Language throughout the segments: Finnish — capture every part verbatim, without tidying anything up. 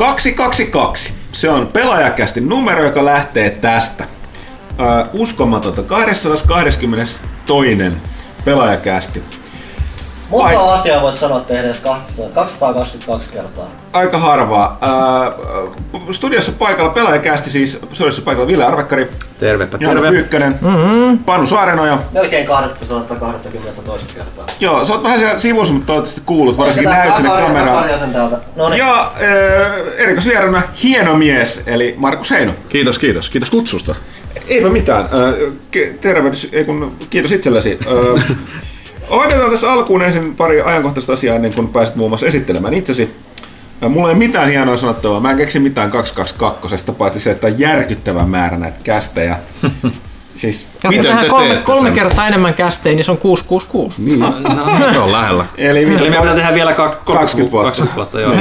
kaksi kaksi kaksi. Se on pelaajakästi numero, joka lähtee tästä. Uh, uskomatonta. kaksisataakaksikymmentäkaksi. pelaajakästi. Monta Ai... asiaa voit sanoa tehnees kaksisataakaksikymmentäkaksi kertaa. Aika harvaa. Uh, studiossa paikalla pelaajakästi, siis studiossa paikalla Ville Arvekkari. Tervepä terve. Janne Pyykkönen. Mm-hmm. Panu Saarenoja. Melkein kaksisataakaksikymmentä kertaa. Joo, sä oot vähän siellä sivussa, mutta toivottavasti kuulut, varsinkin näyt sinne kameraan. No ja äh, erikoisvierana hieno mies, eli Markus Heino. Kiitos, kiitos. Kiitos kutsusta. Eipä mitään. Äh, tervehdys, ei kun, kiitos itsellesi. Äh, Hoidetaan tässä alkuun ensin pari ajankohtaista asiaa ennen kuin pääset muun muassa esittelemään itsesi. Mulla ei ole mitään hienoa sanottavaa. Mä en keksi mitään kaksisataakaksikymmentäkaksi, paitsi se, että on järkyttävän määrä näitä kästejä. Siis, miten te kolme, teette kolme sen? kertaa enemmän kästejä, niin se on kuusi kuusi kuusi. Niin, no, no, se on lähellä. Eli, Eli me pitää tehdä vielä kaksikymmentä vuotta. kaksikymmentä vuotta joo.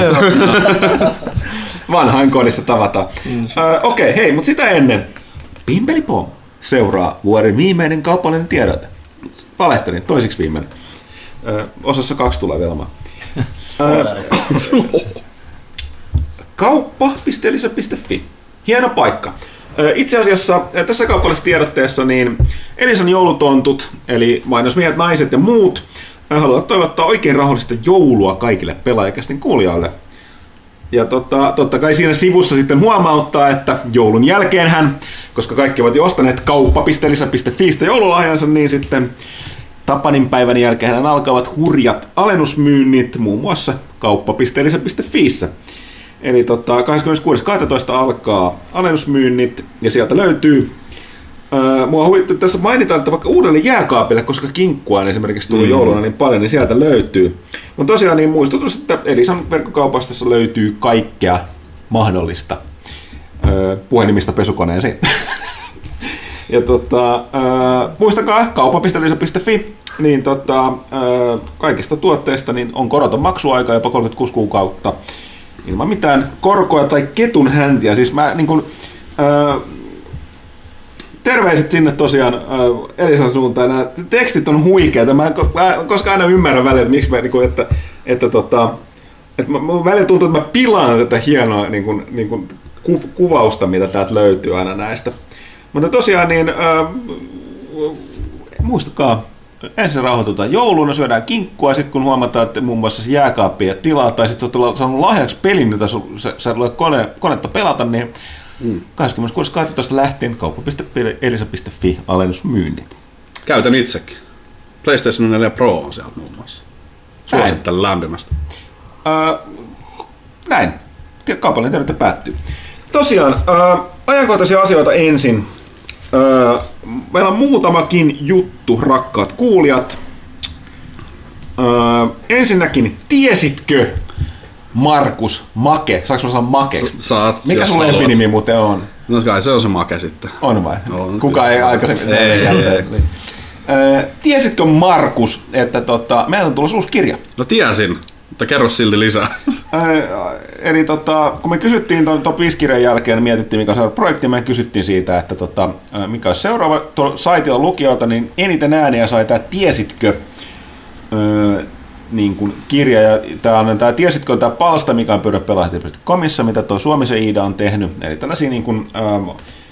Vanhain kodissa tavataan. Mm. Uh, Okei, okay, hei, mutta sitä ennen. Pimpelipom seuraa vuoden viimeinen kaupallinen tiedote. Valehtelin, toisiksi viimeinen. Ö, osassa kaksi tulee velmaa. kauppa piste elisa piste fi. Hieno paikka. Ö, itse asiassa tässä kaupallisessa tiedotteessa niin Elisan joulutontut, eli mainosmiehet, naiset ja muut, haluavat toivottaa oikein rauhallista joulua kaikille pelaajakästin kuulijoille. Ja tota, totta kai siinä sivussa sitten huomauttaa, että joulun jälkeenhän, koska kaikki ovat jo ostaneet kauppa piste elisa piste fistä joululahjansa, niin sitten Tapanin päivän jälkeen alkavat hurjat alennusmyynnit muun muassa kauppa piste elisa piste fiissä. Eli tota, kahdeskymmeneskuudes kahdestoista alkaa alennusmyynnit ja sieltä löytyy. Ää, mua huvittaa, tässä mainitaan, että vaikka uudelle jääkaapille, koska kinkkua on esimerkiksi tullut mm. jouluna niin paljon, niin sieltä löytyy. Mutta tosiaan niin muistutus, että Elisan verkkokaupassa löytyy kaikkea mahdollista ää, puhelimista pesukoneeseen. Ja tota, äh, muistakaa kauppa piste elisa piste fi, niin tota, äh, kaikista tuotteista niin on koroton maksuaika jopa kolmekymmentäkuusi kuukautta ilman mitään korkoa tai ketun häntiä. Siis mä niin kun, äh, terveiset sinne tosiaan äh, Elisan suuntaan. Nämä tekstit on huikeita. Mä en koskaan aina ymmärrä välillä, että miksi mä, niin kun, että, että, tota, että mä, mä välillä tuntuu, että mä pilaan tätä hienoa niin kun, niin kun, ku, kuvausta, mitä täältä löytyy aina näistä. Mutta tosiaan niin, äh, muistakaa, ensin rauhoitutaan jouluna, syödään kinkkua, sitten kun huomataan, että muun muassa se jääkaappi ja tilaa, tai sitten sä oot saanut lahjaksi pelin, jota sä, sä luet kone, konetta pelata, niin mm. kahdeskymmeneskuudes kahdestoista lähtien kauppa piste elisa piste fi alennusmyynnit. Käytän itsekin. PlayStation neljä Pro on sieltä muun muassa. Suosittelen lämpimästi. Äh, näin. Kaupallinen tiedote päättyy. Tosiaan, äh, ajankohtaisia asioita ensin. Öö, meillä on muutamakin juttu, rakkaat kuulijat. Öö, ensinnäkin, tiesitkö, Markus Make? Saanko mä sanoa Makeksi? Saat. Mikä sun lempinimi muuten on? No kai se on se Make sitten. On vai? On, Kuka kyllä. ei aikaisemmin? Ei, ei, ei. Niin. Öö, tiesitkö, Markus, että tota, meillä on tulossa uusi kirja? No tiesin, mutta kerro silti lisää. Öö, eli tota, kun me kysyttiin tuon Top viisi kirjan jälkeen, mietittiin mikä on seuraava projekti, me kysyttiin siitä, että tota, mikä olisi seuraava tuolla saitilla lukijoilta, niin eniten ääniä sai tämä Tiesitkö öö, niin kuin kirja. Ja tämä on tämä Tiesitkö tämä palsta, mikä on pyörä pelaajat piste comissa, mitä tuo Suomisen Iida on tehnyt. Eli tällaisia niin kuin, ähm,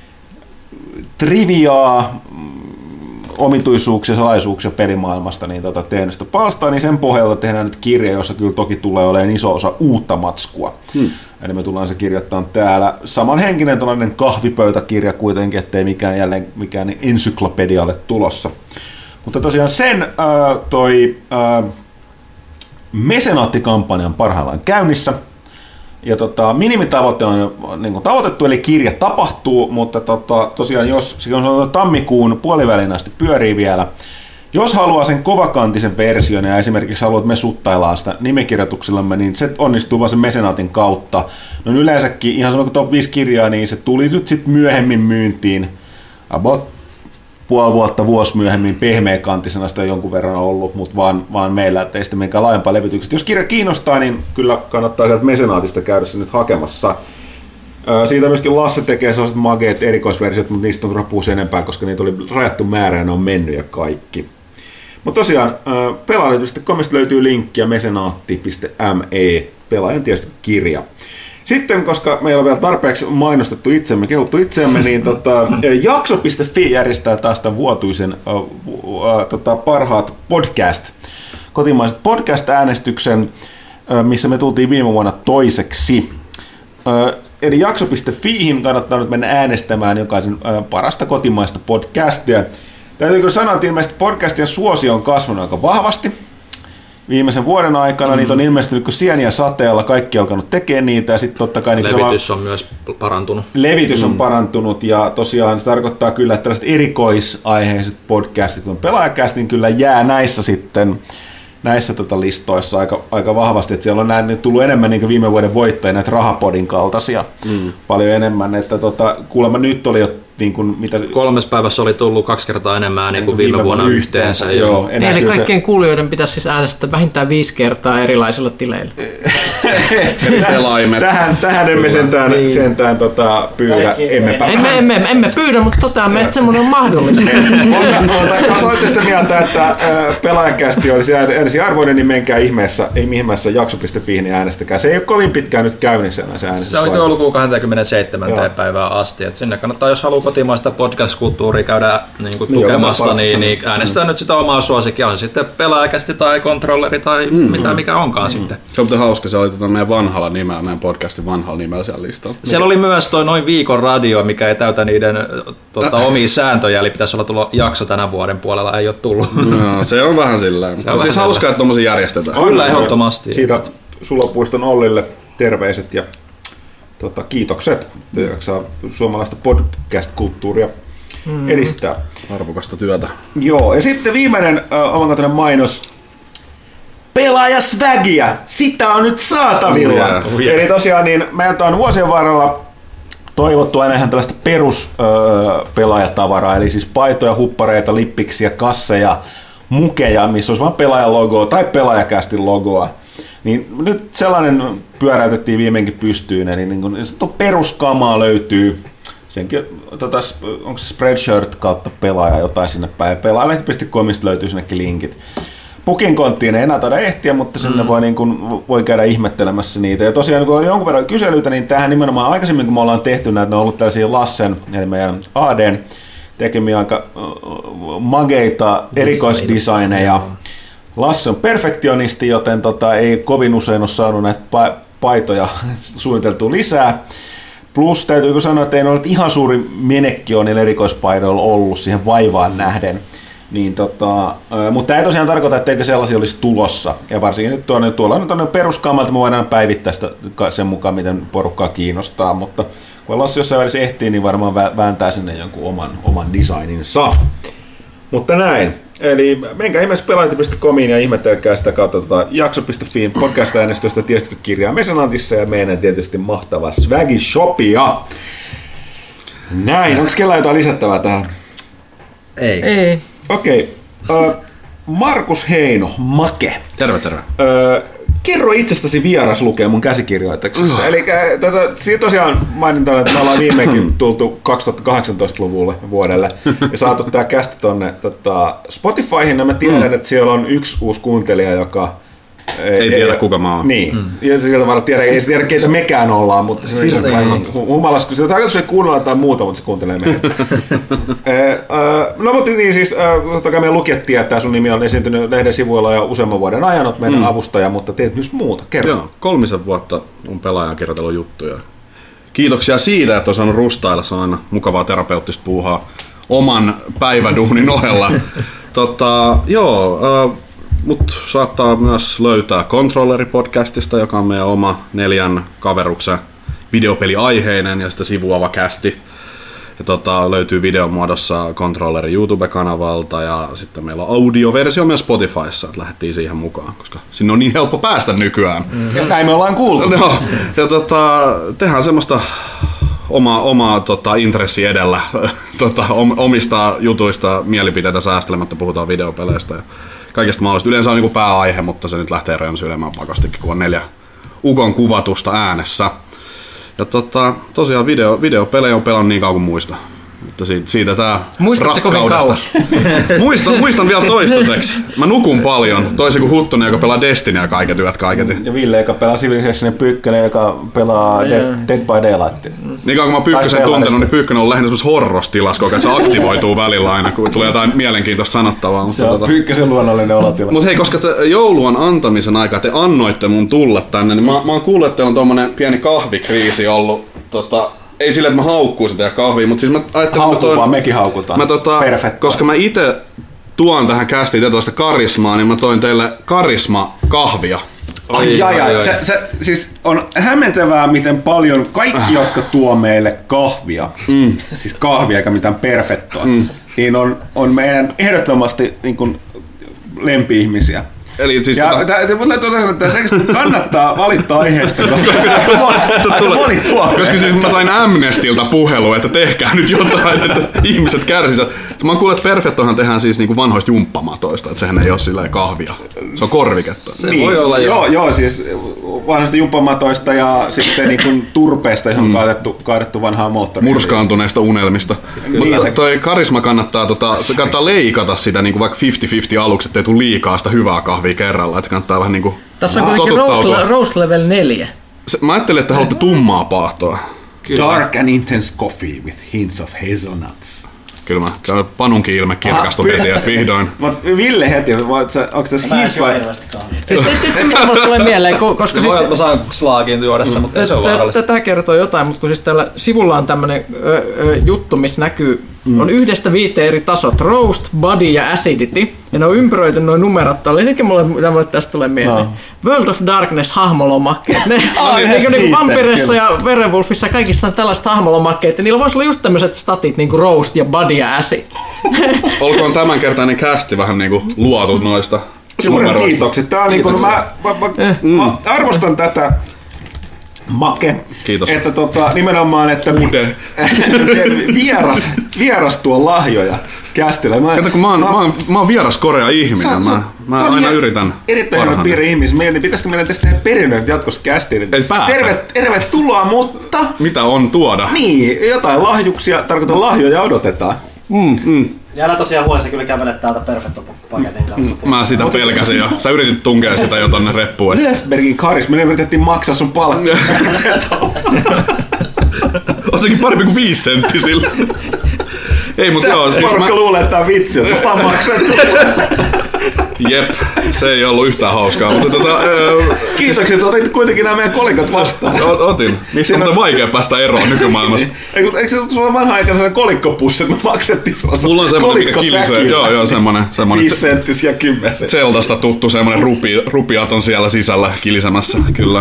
triviaa omituisuuksia, salaisuuksia pelimaailmasta, niin tota, tehnyt sitä palstaa, niin sen pohjalta tehdään nyt kirja, jossa kyllä toki tulee olemaan iso osa uutta matskua. Hmm. Eli me tullaan se kirjoittamaan täällä. Samanhenkinen tällainen kahvipöytäkirja kuitenkin, ettei mikään jälleen mikään ensyklopedia ole tulossa. Mutta tosiaan sen äh, toi äh, mesenaattikampanja on parhaillaan käynnissä. Ja tota, minimitavoite on niin kuin tavoitettu, eli kirja tapahtuu, mutta tota, tosiaan jos se on tammikuun puoliväliin asti pyörii vielä, jos haluaa sen kovakantisen version ja esimerkiksi haluat, että me suttaillaan sitä nimikirjoituksillamme, niin se onnistuu vaan sen mesenaatin kautta. No yleensäkin ihan sama kuin Top viisi kirjaa, niin se tuli nyt sitten myöhemmin myyntiin, about puoli vuotta, vuosi myöhemmin pehmeäkantisena sitä jonkun verran ollut, mutta vaan, vaan meillä, ettei sitten menkään laajempaa levytyksestä. Jos kirja kiinnostaa, niin kyllä kannattaa sieltä mesenaatista käydä se nyt hakemassa. Siitä myöskin Lasse tekee sellaiset mageet erikoisversiot, mutta niistä on turha puhua enempää, koska niitä oli rajattu määrä ja ne on mennyt ja kaikki. Mutta tosiaan, pelaaja piste comista löytyy linkki ja mesenaatti piste me, pelaajan tietysti kirja. Sitten, koska meillä on vielä tarpeeksi mainostettu itsemme, kehuttu itsemme, niin tota, jakso piste fi järjestää taas tämän vuotuisen uh, uh, tota, parhaat podcast, kotimaiset podcast-äänestyksen, uh, missä me tultiin viime vuonna toiseksi. Uh, eli jakso piste fiihin kannattaa nyt mennä äänestämään jokaisen uh, parasta kotimaista podcastia. Täytyy kyllä sanoa, että ilmeisesti podcastien suosio on kasvanut aika vahvasti viimeisen vuoden aikana. Mm-hmm. Niitä on ilmestynyt kuin sieniä sateella, kaikki on alkanut tekemään niitä. Ja sitten totta kai niin levitys on myös parantunut. Levitys on mm. parantunut ja tosiaan se tarkoittaa kyllä, että tällaiset erikoisaiheiset podcastit, kun pelaajakästin kyllä jää näissä sitten näissä tota listoissa aika, aika vahvasti, että siellä on näin, tullut enemmän niin kuin viime vuoden voittajia, näitä Rahapodin kaltaisia mm. paljon enemmän, että tota, kuulemma nyt oli jo niin kuin, mitä... Kolmes päivässä oli tullut kaksi kertaa enemmän niin kuin viime, viime vuonna yhteensä. yhteensä joo, eli kaikkien se... kuulijoiden pitäisi siis äänestää vähintään viisi kertaa erilaisilla tileillä. tähän, tähän emme sentään, niin. sentään tota, pyydä. Emme, emme, emme, emme pyydä, mutta toteamme, että semmoinen on mahdollista. Jos olette sitä mieltä, että pelaajakästi olisi ensiarvoinen, niin menkää ihmeessä, ei ihmeessä jakso piste fiihin äänestäkää. Se ei ole kovin pitkään nyt käynnissä se äänestys. Se on joulukuun kaksikymmentäseitsemän päivää asti. Että sinne kannattaa, jos haluaa kotimaista podcast-kulttuuria käydä niin kuin tukemassa, niin, niin äänestää mm. nyt sitä omaa suosikkia. On sitten pelaajakästi tai kontrolleri tai mm. mitä mikä onkaan mm. sitten. Se on hauska, se oli tota meidän vanhalla nimellä, meidän podcastin vanhalla nimellä siellä listalla. Siellä oli myös toi noin viikon radio, mikä ei täytä niiden tota, omia sääntöjä, eli pitäisi olla tullut jakso tänä vuoden puolella, ei ole tullut. No, se on vähän sillä. Se on siis hauskaa, että tommosia järjestetään. Kyllä, ehdottomasti. Siitä Sulopuiston Ollille terveiset ja tota, kiitokset. Saa suomalaista podcast-kulttuuria mm. edistää. Arvokasta työtä. Joo, ja sitten viimeinen äh, omankotainen mainos. Pelaajasvägiä, sitä on nyt saatavilla. Oh yeah. Oh yeah. Eli tosiaan niin meiltä on vuosien varrella toivottu aina ihan tällaista peruspelaajatavaraa, eli siis paitoja, huppareita, lippiksiä, kasseja, mukeja, missä olisi vain pelaajan logoa tai pelaajakästin logoa. Niin nyt sellainen pyöräytettiin viimeinkin pystyyn, eli niin kun, peruskamaa löytyy. Senkin, tota, onko se Spreadshirt kautta pelaaja jotain sinne päin. Pelaajalehti piste comista löytyy sinnekin linkit. Pukin konttiin ei enää taida ehtiä, mutta sinne mm. voi, niin kun, voi käydä ihmettelemässä niitä. Ja tosiaan kun on jonkun verran kyselyitä, niin tähän nimenomaan aikaisemmin kun me ollaan tehty näitä, ne on ollut tällaisia Lassen, eli meidän A D:n tekemiä aika mageita erikoisdesigneja. Lasse on perfektionisti, joten tota, ei kovin usein ole saanut näitä pa- paitoja suunniteltua lisää. Plus täytyykö sanoa, että ei ole ihan suuri menekki on niillä erikoispaidoilla ollut siihen vaivaan nähden. Niin tota, mutta tämä ei tosiaan tarkoita, etteikö sellaisia olisi tulossa. Ja varsinkin nyt tuonne, tuolla on tuonne peruskamalta, me voidaan päivittää sitä sen mukaan, miten porukkaa kiinnostaa. Mutta kun Lassi jossain välissä ehtii, niin varmaan vääntää sinne jonkun oman, oman designinsa. Mutta näin. Eli menkää ihmeessä pelaajat piste comiin ja ihmettelkää sitä kautta tota, jakso piste fiin podcast-äänestöstä tiesitkö kirjaa Mesanantissa ja meidän tietysti mahtava Swaggy Shopia. Näin, onko kellään jotain lisättävää tähän? Ei. Ei. Okei. Okay. Uh, Markus Heino, Make. Terve, terve. Uh, kerro itsestäsi vieras lukee mun käsikirjoituksessa. Uh. Eli tätä, siitä tosiaan mainitaan, että me ollaan viimeinkin tultu kaksituhattakahdeksantoista-luvulle vuodelle ja saatu tää kästi tonne tota, Spotifyhin ja mä tiedän, mm. että siellä on yksi uusi kuuntelija, joka ei, ei tiedä ei, kuka mä oon. Niin. Mm. Ja sieltä vaan tiedä, ei se tiedä keitä mekään ollaan, mutta se on humalas, kun sitä tarkoitus ei kuunnella jotain muuta, mutta se kuuntelee meitä. No mutta niin siis, totta kai meidän lukijat tietää, sun nimi on esiintynyt lehden sivuilla jo useamman vuoden ajan, olet meidän mm. avustaja, mutta teet myös muuta. Kerro. Joo, kolmisen vuotta on pelaajan kirjoitellut juttuja. Kiitoksia siitä, että on saanut rustailla, se on aina mukavaa terapeuttista puuhaa oman päiväduunin ohella. tota, joo, mut saattaa myös löytää Controlleri-podcastista, joka on meidän oma neljän kaveruksen videopeliaiheinen ja sitä sivuava kästi. Ja tota, löytyy videomuodossa Controlleri YouTube-kanavalta ja sitten meillä on audioversio myös Spotifyssa, että lähdettiin siihen mukaan, koska sinne on niin helppo päästä nykyään. Mm. Näin me ollaan kuultu. No, ja tota, tehdään semmoista omaa, omaa tota, intressi edellä tota, omista jutuista mielipiteitä säästelemättä, puhutaan videopeleistä ja kaikesta mahdollista. Yleensä on niin kuin pääaihe, mutta se nyt lähtee rönsylemään pakostikin, kun on neljä ukon kuvatusta äänessä. Ja tota, tosiaan video, videopelejä on pelannut niin kauan kuin muista. Mutta siitä, siitä tää Muistatko kovin kauan? muistan, muistan vielä toistaiseksi. Mä nukun paljon, toisin kuin Huttunen, joka pelaa Destinyä kaiket yöt kaiketi. Ja Ville, joka pelaa Civilization Pyykkönen, joka pelaa Dead, Dead by Daylight. Niin kauan kun mä oon Pyykkösen tuntenut, niin Pyykkönen on lähinnä semmoisessa horrostilassa, koska se aktivoituu välillä aina, kun tulee jotain mielenkiintoista sanottavaa. Se on tota... Pyykkösen luonnollinen olotila. Mut hei, koska te joulun antamisen aikaa te annoitte mun tulla tänne, niin mä, mä oon kuullut, että teillä on tommonen pieni kahvikriisi ollut. Tota, ei sille, että mä haukkuu sitä ja kahvia, mutta siis mä ajattelin... Haukuu vaan, mekin haukutaan. Mä tota, koska mä ite tuon tähän kästiin tällaista karismaa, niin mä toin teille karisma-kahvia. Ai, ai, ai, ai. Se, se siis on hämmentävää, miten paljon kaikki, jotka tuo meille kahvia, mm. siis kahvia eikä mitään perfettoa, mm. niin on, on meidän ehdottomasti niin kuin lempi-ihmisiä. Eli siis ja tota... se kannattaa valittaa aiheesta, koska aika moni tuo. Koska siis mä sain Amnestilta puhelua, että tehkää nyt jotain, että ihmiset kärsisivät. Mä oon kuullut, että Perfettohan tehdään siis niinku vanhoista jumppamatoista, että sehän ei ole silleen kahvia. Se on korviketta. Se niin. voi olla joo. Joo, siis vanhoista jumppamatoista ja sitten niinku turpeesta, johon on mm. kaadettu, kaadettu vanhaa moottoria. Murskaantuneista unelmista. Mutta niin. toi karisma kannattaa, tota, se kannattaa leikata sitä niinku vaikka viisikymmentä viisikymmentä aluksi, ettei tule liikaa sitä hyvää kahvia kerralla, että kannattaa vähän niinku tässä on kuitenkin roast, roast level neljä. Se, mä ajattelin, että haluatte tummaa paahtoa. Kyllä. Dark and intense coffee with hints of hazelnuts. Kyllä mä, tämä Panunkin ilme kirkastui heti, että vihdoin. Mut Ville heti, onko tässä hint vai? Siis mulle tulee mieleen, koska siis... Voi olla, mä saan slaagin juodessa, mutta se on vaarallista. Tätä kertoo jotain, mutta kun siis täällä sivulla on tämmönen juttu, missä näkyy, on yhdestä viiteen eri tasot, roast, body ja acidity, ja ne on ympäröity noin numerot tuolla. Hetken mulle, mitä mulle tästä tulee mieleen. No. World of Darkness hahmolomakkeet. Ne niin kuin Vampiressa ja Werewolfissa kaikissa on tällaiset hahmolomakkeet, ja niillä voisi olla just tämmöiset statit, niin kuin roast ja body ja acid. Olkoon tämänkertainen kästi vähän niin kuin luotu noista. Suuren kiitokset. Tää on niin kuin, mä, mä, mä, mm. mä arvostan tätä make. Kiitos. Että tota, nimenomaan, että vieras, vieras tuo lahjoja kästillä. Mä, Kato, kun mä oon, mä, mä, mä oon vieras korea ihminen. Sä, mä mä aina yritän. Erittäin hyvä piiri ihmisiä. Mietin, pitäisikö meidän tästä tehdä perinnön jatkossa kästiin. Terve, tervetuloa, mutta... Mitä on tuoda? Niin, jotain lahjuksia, tarkoitan lahjoja odotetaan. Mm, mm. Ja älä tosiaan huolissa kyllä kävelet täältä Perfetto-paketin kanssa. Mm, mä sitä pelkäsin jo. Sä yritit tunkea sitä jo tonne reppuun. Löfbergin karisma, me yritettiin maksaa sun palkkaa. On sekin parempi kuin viisi senttisillä. Ei, mut joo. Siis Porukka mä... luulee, että tää on vitsi, että mä oon maksettu. Jep, se ei ollut yhtään hauskaa, mutta tota... Öö, Kiitoksia, että otit kuitenkin nämä meidän kolikat vastaan. O, otin. Mistä on vaikea päästä eroon nykymaailmassa? Eikö, eikö se sulla vanha aikana sellainen kolikkopussi, että me maksettiin sellaisen mulla on semmoinen, mikä kilisee. Joo, joo, semmoinen. semmoinen Viisi senttisiä kymmenen. Zeldasta tuttu semmoinen rupi, rupiat on siellä sisällä kilisemässä, kyllä.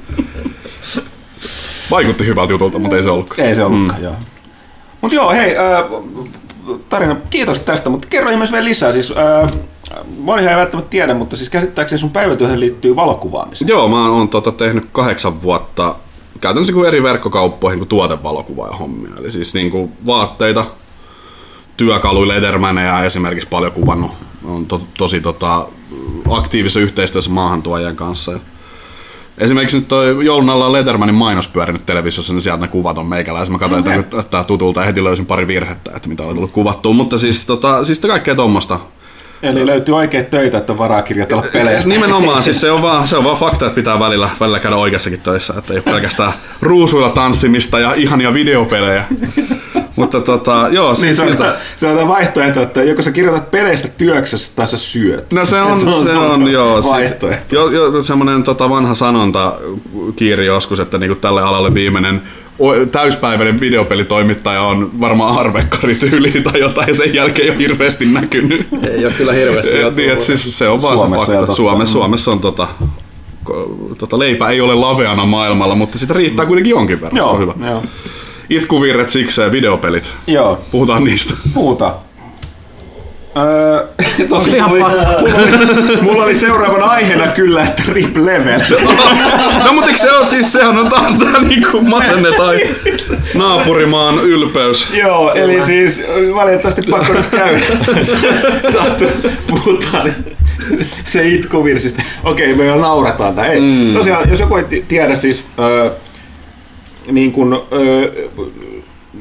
Vaikutti hyvältä jutulta, mutta ei se ollutkaan. Ei se ollutkaan, mm. joo. Mut joo, hei, äh, Tarina, kiitos tästä, mutta kerro ihmeessä vielä lisää. Siis, äh, monihan ei välttämättä tiedä, mutta siis käsittääkseni sun päivätyöhön liittyy valokuvaamiseen. Joo, mä oon tota, tehnyt kahdeksan vuotta käytännössä kuin eri verkkokauppoihin kuin tuotevalokuvaa ja hommia. Eli siis niin kuin vaatteita, työkaluja, Ledermaneja esimerkiksi paljon kuvannut. On to, tosi tota, aktiivisessa yhteistyössä maahantuojien kanssa. Esimerkiksi nyt toi joulun alla on Ledermanin mainos pyörinyt televisiossa, niin sieltä ne kuvat on meikäläisiä. Mä katsoin, okay. että tää tutulta ja heti löysin pari virhettä, että mitä on tullut kuvattua. Mutta siis, tota, siis kaikkea tommosta. Eli löytyy oikeat töitä, että on varaa kirjoitella peleistä. Nimenomaan, siis se on vaan, se on vaan fakta, että pitää välillä, välillä käydä oikeassakin töissä, että ei ole pelkästään ruusuilla tanssimista ja ihania videopelejä. Mutta tota, joo, siis niin se, on, se on tämä vaihtoehto, että joko sä kirjoitat peleistä työksessä tai sä syöt. No se on, se on, se on joo. Vaihtoehto. Jo, jo, semmoinen tota vanha sanonta kiiri joskus, että niinku tälle alalle viimeinen täyspäiväinen videopelitoimittaja on varmaan arvekkarityyli tai jotain, ja sen jälkeen ei ole hirveästi näkynyt. Ei ole kyllä hirveästi. niin, et siis se on vaan Suomessa se fakta. Suomessa, Suomessa on tota, tota, leipä ei ole laveana maailmalla, mutta sitä riittää kuitenkin jonkin verran. Joo, on hyvä. Joo. Itkuvirret sikseen, videopelit. Joo. Puhutaan niistä. Puhutaan. Öö, tosi, mulla, oli, mulla, oli, mulla oli seuraavana aiheena kyllä, että rip level. No mutta eikö se on siis, sehän on taas tää niinku masenne tai naapurimaan ylpeys. Joo, eli siis valitettavasti pakko nyt käydä. Saattu, puhutaan se itkuvirsistä. Okei, me vielä naurataan tää. Ei, mm. Tosiaan, jos joku ei tiedä siis, öö, niin kun, öö,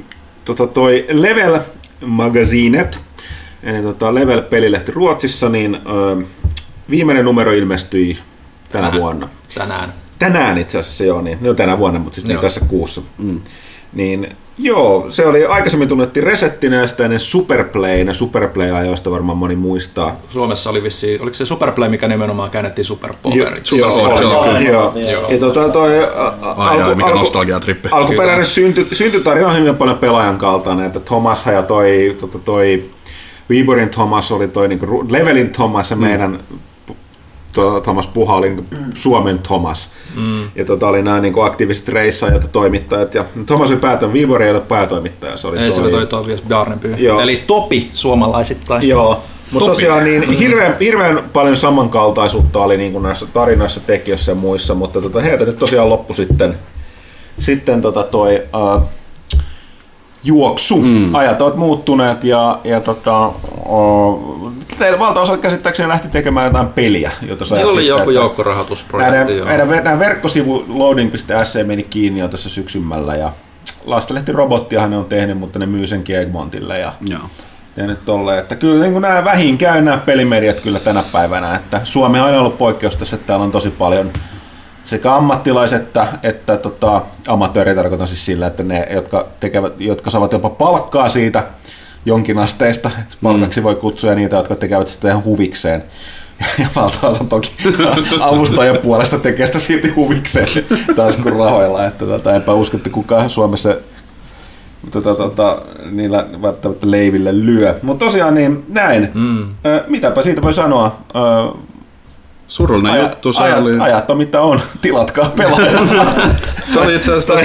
tota, toi Level Magazinet, eli tota, Level-pelilehti Ruotsissa, niin ö, viimeinen numero ilmestyi tänä Tänään. vuonna. Tänään. Tänään itse asiassa joo, niin, no tänä vuonna, mutta siis niin tässä kuussa. Mm. Niin joo, se oli aikaisemmin tunnettiin Resettinä ja sitä ennen Superplay, ne Superplay-ajoista varmaan moni muistaa. Suomessa oli vissiin, oliko se Superplay, mikä nimenomaan käännettiin Superpoweriksi? Joo, Joo, se joo, on joo. Joo. Ja tota toi a- a- Ai, ai, mikä alku- nostalgiatrippi. alkuperäinen synty, syntytarina on hyvin paljon pelaajan kaltainen, että Thomas ja toi, tota, toi Viiborin Thomas oli toi niinku Ru- Levelin Thomas ja mm. meidän to, Thomas Puha oli niinku Suomen Thomas. Mm. Ja tota oli nämä niinku aktiiviset reissaajat ja toimittajat. Ja Thomas oli päätön, Viibori ei ole päätoimittaja. Se oli Ei, toi, se oli toi Tobias Bjarneby. Joo. Eli Topi suomalaisittain. Joo, mutta tosiaan niin hirveän, hirveän paljon samankaltaisuutta oli niin kuin näissä tarinoissa, tekijöissä ja muissa, mutta tota, heiltä nyt tosiaan loppui sitten, sitten tota toi, uh, juoksu. Mm. Ajat ovat muuttuneet ja, ja tota, uh, teillä valtaosa käsittääkseni lähti tekemään jotain peliä. Jota Meillä oli joku joukkorahoitusprojekti. Näiden, meidän, meidän verkkosivu loading piste s c meni kiinni jo tässä syksymmällä ja Lastenlehti Robottiahan ne on tehnyt, mutta ne myy senkin Egmontille ja Joo. ja nyt tolleen, että kyllä niin nämä vähin käy nämä pelimediat kyllä tänä päivänä, että Suomi on aina ollut poikkeus tässä, että täällä on tosi paljon sekä ammattilaiset että, että tota, amatööri, tarkoitan siis sillä, että ne, jotka, tekevät, jotka saavat jopa palkkaa siitä jonkinasteista, palkaksi voi kutsua, ja niitä, jotka tekevät sitä ihan huvikseen. Ja valtaosa toki avustajan puolesta tekee sitä silti huvikseen taas kuin rahoilla, että tota, enpä usko, että kukaan Suomessa Tota, tota, niillä välttämättä leiville lyö. Mutta tosiaan niin näin. Mm. Ö, mitäpä siitä voi sanoa? Ö, Surullinen aja, juttu. Se ajat, oli... ajat on mitä on. Tilatkaa pelaajalla. Se oli itse asiassa...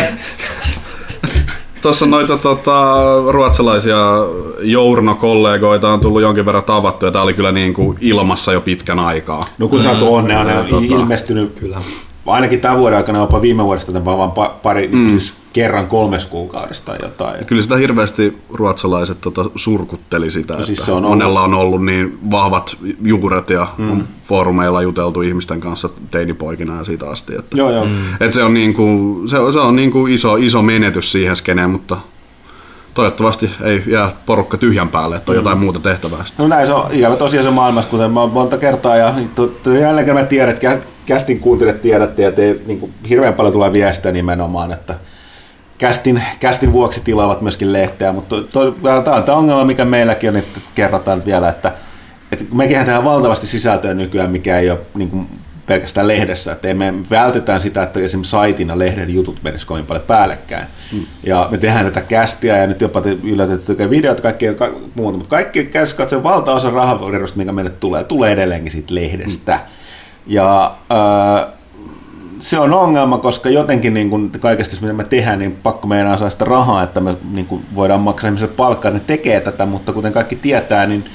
Tuossa noita tota, ruotsalaisia journo-kollegoita on tullut jonkin verran tavattu, ja tämä oli kyllä niin kuin ilmassa jo pitkän aikaa. No kun sä oot onnea, ne on tota... ilmestynyt kyllä. Ainakin tämän vuoden aikana jopa viime vuodesta, vaan pari, mm. siis kerran kolmes kuukaudesta tai jotain. Ja kyllä sitä hirveästi ruotsalaiset tota, surkutteli sitä, no, siis että on monella on ollut niin vahvat jukuret ja mm. on foorumeilla juteltu ihmisten kanssa teinipoikina ja siitä asti. Että, joo, joo. Että se on, niin kuin, se, se on niin kuin iso, iso menetys siihen skeneen, mutta toivottavasti ei jää porukka tyhjän päälle, että on mm. jotain muuta tehtävää. No näin se on ikävä tosiaan se maailmassa, kuten mä monta kertaa ja to, to, jälleen kerran mä tiedän, että kästin kuuntelijat tiedätte ja te, niin kuin, hirveän paljon tulee viestiä nimenomaan, että kästin, kästin vuoksi tilaavat myöskin lehteä, mutta tämä on tämä ongelma, mikä meilläkin on, että kerrotaan vielä, että, että mekin tehdään valtavasti sisältöä nykyään, mikä ei ole niin kuin, pelkästään lehdessä, että me vältetään sitä, että esimerkiksi saitina lehden jutut menisivät kovin paljon päällekkäin. Mm. Ja me tehdään tätä kästiä ja nyt jopa yllätetty videot kaikkea ka- muuta, mutta kaikki katsoen valtaosa rahavirrosta, mikä meille tulee, tulee edelleenkin siitä lehdestä. Mm. Ja äh, se on ongelma, koska jotenkin niin kun kaikesta, mitä me tehdään, niin pakko meidän saa sitä rahaa, että me niin kun voidaan maksaa ihmiselle palkkaa, ne tekee tätä, mutta kuten kaikki tietää, niin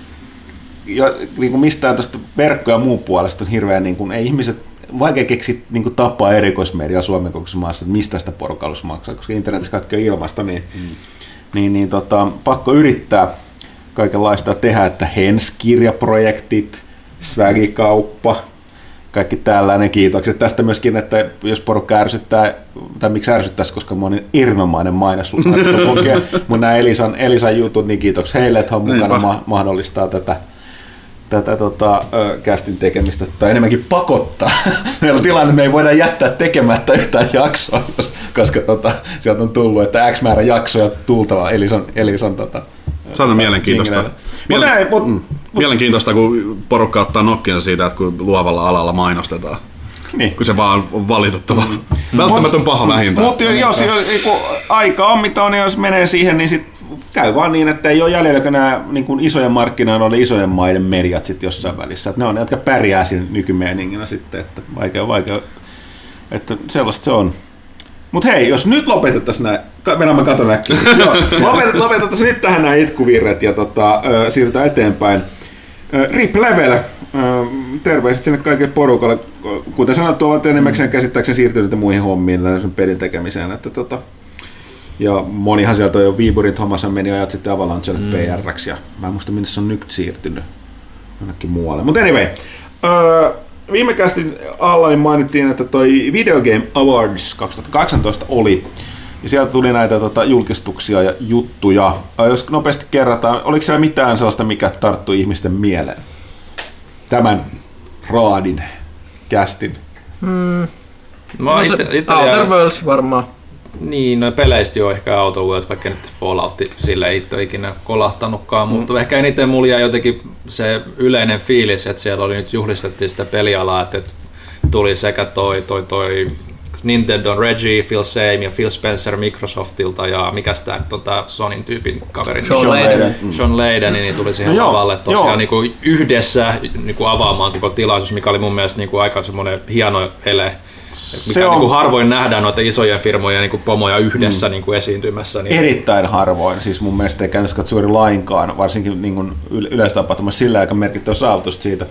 jo, niin kuin mistään tuosta verkko- ja muun puolesta on hirveän, niin kuin, ei ihmiset, vaikea keksiä niin kuin tapaa erikoismediaa Suomen kokoisessa maassa, että mistä sitä porukalla maksaa, koska internetissä kaikki on ilmasta, niin, mm. niin, niin tota, pakko yrittää kaikenlaista tehdä, että Hens-kirjaprojektit, Swagikauppa, kaikki tällainen. Kiitokset tästä myöskin, että jos porukka ärsyttää, tai miksi ärsyttäisi, koska mä oon erinomainen mainos, mun nämä Elisan, Elisan jutut, niin kiitos heille, että on mukana ma- mahdollistaa tätä, tätä tota, castin tekemistä, tai enemmänkin pakottaa. Meillä on tilanne, että me ei voida jättää tekemättä yhtään jaksoa, koska tota, sieltä on tullut, että X määrä jaksoja tultava Elisan, Elisan tota, se on mielenkiintoista. Mielen- näin, mut, mm. mut, mielenkiintoista, kun porukka ottaa nokkinsa siitä, että kun luovalla alalla mainostetaan. Niin. Kun se vaan on valitettava. Mm. Välttämätön paha vähintään. Mutta jos, jos aika on mitä on, niin jos menee siihen, niin sit käy vaan niin, että ei ole jäljellä nämä niin kuin isojen markkinoilla isojen maiden mediat sit jossain välissä. Et ne on ne, jotka pärjää siinä nykymeeninginä sitten, että vaikea, vaikea. Että sellaista se on. Mutta hei, jos nyt lopetettaisiin nämä, mennään mä katon näkyy. Lopetettaisiin nyt tähän nämä itkuvirret ja tota, ö, siirrytään eteenpäin. Ö, Rip Level, ö, terveiset sinne kaikille porukalle. Kuten sanottu, ovat enimmäkseen käsittääkseni siirtyneet muihin hommiin, pelin tekemiseen. Että, tota, ja monihan sieltä on jo Viiburin Thomas meni ajat sitten Avalanchelle mm. P R:ksi ja mä en muista minne se on nyt siirtynyt jonnekin muualle. Mutta anyway, ö, viime kästin alla niin mainittiin, että toi Video Game Awards kaksituhattakahdeksantoista oli Ja sieltä tuli näitä tota, julkistuksia ja juttuja. Jos nopeasti kerrataan, oliko siellä mitään sellaista, mikä tarttui ihmisten mieleen? Tämän raadin, kästin. Mm. Mä ite, ite Outer Worlds varmaan. Niin, no peleistä jo ehkä Outer Worlds, vaikka nyt Fallout sille ei ole ikinä kolahtanutkaan, mm. mutta ehkä eniten mulla jäi jotenkin se yleinen fiilis, että siellä oli nyt juhlistettiin sitä pelialaa, että tuli sekä toi, toi, toi Nintendo Reggie, Phil Same ja Phil Spencer Microsoftilta ja mikäs tää tota Sonyn tyypin kaveri Sean Layden, Sean Layden niin tuli siihen no lavalle tosiaan niin kuin yhdessä niin kuin avaamaan koko tilaisuus, mikä oli mun mielestä niin kuin aika semmoinen hieno ele. Mikä on, niin kuin harvoin nähdään noita isojen firmojen niin kuin pomoja yhdessä mm. niin kuin esiintymässä. Niin... Erittäin harvoin. Siis mun mielestä ei käynyt katsoa juuri lainkaan, varsinkin niin kuin yleistapahtumassa sillä aika merkittävä saavutus siitä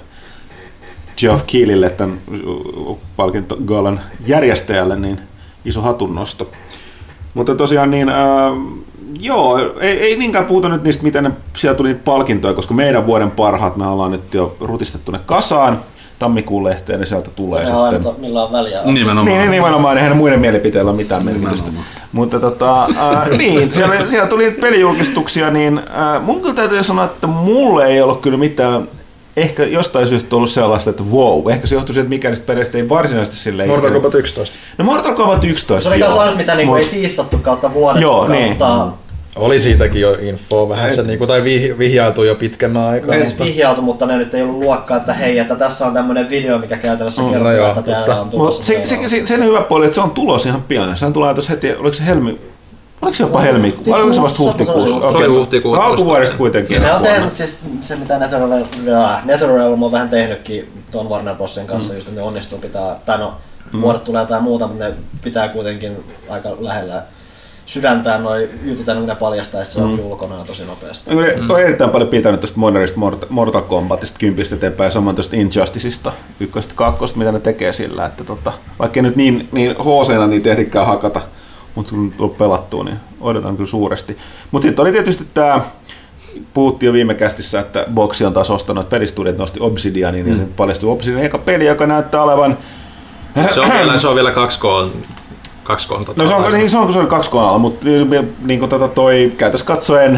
Geoff Keighleylle, tämän palkintogalan järjestäjälle, niin iso hatunnosto. Mutta tosiaan niin, äh, joo, ei, ei niinkään puhuta nyt niistä, miten ne, siellä tuli niitä palkintoja, koska meidän vuoden parhaat me ollaan nyt jo rutistettu ne kasaan. Tammikuun lehteen, niin sieltä tulee se sitten. Se on millä on väliä. Nimenomaan. Niin, nimenomaan, eihän muiden mielipiteillä ole mitään merkitystä. Mutta tota, äh, niin, siellä, siellä tuli pelijulkistuksia, niin äh, mun kyllä täytyy sanoa, että mulle ei ollut kyllä mitään, ehkä jostain syystä ollut sellaista, että wow, ehkä se johtui siitä, että mikä niistä peleistä ei varsinaisesti silleen... Mortal Kombat yksitoista. No Mortal Kombat yksitoista, se oli kanssa aina, mitä niinku Mut... ei tiissattu kautta vuoden joo, kautta... Niin. Oli siitäkin jo infoa vähän se, niinku, tai vih, vihjailtu jo pitkemmän aikaa. Siis vihjailtu, mutta ne nyt ei ollut luokkaa, että hei, että tässä on tämmöinen video, mikä käytännössä mm, kertoo, no joo, että täällä on tulossa. Se, se, se, sen hyvä puoli, että se on tulos ihan pian. Sehän tulee tuossa heti, oliko se helmi... Oliko se jopa helmikuussa? Vai oliko se vasta huhtikuussa? Se oli huhtikuussa. Alkuvuodesta kuitenkin. Ne on tehnyt siis se, mitä NetherRealm, NetherRealm on vähän tehnytkin tuon Warner Brosin kanssa, mm. just että ne onnistuu pitää, tai no mm. vuodet tulee jotain muuta, mutta ne pitää kuitenkin aika lähellä sydäntään noi jutut, ennen kuin ne paljastaa, että se on mm. ulkona tosi nopeasti. Mm. On erittäin paljon pitänyt tästä modernista Mortal Kombatista kympistä eteenpäin ja samoin tuosta Injusticeista, ykköstä kakkosta, mitä ne tekee sillä, että tota, vaikka nyt niin, niin H C-na niitä ehdikään hakata, mutta kun on tullut pelattua, niin odotetaan kyllä suuresti. Mutta sitten oli tietysti tämä, puhuttiin jo viime kästissä, että Boxi on taas ostanut, että pelistudiot nosti Obsidianin mm. ja sitten paljastui Obsidianin eka peli, joka näyttää olevan... Se on vielä, se on vielä kaksi K. kaksi K tota no se on, niin, se on, kun se oli kaksi K alalla, mutta niin kuin tota toi käytössä katsoen,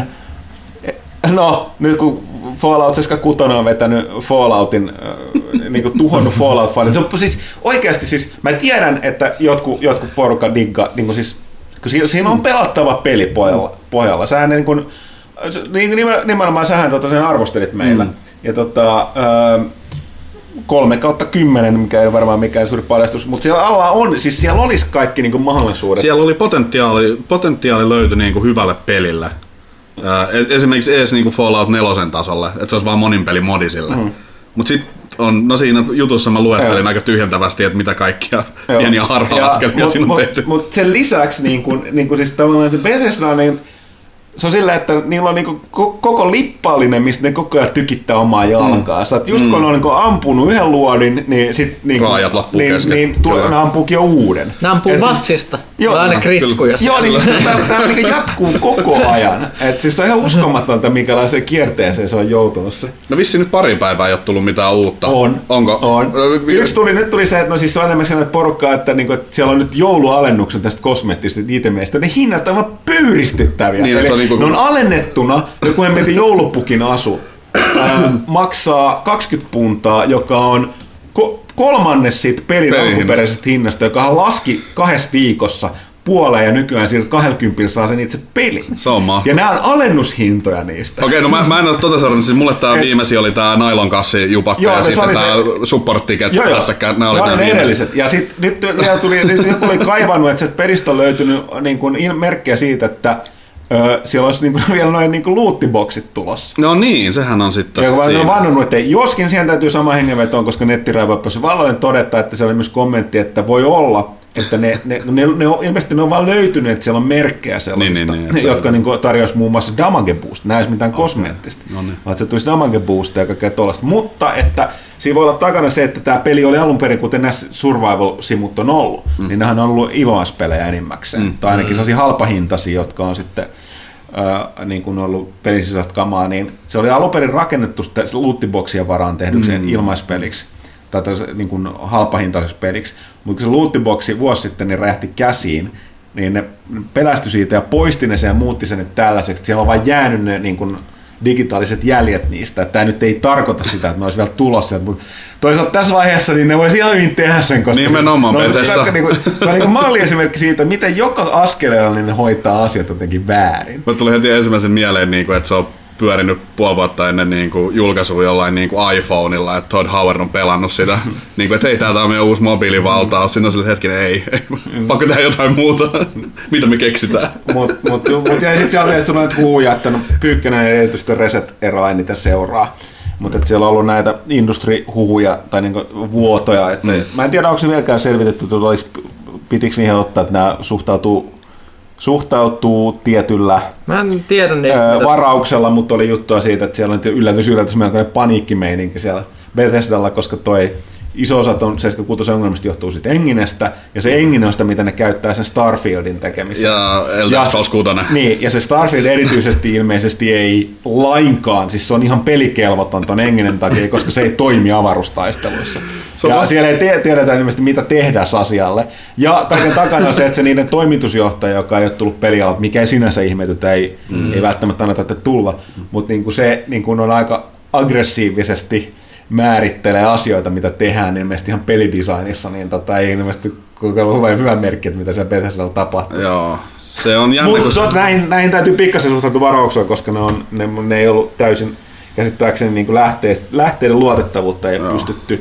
no nyt kun Fallout seitsemänkymmentäkuusi on vetänyt Falloutin, äh, niin kuin tuhonnut Fallout-fanit, se on siis oikeasti siis, mä tiedän, että jotkut, jotkut porukka digga, niin kuin siis, kun siinä on pelattava peli pojalla, pojalla. Sähän niin kuin, nimenomaan sähän tota sen arvostelit meillä, mm. ja tota, äh, kolme kautta kymmenen, mikä ei varmaan mikään suuri paljastus, mutta siellä alla on, siis siellä olisi kaikki niin kuin mahdollisuudet. Siellä oli potentiaali, potentiaali löytyi niin kuin hyvälle pelille. Esimerkiksi edes niin kuin Fallout neljä tasolle, että se olisi vaan monin peli modi sille. Mm. Mutta sitten on, no siinä jutussa mä luettelin aika tyhjentävästi, että mitä kaikkia pieniä harha-askelmia siinä on mut, tehty. Mutta sen lisäksi, niin kun, niin kun siis tavallaan se Bethesda, niin se on sillä, että niillä on niinku koko lippallinen, mistä ne koko ajan tykittää omaa jalkaansa. Mm. Just kun mm. on niinku ampunut yhden luodin, niin sitten niinku, niin, niin, niin ne ampuukin jo uuden. Ne ampuu et vatsista. Joo, aina kritskuja. Joo, niin siis tämä niinku jatkuu koko ajan. Et siis se on ihan uskomatonta, minkälaiseen kierteeseen se on joutunut se. No vissiin nyt pari päivää ei ole tullut mitään uutta. On. Onko? On. Yksi tuli, nyt tuli se, että no siis se on enemmän sellainen porukkaa, että, niinku, että siellä on nyt joulualennuksen tästä kosmeettisesta itemeistä. Ne hinnat ovat aivan pyyristyttäviä. Niin, eli, ne on alennettuna, joku hemmetin joulupukin asu ää, maksaa kaksikymmentä puntaa, joka on ko- kolmannes siitä pelin Pelihinnasta. alkuperäisestä hinnasta, joka laski kahdessa viikossa puoleen ja nykyään sieltä kaksikymmentä saa sen itse peli. Se on mahtavaa. Ja nämä on alennushintoja niistä. Okei, no mä, mä en ole tota seurannut, siis mulle tää viimeisin oli tää nylon kassi jupakka joo, ja sitten tää support ticket tässäkään. Nämä oli nämä edelliset. Ja sitten nyt tuli, joku oli kaivannut, että pelistä on löytynyt niin kuin merkkejä siitä, että Öö, siellä olisi niinku vielä noin niinku lootiboksit tulossa. No niin, sehän on sitten. Ja vaan on vannonut, että joskin siihen täytyy sama hengenvetoon, koska nettiraivappasi valloinen todeta, että se oli myös kommentti, että voi olla, että ne, ne, ne, ne on, ilmeisesti ne on vaan löytynyt, että siellä on merkkejä sellaisista, niin, niin, niin, jotka niinku tarjoaisi muun muassa damage boost, näis mitään okay. kosmeettista. No niin. Vaan se tulisi damage boostia ja kaikkea tuollaista. Mutta että siinä voi olla takana se, että tämä peli oli alun perin, kuten näissä survival-simut on ollut, mm. niin nehän on ollut iloispelejä enimmäkseen. Mm. Tai ainakin sellaisia halpahintaisia, jotka on sitten äh, niin kuin ollut pelin sisäistä kamaa, niin se oli alun perin rakennettu loottiboksien varaan tehdykseen mm. ilmaispeliksi tai niin kuin halpahintaiseksi peliksi, mutta kun se loottiboksi vuosi sitten niin räjähti käsiin, niin ne pelästyi siitä ja poisti ne sen ja muutti sen nyt tällaiseksi. Siellä on vain jäänyt ne niin kuin digitaaliset jäljet niistä. Tämä nyt ei tarkoita sitä, että ne olisi vielä tulossa. Mutta toisaalta tässä vaiheessa niin ne voisi ihan hyvin tehdä sen, koska nimenomaan siis, Bethesda. No, niin kuin, tämä on niin malliesimerkki siitä, miten joka askeleella niin ne hoitaa asiat jotenkin väärin. Mulle tuli heti ensimmäisen mieleen, että se on pyörinyt puoli vuotta ennen niin kuin julkaisua jollain niin kuin iPhoneilla, että Todd Howard on pelannut sitä, niin kuin, että hei, täältä on meidän uusi mobiilivaltaus. Siinä on sille hetkinen, ei, ei pakko tehdä jotain muuta, mitä me keksitään. Mutta mut, mut, ja sitten siellä on sellainen huuja, että no, Pyykkönen ei erityisesti Reset-eroa eniten seuraa. Mutta siellä on ollut näitä industrihuhuja tai niinku vuotoja. Että mm. Mä en tiedä, onko se vieläkään selvitetty, että olisi, pitikö niihin ottaa, että nämä suhtautuu suhtautuu tietyllä Mä en tiedä niistä, ää, varauksella, mutta oli juttua siitä, että siellä on yllätys, yllätys, melkoinen paniikkimeininki siellä Bethesdalla, koska toi iso osa on seitsemänkymmentäkuusi ongelmista johtuu siitä Enginestä, ja se Engine on sitä, mitä ne käyttää sen Starfieldin tekemiseen. Ja Elder Scrolls kuusi. Niin, ja se Starfield erityisesti ilmeisesti ei lainkaan, siis se on ihan pelikelvoton ton Enginen takia, koska se ei toimi avaruustaisteluissa. Ja vasta... siellä ei te- tiedetä ilmeisesti, mitä tehdään asialle. Ja kaiken takana se, että se niiden toimitusjohtaja, joka ei ole tullut pelialalta, mikä ei sinänsä ihmetytä, ei, mm. ei välttämättä aina tarvitse tulla, mm. mutta niin se niin on aika aggressiivisesti määrittelee asioita, mitä tehdään, niin ilmeisesti ihan pelidesignissa, niin tota, ei ilmeisesti ollut hyvä, hyvä merkki, että mitä siellä Bethesdalla tapahtuu. Joo, se on jännä. Mutta kun... näihin, näihin täytyy pikkasen suhtautua varauksua, koska ne, on, ne, ne ei ollut täysin käsittääkseni niin lähteiden luotettavuutta ei pystytty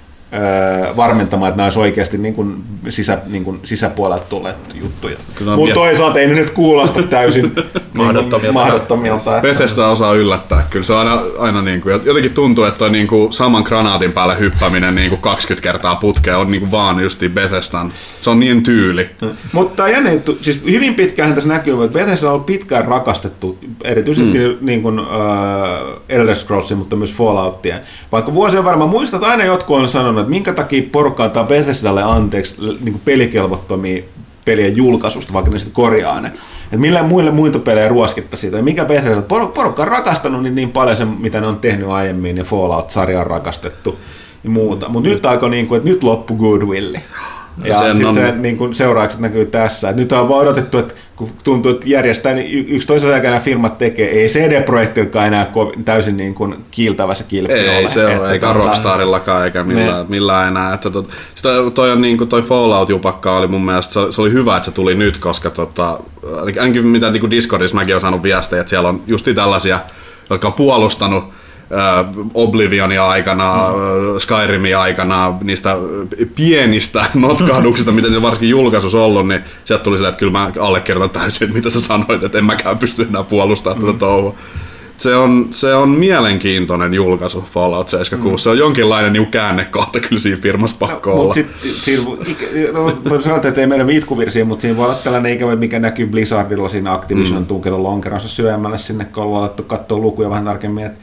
öö, varmentamaan, että nämä olisi oikeasti niin kuin sisä, niin kuin sisäpuolelta tulleet juttuja. Mutta toisaalta ei ne nyt kuulosta täysin mahdottomilta. mahdottomilta että... Bethesda osaa yllättää. Kyllä se on aina, aina niin kuin, jotenkin tuntuu, että toi niin kuin saman granaatin päälle hyppääminen niin kuin kaksikymmentä kertaa putkea on niin kuin vaan justiin Bethesdan. Se on niin tyyli. Hmm. Mutta jännä juttu, siis hyvin pitkään tässä näkyy, että Bethesda on ollut pitkään rakastettu, erityisesti hmm. niin kuin, uh, Elder Scrollsin, mutta myös Falloutien. Vaikka vuosien varmaan muistat, että aina jotkut on sanonut, että minkä takia porukka antaa Bethesdalle anteeksi niin kuin pelikelvottomia pelien julkaisusta, vaikka ne sitten korjaa ne. Että millä muille muita pelejä ruoskitta siitä. Ja mikä Bethesda, porukka on rakastanut niin, niin paljon sen, mitä ne on tehnyt aiemmin, ja Fallout-sarja on rakastettu ja muuta. Mutta nyt alkoi, niin kuin, että nyt loppu goodwilli. Ja sitten on... se, niin kuin seuraukset näkyy tässä. Et nyt on vaan odotettu, että kun tuntuu, että järjestää, niin yksi toisen aikana firmat tekee. Ei C D-projektilkaan enää täysin niin kuin kiiltävä se kilpi ei, ole. Ei se ole, eikä Rockstarillakaan, eikä millään, millään enää. Että tot, sitä, toi, on, niin kuin toi Fallout-jupakka oli mun mielestä, se, se oli hyvä, että se tuli nyt, koska tota, ainakin mitä niin kuin Discordissa mäkin olen saanut viestejä, että siellä on justi tällaisia, jotka on puolustanut Oblivionia aikana, mm. Skyrimin aikana, niistä pienistä notkahduksista, mitä ne varsinkin julkaisussa ollut, niin sieltä tuli silleen, että kyllä mä allekirjoitan täysin, että mitä sä sanoit, että en mäkään pysty enää puolustamaan mm. tätä touhua. Se on, se on mielenkiintoinen julkaisu Fallout seitsemänkymmentäkuusi. Mm. Se on jonkinlainen niinku käännekohta kyllä siinä firmassa pakko no, olla. Sit, siinä, no, sanotaan, että ei meidän itkuvirsiä, mutta siinä voi olla tällainen ikävä, mikä näkyy Blizzardilla siinä Activision mm. tunkenut lonkeronsa syömällä sinne, kun ollaan alettu katsoa lukuja vähän tarkemmin. Että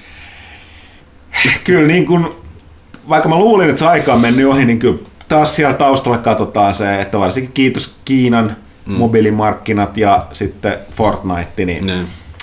kyllä niin kuin, vaikka mä luulin, että se aika on mennyt ohi, niin kyllä taas siellä taustalla katsotaan se, että varsinkin kiitos Kiinan mm. mobiilimarkkinat ja sitten Fortnite, niin ne.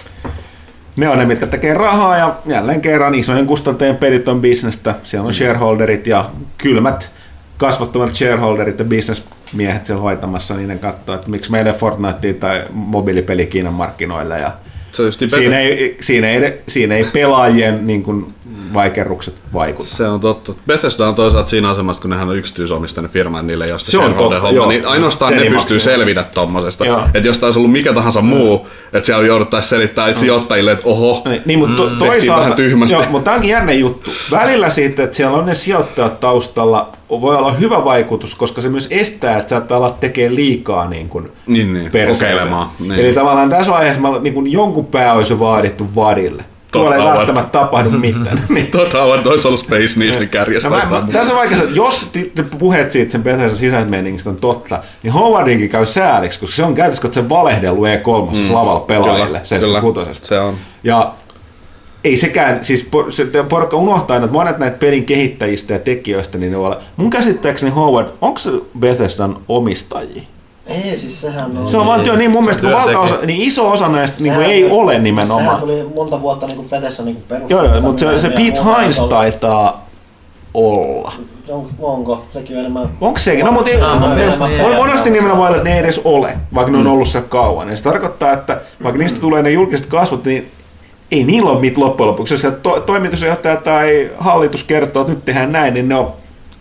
ne on ne, mitkä tekee rahaa ja jälleen kerran isojen kustantajien pelit on bisnestä. Siellä on mm. shareholderit ja kylmät kasvattavat shareholderit ja bisnesmiehet siellä hoitamassa, niin ne katsoo, että miksi meillä Fortnite tai mobiilipeli Kiinan markkinoille ja Siinä ei, siinä, ei, siinä ei pelaajien niin kuin, vaikerrukset vaikuta. Se on totta. Bethesda on toisaalta siinä asemassa, kun nehän on yksityisomistainen firma, niin niille ei ole sitä se on totta, homma, joo. Niin ainoastaan se ne pystyy maksaa. Selvitä tommosesta. Että jos taisi ollut mikä tahansa muu, että siellä jouduttaisiin selittää mm. sijoittajille, että oho, niin, mutta to, mm, toisaalta, vähän tyhmästi. Joo, mutta tämä onkin jännä juttu. Välillä siitä, että siellä on ne sijoittajat taustalla, voi olla hyvä vaikutus, koska se myös estää, että saattaa olla tekee liikaa niin kuin niin, niin, kokeilemaan. Niin. Eli tavallaan tässä vaiheessa niin kuin jonkun pää olisi vaadittu vadille. Tuolla ei välttämättä tapahdu mitään. Todd Howard olisi ollut Space Needle kärjestä. No, tässä on vaikka, jos puheet siitä sen Bethesdan sisäismeiningistä on totta, niin Howardinkin käy sääliksi, koska se on käytössä, että se valehdellut E kolme mm. lavalla pelaajille seitsemänkymmentäkuusi. Se on. Ja ei sekään, siis se porukka unohtaa, että monet näitä pelin kehittäjistä ja tekijöistä, niin ne voi olla, mun käsittääkseni Howard, onko se Bethesdan omistajia? Ei, siis sehän on... Se on vaan työ, niin mun mielestä, kun valtaosa, niin iso osa näistä niin kuin ei ole nimenomaan. Sehän tuli monta vuotta niin Bethesda niin perustamista. Joo, joo, mutta se, se Pete Hines taitaa olla. on, onko? Sekin on enemmän... Onko sekin? No, mutta monesti nimenomaan vailla, että ne ei edes ole, vaikka ne on ollut siellä kauan. Ja se tarkoittaa, että vaikka niistä tulee ne julkiset kasvut, niin ei niillä ole mitään loppujen lopuksi. Jos to, toimitusjohtaja tai hallitus kertoo, että nyt tehdään näin, niin ne on...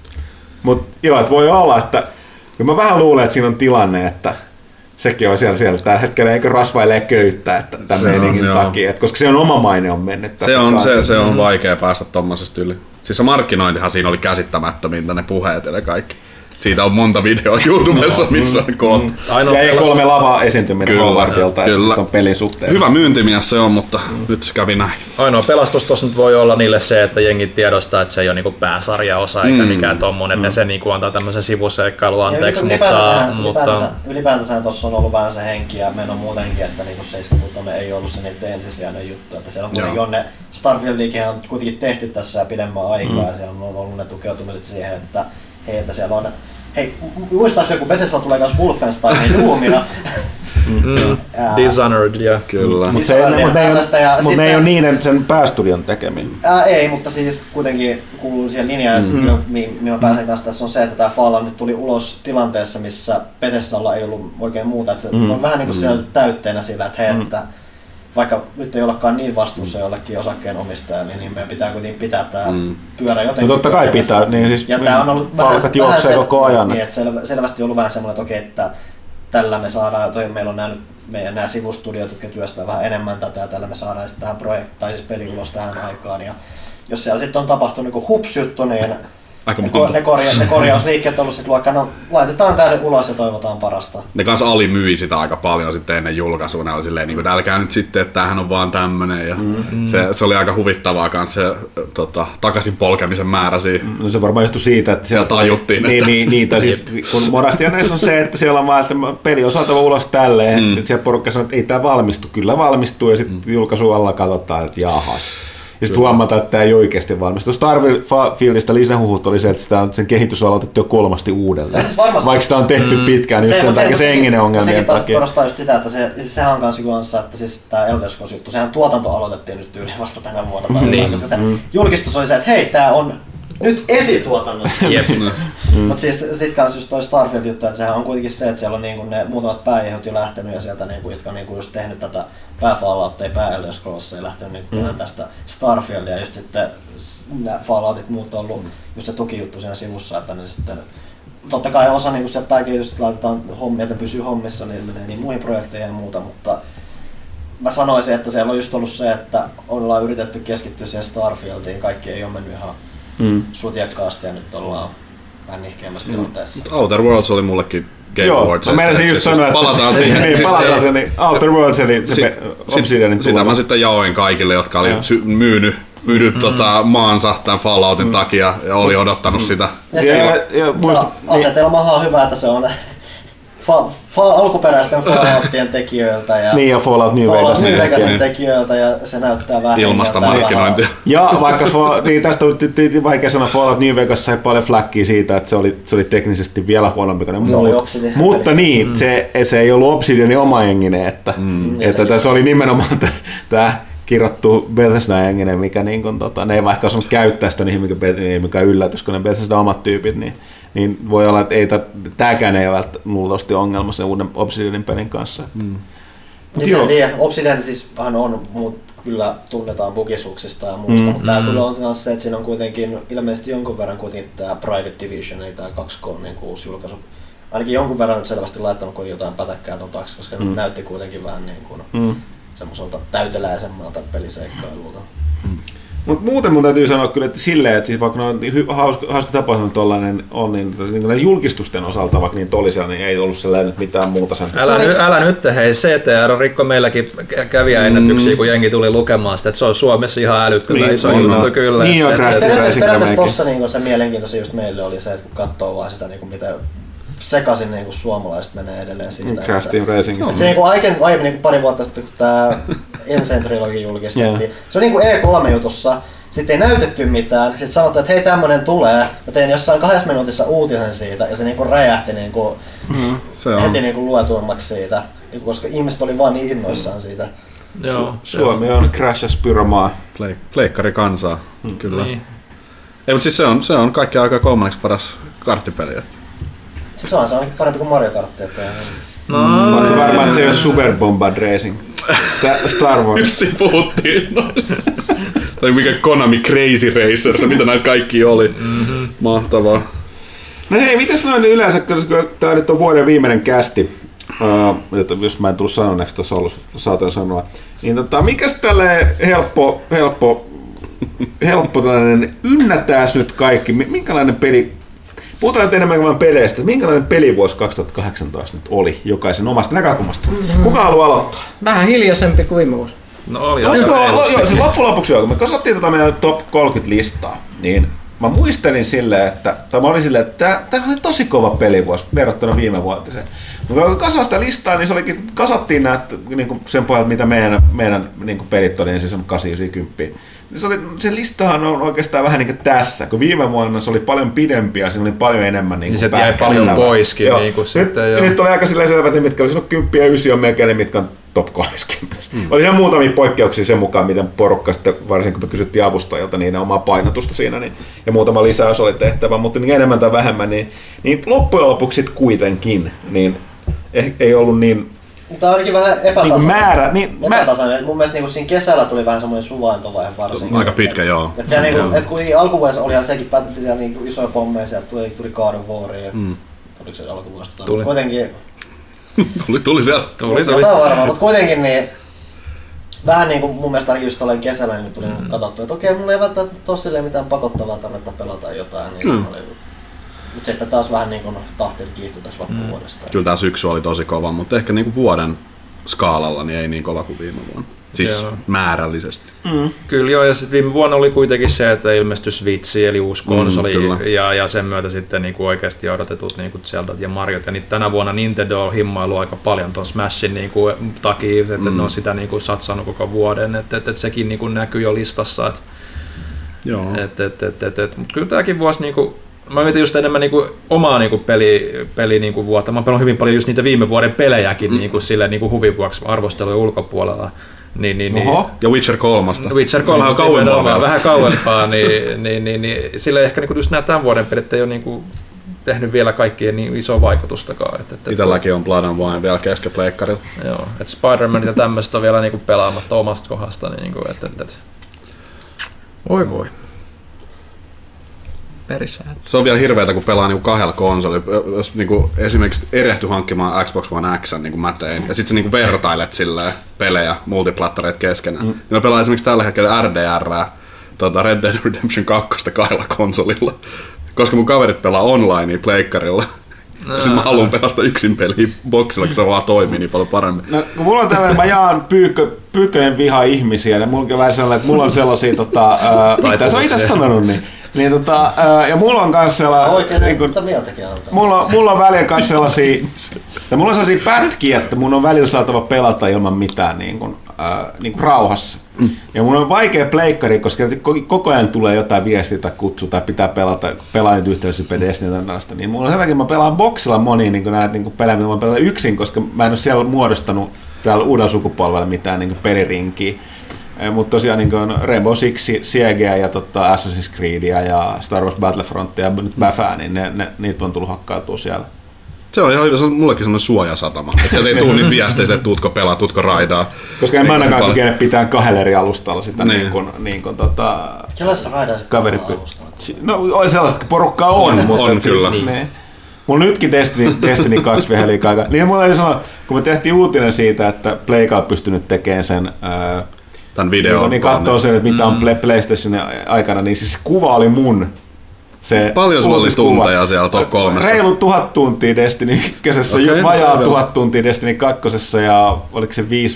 Mutta joo, että voi olla, että... Mä vähän luulen, että siinä on tilanne, että sekin on siellä, siellä tällä hetkellä eikö rasvailee köyttä, että tämän meiningin takia, että koska se on oma maine on mennyt. Se on, se, se on vaikea päästä tommosesta yli. Siis se markkinointihan siinä oli käsittämättömintä, ne puheet ja ne kaikki. Siitä on monta videoa YouTubessa, missä on koot. Mm. Ja ei kolme lavaa esiintyminen Howardilta, että on pelin suhteen. Hyvä myyntimies se on, mutta mm. nyt se kävi näin. Ainoa pelastus tuossa nyt voi olla niille se, että jengi tiedostaa, että se ei ole niinku pääsarjaosa eikä mm. mikään tommonen, mm. että se niinku antaa tämmöisen sivuseikkailu anteeksi. Ylipäätänsä, mutta, ylipäätänsä, ylipäätänsä tuossa on ollut vähän se henki ja meno muutenkin, että niinku seitsemänkymmentäkuusi ei ollut se niiden ensisijainen juttu. Että siellä on kuitenkin on ne Starfieldikin on kuitenkin tehty tässä pidemmän aikaa mm. ja siellä on ollut ne tukeutumiset siihen, että hei, että siellä on hei, muistaaks joku Bethesda tulee kanssa Wolfensteinin duumina? Mm. Dishonored, ja kyllä. Mutta se, mut ne, mut sitten, ne ei ole niiden sen päästudion tekeminen. Ää, ei, mutta siis kuitenkin kuuluu siihen linjaan, mm. mihin mä pääsen kanssa tässä on se, että tämä Fallout nyt tuli ulos tilanteessa, missä Bethesdalla ei ollut oikein muuta. Että se mm. on vähän niin kuin siellä täytteenä sillä, että hei, mm. että vaikka nyt ei olekaan niin vastuussa jollekin osakkeenomistajalle, niin meidän pitää kuitenkin pitää tämä mm. pyörä jotenkin. No totta kai pitää, niin siis ja tämä on ollut vähän, vähän se, koko ajan. Niin, että sel, selvästi ollut vähän semmoinen, että okei, että tällä me saadaan, toi, meillä on nämä, meidän nämä sivustudiot, jotka työstää vähän enemmän tätä, ja tällä me saadaan sitten tähän projektiin, tai siis peli ulos tähän aikaan. Ja jos siellä sitten on tapahtunut niin hups-juttu, niin ne, ko, ne, korja, ne korjausliikkeet on ollut sitten vaikka, no laitetaan tänne ulos ja toivotaan parasta. Ne kanssa alimyi sitä aika paljon sitten ennen julkaisua, ne oli silleen, niin kuin, että älkää nyt sitten, että tämähän on vaan tämmönen. Ja mm. se, se oli aika huvittavaa kanssa se tota, takaisin polkemisen määrä siinä. No se varmaan johtui siitä, että siellä tajuttiin. Niin, niin, niin, tai siis, kun monasti näissä on se, että siellä on vaan, että peli on saatava ulos tälleen, mm. että siellä porukka sanoo, että ei tämä valmistu, kyllä valmistuu, ja sitten mm. julkaisu alla katsotaan, että jahas. Ja sitten huomataan, että tämä ei oikeasti valmistu. Starfieldista lisähuhut oli se, että sitä on, sen kehitys on aloitettu jo kolmasti uudelleen. Vaikka sitä on tehty mm. pitkään, niin just tämän se henginen ongelmien takia. Sekin korostaa just sitä, että se, siis sehän on kanssa, että siis tämä Elder Scrolls-juttu, sehän tuotanto aloitettiin nyt tyyliin vasta tänä vuonna. Mm. Koska se mm. julkistus oli se, että hei, tämä on nyt esituotannossa. mm. Mutta siis sit kanssa just toi Starfield-juttu, että sehän on kuitenkin se, että siellä on niinku ne muutamat pääjehot jo lähtenyt ja sieltä niinku, jotka on niinku just tehnyt tätä pää-Falloutia, pää-Elder Scrolls ei lähtenyt niinku mm. tästä Starfieldia ja just sitten nämä Falloutit muut on ollut just se tukijuttu siinä sivussa, että ne sitten totta kai osa niinku sieltä pääkehitystä laitetaan hommia, että pysyy hommissa, niin menee niin muihin projekteihin ja muuta, mutta mä sanoisin, että siellä on just ollut se, että ollaan yritetty keskittyä siihen Starfieldiin, kaikki ei ole mennyt ihan mm. sutiakkaasti ja nyt ollaan vähän nihkeämmässä mm. tilanteessa. Outer Worlds oli mullekin Game Awards. Joo, mä menisin just sanoa, että palataan siihen. Niin, palataan siihen, niin Outer Worlds eli se Obsidianin tulo. Sitä mä sitten jaoin kaikille, jotka oli sy- myynyt, myynyt mm. tota, maansa tämän Falloutin mm. takia ja oli odottanut mm. sitä. Ja se, ja, ja, muista, asetelmahan on hyvä, että se on Fa, fa, alkuperäisten Falloutien tekijöiltä ja, niin ja Fallout New Fallout New Vegasin tekijöiltä ja se näyttää vähän ilmasta markkinointia. Ja vaikka niin tästä on vaikea sanoa, Fallout New Vegas sai paljon fläkkiä siitä, että se oli, se oli teknisesti vielä huonompi kuin ne muut. Mutta niin, mm. se, se ei ollut Obsidianin oma jenginen, että, mm. että tässä oli nimenomaan tämä kirjoittu Bethesda-jenginen, mikä niin kuin, tota, ne ei vaikka osannut käyttää sitä niin, mikä, mikä yllätys, kun ne Bethesda omat tyypit, niin niin voi olla, että ei tämäkään ei ole välttämättä ongelma sen uuden Obsidianin pelin kanssa. Mm. Niin se tiedä, Obsidian siis on, muut kyllä tunnetaan bugisuuksista ja muusta, mm. mutta tämä kyllä on myös se, että siinä on kuitenkin ilmeisesti jonkun verran kuitenkin tämä Private Division, eli tämä kaksi K niin uusi julkaisu. Ainakin jonkun verran nyt selvästi laittanut kuitenkin jotain pätäkkää tuon taakse, koska mm. näytti kuitenkin vähän niin kuin mm. semmoiselta täyteläisemmalta peliseikkailulta. Mm. Mutta muuten mun täytyy sanoa kyllä, että silleen, että siis vaikka on hauska, hauska tapahtuma tollainen on, niin, niin julkistusten osalta, vaikka niin tolisia, niin ei ollut sellainen mitään muuta sen. Älä, ny, älä nyt, hei, C T R rikko meilläkin kävijäennätyksiä, mm. kun jengi tuli lukemaan sitä, että se on Suomessa ihan älyttömän niin, iso juttu no. kyllä. Niin on, periaatteessa tuossa niin se mielenkiintoista just meille oli se, että kun katsoo vaan sitä, niin mitä sekaisin niin kuin suomalaiset menee edelleen siitä. Crash Team Racingista. Se niin kuin aiemmin, aiemmin niin kuin pari vuotta sitten, kun tämä Insane Trilogy julkistettiin, yeah. se on niin kuin E kolme -jutussa, sitten ei näytetty mitään, sitten sanottiin, että hei tämmönen tulee, mä tein jossain kahdessa minuutissa uutisen siitä ja se niin kuin räjähti niin kuin mm, se heti niin kuin luetuimmaksi siitä, koska ihmiset oli vaan niin innoissaan siitä. Joo, Su- Suomi on Crash ja Spyromaa. Pleikkari kansaa, mm, kyllä. Niin. Ei, mutta siis se on, se on kaikki aikaa kolmanneksi paras karttipeli. Se on, se on parempi kuin Mario Kart. Että... No, oletko varmaan, että se ei ole Super Bombard Racing? Star Wars. Justiin puhuttiin. No. Tai mikä Konami Crazy Racers, mitä näitä kaikki oli. Mm-hmm. Mahtavaa. No hei, mitäs noin yleensä, kun tämä nyt on vuoden viimeinen kästi, uh, jos mä en tullut sanoneeksi tuossa ollut, saatan sanoa, niin tota, mikäs tälleen helppo, helppo, helppo tällainen, ynnätääs nyt kaikki, minkälainen peli, puhutaan nyt enemmän vain peleistä, minkälainen pelivuosi kaksituhattakahdeksantoista nyt oli jokaisen omasta näkökulmasta? Kuka haluaa aloittaa? Vähän hiljaisempi kuin viime vuosi. No oli No, joo, siis loppujen lopuksi, kun me kasattiin tota meidän top kolmekymmentä listaa, niin mä muistelin silleen, että, tai mä olin silleen, että tämä oli tosi kova pelivuosi verrattuna viime vuotiseen. Mutta kun kasasi sitä listaa, niin se olikin, kasattiin näitä niin sen pohjalta, mitä meidän, meidän niin pelit oli, niin siis on kahdeksan yhdeksän kymmenen. Se, oli, se listahan on oikeastaan vähän niin kuin tässä, kun viime vuonna se oli paljon pidempi ja siinä oli paljon enemmän niin niin se jäi paljon poiskin. Joo. Niin kuin nyt, sitten, ja nyt oli aika silleen selvä, että mitkä oli silloin kymmenen ja yhdeksän on melkein ne, mitkä on top kolmekymmentä. Mm. Oli siellä muutamia poikkeuksia sen mukaan, miten porukka sitten, varsinkin kun me kysyttiin avustajilta, niin omaa painotusta siinä, niin, ja muutama lisäys oli tehtävä, mutta niin enemmän tai vähemmän, niin, niin loppujen lopuksi sitten kuitenkin, niin ei, ei ollut niin... Mutta ainakin vähän epätasainen. Niin määrä, niin epätasainen. Mä... Mun mielestä niin siinä kesällä tuli vähän semmoinen suvaintovaihe varsinkin. Aika pitkä, joo. Et se, mm, niin et kun alkuvuodessa olihan sekin päätettiin niin isoja pommeja, sieltä tuli, tuli God of War ja mm. tuliko se alkuvuodesta? Tuli. Kuitenkin... tuli, tuli sieltä. Tuli, tuli. Jotain varmaan, mutta kuitenkin niin... Vähän niin kuin mun mielestä just olen kesällä, niin tuli mm. katsottua, että okei, mulla ei välttämättä tossa mitään pakottavaa tarvetta pelata jotain. Niin mm. Mutta sitten taas vähän niin kuin tahti kiihtyi tässä loppuvuodesta. Mm. Kyllä tämä syksy oli tosi kova, mutta ehkä niin kuin vuoden skaalalla niin ei niin kova kuin viime vuonna. Siis joo. Määrällisesti. Mm. Kyllä joo, ja sitten viime vuonna oli kuitenkin se, että ilmestyi Switchi, eli uusi konsoli, mm, ja, ja sen myötä sitten niinku oikeasti odotetut niinku Zeldat ja Mariot. Ja niin tänä vuonna Nintendo on himmailu aika paljon tuon Smashin niinku takia, että mm. ne on sitä niinku satsannut koko vuoden, että et, et sekin niinku näkyy jo listassa. Et, joo. Et, et, et, et, et. Mutta kyllä tämäkin vuosi... Niinku, mä mietin just enemmän niinku omaa niinku peli, peli niinku vuotta. Mä oon pelannut hyvin paljon just niitä viime vuoden pelejäkin mm. niinku sille niinku huvin vuoksi arvostelujen ulkopuolella. Niin, niin, niin, ja Witcher kolmosta. Witcher kolme on kauempaa, vähän kauempaa, niin, niin, niin, niin sille ehkä niinku just nämä tämän vuoden pelit ei ole niinku tehnyt vielä kaikkien niin isoa vaikutustakaan. Et, et, Itselläkin on Blood and Wine vielä kesken pleikkarilla. Joo, että Spider-Man ja tämmöistä on vielä niinku pelaamatta omasta kohdasta. Niinku, et, et, et. Voi voi. Perisääntö. Se on vielä hirveätä, kun pelaa niinku kahdella konsolilla. Jos niinku esimerkiksi erehty hankkimaan Xbox One X, niin kuin mä tein, ja sitten sä niinku vertailet silleen pelejä, multiplattareita keskenään. Mm. Mä pelaan esimerkiksi tällä hetkellä R D R, tota Red Dead Redemption kaksi kahdella konsolilla. Koska mun kaverit pelaa onlinea pleikkarilla. No, sitten mä haluan pelasta yksin peliä boksilla, kun se vaan toimii niin paljon paremmin. No, kun mulla on tällainen, mä jaan pyykkö, pyykkönen viha ihmisiä, ja mulla on vähän sellainen, että mulla on sellaisia, tota, ää, mitä se on itse sanonut, niin Niin tota, ää, ja mulla on kans sellainen... Oikein, niin mitä mieltäkin on. Mulla, mulla on välillä kans sellaisia... ja mulla on sellaisia pätkiä, että mun on välillä saatava pelata ilman mitään niin kuin, ää, niin kuin rauhassa. Mm. Ja mun on vaikea pleikkari, koska koko ajan tulee jotain viestiä tai kutsu tai pitää pelata, pelaa nyt yhteydessä Destiny tai tällaista. Niin mulla on sen takia, mä pelaan boksilla moniin niin näitä niin pelejä, mitä mä pelaan yksin, koska mä en ole siellä muodostanut täällä uudella sukupolvella mitään niin pelirinkiä. Mutta tosiaan niin Rainbow Six Siegeä ja tota Assassin's Creedia ja Star Wars Battlefrontia ja nyt Bäfää, niin ne, ne, niitä on tullut hakkautua siellä. Se on ihan hyvä, se on mullekin semmoinen suojasatama. Että sieltä ei tule niin viesteistä, että tuutko pelaa, tuutko raidaa. Koska en mä ainakaan kykene pitää kahdella eri alustalla sitä niin, niin kuin, niin kuin tota... Kelassa raidaa sitä kaverippi? No sellaista porukkaa on, on, mutta... On kyllä. Siis, niin. Mulla nytkin Destiny, Destiny kaksi veheliä kaiken. Niin mulla ei sanoa, kun me tehtiin uutinen siitä, että Playka on pystynyt tekemään sen... Ää, tämän videon. Niin, niin katsoo sen, että mitä on mm. PlayStationin aikana, niin siis kuva oli mun. Se paljon sulla oli tunteja siellä top kolmessa? Reilu tuhat tuntia Destiny ykkösessä, okay, vajaa tuhat tuntia Destiny kakkosessa ja oliko se viisi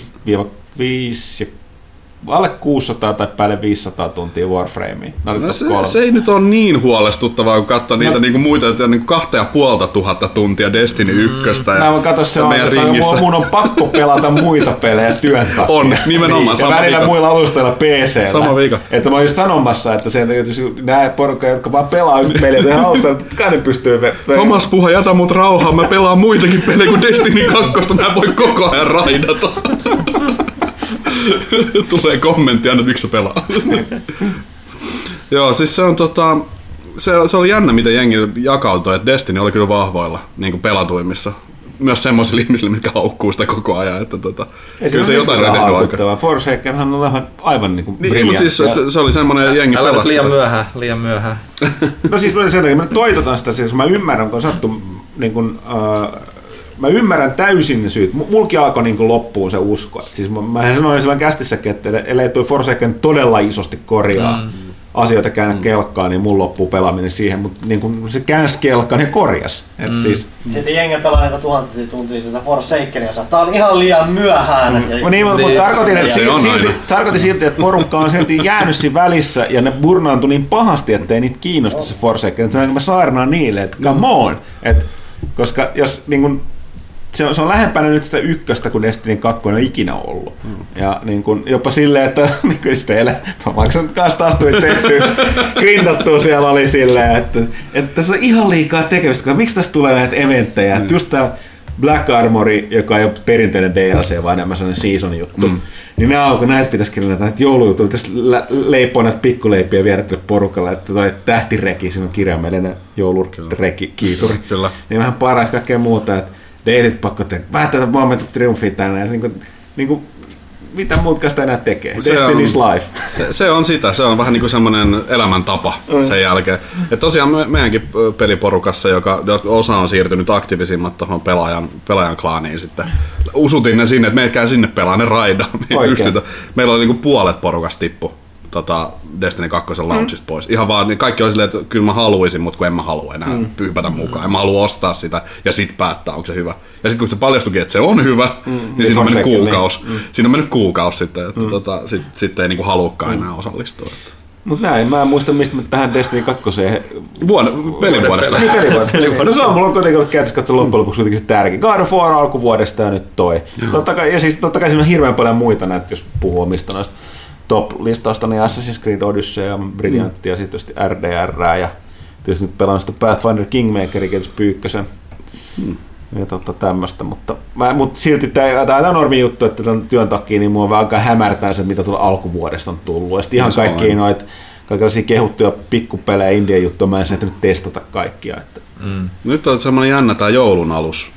viisi alle kuusisataa tai päälle viisisataa tuntia Warframea. No se, se ei nyt ole niin huolestuttavaa, kun katsoo niitä no, niinku muita, että on niinku kahta ja puolta tuhatta tuntia Destiny ykköstä. Mm. Mä katson se, on, että mun on pakko pelata muita pelejä työn takia. On, nimenomaan. Niin, ja välillä viikon. Muilla alustoilla P C:llä. Sama viikko. Että mä olin just sanomassa, että se, nämä porukka, jotka vaan pelaa yhtä peliä tehdä alustoilla, että kai ne pystyy... Ve- Tomas Puha, jätä mut rauhaan, mä pelaan muitakin pelejä kuin Destiny kaksi, mä voin koko ajan raidata. Tulee kommentti aina, miksi sä pelaa. Joo, siis se on tota... se, se oli jännä, miten jengi jakautui, että Destiny oli kyllä vahvoilla niin kuin pelatuimmissa. Myös semmoisille ihmisille, mitkä haukkuu sitä koko ajan. Että tota, kyllä se jotain oli tehnyt aikaa. Forsakenhan on aivan, aivan niin kuin niin, mutta siis se, se oli semmoinen jengi pelasi. Älä liian myöhään, liian myöhään. No siis sen takia, mä toitotan sitä, siis mä ymmärrän, kun sattu, niin kuin, uh, mä ymmärrän täysin ne syyt. Mulki alkoi niin kuin loppuun se usko. Et siis mä, mä sanoin silloin kästissäkin, että ellei toi Forsaken todella isosti korjaa mm. asioita käännä mm. kelkkaa, niin mun loppuu pelaaminen siihen, mutta niin kuin se käänsi kelkkaan ja korjasi. Mm. Siis, sitten jengen pelaa niitä tuhansia tuntia sitä Forsakenia, ja tää on ihan liian myöhään. Mm. Ja, niin, mutta niin, tarkoitin, että silti, silti, tarkoitin silti, että porukka on silti jäänyt siinä välissä ja ne burnaantui niin pahasti, ettei niitä kiinnosta se Forsaken. Se on, mä saarnaan niille, että come on. Et, koska jos niin kun, se, on, se on lähempänä nyt sitä ykköstä, kun Destiny kaksi on ikinä ollut. Mm. Ja niin kun, jopa silleen, että niin kuin sitten vaikka nyt kanssa taas tuli tehty, grindattua siellä oli silleen, että, että tässä on ihan liikaa tekemistä, koska miksi tässä tulee näitä eventtejä. Mm. Just tää Black Armori, joka ei ole perinteinen D L C, vaan enemmän sellainen season juttu. Mm. Niin nämä on, kun näitä pitäisi kirjoittaa, näitä joulujutuja, tässä leipoa näitä pikkuleipiä viedä tälle porukalle, että toi tähtireki, siinä on kirjaimellinen joulureki, kiituri. Kyllä. Niin vähän paras kaikkea muuta, että deilit pakko tehdä, vähän tätä Moment of Triumphia tänne, ja niin kuin, niin kuin, mitä muutkaan sitä enää tekee. Destiny's life. Se, se on sitä, se on vähän niin kuin semmoinen elämäntapa mm. sen jälkeen. Ja tosiaan me, meidänkin peliporukassa, joka osa on siirtynyt aktiivisimmat tuohon pelaajan, pelaajan klaaniin sitten. Usutin ne sinne, että meilläkään sinne pelaa ne raidaa. Me Meillä oli niin kuin puolet porukasta tippu tota Destiny kaksi launchista mm. pois. Ihan vaan, niin kaikki oli silleen, että kyllä mä haluaisin, mutta kun en mä halua enää mm. pyypätä mukaan. En mä halua ostaa sitä ja sit päättää, onko se hyvä. Ja sitten kun se paljastuikin, että se on hyvä, mm. niin, niin siinä on mennyt kuukausi. Mm. Siinä on mennyt kuukausi sitten, että mm. tota, sit, sit ei niinku halukaan enää mm. osallistua. Mutta näin, mä en muista mistä mä tähän Destiny kaksi Vuonna, pelivuodesta. Niin, pelivuodesta. No se on mulla on kuitenkin ollut käytössä katsoa loppujen lopuksi kuitenkin se tärkeä. God of War alkuvuodesta ja nyt toi. Totta kai, ja siis totta kai siinä on hirveän paljon muita näitä, jos puhuu omista noista top-listasta, niin Assassin's Creed Odyssey ja Brilliant mm. ja sitten tietysti R D R ja tietysti nyt pelaan sitä Pathfinder Kingmakerin tietysti Pyykkösen mm. ja totta tämmöistä, mutta, mä, mutta silti tämä on normi juttu, että tämän työn takia niin mua on vähän aikaa hämärtää se, mitä tuolla alkuvuodesta on tullut. Ja sitten ihan kaikkia noita kaikenlaisia kehuttuja pikkupelejä, indie juttuja, mä en saa nyt testata kaikkia. Että. Mm. Nyt on semmoinen jännä tämä joulun alus.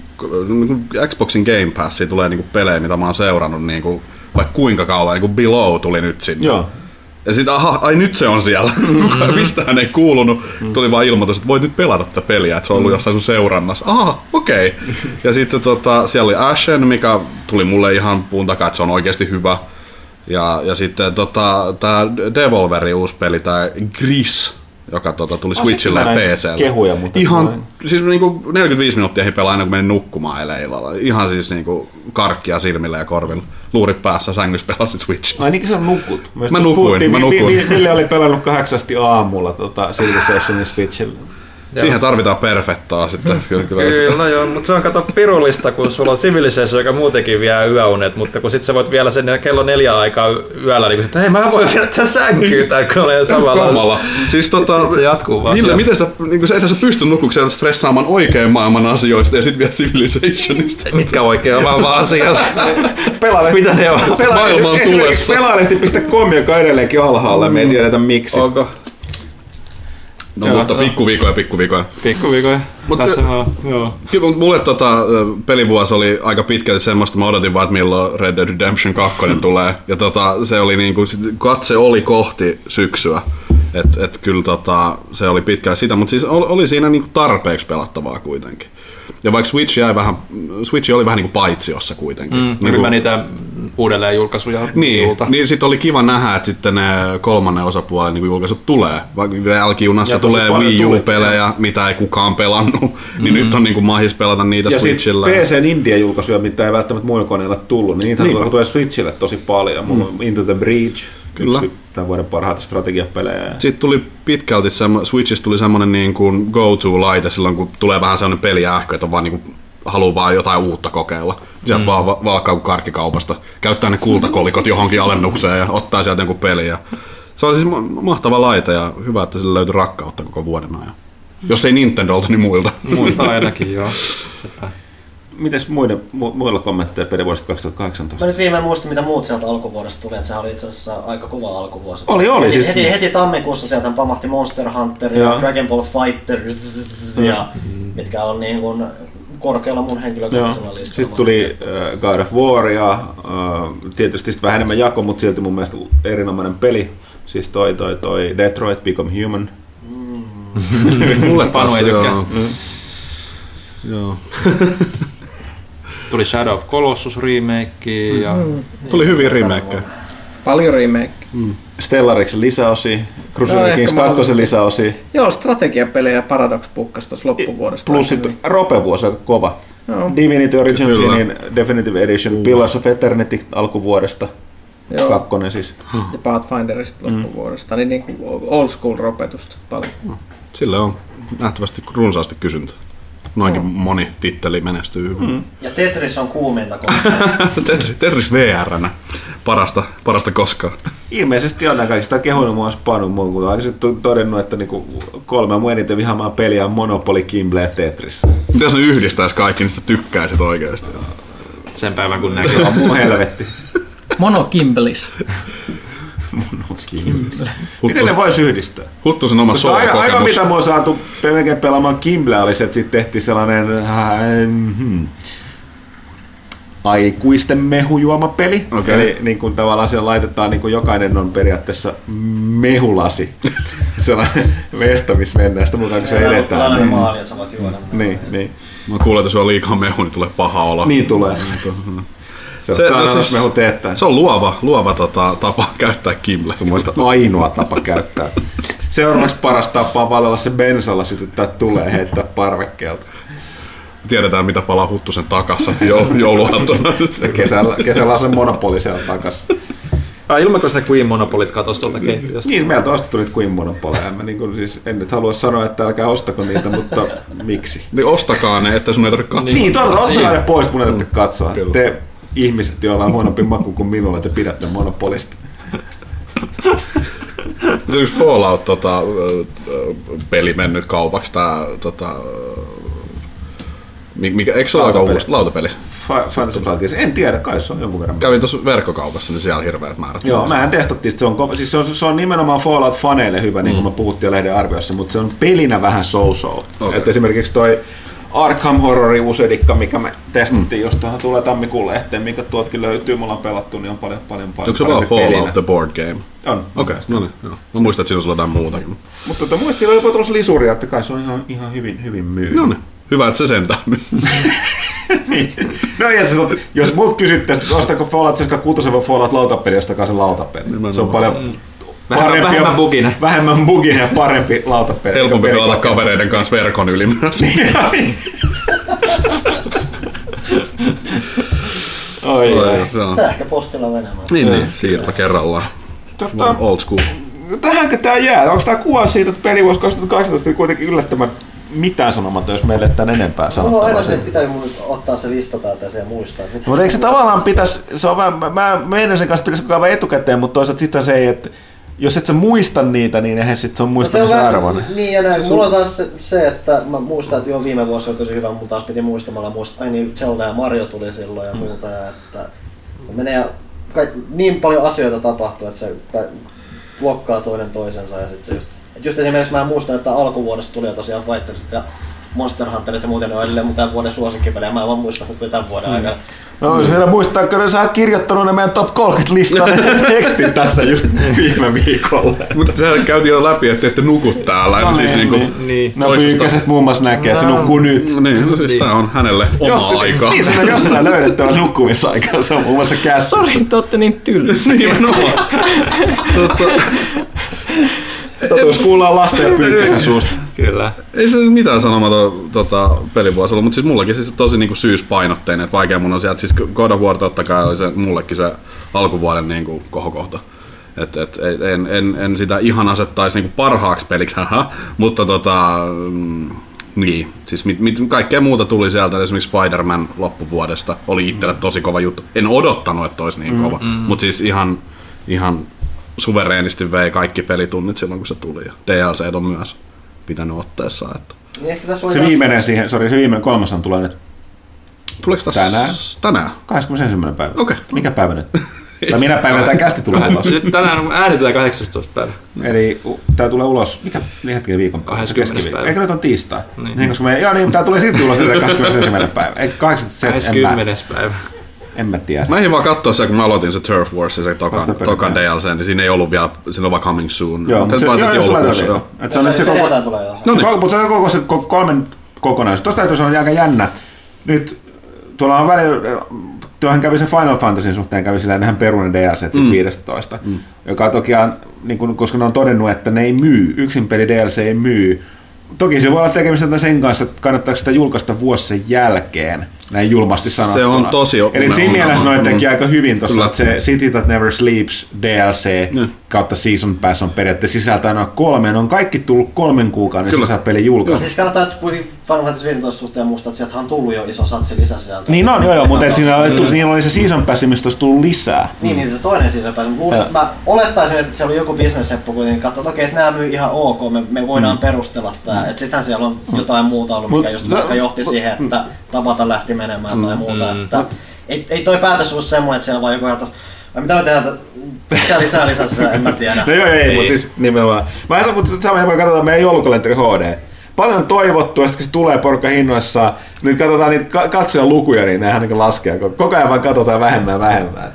Xboxin Game Passia tulee niinku pelejä, mitä mä oon seurannut niinku vaikka kuinka kauan, niin kuin Below tuli nyt sinne. Joo. Ja sitten, aha, ai nyt se on siellä. Mm-hmm. Mistään ei kuulunut. Mm-hmm. Tuli vaan ilmoitus, että voit nyt pelata tätä peliä, että se on ollut mm-hmm. jossain sun seurannassa. Aha, okei. Okay. Ja sitten tota, siellä oli Ashen, mikä tuli mulle ihan puun takaa, että se on oikeasti hyvä. Ja, ja sitten tota, tämä Devolverin uusi peli, tämä Gris, joka tota, tuli Switchille ja P C:lle. Kehuja, mutta ihan, siis niinku neljäkymmentäviisi minuuttia he pelaa aina kun menin nukkumaan eilen illalla. Ihan siis niinku karkkia silmillä ja korvilla. Luurit päässä, sängyssä pelasit Switch. Ai niinkin sä nukut? Mä nukuin, mä nukuin. Ville oli pelannut kahdeksasti aamulla tota, Civilizationin Switchillä. Siihen tarvitaan perfettaa sitten. Kyllä, kyllä joo, mutta se on kato pirullista, kun sulla on Civilization, joka muutenkin vie yöunet, mutta kun sit sä voit vielä sen kello neljä aikaa yöllä, niin että hei mä voin vielä tämän sänkyyn tai koneen samalla. Kamala. Siis tota, se jatkuu vaan. Ville, miten sä, niin sä, sä pysty nukukseen stressaamaan oikean maailman asioista ja sit vielä Civilizationista? Mitkä oikean maailman asiat? Pelaalehti. Mitä ne on? Maailma on tulessa. Pelaalehti piste com, joka on edelleenkin alhaalla, me ei tiedetä miksi. Onko? No joo, mutta pikkuviikoja, pikkuviikoja. Pikkuviikoja. Mutta joo. Kyllä mulle tota, pelivuosi oli aika pitkälti semmoista, mä odotin vaan, että milloin Red Dead Redemption kaksi tulee. Ja tota, se oli niinku, katse oli kohti syksyä. Että et kyllä tota, se oli pitkään sitä, mutta siis oli, oli siinä niinku tarpeeksi pelattavaa kuitenkin. Ja vaikka Switch jäi vähän, Switch oli vähän niinku paitsiossa kuitenkin. Mm, niin kuin niitä uudelleen julkaisuja. Niin, niin sitten oli kiva nähdä, että sitten ne kolmannen osapuolen niin julkaisut tulee. Vaikka jälkijunassa tulee Wii U-pelejä, mitä ei kukaan pelannut, mm. niin nyt on niin kuin mahis pelata niitä ja Switchillä. Ja sitten P C:n India-julkaisuja, mitä ei välttämättä muilla koneilla tullut, niin niitä niin tulee Switchille tosi paljon. Mulla on mm. Into the Breach, kyllä. Tämän vuoden parhaita strategiapelejä. Sitten tuli pitkälti, Switchistä tuli semmoinen niin kuin go-to-laite silloin, kun tulee vähän semmoinen peliähkö, että on vaan niin kuin haluaa vaan jotain uutta kokeilla. Sieltä mm. vaan valkaa kuin karkkikaupasta, käyttää ne kultakolikot johonkin alennukseen ja ottaa sieltä jonkun peliä. Se oli siis mahtava laite ja hyvä, että sille löytyi rakkautta koko vuoden ajan. Jos ei Nintendolta, niin muilta. Muilta ainakin, joo. Sepä. mites muiden, mu, muilla kommentteja pelivuodesta kaksituhattakahdeksantoista? Mä nyt viimein muistin, mitä muut sieltä alkuvuodesta tuli, että se oli itse asiassa aika kova alkuvuosi. Oli, oli. Heti, Siis... heti, heti tammikuussa sieltä pamahti Monster Hunter ja, ja Dragon Ball Fighter, ja, mitkä on niin kuin korkealla mun henkilökohtaisella listalla. Sitten tuli uh, God of War ja uh, tietysti vähän enemmän jako, mutta silti mun mielestä erinomainen peli. Siis toi toi toi Detroit Become Human. Mm. Mulle Panu ei tykkää. Joo. Mm. Joo. Tuli Shadow of Colossus remake ja... Mm. Tuli hyviä remakeja. Paljon remake. Mm. Stellariksen lisäosi, Crusader No, Kings kaksi lisäosi. Joo, strategiapelejä Paradox pukkasi tuossa loppuvuodesta. Plus sitten Rope-vuosi aika kova. Joo. Divinity Originsin Definitive Edition, uh. Pillars of Eternity alkuvuodesta. Joo. Kakkonen siis. Ja Pathfinderista mm. loppuvuodesta. Niin, niin old school ropetusta paljon. Sille on nähtävästi runsaasti kysyntä. Noinkin mm. moni titteli menestyy. Mm. Ja Tetris on kuuminta Tetris, Tetris V R-nä. Parasta, parasta koskaan. Ilmeisesti on kaikista kehunut mua Spanu muun, kun olen todennut, että niinku kolme mun eniten vihaamaa peliä on Monopoly, Kimble ja Tetris. Mitä jos ne yhdistäisi kaikki, niin sä tykkäisit oikeasti. Sen päivän kun näkyy. Se on mun helvetti. Mono Kimblis. Mono Kimble. Miten ne vois yhdistää? Huttusen oma soolokokemus. Aina, aina mitä mä oon saatu melkein pelaamaan Kimble oli se, että sitten tehtiin sellainen äh, hmm, aikuisten mehujuomapeli. Okay. Eli niin kuin tavallaan siellä laitetaan, niin kuin jokainen on periaatteessa mehulasi. Sellainen mesta, missä mennään sitä mukaan, kun se eletään. Tällainen maali, että sä voit juoda. Niin, niin. Mä kuulen, että jos on liikaa mehu, niin tulee paha olo. Niin tulee. Se, se, on siis, mehu teettää. Se on luova, luova tota, tapa käyttää Kimble. Se on mielestäni ainoa tapa käyttää. Seuraavaksi paras tapa on valella se bensalla sytyttää tulee heittää parvekkeelta. Tiedetään, mitä palaa Huttusen takassa jouluaattona. Kesällä, kesällä on se Monopoly siellä takassa. Ah, ilmanko ne Queen Monopolit katosi tuolta keittiöstä? Niin, meiltä ostettu niitä Queen Monopoleja. Mä niin kun, siis, en nyt halua sanoa, että älkää ostako niitä, mutta miksi? Niin ostakaa ne, että sun ei tarvitse katsoa. Niin, todella, ostakaa niin. Ne pois, mun ei tarvitse katsoa. Kyllä. Te ihmiset, joilla on huonompi maku kuin minulla, te pidätte Monopolista. Se yksi Fallout tota, peli mennyt kaupaksi, tää tota, mikä, eikö se ole aika uusi lautapeli? Fantasy Flight, en tiedä, kai se on jonkun verran. Kävin tuossa verkkokaupassa, niin siellä hirveät määrät. Joo, mähän testattiin, se on, siis se on, se on nimenomaan Fallout-faneille hyvä, mm. niin kuin me puhuttiin jo lehden arviossa, mutta se on pelinä vähän so-so. Okay. Et esimerkiksi toi Arkham Horror Usedikka, mikä me testattiin, mm. jos tuohon tulee tammikuun lehteen, mikä tuoltakin löytyy, me ollaan pelattu, niin on paljon paljon paljon. Onko se vaan Fallout pelinä. The Board Game? On. Okei, okay, no niin, joo. Mä muistan, että siinä on jotain muutakin. Mutta tota, muistin, että jopa tuossa lisuria, että kai se on ihan, ihan hyvin, hyvin myynyt. No niin. Hyvä, että se sentään. Niin. No ja se, jos multa kysyttäisiin, että ostako Fallout seitsemänkymmentäkuusi vai Fallout lautapeli, ostakaa se lautapeli. Nimenomaan. Se on paljon mm. parempi, vähemmän bugina. Vähemmän bugina ja parempi lautapeli. Helpompi pelata kavereiden kanssa verkon yli myös. Oi, oi. Sähköpostilla menemään. Niin, niin, siirto kerrallaan. Tota, old school. Tähänkö tää jää? Onko tää kuva siitä, että pelivuosi kaksituhattakahdeksantoista oli kuitenkin yllättävän mitään sanomatta, jos meille tämän enempää sanottavaa? No aina se pitää mun nyt ottaa se listata tässä ja muistaa. Mutta eikö se tavallaan pitäisi, se on vähän, mä meidän sen kanssa pitäisi koko ajan etukäteen, mutta toisaalta sitten se ei, että jos et sä muista niitä, niin eihän sit se on muistamisen no arvoinen. Niin ja näin. Se mulla on taas se, se, että mä muistan, että joo viime vuosi oli tosi hyvä, mutta taas piti muistamalla muistaa, ai niin Zelda ja Mario tuli silloin ja muuta, ja että se menee ja kai, niin paljon asioita tapahtuu, että se kai, blokkaa toinen toisensa ja sit se just, et just esimerkiksi mä muistan, että alkuvuodesta tuli jo tosiaan Fighterista ja Monster Hunterit ja muuten ne on edelleen mun tämän vuoden suosikkipelejä, mä en vaan muista, että tämän vuoden mm. aikana. No jos vielä muistaa, kun sä oot kirjoittanut ne meidän top kolmekymmentä-listaan tekstin tässä just viime viikolla. Mutta sehän käytiin jo läpi, että ette nuku täällä. No siis niin, niinku niin. No Pyykkäiset muun muassa näkee, että se nukkuu nyt. Niin, no siis niin. Tää on hänelle oma aikaa. Niin, se on jostain löydettävä nukkumisaikaa, se on muun muassa käsissä. Sori, te ootte niin tylsiä. Nimenomaan. Totuus kuullaan lasten ja Pyykkäsen suusta. Kyllä. Ei se mitään sanomaton tota, pelivuosi ollut, mutta siis mullakin siis tosi niinku syyspainotteinen, että vaikea mun on sieltä, siis God of War totta kai oli se, mullekin se alkuvuoden niinku kohokohta. Et, et, en, en, en sitä ihan asettaisi niinku parhaaksi peliksi, haha, mutta tota, mm, niin, siis mit, mit, kaikkea muuta tuli sieltä, esimerkiksi Spider-Man loppuvuodesta oli itselle tosi kova juttu. En odottanut, että olisi niin kova, mm, mm. mutta siis ihan, ihan suvereenisti vei kaikki pelitunnit silloin, kun se tuli. Ja D L C on myös pitänyt otteessaan. Että. Niin se viimeinen siihen, sori, se viimeinen kolmasan tulee nyt. Tuleeko tässä Tänään. Tänään? kahdeskymmenesensimmäinen päivä. Okei. Mikä päivä nyt? Tai minä päivänä tämä kästi tulee ulos? Nyt tänään äänitetään kahdeksastoista päivä. Eli tämä tulee ulos, mikä hetken viikon? kahdeskymmenes päivä. Eikö nyt on tiistai? Niin. Niin, koska me, joo niin, tämä tulee silti ulos kahdeskymmenesensimmäinen päivä. Eikö kahdeskymmenes päivä. En mä tiedä. Mä ehdin vaan katsoa se, kun mä aloitin se Turf Wars, se toka, Vasta toka perkele. D L C, niin siinä ei ollut vielä, siinä on vaan coming soon. Joo, mutta se, joo, jos tulee joulukuussa, joo. Että se on nyt se koko, Edetään tulee jo. no niin. Se on koko se koko kolmen kokonaisuus. Tuosta täytyy sanoa aika jännä. Nyt tuolla on välillä, tuohan kävi sen Final Fantasyn suhteen, kävi sillä nähän perunen D L C mm. viisitoista, mm. joka toki on, niin kun, koska ne on todennut, että ne ei myy, yksin peli D L C ei myy. Toki se voi olla tekemistä sen kanssa, että kannattaako sitä julkaista vuosi sen jälkeen, näin julmasti sanottuna. Se on tosi Eli siinä mielessä noin teki aika hyvin tuossa, että se Kyllä. City That Never Sleeps D L C Mm. kautta Season Pass on periaatteessa sisältää noin kolme, ne on kaikki tullut kolmen kuukauden Kyllä. sisällä pelin Joo, julkaisu. siis kannattaa nyt kuitenkin Final Fantasy viisitoista suhteen muistaa, että sieltä on tullut jo iso satsi lisäsisältöä. Niin on, joo joo, mutta et siinä oli, mm. siinä oli se Season Pass, mistä olisi tullut lisää. Niin, niin se toinen season pass. Luulisin, mä olettaisin, että siellä oli joku business-heppu kuitenkin katsoa, että okei, että nämä myy ihan ok, me, me voidaan mm. perustella tää. Että sittenhän siellä on jotain muuta ollut, mikä Mut just se- vaikka johti siihen, että Tabata lähti menemään tai muuta. Että ei, ei toi päätös ollut semmoinen, että siellä vaan joku ajattelisi, vai mitä me tehdään, että lisää lisää lisää, en mä tiedä. No joo, ei, ei. Mutta siis nimenomaan. Mä en saa, mutta samoin kun katsotaan meidän joulukalenteri H D. Paljon toivottu, ja sitten kun se tulee porukka hinnoissaan, nyt katsotaan niitä ka- katsojalukuja, niin nehän niin laskee. Koko ajan vaan katsotaan vähemmän ja vähemmän.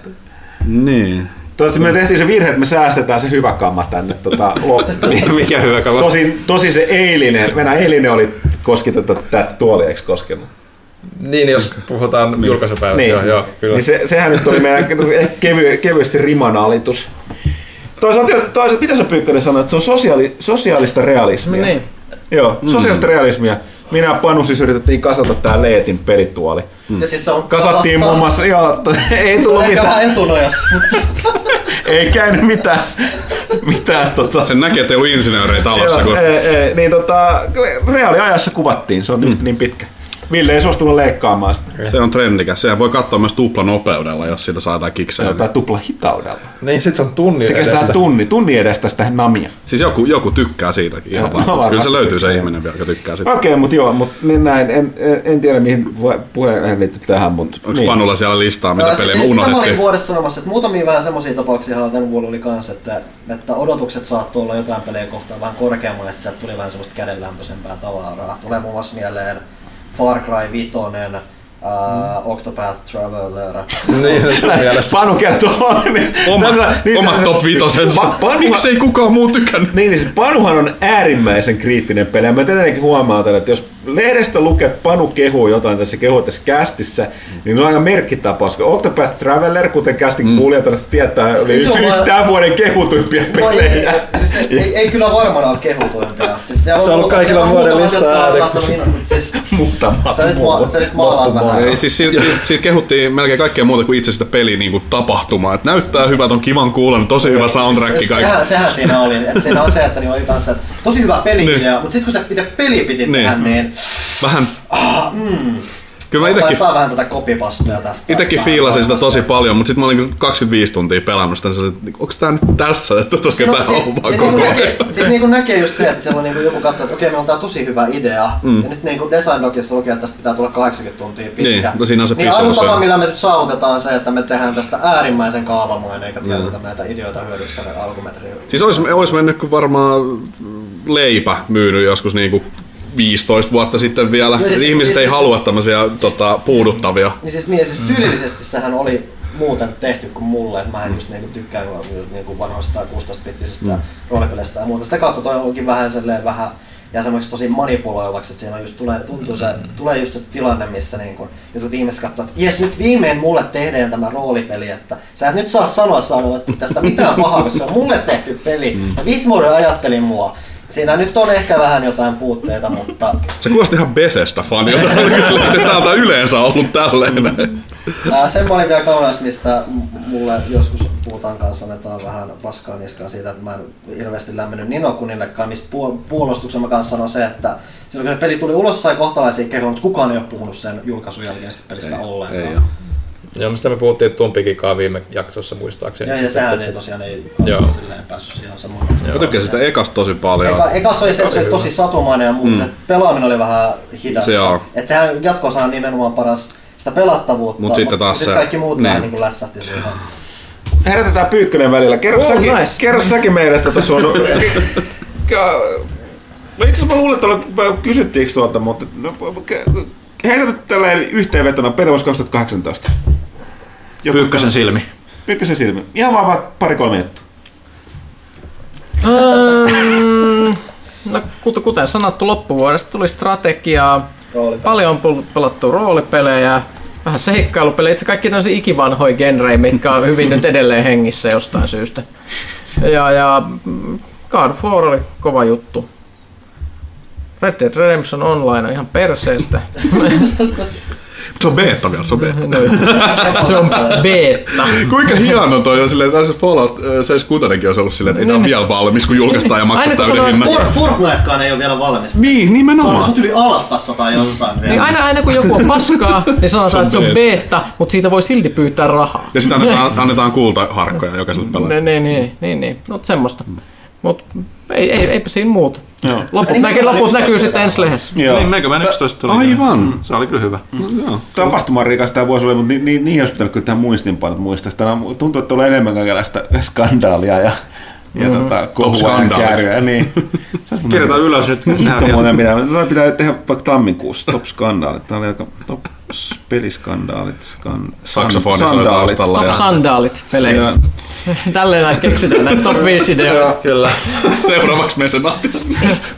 Niin. Toivottavasti me tehtiin se virhe, että me säästetään se hyvä kamma tänne tota, loppuun. Mikä hyvä kaveri. Tosi, tosi se eilinen, Venä eilinen oli koskitettu tätä tuoli, eikö koskenut? Niin, jos puhutaan julkaisupäivästä, Niin, joo, joo, kyllä. niin se, sehän nyt oli meidän kevy, kevyesti rimanalitus. Toisaalta, toisaalta mitä sä Pyykkönen sanoit, että se on sosiaali, sosiaalista realismia. Niin. Joo, sosiaalista realismia. Minä ja Panu siis yritettiin kasata tää Leetin pelituoli. Ja siis se on Kasattiin kasassa- muun muassa, joo, ei Se tullut on ehkä mitään, vähän etunojassa, mutta ei käynyt mitään, mitään tota. Sen näkee, että ei ole insinöörejä talossa. Joo, Kun... ei, ei, niin tota, reaaliajassa kuvattiin, se on nyt niin pitkä. Ville ei suostunut leikkaamaan sitä. Se on trendikäs. Sehän voi katsoa myös tuplanopeudella, jos siitä saadaan kiksejä. Tai tupla hitaudella. Niin, sit se on tunnin Se kestää edestä. tunni, tunnin edestä sitä namia. Siis joku, joku tykkää siitäkin ihan No, vaan. varmasti Kyllä se löytyy se tykkää. ihminen vielä, joka tykkää siitä. Okei, okay, mutta joo, mutta niin näin, en, en, en tiedä mihin voi- puheen liittyy tähän, mutta Onko Panulla siellä listaa, mitä Joo, pelejä sit- me sit Mä olin unohdettiin? vuodessa sanomassa, että muutamia vähän semmosia tapauksia tänä vuonna oli kanssa, että, että odotukset saattoi olla jotain pelejä kohtaan vähän korkeammalla, ja sit sieltä tuli vähän semmoista kädenlämpöisempää tavaraa. Tulee muun muassa mieleen Far Cry viisi, uh, Octopath Traveler. Niin, sun mielestä. Panu kertoo. Oma, Niin, omat se- top vitosensa. Pa- Panuhan- Miksei kukaan muu tykännyt? Niin, niin siis Panuhan on äärimmäisen kriittinen peli. Ja mä edelleenkin huomautan, että jos lehdestä lukee, että Panu kehuu jotain tässä kehuu tässä kästissä, niin on aika merkkitapaus. Octopath Traveler, kuten kästin mm. kuulijat tästä tietää, oli Siis yksi, on yksi vaan- tämän vuoden kehutuimpia No ei, pelejä. siis ei, ei kyllä varmaan ole kehutuimpia. Siis Se on ollut siellä kaikilla on vuoden muutamat, listaa jotka on ääreksi. lastanut min- Siis, Muutama sä nyt, muu. ma- sä nyt maalaat vähän. Ei, siis siitä, siitä, siitä kehuttiin melkein kaikkea muuta kuin itse sitä peliä niin kuin tapahtumaa. Et näyttää hyvältä, on kivan kuulan, tosi hyvä soundtrack kaikki. Sehän, sehän siinä oli. Et siinä on se, että niin oli kanssa, että tosi hyvä peli-idea, mutta sitten kun sä itse peli piti Niin. tehdä, niin Vähän... ah, mm, Kyllä mä itekin, laittaa vähän tätä kopipastia tästä. itekin Vähän fiilasin sitä varmasti. tosi paljon, mutta sitten mä olin kaksikymmentäviisi tuntia pelannut sitä, niin että onko tää nyt tässä, että tuossa Siinä on- ketään si- hommaa si- koko niinku ajan. näkee, sit niinku näkee just se, että siellä on niinku joku katsoo, että okei, meillä on tää tosi hyvä idea, mm. ja nyt niinku Design Docissa lukee, että tästä pitää tulla kahdeksankymmentä tuntia pitkä. Niin, no siinä on se niin pituus, ainut tapa, joo. millä me nyt saavutetaan se, että me tehdään tästä äärimmäisen kaavamainen, eikä käytetä näitä ideoita hyödyksi alkumetriin. Siis ois, ois mennyt kuin varmaan leipä myynyt joskus niinku viisitoista vuotta sitten vielä. Joo, siis- Ihmiset siis- ei halua tämmöisiä tota, puuduttavia. Niin siis, niin, siis tyylillisesti sehän oli muuten tehty kuin mulle, että mä en just niinku tykkään niinku vanhoista kuusitoista-bittisistä mm. roolipeleistä ja muuta. Sitä kautta toi onkin vähän selleen vähän ja semmoiksi tosi manipuloivaksi, että siinä on just tulee, tuntuu se, tulee just se tilanne, missä niinku jotkut ihmiset katsoo, että jes nyt viimein mulle tehdään tämä roolipeli, että sä et nyt saa sanoa sanoa tästä mitään pahaa, koska se on mulle tehty peli. Ja viisi vuoden ajattelin mua. Siinä nyt on ehkä vähän jotain puutteita, mutta Se kuulosti ihan Bethesda-fanilta. Täältä yleensä ollut tälleen. Ää, sen mä olin vielä kaunas, mistä m- mulle joskus puhutaan kanssa, annetaan vähän paskaa niskaan siitä, että mä en hirveästi lämmennyt Ninokunillekaan, mistä puol- puolustuksen mä kanssa sanon se, että silloin kun se peli tuli ulos, sai kohtalaisia kehoja, mutta kukaan ei ole puhunut sen julkaisun jälkeen sit pelistä Ei ollenkaan. oo. Joo, mistä me puhuttiin Tumpikikaa viime jaksossa muistaakseni. Ja, ja sehän ei tosiaan ei Joo. kanssa silleen päässyt ihan samoin. Mä tykkäsin sitä ekasta tosi paljon. Eka, ekas oli se, että se oli tosi satumainen ja muuta, mm. se pelaaminen oli vähän hidasta. Se on. Et sehän jatkossa on nimenomaan paras. Sitä sitä pelattavuutta, Mut sitten taas sit se- kaikki muut niin. vähän niin kuin lässähti siihen. Herätetään Pyykkönen välillä. Kerro, Oh, säkin, nice. kerro säkin meille tätä sun... No itse asiassa mä luulen, että kysyttiinkö tuolta, mutta no, heitä nyt tälleen yhteenvetona Pelevuus kaksituhattakahdeksantoista. Pyykkösen silmi. Pyykkösen silmi. Ihan vaan, vaan pari-kolme juttua. Ähm, no, kuten, kuten sanottu, loppuvuodesta tuli strategiaa, Roolipelejä. paljon on pelattu roolipelejä, vähän seikkailupelejä, itse kaikki tämmöisiä ikivanhoja genrejä, mitkä on hyvin nyt edelleen hengissä jostain syystä. Ja, ja mm, God of War oli kova juttu. Red Dead Redemption Online on ihan perseestä. Se on beta vielä, se on beta. No, se on beta. Kuinka hieno toi on silleen, että se Fallout seitsemänkymmentäkuusi olisi ollut silleen, että ei tää ole vielä valmis, kun julkaistaan ja Aina maksat kun täyden sanoo, hinnan. For, Fortnitekaan ei ole vielä valmis. Niin, Se on, nimenomaan. se on yli alfassa tai jossain vielä. Niin aina, aina kun joku on paskaa, niin sanotaan, että se on beta, mutta siitä voi silti pyytää rahaa. Ja sitten annetaan, annetaan kultaharkkoja jokaiselle pelaajalle. Niin, niin, niin, niin, niin. No semmoista. Mut ei, ei, eipä siinä muuta. Joo. Loput, Niin, näkee, niin, loput niin, näkyy niin, sitten niin, ensi lehdessä. Joo. Niin, Mega Man yksitoista tuli. Aivan. Mm, se oli kyllä hyvä. Joo. Tapahtuman rikas tämä vuosi oli, mutta niin, niin, niin olisi pitänyt kyllä tähän muistinpanot muistaa. Tänään tuntuu, että tulee enemmän kaikenlaista skandaalia ja, ja mm-hmm. tota, kohua ja skandaalit. kärryä. Niin. Kirjoitaan ylös nyt. Nyt on muuten pitää, pitää, pitää tehdä vaikka tammikuussa top skandaalit. Tämä oli aika top peliskandaalit. Skan, Saksofoni san- soi sandaalit. taustalla. Top sandaalit peleissä. Tälleen näitä keksitään näitä top viisi ideoita. Kyllä. Seuraavaksi mesenaatis.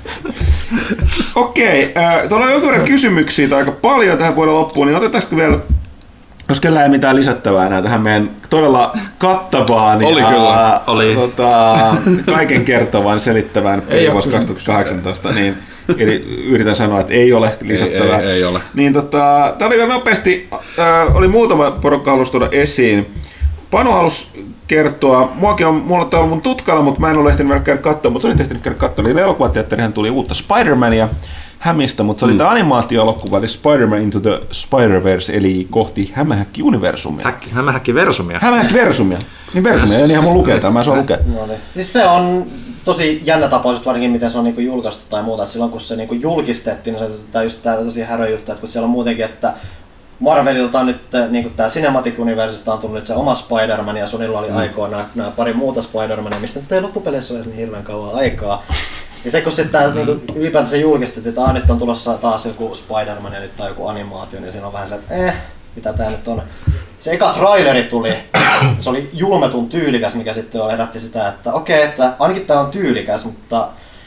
Okei, äh, tuolla on jonkun verran kysymyksiä tai aika paljon tähän vuoden loppuun, niin otetaanko vielä, jos kellään ei mitään lisättävää enää tähän meidän todella kattavaan Oli ja kyllä, oli. Tota, kaiken kertovan selittävän Ei Pelivuos ole kaksituhattakahdeksantoista, niin eli yritän sanoa, että ei ole lisättävää. Ei, ei, ei ole. Niin tota, tää oli vielä nopeasti, äh, oli muutama porukka halusi tuoda esiin. Panu halusi kertoa, muakin on, mulla on ollut mun tutkalla, mutta mä en ole ehtinyt vielä käydä katsoa, mutta se oli ehtinyt käydä katsoa. Eli elokuvateatterihan tuli uutta Spider-Mania Hämistä, mutta se oli mm. tämä animaatio-elokuva, eli Spider-Man Into the Spider-Verse, eli kohti Hämähäkki-universumia. Häkki, hämähäkki versumia. Hämähäkki-versumia. Niin versumia, niinhän mun lukee täällä, mä en saa lukea. No niin. Siis se on tosi jännä tapaus, just varsinkin miten se on niinku julkaistu tai muuta. Et silloin kun se niinku julkistettiin, niin se on just tää tosi härö juttu, että kun siellä on muutenkin, että Marvelilta on nyt niinku tää Cinematic Universesta on tullut nyt se oma Spider-Man ja Sonylla oli mm. aikoinaan nämä pari muuta Spider-Mania, mistä nyt ei loppupeleissä ole edes niin hirveän kauan aikaa. Ja se kun sitten tää niinku ylipäätänsä julkistettiin, että nyt on tulossa taas joku Spider-Man ja nyt on joku animaatio, niin siinä on vähän se, että eh, mitä tää nyt on. Se eka traileri tuli, se oli julmetun tyylikäs, mikä sitten herätti sitä, että okei, että ainakin tää on tyylikäs, mutta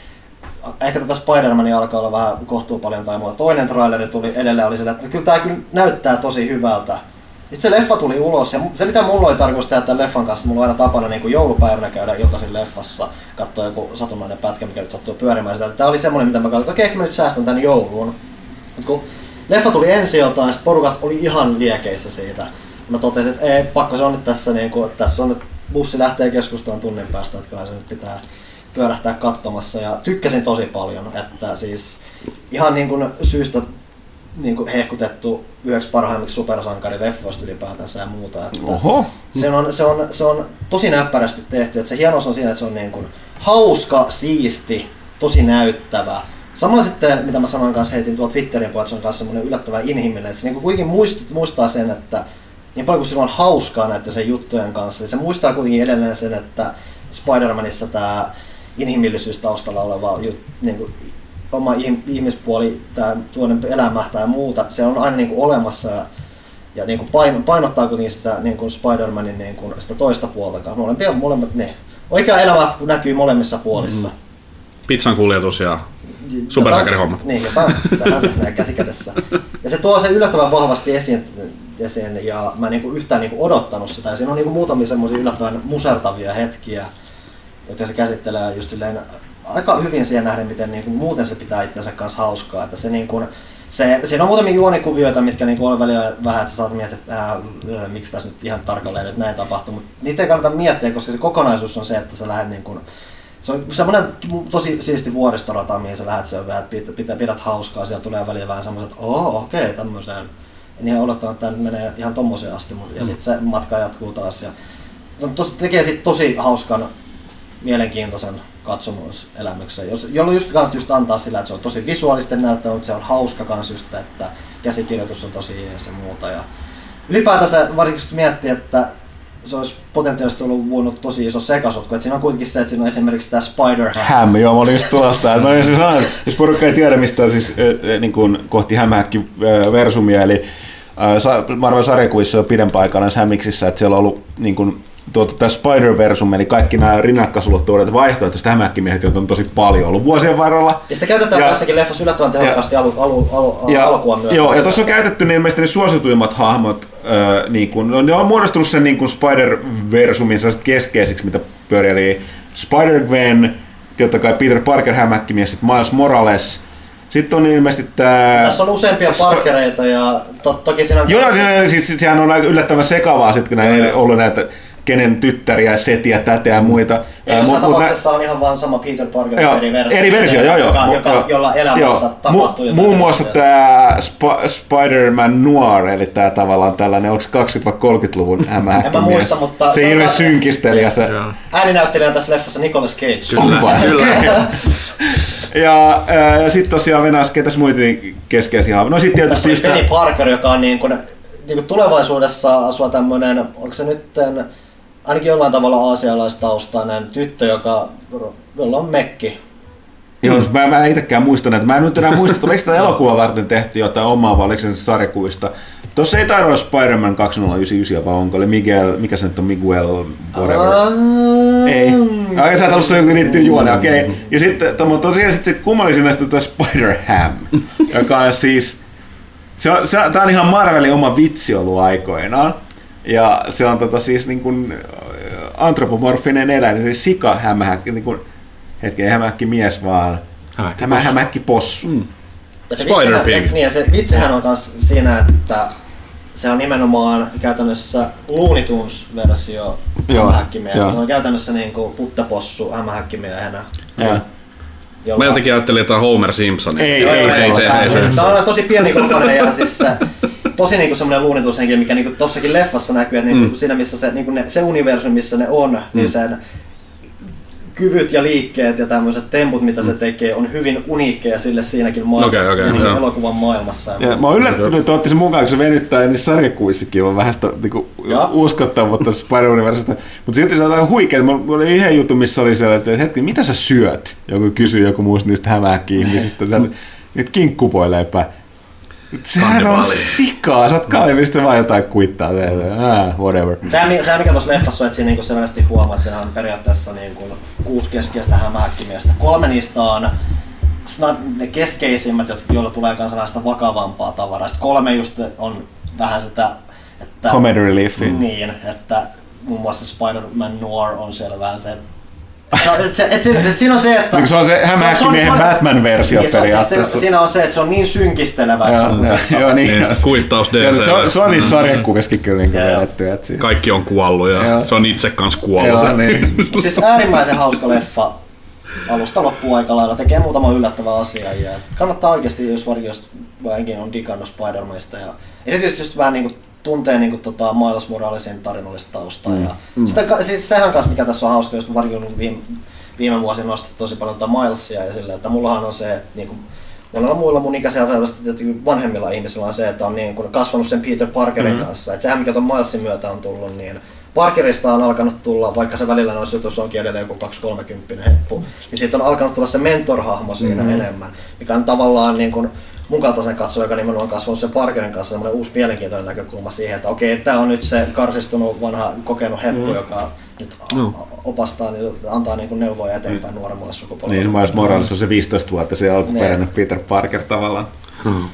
ehkä tätä Spider-Mania alkaa olla vähän kohtuu paljon tai muuta. Toinen traileri tuli edelleen, oli sillä, että kyllä tää kyllä näyttää tosi hyvältä. Sitten se leffa tuli ulos ja se mitä mulla oli tarkoitus tehdä tämän leffan kanssa, mulla on aina tapana niin kuin joulupäivänä käydä iltaisin leffassa, katsoa joku satunnainen pätkä, mikä nyt sattuu pyörimään sitä. Tää oli semmonen, mitä mä katsoin, että okei, ehkä mä nyt säästän tän jouluun. Mut kun leffa tuli ensi iltaan, niin porukat oli ihan liekeissä siitä. Mä totesin, että ei, pakko se on nyt tässä, niin kuin, että tässä on nyt bussi lähtee keskustaan tunnin päästä, että kai se nyt pitää pyörähtää katsomassa. Ja tykkäsin tosi paljon, että siis ihan niin kuin syystä niin kuin hehkutettu yhdeksi parhaimmiksi supersankarileffoista ylipäätänsä ja muuta. Että Oho. se, on, se, on, se on tosi näppärästi tehty, että se hienous on siinä, että se on niin kuin hauska, siisti, tosi näyttävä. Samalla sitten, mitä mä sanoin kanssa, heitin tuolta Twitterin puolella, että se on myös semmoinen yllättävän inhimillinen, että se niin kuitenkin muistaa sen, että niin paljon kuin sillä on hauskaa näiden sen juttujen kanssa, se muistaa kuitenkin edelleen sen, että Spider-Manissa tämä inhimillisyys taustalla oleva jut, niin kuin oma ihmispuoli, tämä tuonen elämä tai muuta, se on aina niin kuin olemassa ja, ja niin kuin painottaa kuitenkin sitä niin kuin Spider-Manin niin kuin sitä toista puoltakaan. Molempia, molemmat, ne. Oikea elämä näkyy molemmissa puolissa. Mm. Pizzan kuljetus ja supersankarihommat. Niin, jotain, sehän se näin käsikädessä. Ja se tuo sen yllättävän vahvasti esiin, esiin ja mä en niinku yhtään niinku odottanut sitä. Ja siinä on niinku muutamia semmoisia yllättävän musertavia hetkiä, jotka se käsittelee just silleen aika hyvin siihen nähden, miten niinku muuten se pitää itsensä kanssa hauskaa. Että se niinku, se, siinä on muutamia juonikuvioita, mitkä niinku on välillä vähän, että sä saat miettiä, että äh, miksi tässä nyt ihan tarkalleen nyt näin tapahtuu. Mutta niitä ei kannata miettiä, koska se kokonaisuus on se, että sä lähdet niinku, se on semmoinen tosi siisti vuoristorata, mihin sä lähdet siellä vähän, että pidät, pidät hauskaa, siellä tulee välillä vähän semmoiset, että oo okei, okay, tämmöiseen. En ihan odottanut, että tämä menee ihan tommoseen asti, ja sitten se matka jatkuu taas. Ja se tosi, tekee sit tosi hauskan mielenkiintoisen katsomuselämyksen, jolla just kans just antaa sillä, että se on tosi visuaalisten näyttävä, mutta se on hauska kans just, että käsikirjoitus on tosi jees ja muuta. Ja ylipäätänsä varsinkin miettii, että se olisi potentiaalisesti ollut voinut tosi iso sekasotku, että siinä on kuitenkin se, että siinä on esimerkiksi tämä Spider-Ham. Häm, joo, mä olin just tulosta. Mä olin siis sanonut, jos porukka ei tiedä mistä siis äh, niin kuin kohti hämähäkki-versumia, eli äh, Marvel-sarjakuvissa on pidempään aikana Hämiksissä, että siellä on ollut niin kuin, tuota, tämä Spider-Versum, eli kaikki nämä rinnakkaisulottuvuudet vaihtoehtoiset hämähäkkimiehet, joita on tosi paljon ollut vuosien varrella. Ja sitä käytetään ja, tässäkin leffassa yllättävän tehokkaasti alu, alu, alu, ja, alkuun myötä. Joo, ja tuossa on käytetty niin ilmeisesti ne suosituimmat hahmot, äh, niin kuin, ne on muodostunut sen niin kuin Spider-Versumin keskeisiksi, mitä pyörii, eli Spider-Gwen, totta kai Peter Parker hämähäkkimies, sitten Miles Morales. Sitten on ilmeisesti tää... Tässä on useampia Parkereita ja to, toki siinä on... Joo, siinä, siis, sehän on aika yllättävän sekavaa sitten, kun näin ollut näitä kenen tyttäriä, setiä, täteä ja muita. Ja jossain tapauksessa on ihan vaan sama Peter Parker joo, eri versio. Eri versio, joo, joo. Joka, joka, jolla elämässä joo, tapahtuu jotain. Muun muassa tämä Sp- Spider-Man Noir, eli tämä tavallaan tällainen, onko se kaksikymmentä-kolmekymmentäluvun hämähäkkimies? En mä muista, mutta... Se hirveän synkistelijä se... Ääninäyttelijä tässä leffassa Nicolas Cage. Kyllä, kyllä. Ja, ja sitten tosiaan Venäjässä, ketäs muita niin keskeisiä hahmoja? No sitten tietysti just Penny Parker, joka on niin kuin, niin kuin tulevaisuudessa asua tämmöinen, onko se nyt ainakin jollain tavalla aasialaistaustainen tyttö, joka, jolla on mekki. Joo, mm. mä, mä en itsekään muista näitä. Mä en nyt enää muista, oliko sitä elokuvaa varten tehty jotain omaa, vai oliko se sarjakuvista. Tuossa ei taida olla Spider-Man kaksituhattayhdeksänkymmentäyhdeksän, vaan onko oli Miguel, mikä se nyt on, Miguel, whatever. Uh, ei. Ai sä et ollut se joku liittyy juoneen, okei. Okay. Ja sitten tosiaan sit se kummallisin näistä tätä Spider-Ham, joka on siis, se on, se, tää on ihan Marvelin oma vitsi ollut aikoinaan. Ja se on tota siis niin kuin antropomorfinen eläin, siis sika hämähäkki, niin kuin, hetken ei hämähäkki mies, vaan hämä, hämähäkki possu. Mm. Spider Pig. Niin, ja se vitsihän on myös siinä, että se on nimenomaan käytännössä Looney Tunes-versio hämähäkkimiehestä. Se on käytännössä niin kuin puttepossu hämähäkkimiehenä. Jolla... Mä jotenkin ajattelin jotain Homer Simpsonia. Ei, ei, ei, se, ei, se, se. Se on tosi pieni kokoinen ja siis se, tosi niinku semmoinen Looney Tunes-henkilö, mikä niinku tossakin leffassa näkyy, että niinku mm. siinä missä se, niinku ne, se universumi, missä ne on, mm. niin sen kyvyt ja liikkeet ja tämmöiset temput, mitä mm. se tekee, on hyvin uniikkeja sille siinäkin maailmassa, okay, okay, niin elokuvan maailmassa. Ja mä oon yllättynyt, että otti sen mukaan, kun se venyttää niissä sarjakuissakin, on vähän sitä niinku uskottavuutta Spider-Universasta. Mutta silti se on aika huikea. Mulla oli yhden jutun, missä oli siellä, että hetki, mitä sä syöt? Joku kysyy joku muusta niistä hämähäkki-ihmisistä. Niitä kinkkuvoileipää. Sehän on sikaa, sä oot kalvista vaan jotain kuittaa teille, ah, whatever. Sehän, sehän mikä tuossa leffassa on, että siinä niinku selvästi huomaa, että siinä on periaatteessa niinku kuusi keskeistä hämähäkkimiestä. Kolme niistä on ne keskeisimmät, joilla tulee kansalaista vakavampaa tavaraa. Sitten kolme just on vähän sitä... Että, comedy relief. Niin, että muun muassa Spider-Man Noir on siellä vähän se, Et se, et se, et siinä on se, että... Se on se hämähäkkimiehen Batman-versio niin, periaatteessa. Se, siinä on se, että se on niin synkistelevä. Joo, niin. Kuittaus D C. Se on, se on niissä sarjakuvissakin kyllä niin vedetty. Kaikki on kuollut ja joo. Se on itse kans kuollut. Joo, niin. Siis äärimmäisen hauska leffa. Alusta loppuun aika lailla. Tekee muutama yllättävä asia. Ja kannattaa oikeasti, jos varjoista vähänkin on digannut Spider-Manista. Ja erityisesti just vähän niin kuin tuntee niin kuin, tota, Miles Moralesin tarinallista taustaa. Mm. Ja mm. Sitä, siis sehän kanssa, mikä tässä on hauska, just varjoin viime, viime vuosina nostettu tosi paljon tota Milesia ja sillä, että mullahan on se, että niin kuin, monella muilla mun ikäisillä vanhemmilla ihmisillä on se, että on niin kuin kasvanut sen Peter Parkerin mm. kanssa. Että sehän, mikä ton Milesin myötä on tullut, niin Parkerista on alkanut tulla, vaikka se välillä noissa jutuissa onkin edelleen joku kaksikolmekymmentä heppu, niin siitä on alkanut tulla se mentor-hahmo siinä mm. enemmän, mikä on tavallaan niin kuin mun kaltaisen katsoja, joka nimenomaan on kasvanut sen Parkerin kanssa, semmoinen uusi mielenkiintoinen näkökulma siihen, että okei, tää on nyt se karsistunut vanha kokenut heppu, mm. joka nyt no. opastaa, niin antaa niin kuin neuvoja eteenpäin mm. nuoremmalle sukupolvelle. Niin, Miles Morales on se viisitoista vuotta se alkuperäinen ne. Peter Parker tavallaan. Hmm.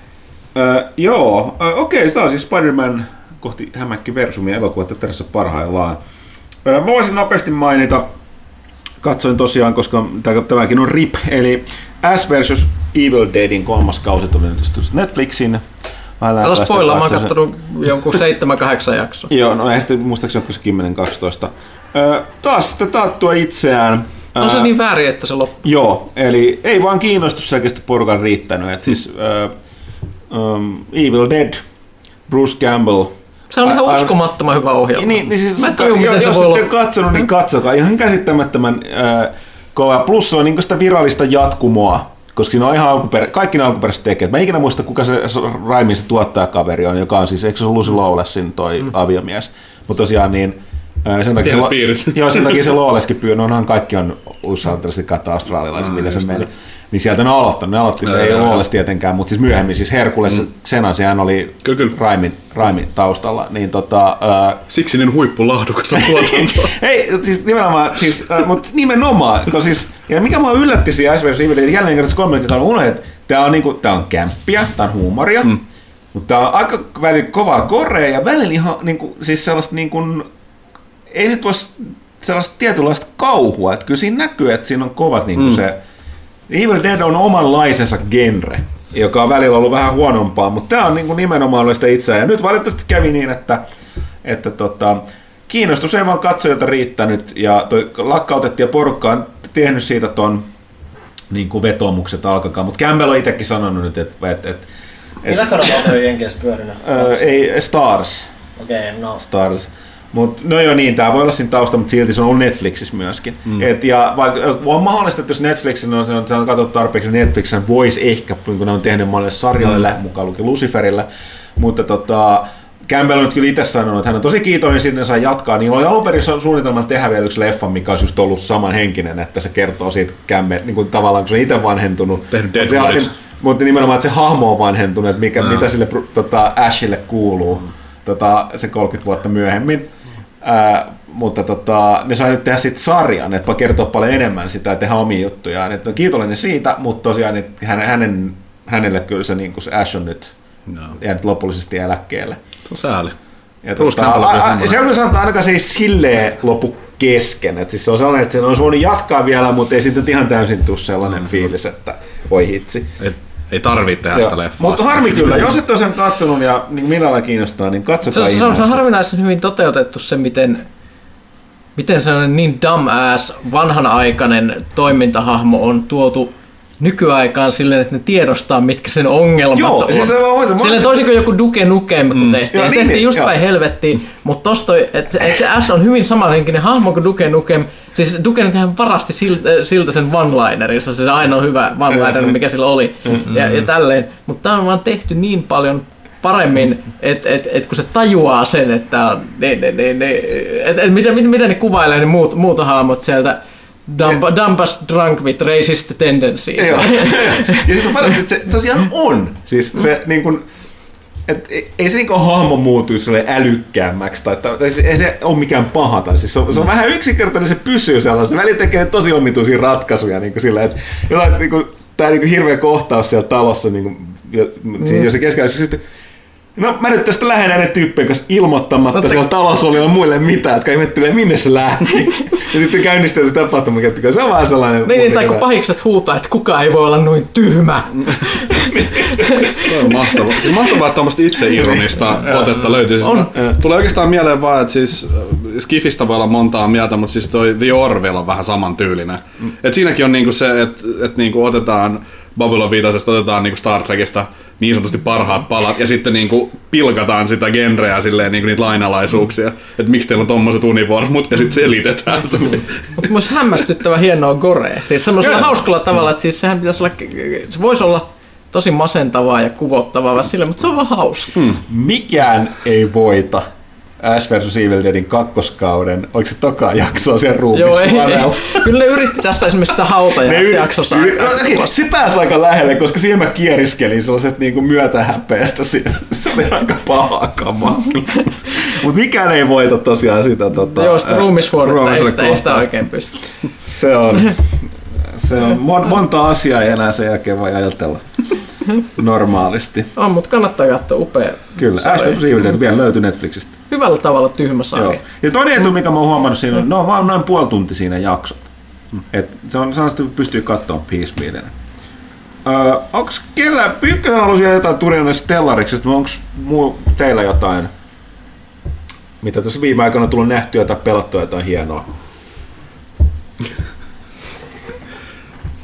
Ö, joo, ö, okei, sitä on siis Spider-Man kohti hämähäkki-versumia elokuva tässä parhaillaan. Ö, mä voisin nopeasti mainita, katsoin tosiaan, koska tämäkin on R I P, eli Ash versus. Evil Deadin kolmas kausi tuli nyt Netflixin. Älä spoilaa, mä oon kattonut jonkun seitsemän kahdeksan jaksoa. Joo, no eihän sitten muistaakseni joku kymmenen kaksitoista. Öö, taas sitten taattua itseään. On se niin väärin, että se loppuu. Joo, eli ei vaan kiinnostus selkeästi porukan riittänyt. Et siis, öö, um, Evil Dead, Bruce Campbell, Se on ihan uskomattoman hyvä ohjelma. Niin, niin siis, Mä en tajua, jo, miten se jos voi olla. ette katsonut, niin katsokaa. Ihan käsittämättömän äh, kova. Plus se on niin sitä virallista jatkumoa, koska siinä on ihan alkuperä, kaikki ne alkuperäiset tekijät. Mä en ikinä muista, kuka se Raimin se tuottajakaveri on, joka on siis, eikö se ole Lucy Lawlessin toi mm. aviomies. Mutta tosiaan niin, äh, sen takia se, joo, sen takia se Lawlesskin pyy, no onhan kaikki on uussaantaisesti katsoa australialaisia, mitä se meni. Niin sieltä ne on aloittanut. Ne aloitti, ei ole Lawless tietenkään, mutta siis myöhemmin, siis Herkules, mm. Senan, sehän oli Raimin, Raimin taustalla. Niin tota, ää... Siksi niin huippulaadukasta tuotantoa. Ei, siis nimenomaan, siis, äh, mutta nimenomaan, kun siis, ja mikä mua yllätti siinä Ice versus. Evil, jälleen kerran kolmekymmentä on unohdin, että tää on, niinku, tää on kämppiä, tää on huumoria, mm. mutta tää on aika välillä kovaa korea ja välillä ihan niinku, siis sellaista niinku, ei nyt vois sellaista tietynlaista kauhua, että kyllä siinä näkyy, että siinä on kovat niinku mm. se, Evil Dead on omanlaisensa genre, joka on välillä ollut vähän huonompaa, mutta tämä on niin kuin nimenomaan ollut sitä itseään. Ja nyt valitettavasti kävi niin, että, että tota, kiinnostus ei vaan katsojilta riittänyt, ja toi lakkautettiin, ja porukka on tehnyt siitä ton niin kuin vetomukset alkakaan. Mutta Campbell on itsekin sanonut nyt, että... että, että millä kanavalla on Jenkeissä pyörinyt? Öö, ei, Stars. Okei, okay, no. Stars. Mut, no joo niin, tää voi olla siinä tausta, mutta silti se on ollut Netflixissä myöskin. Mm. Et, ja vaikka on mahdollista, että jos Netflixin on, on, on katsottu tarpeeksi, niin Netflix voisi ehkä, kun ne on tehnyt monelle sarjoille, mm. mukaan luki Luciferille, mutta tota, Campbell on nyt kyllä itse sanonut, että hän on tosi kiitollinen siitä, että ne saa jatkaa. Niin oli alun perin suunnitelma tehdä vielä yksi leffa, mikä olisi just ollut samanhenkinen, että se kertoo siitä Campbell, niin kuin tavallaan, kun se on itse vanhentunut. Tehnyt mutta, se, mutta nimenomaan, että se hahmo on vanhentunut, että mikä, no. mitä sille tota, Ashille kuuluu mm. tota, se kolmekymmentä vuotta myöhemmin. Ää, mutta tota, ne sai nyt tehdä sitten sarjan, että kertoa paljon enemmän sitä ja tehdä omia juttujaan. Et on kiitollinen siitä, mutta tosiaan että hänen, hänelle kyllä se, niin se Ash on nyt no. jäänyt lopullisesti eläkkeelle. Se on sääli. Ja tota, a, a, se on kyllä sanotaan, ainakaan se ei silleen lopu kesken. Et siis se on sellainen, että se olisi voinut jatkaa vielä, mutta ei siitä ihan täysin tule sellainen mm. fiilis, että voi hitsi. Et, ei tarvitse tehdä sitä leffaa. Mutta harmi kyllä, jos et ole sen katsonut ja niin minä kiinnostaa, niin katsokaa se, se, on, se on harvinaisen hyvin toteutettu se, miten, miten sellainen niin dumbass vanhanaikainen toimintahahmo on tuotu nykyaikaan silleen, että ne tiedostaa, mitkä sen ongelmat joo, on. Siis se on silleen toisin kuin joku Duke Nukem, kun mm. tehtiin. Ja se tehtiin niin, just päin helvettiin, mutta tossa toi, että et se Ash on hyvin samanhenkinen hahmo kuin Duke Nukem. Siis Duke Nukem varasti siltä, siltä sen one-linerissa, se ainoa hyvä one-liner, mikä sillä oli. Ja, ja tälleen. Mutta tää on vaan tehty niin paljon paremmin, että et, et kun se tajuaa sen, että on, ne, ne, ne, ne, et, et, miten, miten ne kuvailee ne muut, muut hahmot sieltä. Dumb, dumbass drunk with racist tendencies. Joo. Ja siis on parasti, että se tosiaan on. Siis se niin kuin, et, ei se niin kuin hahmo muutu sellainen älykkäämmäksi, tai, tai siis ei se ole mikään paha. Tai siis se on, se on vähän yksinkertainen, se pysyy sellaista. Se välillä tekee tosi omituisia ratkaisuja. Niin kuin sillä, että jotain, niin kuin, tämä niin kuin hirveä kohtaus siellä talossa, niin kuin, mm. jos se keskellä. No mä nyt tästä lähden näiden tyyppien kanssa ilmoittamatta Totta... siellä talossa oli muille mitään, jotka ihmettelee minne se lähti. Ja sitten käynnistää se tapahtuma, että se on vähän sellainen... Niin, tai kun pahikset huutaa, että kukaan ei voi olla noin tyhmä. Se on mahtavaa. Siis mahtavaa, että tuommoista itseironista otetta löytyy. Siis tulee oikeastaan mieleen vaan, että siis Skifistä voi olla montaa mieltä, mutta siis toi The Orville on vähän samantyylinen. Mm. Et siinäkin on niinku se, että et niinku otetaan Babylon viitosesta, otetaan niinku Star Trekista niin sanotusti parhaat palat, ja sitten niinku pilkataan sitä genreä silleen niinku niitä lainalaisuuksia, että miksi teillä on tommoset univormut, ja sitten selitetään se. Mutta myös hämmästyttävä hienoa gorea. Siis semmoisella hauskalla tavalla, että siis sehän pitäisi olla, se voisi olla tosi masentavaa ja kuvottavaa sille, mutta se on vaan hauska. Hmm. Mikään ei voita Ash versus. Evil Deadin kakkoskauden, oliko se toka jaksoa siellä ruumisvarrella? Kyllä ne yritti tässä esimerkiksi sitä hautajaisjaksossa aikaa. No, se pääsi aika lähelle, koska siihen mä kieriskelin sellaiset niinku myötähäpeästä. Se oli aika pahaa kamaa. Mutta mikään ei voita tosiaan sitä. Tota, joo, sitä ruumisvuoretta ei sitä oikein pysty. Se on, se on mon, monta asiaa ei enää sen jälkeen voi ajatella normaalisti. On, mutta kannattaa katsoa, upea. Kyllä, Ash versus. Evil Dead vielä löytyy Netflixistä. Hyvällä tavalla tyhmä sarja. Ja toinen etu, mikä mä oon huomannut siinä, on, ne on vaan noin puoli tunti siinä jaksot. Hmm. Et se on sellaista, että pystyy katsomaan piecemealinä. Öö, onks kellä, Pyykkönen halusi vielä jotain Turinainen Stellariksesta, mutta onks muu, teillä jotain, mitä tuossa viime aikoina on tullut nähtyä tai pelattua jotain hienoa?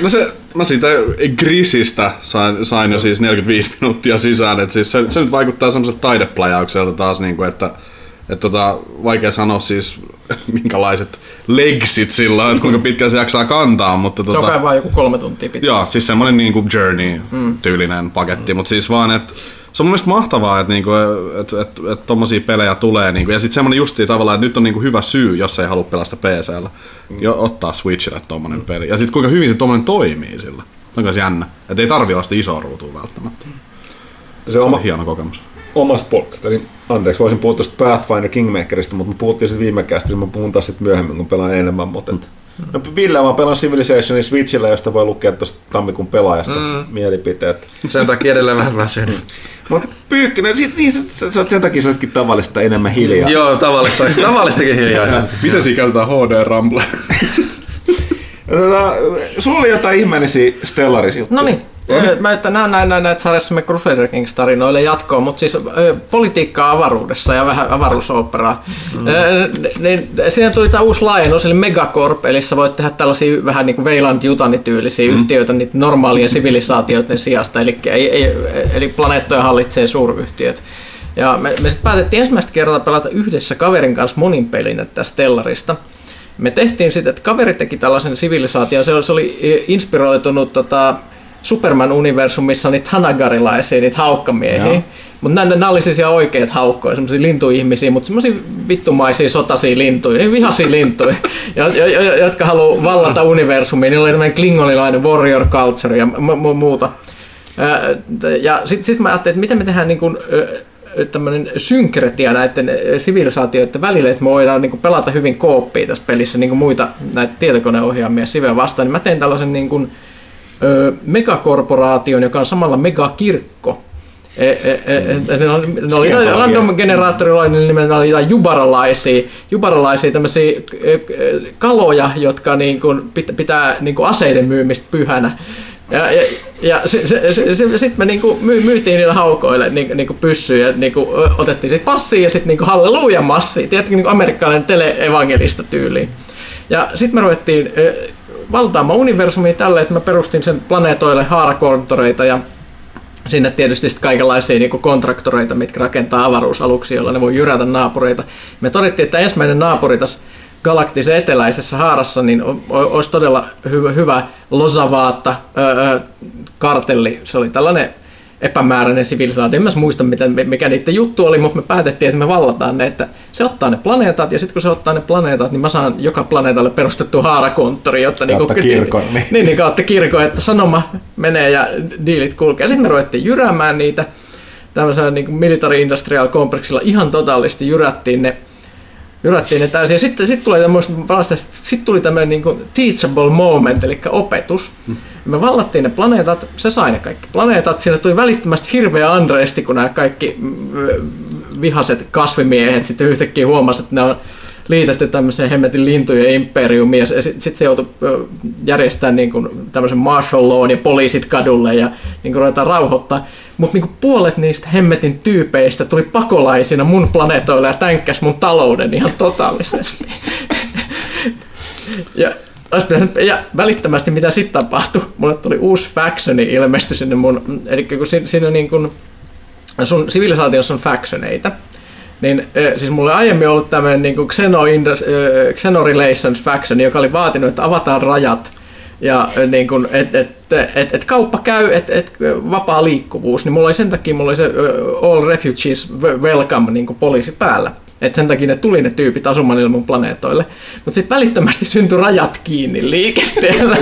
no se, mä siitä Grisistä sain, sain jo siis neljäkymmentäviisi minuuttia sisään, että siis se, se nyt vaikuttaa semmoiselta taidepläjäykseltä taas, niin kuin, että et tota, vaikea sanoa siis minkälaiset legsit sillä on, että kuinka pitkään se jaksaa kantaa, mutta se tota, on vaan joku kolme tuntia pitkä. Joo, siis semmoinen niinku Journey-tyylinen mm. paketti, mutta siis vaan, että se on mun mielestä mahtavaa, että niinku, et, et, et tommosia pelejä tulee, niinku, ja sitten semmoinen justiin tavallaan, että nyt on niinku hyvä syy, jos ei halua pelata P C:llä, mm. jo ottaa Switchille tommonen mm. peli. Ja sitten kuinka hyvin se tommonen toimii sillä. Se on myös jännä, että ei tarvitse olla sitä isoa ruutua välttämättä. Se, se on oma, hieno kokemus. Omasta polkasta, niin anteeksi, voisin puhua tuosta Pathfinder Kingmakerista, mutta me puhuttiin sitten viime kästissä, mä puhun taas sitten myöhemmin, kun pelaan enemmän, mutta mm. no, Ville, mä pelaan Civilizationin Switchillä, josta voi lukea tuosta tammikuun pelaajasta mm. mielipiteet. Sen takia edelleen vähän väsynyt. Mutta Pyykkinen, niin, sä, sä, sen takia sä oletkin tavallista enemmän hiljaa. Joo, tavallista, tavallistakin hiljaa. Miten siinä käytetään H D-ramble? tota, sulla oli jotain ihmeellisiä Stellaris-juttuja. No niin. Mä että näen näin, näin, näitä sarjassamme Crusader Kings tarinoille jatkoon, mutta siis politiikkaa avaruudessa ja vähän avaruusoperaa. Mm. Niin, siinä tuli tämä uusi laajennus, eli Megacorp, eli sä voit tehdä tällaisia vähän niin kuin Weyland-Yutani-tyylisiä mm. yhtiöitä niitä normaalien sivilisaatioiden sijasta, eli, eli planeettoja hallitsee suuryhtiöt. Ja me, me sitten päätettiin ensimmäistä kertaa pelata yhdessä kaverin kanssa monin pelin tästä Stellarista. Me tehtiin sitten, että kaveri teki tällaisen sivilisaation, se oli, se oli inspiroitunut tota, Superman-universumissa niitä hanagarilaisia, niitä haukkamiehiä. Mutta nämä oli siis ihan oikeat haukkoja, semmoisia lintuihmisiä, mutta semmoisia vittumaisia sotaisia lintuja, niin vihaisia lintuja, jotka haluaa vallata universumia. Niillä oli tämmöinen klingonilainen warrior culture ja mu- muuta. Ja sitten sit mä ajattelin, että miten me tehdään niin kuin, tämmöinen synkretia näiden sivilisaatioiden välillä, että me voidaan niin kuin pelata hyvin kooppia tässä pelissä, niin kuin muita näitä tietokoneohjaamia siveä vastaan. Niin mä tein tällaisen niin kuin, ö, megakorporaation, joka on samalla megakirkko. E, e, e, ne oli, ne oli random-generaattorilla, niin ne oli jotain jubaralaisia, jubaralaisia tämmöisiä kaloja, jotka niin kuin pitää, pitää niin kuin aseiden myymistä pyhänä. Ja, ja, ja sitten sit, sit, sit me niinku myytiin niillä haukoille niinku, niinku pyssyjä ja niinku otettiin sit passia ja sitten niinku halleluja massia. Tiedätkö, niinku amerikkalainen tele-evangelista tyyliin. Ja sitten me ruvettiin e, valtaamaan universumia tälle, että mä perustin sen planeetoille haarakonttoreita ja sinne tietysti sit kaikenlaisia niinku kontraktoreita, mitkä rakentaa avaruusaluksia, joilla ne voi jyrätä naapureita. Me todettiin, että ensimmäinen naapuri tässä galaktisen eteläisessä haarassa niin olisi todella hyvä, hyvä Losavaatta öö, kartelli. Se oli tällainen epämääräinen sivilisaatio. En mä muista, miten, mikä niiden juttu oli, mutta me päätettiin, että me vallataan ne, että se ottaa ne planeetat, ja sitten kun se ottaa ne planeetat, niin mä saan joka planeetalle perustettua haarakonttori, jotta kautta niin, kirkon. Niin, niin, niin kautta kirkon, että sanoma menee ja diilit kulkee. Sitten me ruvettiin jyräämään niitä tämmöisellä niin kuin military industrial kompleksilla ihan totaalisesti jyrättiin ne Jyrättiin ne täysin. Ja sitten sit tuli tämmöistä, sit tuli tämmöinen niinku teachable moment, eli opetus. Me vallattiin ne planeetat, se sai ne kaikki planeetat. Siinä tuli välittömästi hirveä andresti, kun nämä kaikki vihaset kasvimiehet sitten yhtäkkiä huomasivat, että ne on liitetty tämmöiseen hemmetin lintujen imperiumiin. Ja sitten sit se joutui järjestämään niinku tämmöisen martial lawn ja poliisit kadulle ja niinku ruvetaan rauhoittaa. Mutta niinku puolet niistä hemmetin tyypeistä tuli pakolaisina mun planeetoille ja tänkkäs mun talouden ihan totaalisesti. ja, ja välittömästi mitä sitten tapahtui, mulle tuli uusi factioni ilmestyi sinne mun, eli kun siinä niin kun sun sivilisaatiossa on factioneita, niin siis mulla aiemmin ollut tämmöinen niin Xeno, Xeno Relations faction, joka oli vaatinut, että avataan rajat ja niin kun, et, et, et, et kauppa käy, että et, vapaa liikkuvuus, niin mulla oli sen takia mulla oli se All Refugees Welcome niin poliisi päällä. Että sen takia ne tuli ne tyypit asumaan niille mun planeetoille. Mutta sitten välittömästi syntyi rajat kiinni liike siellä,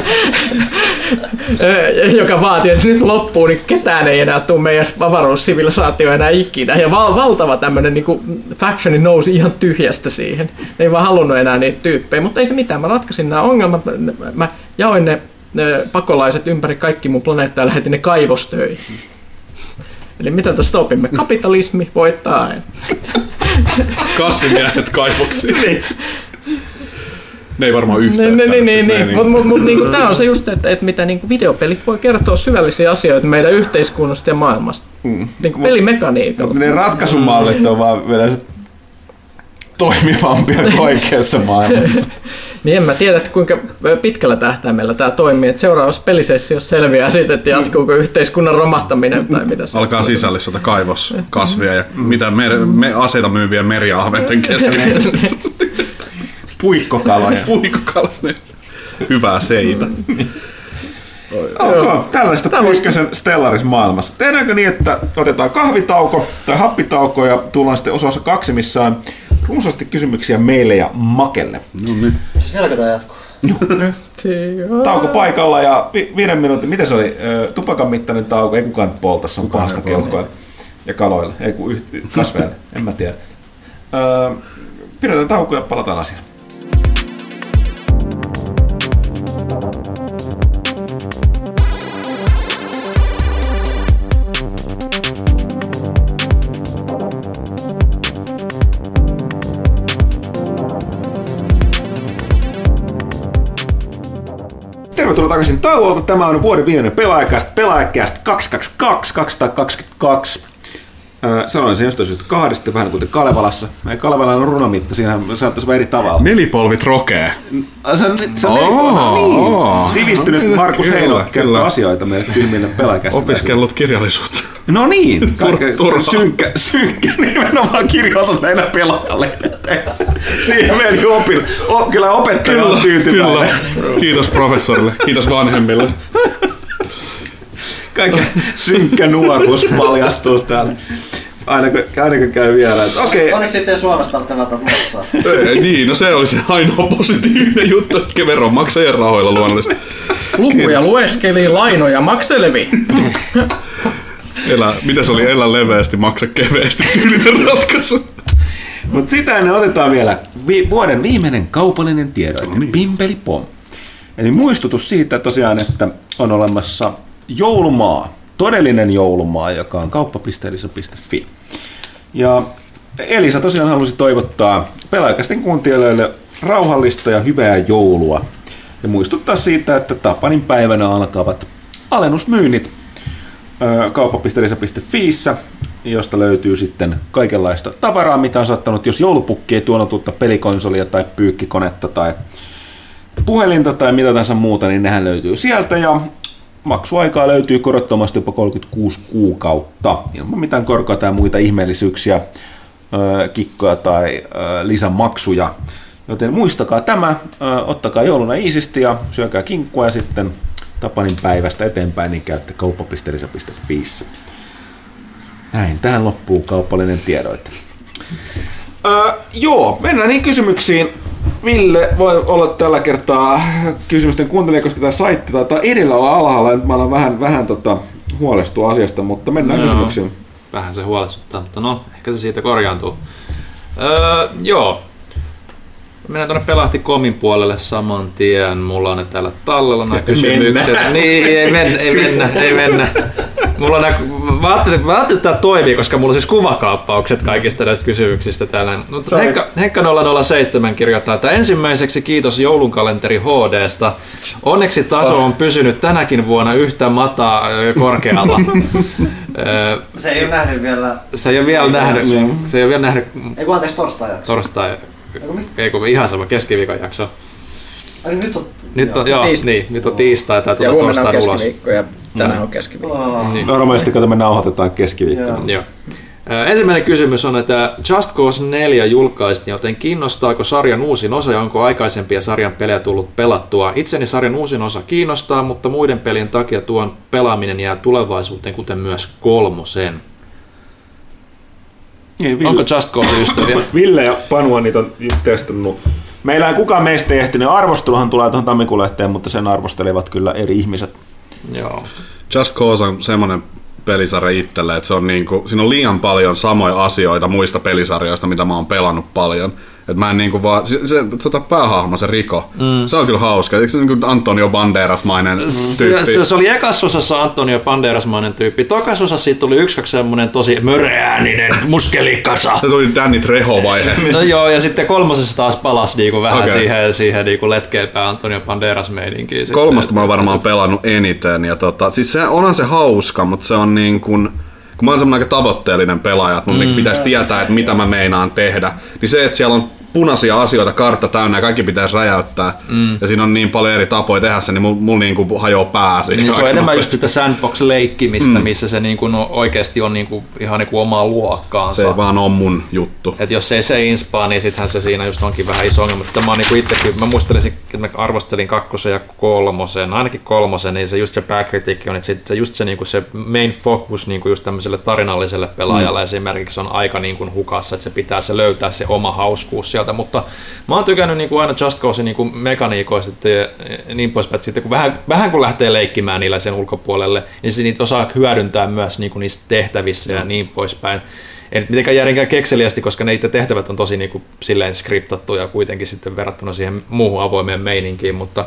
joka vaatii, että nyt loppuu, niin ketään ei enää tule meidän avaruussivilisaatio enää ikinä. Ja val- valtava tämmöinen niin factioni nousi ihan tyhjästä siihen. Ne ei vaan halunnut enää niitä tyyppejä, mutta ei se mitään. Mä ratkaisin nämä ongelmat. Mä jaoin ne, ne pakolaiset ympäri kaikki mun planeettaa ja lähetin ne kaivostöihin. Eli mitä tästä opimme? Kapitalismi voittaa aina. Kasvimiehet kaivoksiin. Niin. Ne ei varmaan yhtään. Niin, niin, niin, niin. Mutta mut, mut, niinku, tämä on se just, että, että mitä niinku videopelit voi kertoa syvällisiä asioita meidän yhteiskunnasta ja maailmasta. Mm. Niinku pelimekaniikalla. Ne ratkaisumallit on vaan vielä toimivampia kuin oikeassa maailmassa. Niin en mä tiedä, että kuinka pitkällä tähtäimellä tämä toimii. Että seuraavassa pelisessiossa selviää siitä, että jatkuuko yhteiskunnan romahtaminen tai mitä se alkaa sisällissota kaivoskasvia ja mitä mer- me aseita myyviä meriahventen kesken. Puikkokaloja. Puikkokaloja. Hyvää seitä. Okay, tällaista Pyykkösen Stellaris-maailmassa. Tehdäänkö niin, että otetaan kahvitauko tai happitauko ja tullaan sitten osassa kaksi, missä on runsaasti kysymyksiä meille ja Makelle. No niin. Vieläkö tämä jatkuu? Tauko paikalla ja vi- viiden minuutin, mitä se oli? Tupakan mittainen tauko, ei kukaan polta, se on pahasta keuhkoille ja kaloille, ei kun yht- kasveille, en mä tiedä. Öö, pidetään tauko ja palataan asiaan. Tervetuloa takaisin tauolta. Tämä on vuoden viimeinen Pelaajakäst, Pelaajakäst kaksisataakaksikymmentäkaksi, kaksisataakaksikymmentäkaksi. Öö, sanoin sen jostain syystä kahdesta, vähän kuten Kalevalassa. Ei Kalevalalla on runomitta, siinä saattaisi olla eri tavalla. Nelipolvit rokee. Se on, se on Oh, niin. oh. Sivistynyt Markus Kyllä, Heino kyllä. kertoo asioita meille tyhmille Pelaajakästä. Opiskellut kirjallisuutta. No niin, Tur- turhaa. synkkä, synkkä nimenomaan kirjoitat näillä pelaajalle. Siihen meni opilla. O, kyllä opettaja on tyytyväinen. Kyllä. Kiitos professorille, kiitos vanhemmille. Kaiken synkkä nuoruus paljastuu täällä. Aina kun, aina kun käy vielä. Että okei. Onneksi sitten ei Suomesta tarvitse välttämättä maksaa. Ei, niin, no se oli se ainoa positiivinen juttu, että veronmaksajien rahoilla luonnollisesti. lukuja lueskeli, lainoja makselevi. Elä, mitä se oli? Elä leveästi, maksa keveästi, tyylinen ratkaisu. Mutta sitä ennen otetaan vielä vi- vuoden viimeinen kaupallinen tiedoite, no niin. Pimpeli pom. Eli muistutus siitä tosiaan, että on olemassa joulumaa, todellinen joulumaa, joka on kauppa piste elisa piste fi. Ja Elisa tosiaan halusi toivottaa Pelaajakästin kuuntelijoille rauhallista ja hyvää joulua. Ja muistuttaa siitä, että Tapanin päivänä alkavat alennusmyynnit kauppa piste elisa piste fiissä, josta löytyy sitten kaikenlaista tavaraa, mitä on saattanut, jos joulupukki ei tuonut uutta pelikonsolia tai pyykkikonetta tai puhelinta tai mitä tahansa muuta, niin nehän löytyy sieltä ja maksuaikaa löytyy korottomasti jopa kolmekymmentäkuusi kuukautta ilman mitään korkoa tai muita ihmeellisyyksiä, kikkoja tai lisämaksuja. Joten muistakaa tämä, ottakaa jouluna iisisti ja syökää kinkkua ja sitten Tapanin päivästä eteenpäin, niin käytte kauppa piste elisa piste fiissä. Näin, tähän loppuu kaupallinen tiedoite. Öö, joo, mennään niin kysymyksiin. Ville voi olla tällä kertaa kysymysten kuuntelija, koska tämä saitti taitaa edellä olla alhaalla. Nyt mä olen vähän, vähän tota, huolestua asiasta, mutta mennään no, kysymyksiin. Vähän se huolestuttaa, mutta no, ehkä se siitä korjaantuu. Öö, joo. Mennään tuonne Pelahti.comin puolelle saman tien. Mulla on ne täällä tallella nämä kysymykset. Niin, ei mennä, ei mennä, ei mennä. Mulla on nää, mä ajattelin, mä ajattelin, että tämä toimii, koska mulla on siis kuvakaappaukset kaikista näistä kysymyksistä täällä. Mutta Henkka, Henkka nolla nolla seitsemän kirjoittaa, että ensimmäiseksi kiitos joulunkalenteri H D:stä. Onneksi taso on pysynyt tänäkin vuonna yhtä mataa korkealla. Se ei ole nähnyt vielä. Se ei ole vielä nähnyt. Se ei ole vielä nähnyt. Ei kun anteeksi torstai jakso. Torstai. Ei kun ihan sama keskiviikon jakso. Ai nyt on. Nyt on, joo, niin, nyt on tiistai tai tuota ja huomenna on torstain ulos. keskiviikko ja tänään on keskiviikko. Oh. Niin. Normaalisti kun me nauhoitetaan keskiviikkona. Joo. Ensimmäinen kysymys on, että Just Cause neljä julkaistiin, joten kiinnostaako sarjan uusin osa ja onko aikaisempia sarjan pelejä tullut pelattua? Itseni sarjan uusin osa kiinnostaa, mutta muiden pelien takia tuon pelaaminen jää tulevaisuuteen, kuten myös kolmosen. Niin, onko Just Cause ystäviä? Ville ja Panu on niitä testannut. Meillä ei kukaan meistä ei ehtinyt. Arvosteluhan tulee tuohon tammikuun lehteen, mutta sen arvostelevat kyllä eri ihmiset. Joo. Just Cause on semmoinen pelisarja itselle, että se on niinku, siinä on liian paljon samoja asioita muista pelisarjoista, mitä mä oon pelannut paljon. Että mä en niinku vaan, se, se tota päähahmo, se Rico, mm. se on kyllä hauska. Eikö se niinku Antonio Banderas-mainen tyyppi? Se, se oli ekas osassa Antonio Banderas-mainen tyyppi. Tokas osassa siitä tuli yksi kaksi semmonen tosi möreääninen muskelikasa. Se tuli Danny Trejo-vaihe. No joo, ja sitten kolmosessa taas palasi niinku vähän Okay. siihen, siihen niinku letkeilpään Antonio Banderas-meininkiin. Kolmasta mä oon varmaan pelannut eniten. Ja tota, siis se, onhan se hauska, mutta se on niin kuin, kun mä oon semmoinen aika tavoitteellinen pelaaja, että mun mm. pitäisi tietää, että mitä mä meinaan tehdä, niin se, että siellä on punaisia asioita, kartta täynnä ja kaikki pitäisi räjäyttää. Mm. Ja siinä on niin paljon eri tapoja tehdä se, niin mulla mul niinku hajoaa pää siihen. Niin se on enemmän just sitä sandbox-leikkimistä, mm. missä se niinku no, oikeasti on niinku, ihan niinku omaa luokkaansa. Se vaan on mun juttu. Et jos ei se inspaa, niin sittenhän se siinä just onkin vähän iso ongelma. Sitä mä niinku itsekin, mä muistelisin, että mä arvostelin kakkosen ja kolmosen, ainakin kolmosen, niin se just se pääkritiikki on, että se just se, niinku se main focus niinku just tämmöiselle tarinalliselle pelaajalle mm. esimerkiksi on aika niinku hukassa, että se pitää se löytää se oma hauskuus sieltä, mutta mä oon tykännyt niinku aina Just Causein niinku mekaniikoista ja niin poispäin, että sitten kun vähän, vähän kun lähtee leikkimään niillä sen ulkopuolelle, niin se niitä osaa hyödyntää myös niinku niissä tehtävissä ja niin poispäin. Ei nyt mitenkään järjenkään kekseliästi, koska niitä tehtävät on tosi niinku silleen skriptattuja kuitenkin sitten verrattuna siihen muuhun avoimeen meininkiin, mutta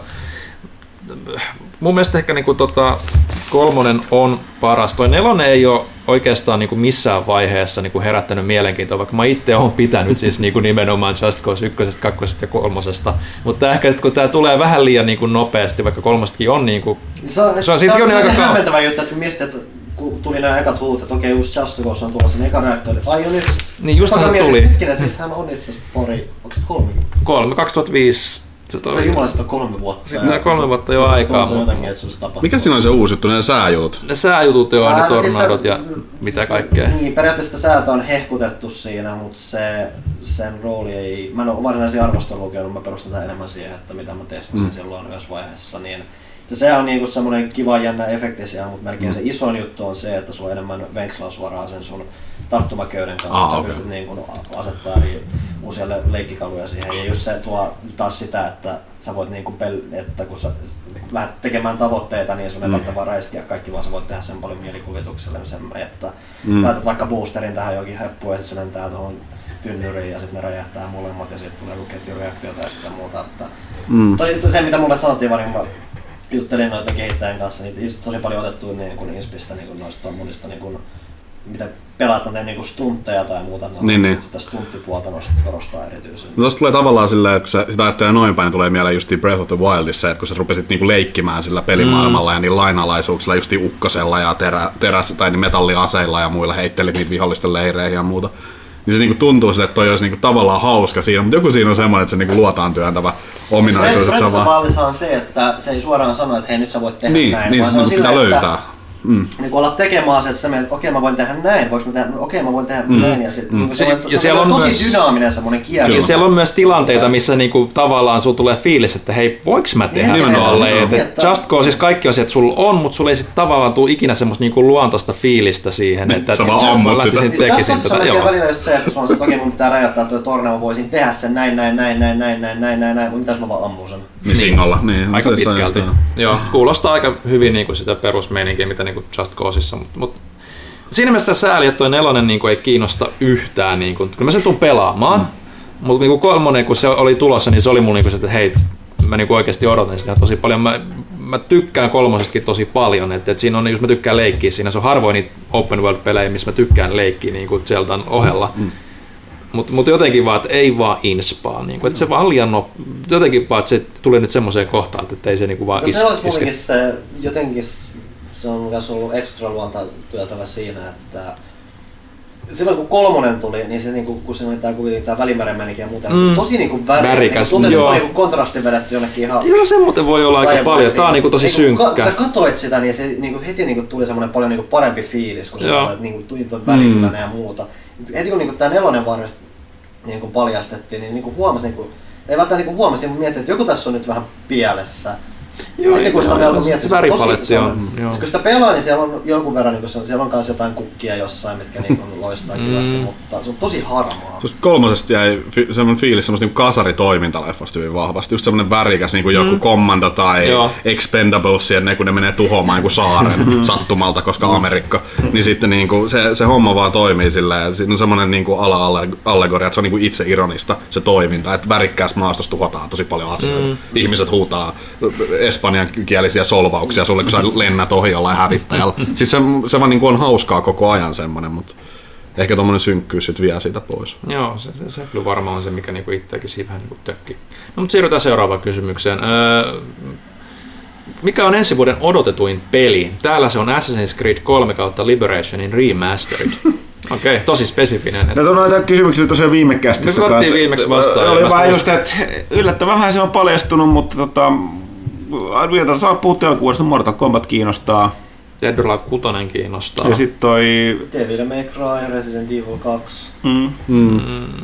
mun mielestä ehkä niinku tota, kolmonen on paras. Toi nelonen ei ole oikeastaan niinku missään vaiheessa niinku herättänyt mielenkiintoa, vaikka mä itse olen pitänyt siis niinku nimenomaan Just Cause ykkösestä, kakkosesta ja kolmosesta. Mutta ehkä kun tää tulee vähän liian niinku nopeasti, vaikka kolmostakin on niinku... Se on, se on, se on, on se aika hämmentävä juttu, että miettii, että kun tuli nämä ekat huut, että okei, just Just Cause on tulossa, niin eka reaktori, ai jo nyt. Niin just se tuli. Hetkinen, sittenhän on itse asiassa pari, onko se kolme? Kolme, kaksituhattaviisi. Se toi... Jumala, sitten on kolme vuotta. Sitten on kolme vuotta jo aikaa. Jotenkin, että se mikä siinä on se uusi juttu, ne sääjutut? Ne sääjutut jo, ne tornadot siis ja mitä kaikkea. Niin, periaatteessa säätä on hehkutettu siinä, mutta se, sen rooli ei... Mä en ole varsinaisia arvostelua lukenut, mä perustan enemmän siihen, että mitä mä testasin mm. silloin yhdessä vaiheessa. Niin, ja se on niinku semmoinen kiva jännä efekti siellä, mutta melkein mm. se isoin juttu on se, että sulla on enemmän venkslausvaraa sen sun tarttumaköyden kanssa. Ah, sä okay. pystyt niinku asettaa eri uusia leikkikaluja siihen. Ja just se tuo taas sitä, että sä voit niinku pel- että kun sä lähdet tekemään tavoitteita, niin sun ei mm. tarvitse vaan räiskiä kaikki, vaan sä voit tehdä sen paljon mielikuvituksellisemmin, että mm. laitat vaikka boosterin tähän jokin heppuun ja se lentää tuohon tynnyriin ja sitten ne räjähtää molemmat ja sitten tulee joku ketjureaktiota ja sitä muuta. Että mm. toi, se mitä mulle sanottiin vaan, niin mä juttelin noita kehittäjien kanssa, niin tosi paljon otettu niin kuin inspistä niin kuin noista monista niin kuin, mitä pelaat on niinku stuntteja tai muuta, niin, niin. Sitä stunttipuolta korostaa erityisen. No tosta tulee tavallaan silleen, että kun sä sitä ajattelee noin päin, niin tulee mieleen just Breath of the Wildissa, että kun sä rupesit niinku leikkimään sillä pelimaailmalla mm. ja niin lainalaisuuksilla, just ukkosella ja terä, teräs- tai metalliaseilla ja muilla heittelit niitä vihollisten leireihin ja muuta. Niin se niinku tuntuu sille, että toi olisi niinku tavallaan hauska siinä, mutta joku siinä on semmoinen, että se niinku luotaan työntävä ominaisuus. Se Breath of the Wildissa on se, että se ei suoraan sano, että hei nyt sä voit tehdä niin, näin, niin, vaan se, se on pitää sille, löytää. Mm. Niin olla tekemään asiat, että okei mä voin tehdä näin, voiko mä tehdä, okei mä voin tehdä mm. näin ja, sit, mm. se, se, ja se on tosi myös, dynaaminen semmoinen kierro. Ja siellä on myös tilanteita, missä niinku tavallaan sulla tulee fiilis, että hei, voiko mä tehdä niin, tolleen. Just Cause, siis kaikki asiat sulla on, mutta sulla ei sitten tavallaan tule ikinä semmoista niinku luontaista fiilistä siihen, niin, että sä vaan ammut sitä. Tekisin tätä. Se on välillä just se, että sulla on se, että okei mun pitää rajoittaa tuo torna, mä voisin tehdä sen näin, näin, näin, näin, näin, näin, näin, näin, näin, mutta mitäs mä vaan ammun sen. Niin singolla. Niin, aika pitkälti. Joo, kuulostaa aika hyvin niinku sitä perusmeininkiä, mitä niinku Just Causeissa, mutta mut, siinä mielessä sääli, että toi nelonen niinku ei kiinnosta yhtään. Niinku, kyllä mä sen tuun pelaamaan, mm. mutta niinku kolmonen, kun se oli tulossa, niin se oli mulla niinku se, että hei, mä niinku oikeasti odotan sitä tosi paljon. Mä, mä tykkään kolmosestakin tosi paljon, että et siinä on, jos mä tykkään leikkiä, siinä se on harvoin niitä open world-pelejä, missä mä tykkään leikkiä niinku Zeldan ohella. Mm. Mutta mut jotenkin vaan, että ei vaan inspaa, niinku, että se vaan liian no, jotenkin vaan, että se tulee nyt semmoiseen kohtaan, että ei se niinku vaan is, se olisi iske. Se, jotenkin se on myös ollut ekstra luontatyötävä siinä, että silloin kun kolmonen tuli, niin se niinku, kun siinä oli tää, tää Välimeren meininki ja muuta, mm. tosi niinku värikäs. värikäs. Se tuntui niinku kontrasti vedetty jonnekin ihan... Joo, se muuten voi olla aika paljon. Tää on niinku tosi synkkä. Kun sä katoit sitä, niin se niinku heti niinku tuli semmoinen paljon niinku parempi fiilis, kun sä olet niinku tuli tuon värikyläinen mm. ja muuta. Heti kun niinku tää nelonen varmasti niinku paljastettiin, niin niinku huomasi, niinku, ei välttämättä niinku huomasi, mutta mietin, että joku tässä on nyt vähän pielessä. Joo, sitten kun sitä joo, on miettiä, se väripaletti on. on kun sitä pelaa, niin siellä on jonkun verran, niin on, siellä on myös jotain kukkia jossain, mitkä niin loistaa mm. kivasti, mutta se on tosi harmaa. Kolmosesta jäi semmoinen fiilis semmoista niin kasaritoimintaleffasta hyvin vahvasti. Just semmoinen värikäs, niin kuin mm. joku Commando tai joo. Expendables, ne, kun ne menee tuhoamaan joku saaren sattumalta, koska mm. Amerikka. Niin sitten niin kuin, se, se homma vaan toimii silleen. Ja siinä on semmoinen niin kuin ala-allegoria, että se on niin kuin itse ironista se toiminta. Että värikkäässä maastossa tuhotaan tosi paljon asioita. Mm. Ihmiset huutaa espanjankielisiä solvauksia sulle, kun sä lennät ohi jollain hävittäjällä. Siis se, se vaan niin kuin on hauskaa koko ajan semmoinen, mutta ehkä tommonen synkkyys sit vie siitä pois. Joo, se, se, se kyllä varmaan on se, mikä niinku itseäkin siinä vähän niinku tökkii. No, mutta siirrytään seuraavaan kysymykseen. Öö, mikä on ensi vuoden odotetuin peli? Täällä se on Assassin's Creed kolme kautta Liberationin Remastered. Okei, okay, tosi spesifinen. No on noita kysymyksiä tosiaan viime kästissä kanssa. viimeksi vastaan. Oli vaan just, että yllättävän vähän se on paljastunut, mutta tota, puhuttiin alkuvuodesta, Mortal Kombat kiinnostaa. Dead or Alive kuusi kiinnostaa. Ja sit toi... Devil May Cry, Resident Evil kaksi. Mm. Mm.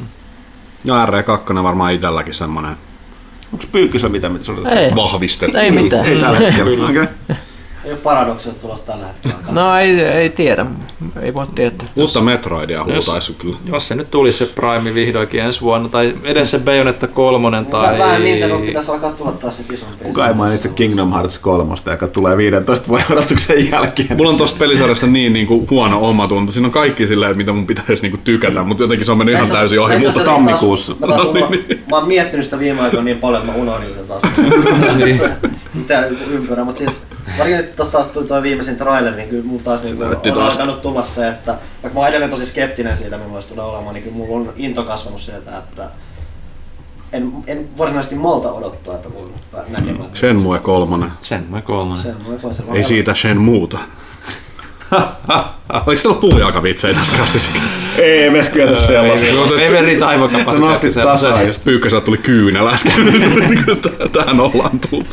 Ja R kaksi varmaan itselläkin semmonen Onko Pyykkösellä mitään, mitä sulla Ei. vahvistettu? Ei mitään. Ei tällä hetkellä. Okay. Ei ole paradokset tulossa tällä hetkellä. No ei, ei tiedä. Ei voi tietää. Uutta Metroidia huutaisi kyllä. Jos se nyt tulisi se Prime vihdoinkin ensi vuonna, tai edes se Bayonetta kolmonen, tai... Vähän niitä, kun pitäisi alkaa tulla taas sit isompi. Kuka ei mainitse Kingdom Hearts kolme, joka tulee viidentoista vuoden odotuksen jälkeen. Mulla on tosta pelisarjasta niin niinku huono omatunto. Siinä on kaikki silleen, mitä mun pitäisi niinku tykätä, mutta jotenkin se on mennyt ihan täysin ohi. Mutta tammikuussa. Mä, taas, mä, mä oon miettinyt sitä viime aikoina niin paljon, että mä unohdin sen taas. Mitä ympyrää, mutta siis varsinkin nyt tossa taas tuli toi viimeisin traileri, niin kyllä mulla taas niin on taas alkanut tulla se, että vaikka mä oon edelleen tosi skeptinen siitä, millaista tulee olemaan, niin kyllä mulla on into kasvanut sieltä, että en, en varsinaisesti malta odottaa, että mun näkemään. Shenmue kolmonen. Shenmue kolmonen. Shenmue, ei siitä Shenmuuta. Oliko siellä puujalkavitsejä tässä kastissa? Ei me kyetä sellaisia. Ei me riitä aivokapasiteetti. Se nosti tasaa just. Pyykköseltä tuli kyynel äsken. Tähän ollaan tultu.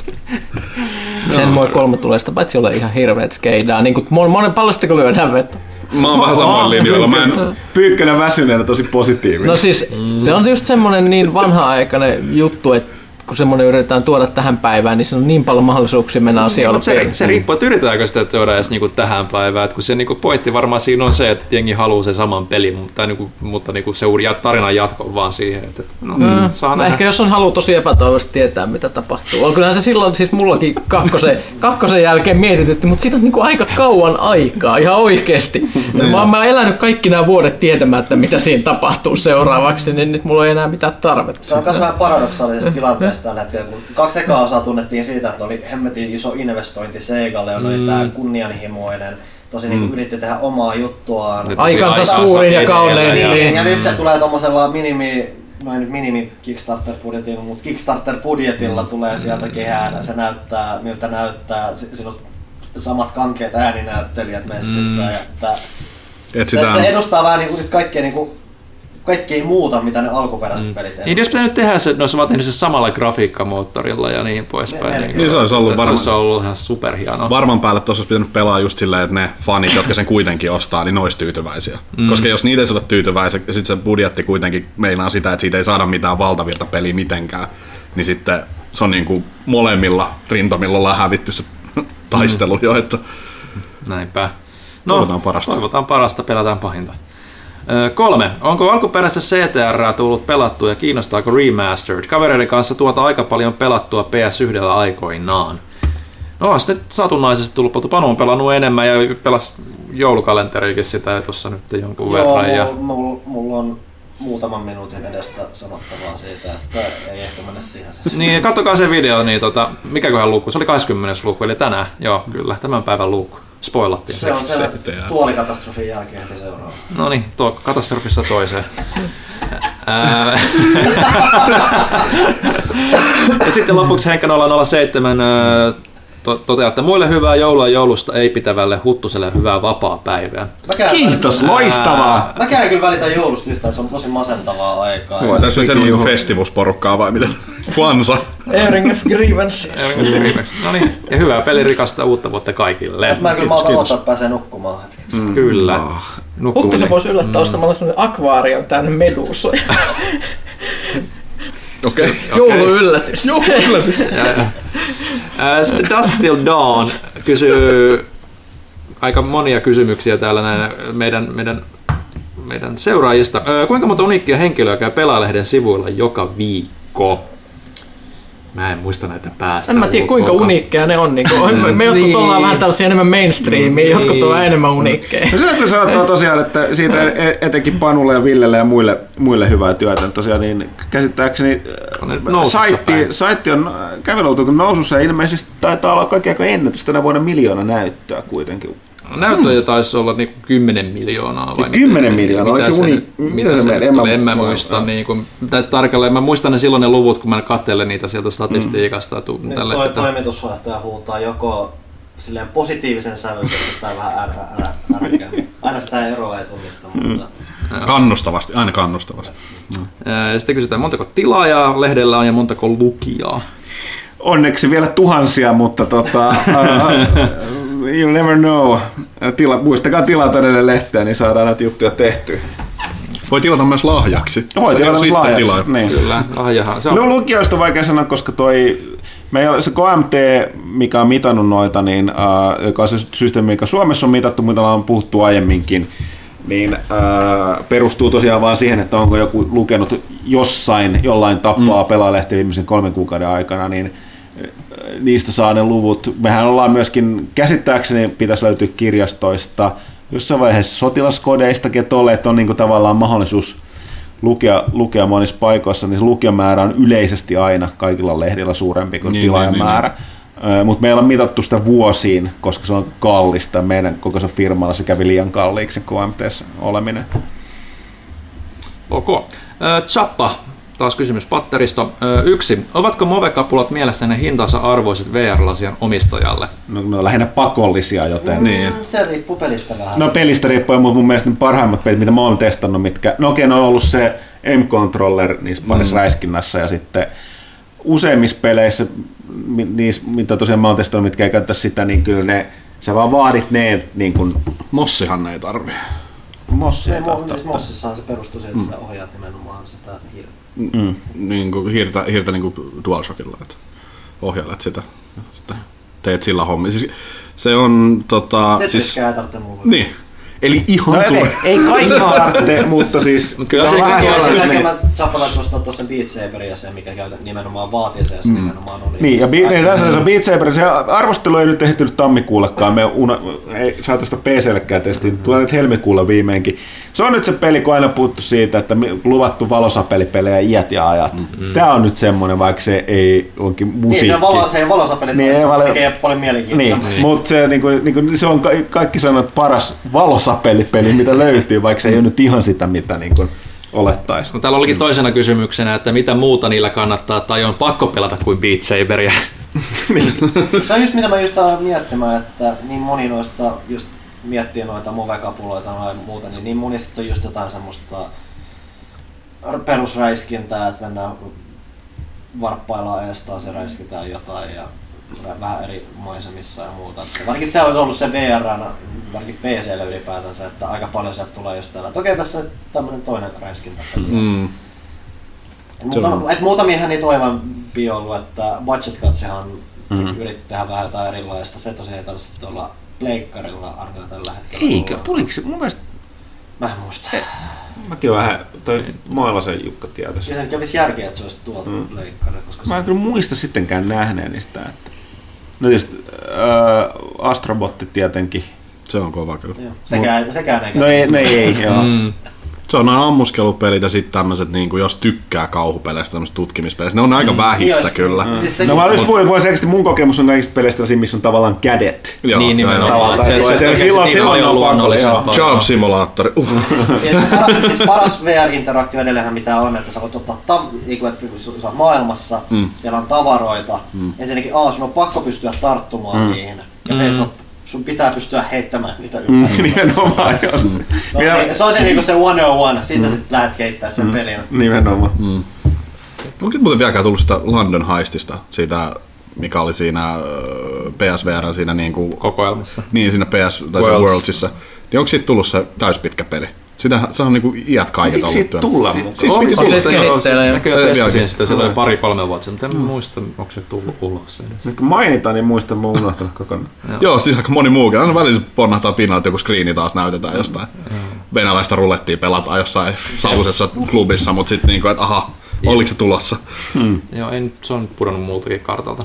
Shenmue kolme tulee sitä, paitsi olla ihan hirveet skeidaa. Niin kuin monen pallostiko lyödään vettä. Mä oon vähän samoin linjoilla. Mä en... Pyykkönen väsyneenä tosi positiivinen. No siis se on just semmonen niin vanha-aikainen juttu, että kun semmoinen yritetään tuoda tähän päivään, niin se on niin paljon mahdollisuuksia mennä asioilla. Se, se riippuu, että yritetäänkö sitä tuoda edes niinku tähän päivään. Että kun se niinku pointti varmaan siinä on se, että jengi haluaa sen saman pelin, mutta, niinku, mutta niinku se tarinan jatko vaan siihen. Että, no, mm. saa no ehkä jos on halu tosi epätoivoisesti tietää, mitä tapahtuu. Kyllähän se silloin, siis mullakin kakkosen, kakkosen jälkeen mietitytti, mutta siitä on niinku aika kauan aikaa, ihan oikeasti. Mä oon elänyt kaikki nämä vuodet tietämättä, mitä siinä tapahtuu seuraavaksi, niin nyt mulla ei enää mitään tarvetta. Se on myös vähän paradoksaalisessa tilanteessa tällä hetkellä, kun kaksi ekaa osaa tunnettiin siitä, että oli hemmetin iso investointi Segalle, on mm. tämä kunnianhimoinen, tosi niin yritti tehdä omaa juttuaan. Aikansa suurin ja kaunein. Ja, ja, ja nyt se tulee tommosella minimi, noin minimi Kickstarter-budjetilla, mutta Kickstarter-budjetilla tulee sieltä kehään, se näyttää miltä näyttää, siinä on samat kankeet ääninäyttelijät messissä, mm. että Et se, se edustaa vähän niin kuin kaikkea niin kuin kaikki ei muuta, mitä ne alkuperäiset mm. pelit eivät. Niin jos pitää nyt tehdä se, että ne olisi vaan tehnyt se samalla grafiikkamoottorilla ja niin poispäin. Niin, niin se olisi ollut varmaan. Se ollut ihan superhienoa. Varman päälle tuossa olisi pitänyt pelaa just silleen, että ne fanit, jotka sen kuitenkin ostaa, niin ne olisi tyytyväisiä. Mm. Koska jos niitä ei ole tyytyväisiä, ja sitten se budjetti kuitenkin meinaa sitä, että siitä ei saada mitään valtavirta peliä mitenkään, niin sitten se on niin kuin molemmilla rintamilla ollaan hävitty se taistelu jo. Että näinpä. No, toivotaan parasta. Toivotaan parasta, pelataan pahinta. Kolme. Onko alkuperäistä C T R tullut pelattua ja kiinnostaako Remastered? Kavereiden kanssa tuota aika paljon pelattua P S yksi aikoinaan. No on sitten satunnaisesti tullut, mutta Panu on pelannut enemmän ja pelasi joulukalenteriikin sitä tuossa nyt jonkun Joo, verran. Ja... mulla, mulla on muutaman minuutin edestä sanottavaa siitä, että ei ehkä mennä siihen. Niin, katsokaa se video, niin tota, mikäköhän luku? Se oli kaksikymmentä luku, eli tänään. Joo, kyllä, tämän päivän luku. Spoilattiin. Se on se tuolikatastrofin jälkeen heti seuraava. No niin, tuo katastrofissa toiseen. Ja sitten lopuksi Henkka nolla nolla seitsemän to- toteaa, että muille hyvää joulua joulusta ei pitävälle Huttuselle hyvää vapaa-päivää. Kiitos, loistavaa! Mäkään en kyllä välitä joulusta yhtään, se on tosi masentavaa aikaa. Voi, tässä on sen festivusporukkaa vai mitä? Fansa. Airing of Grievance. No niin, ja hyvää pelirikasta uutta vuotta kaikille. Mä kyllä malta odottaa, että pääsee nukkumaan hetkeksi. Mm. Kyllä. Oh. Huttusen voisi yllättää mm. ostamalla sellainen akvaarion tänne meduusoja. Okei. Okay. Jouluyllätys. Jouluyllätys. Sitten Dusk Till Dawn kysyy aika monia kysymyksiä täällä näin meidän, meidän, meidän seuraajista. Kuinka monta uniikkia henkilöä käy Pelaalehden sivuilla joka viikko? Mä en muista näitä päästä. En mä tiedä kuinka uniikkeja ne on. Niin kuin, me jotkut niin. ollaan vähän tällaisia enemmän mainstreamia, niin. jotkut ollaan enemmän uniikkeja. No, sitä kyllä sanotaan tosiaan, että siitä etenkin Panulle ja Villelle ja muille, muille hyvää työtä. Tosiaan niin käsittääkseni saitti, saitti on kävelöutunut nousussa ja ilmeisesti taitaa olla kaikki aika ennätys tänä vuonna miljoona näyttöä kuitenkin. Näyttöjä taisi olla niinku kymmenen miljoonaa. Vai kymmenen miljoonaa? Mitä se, uni, mitä se, se meidän? En, mä, en mä muista. Niin kuin, tarkalleen, mä muistan ne silloin ne luvut, kun mä katselen niitä sieltä statistiikasta. Mm. Nyt toi että... toimitusjohtaja huutaa joko silleen positiivisen sävyisesti tai vähän ärkää. Aina sitä eroa ei tunnista, mutta... Kannustavasti, aina kannustavasti. Mm. Ja sitten kysytään, montako tilaajaa lehdellä on ja montako lukijaa? Onneksi vielä tuhansia, mutta tota, uh, you never know. Tila, muistakaa tilata edelleen lehteä, niin saadaan näitä juttuja tehtyä. Voi tilata myös lahjaksi. Voi tilata myös lahjaksi. Niin. Kyllä, lahjahan se on. No lukijoista on vaikea sanoa, koska toi, meillä se K M T, mikä on mitannut noita, niin, uh, joka on se systeemi, mikä Suomessa on mitattu, mitä on puhuttu aiemminkin, niin uh, perustuu tosiaan vaan siihen, että onko joku lukenut jossain jollain tapaa mm. pelaalehtiä viimeisen kolmen kuukauden aikana, niin niistä saa ne luvut. Mehän ollaan myöskin, käsittääkseni pitäisi löytyä kirjastoista, jossain vaiheessa sotilaskodeistakin, että ole, että on niin kuin tavallaan mahdollisuus lukea, lukea monissa paikoissa, niin se lukijamäärä on yleisesti aina kaikilla lehdillä suurempi kuin niin, tilaajamäärä. Niin, niin. Mutta meillä on mitattu sitä vuosiin, koska se on kallista. Meidän koko se firmalla se kävi liian kalliiksi K M T:ssä oleminen. Ok. Chappa. Taas kysymys patterista. Yksi. Ovatko Move-kapulat mielestäni hintansa arvoiset V R-lasien omistajalle? No, ne on lähinnä pakollisia, joten... Mm, niin. Se riippuu pelistä vähän. No pelistä riippuu, mutta mun mielestä ne parhaimmat pelit, mitä mä oon testannut, mitkä... No okei, ne on ollut se M-Controller niissä parissa mm. räiskinnässä ja sitten useimmissa peleissä, niissä, mitä tosiaan mä oon testannut, mitkä ei käytä sitä, niin kyllä ne... Sä vaan vaadit ne niin kuin... Mossihan ne ei tarvi. Mossi ei tarvi. Siis Mossissahan se perustuu siihen, että mm. sä ohjaat nimenomaan sitä hiirtä. Mm. Niin kuin hiirtä, hiirtä niin kuin DualShockilla, että ohjailet sitä ja sitten teet sillä hommia. Siis se on tota... Tetris ei tarvitse muuta. Niin. Eli ihan no, tuo... Ei kaikki tarvitse, mutta siis... Kyllä se vähän sen takia mä Zappalaisen ostaa tuossa Beat Saberia se, mikä käytän nimenomaan vaatii se, ja se mm. nimenomaan oli... Niin, ja bi- niin, tässä on Beat Saber, se arvostelu ei nyt ehtinyt tammikuullekaan, me una, ei saatu sitä P C:llekään testiin, mm-hmm. tulee nyt helmikuulla viimeinkin. Se on nyt se peli, kun aina puhuttu siitä, että luvattu valosapelipelejä iät ja ajat. Mm-hmm. Tämä on nyt semmoinen, vaikka se ei onkin musiikki. Niin, se, valo, se ei valosapelit, niin, ei valo... tekee paljon mielenkiintoista. Niin, mutta se, niin kuin, niin kuin, se on ka- kaikki sanoo, paras valosapelipeli, mitä löytyy, vaikka se ei ole nyt ihan sitä, mitä niin kuin olettaisiin. No, täällä olikin toisena kysymyksenä, että mitä muuta niillä kannattaa tai on pakko pelata kuin Beat Saberia. Se on just mitä mä just aloin miettimään, että niin moni noista just miettii noita Move-kapuloita tai muuta, niin niin moni sitten on just jotain semmoista perusräiskintää, että mennään varppaillaan ees taas ja räiskitään jotain ja vähän eri maisemissa ja muuta. Että varsinkin se olisi ollut se V R-nä, varsinkin P C:llä ylipäätänsä, että aika paljon sieltä tulee just täällä, että okei tässä on tämmönen toinen räiskintä. Mm. Et muutam, et muutamiahan niitä oivampia ollut, että Budget Cutsihan mm. yritti tehdä vähän jotain erilaista, se tosiaan ei tarvitse olla pleikkarilla ainakaan tällä hetkellä. Eikö? Tuliko se? Mun mielestä... Mä en muista. Mäkin vähän, toi Moilasen Jukka tietäisi. Ja se kävisi järkeä, että se olisi tuolta mm. pleikkarilla. Mä en kyllä muista sittenkään nähneeni sitä, että... No tietysti äh, Astrobotti tietenkin. Se on kova kyllä. Joo. Sekään, sekään ei. No ei, no ei joo. Mm. Se on nämä ammuskelupelit ja sitten tämmöiset, niin kuin, jos tykkää kauhupeleistä, tämmöiset tutkimispeleistä, ne on aika mm. vähissä kyllä. Mm. Siis no mä olisin puhunut, että mun kokemus on kaikista peleistä missä on tavallaan kädet. Joo, niin nimenomaan. Se, se, se, silloin, silloin on luonnollisempaa. Job simulaattori. Uh. Siis paras V R-interaktio edelleenhän mitä on, että sä voit ottaa, tav- että kun sä oot maailmassa, mm. siellä on tavaroita, mm. ensinnäkin A, sun on pakko pystyä tarttumaan mm. niihin, ja B, sun sun pitää pystyä heittämään niitä ympäri. Mm, nimenomaan, jos. Mm. Se on se, se, on se, niinku se sata yksi, siitä mm. sit lähdet keittää sen mm. pelin. Nimenomaan. Mm. Onko muuten vieläkään tullut sitä London Heistista, siitä, mikä oli siinä P S V R siinä niinku... kokoelmassa. Niin, siinä P S tai Worlds. Worldsissa. Niin onko siitä tullut se täyspitkä peli? Sitä, se on niinku iät kaiket ollut. Siitä tulla mukaan? Siitä piti tulla. Kehitteillä. Näköjään testasin sitä silloin pari-kolme vuotta, mutta en muista, onko se tullut ulos. Nyt kun mainitaan, niin muistan, mä oon unohtanut kokonaan. Joo, siis aika moni muukin. Aina välissä ponnahtaa pinnalla, että joku screeni taas näytetään jostain. Venäläistä rulettia pelataan jossain sausessa klubissa, mutta sitten niinku, että aha, oliko se tulossa? Joo, se on nyt pudonnut muultakin kartalta.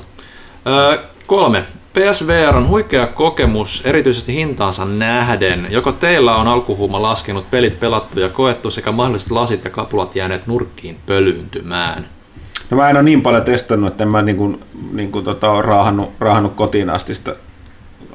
Kolme. P S V R on huikea kokemus, erityisesti hintaansa nähden. Joko teillä on alkuhuuma laskenut, pelit pelattu ja koettu sekä mahdolliset lasit ja kapulat jääneet nurkkiin pölyyntymään? No mä en ole niin paljon testannut, että en mä niinku, niinku tota, ole raahannut, raahannut kotiin asti sitä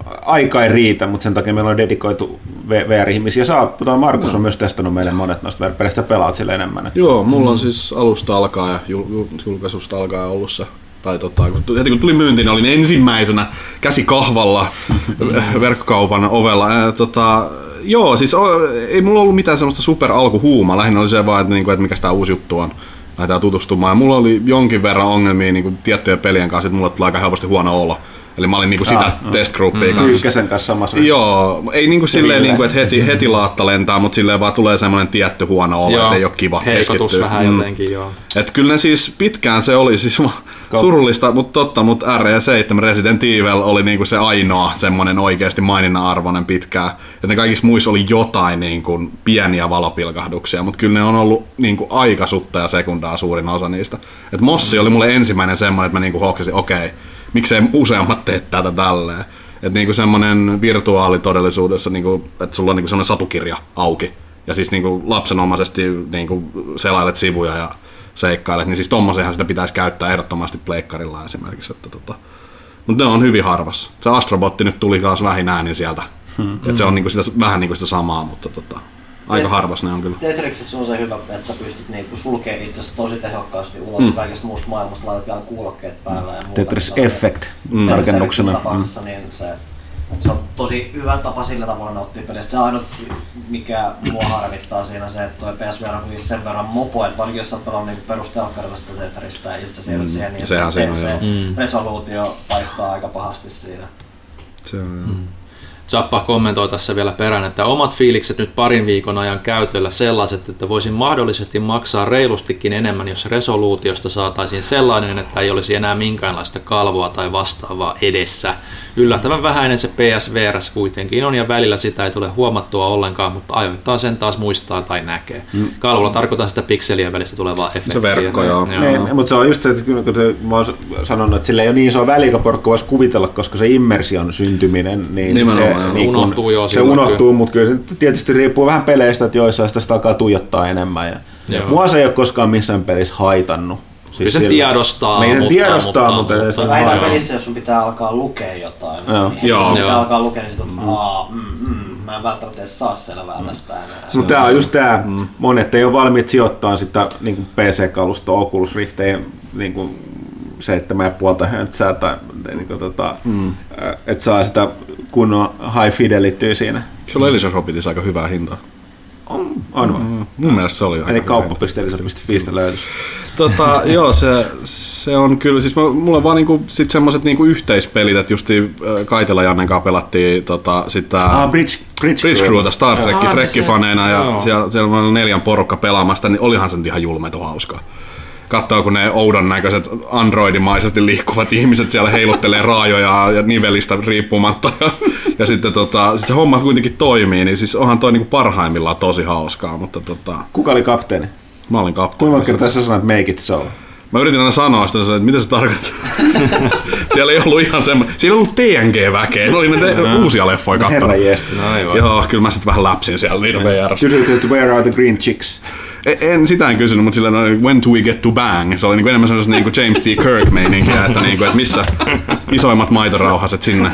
aika ei riitä, mutta sen takia meillä on dedikoitu V R-ihmisiä. Sä, Markus on myös testannut meille monet noista V R-peleistä, pelaat sille enemmän. Joo, mulla on siis alusta alkaa ja julkaisusta alkaa ollut se. Tai tota, heti kun tuli myyntiin, olin ensimmäisenä käsi kahvalla verkkokaupan ovella. Ja, tota, joo, siis ei mulla ollut mitään semmoista super alkuhuumaa. Lähinnä oli se vaan, että, niinku, että mikä tämä uusi juttu on. Lähdetään tutustumaan. Ja mulla oli jonkin verran ongelmia niinku, tiettyjen pelien kanssa, että mulla tuli aika helposti huono olo. Eli mä olin niinku sitä ah, testgroupia mm. kanssa. Kyykkäsen kanssa samassa. Joo, ei niinku silleen, niinku, että heti, heti laatta lentää, mutta silleen vaan tulee semmoinen tietty huono olo, että ei ole kiva keskittyä. Heikotus vähän mm. jotenkin, joo. Et kyllä ne siis pitkään se oli siis surullista, mutta totta, mutta R E seitsemän Resident Evil oli niinku se ainoa semmoinen oikeasti maininnan arvoinen pitkään. Et ne kaikissa muissa oli jotain niinku pieniä valopilkahduksia, mutta kyllä ne on ollut niinku aika sutta ja sekundaa suurin osa niistä. Et Mossi oli mulle ensimmäinen semmoinen, että mä niinku hoksasin, okei, okay, miksei useammat tee tätä tälleen. Että niinku semmoinen virtuaalitodellisuudessa, niinku, että sulla on niinku semmoinen satukirja auki. Ja siis niinku lapsenomaisesti niinku selailet sivuja ja seikkailet, niin siis tommosenhan sitä pitäisi käyttää ehdottomasti pleikkarilla esimerkiksi. Että tota. Mutta ne on hyvin harvassa. Se Astrobotti nyt tuli taas vähin äänin sieltä. Hmm. Että se on niinku sitä, vähän niinku sitä samaa, mutta tota, aika harvas ne on kyllä. Tetriksessä on se hyvä, että sä pystyt niinku sulkemaan itsesi tosi tehokkaasti ulos mm. kaikesta muusta maailmasta, laitat vielä kuulokkeet päällä ja muuta. Tetris Effect mm. tarkennuksena. Tapauksessa niin se, se on tosi hyvä tapa sillä tavalla nauttia pelistä. Se ainoa, mikä mua harvittaa siinä se, että toi P S V R on sen verran mopo, että varsinkin jos sä oot pelannut niinku perustelkkarilla sitä Tetristä ja sitten sä siirryt siihen, niin se, se, se resoluutio paistaa aika pahasti siinä. Se on mm. Zappa kommentoi tässä vielä perään, että omat fiilikset nyt parin viikon ajan käytöllä sellaiset, että voisin mahdollisesti maksaa reilustikin enemmän, jos resoluutiosta saataisiin sellainen, että ei olisi enää minkäänlaista kalvoa tai vastaavaa edessä. Yllättävän vähäinen se P S V R kuitenkin on ja välillä sitä ei tule huomattua ollenkaan, mutta ajoittain sen taas muistaa tai näkee. Mm. Kalvolla tarkoitan sitä pikselien välistä tulevaa efektiä. Se verkko, joo. joo. Ne, mutta se on just se, että kun mä oon sanonut, että sillä ei ole niin iso väliä, kun porukka voisi kuvitella, koska se immersion syntyminen, niin se, se, niin unohtuu, joo, se unohtuu, mutta kyllä se tietysti riippuu vähän peleistä, että joissain sitä alkaa tuijottaa enemmän. Ja mua se ei ole koskaan missään pelissä haitannut. Siis se tiedostaa, niin, mutta, tiedostaa, mutta, mutta, mutta, mutta vähintään pelissä, jos sun pitää alkaa lukea jotain, joo. niin Joo. jos sun Joo. pitää alkaa lukea, niin sit on, mm. Aa, mm, mm, mä en välttämättä edes saa selvää mm. tästä enää. Mutta tää on just tää, mm. monet ei ole valmiit sijoittamaan sitä niin P C-kalustoa, Oculus Rift ei niin seitsemän pilkku viisi höntsää, tai niin kuin, tota, mm. että saa sitä kunnon high fidelityä siinä. Se oli Elisa Hobbitissa aika hyvää hintaa. On, on vai? Mm, mun mielestä se oli aika eli kauppa piste elisa piste fi löytys. Tota, joo, se, se on kyllä, siis mulla on vaan niinku sit semmoset niinku yhteispelit, että justi Kaitela Jannen kanssa pelattiin tota, sitä ah, Bridge, Bridge, Bridge Crewta Star Trek, ah, trekkifaneina ja joo. siellä, siellä on neljän porukka pelaamasta, niin olihan se ihan julmeto hauskaa. Katsoo, kun ne oudon näköiset androidimaisesti liikkuvat ihmiset siellä heiluttelee raajoja ja nivelistä riippumatta. Ja, ja sitten tota, sit se homma kuitenkin toimii, niin siis onhan toi niinku parhaimmillaan tosi hauskaa. Mutta tota, kuka oli kapteeni? Mä olin kapteeni. Kuinka monta kertaa sä sanoit make it so? Mä yritin aina sanoa sitä, että mitä se tarkoittaa. Siellä ei ollut ihan semmoinen. Siinä ei ollut T N G-väkeä. Ne oli ne te- uusia leffoja kattonut. Herra jeestis. Joo, kyllä mä sitten vähän läpsin siellä niitä V R:ssä. Kysyit, että where are the green chicks? En, en sitä en kysynyt, mutta sillä oli when do we get to bang? Se oli niinku enemmän sellaista niinku James T. Kirk-meininkiä, että, niinku, että missä isoimmat maitorauhaset sinne.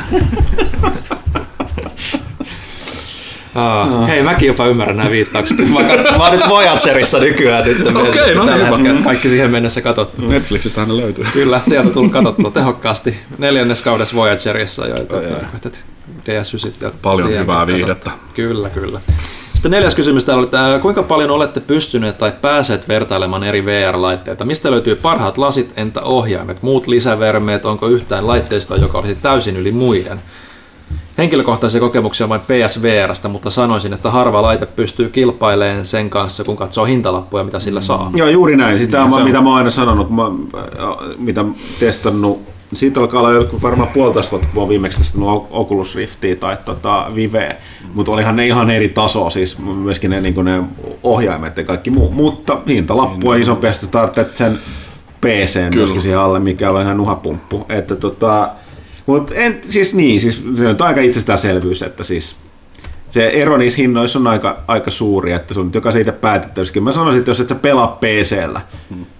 Ah, hei, mäkin jopa ymmärrän nämä viittaukset. Mä, kat- mä oon nyt Voyagerissa nykyään. Okei, okay, no tällä hyvä. hetkellä kaikki siihen mennessä katsottu. Netflixistähän ne löytyy. Kyllä, sieltä on tullut katsottua tehokkaasti. Neljännes kaudessa Voyagerissa jo. D S yhdeksän. Paljon hyvää viihdettä. Kyllä, kyllä. Sitten neljäs kysymys täällä oli, että kuinka paljon olette pystyneet tai pääseet vertailemaan eri V R-laitteita? Mistä löytyy parhaat lasit, entä ohjaimet, muut lisävermeet, onko yhtään laitteistoa, joka olisi täysin yli muiden? Henkilökohtaisia kokemuksia vain P S V R:stä, mutta sanoisin, että harva laite pystyy kilpailemaan sen kanssa, kun katsoo hintalappuja, mitä sillä saa. Joo, juuri näin. Sitä on, mitä mä oon aina sanonut, mä, mitä testannut. Siitä alkaa olla varmaan puolitoista vuotta, kun mä oon viimeksi testannut Oculus Riftia tai tota Viveä. Mm. Mutta olihan ne ihan eri tasoa, siis myöskin ne, niin ne ohjaimet ja kaikki muu. Mutta hintalappu on isompi ja sitten tarvitset sen P C:n myöskin siihen alle, mikä on vähän nuhapumppu. Että tota, mutta en, siis niin, siis se on aika itsestäänselvyys, että siis se ero niissä hinnoissa on aika, aika suuri, että sun nyt joka siitä päätettävissä. Mä sanoisin, että jos et sä pelaa P C:llä, hmm.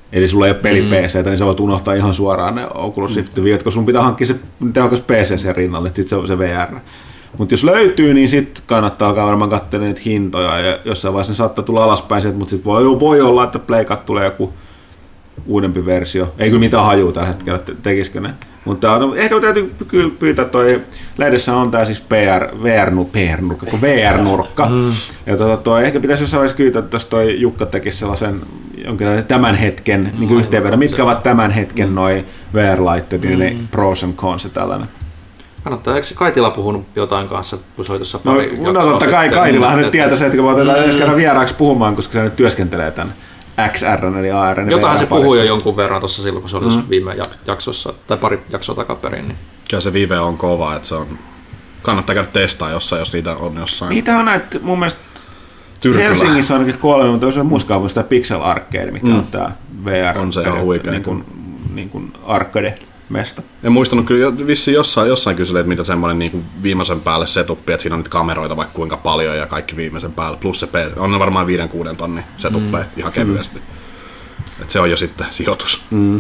eli sulla ei ole peli-P C:tä, niin sä voit unohtaa ihan suoraan ne Oculus Rift Viet, koska sun pitää hankkia se tehokas P C sen rinnalle, että sit se on se V R. Mutta jos löytyy, niin sitten kannattaa alkaa varmaan katsoa niitä hintoja, ja jossain vaiheessa ne saattaa tulla alaspäin sieltä, mutta sitten voi, voi olla, että Playkat tulee joku uudempi versio. Ei kyllä mitään hajuu tällä hetkellä, tekisikö ne. Mutta no, ehkä täytyy pyytää, toi lehdessä on tää siis P R, V R-nurkka, V R-nurkka. Mm. Ja tota, toi, ehkä pitäisi jossain vaiheessa kyytää, että jos toi Jukka tekisi sellaisen jonkinlainen tämän hetken niin kuin yhteenvedon. Mitkä ovat tämän hetken mm. noi V R-laitteet, mm. ne pros and cons ja tällainen. Kannattaa, eikö Kaitila puhunut jotain kanssa, kun se oli tuossa pari No, no totta kai Kaitilahan nyt tietäisi, että kun otetaan ensi kerran vieraaksi puhumaan, koska se nyt työskentelee tämän X R eli A R. Jotain se puhui jo jonkun verran tuossa silloin, kun se oli mm. viime jaksossa, tai pari jaksoa takaperin. Niin. Kyllä se viive on kova, että se on... Kannattaa käydä testaa jossain, jos niitä on jossain. Niitä on näitä, mun mielestä Tyrkylä. Helsingissä on ainakin kolme, mutta jos on muussa kaupungissa tämä Pixel Arcade, mikä mm. on tämä V R. On se ihan huikea. Niin kuin, niin kuin arcade-mesta. En muistanut kyllä, vissiin jossain, jossain kysyä, että mitä semmoinen niin viimeisen päälle setuppi, että siinä on nyt kameroita vaikka kuinka paljon ja kaikki viimeisen päälle, plus se P C. On varmaan viiden kuuden tonnin setuppeja mm. ihan kevyesti. Mm. Et se on jo sitten sijoitus. Mm.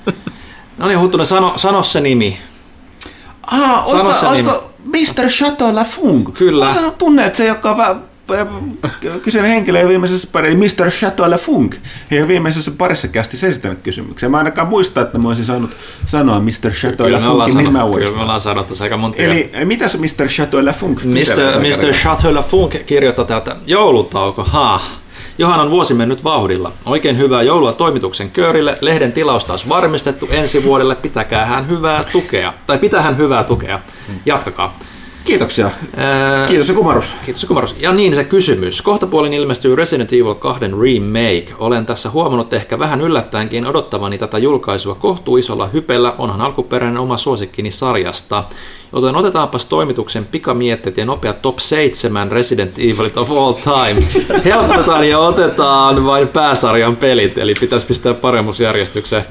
No niin, Huttunen, sano, sano se nimi. Ah, sano olisiko, se olisiko mister Chateau Lafung? Kyllä. Mä tunnet se, joka on vähän... Kyseinen henkilö ei viimeisessä parissa, eli mister Chateau Lafung, ei ole viimeisessä parissa kästissä esittänyt kysymyksiä. Mä ainakaan muista, että mä olisin saanut sanoa mister Chateau Lafungin nimeä uudestaan. Kyllä me ollaan sanottu se aika monta. Eli mitä se mister Chateau Lafung? mister mister Chateau Lafung kirjoittaa täältä joulutauko, haa. Johan on vuosi mennyt vauhdilla. Oikein hyvää joulua toimituksen köörille. Lehden tilaus taas varmistettu ensi vuodelle. Pitäkää hän hyvää tukea. Tai pitää hän hyvää tukea. Jatkakaa. Kiitoksia. Ää, kiitos ja kumarus. Kiitos ja kumarus. Ja niin se kysymys. Kohtapuolin ilmestyy Resident Evil kaksi remake. Olen tässä huomannut ehkä vähän yllättäenkin odottavani tätä julkaisua kohtuuisolla hypellä. Onhan alkuperäinen oma suosikkini sarjasta. Joten otetaanpas toimituksen pikamietteet ja nopea top seitsemän Resident Evilit of all time. Helpotetaan ja otetaan vain pääsarjan pelit, eli pitäisi pistää paremmuusjärjestykseen.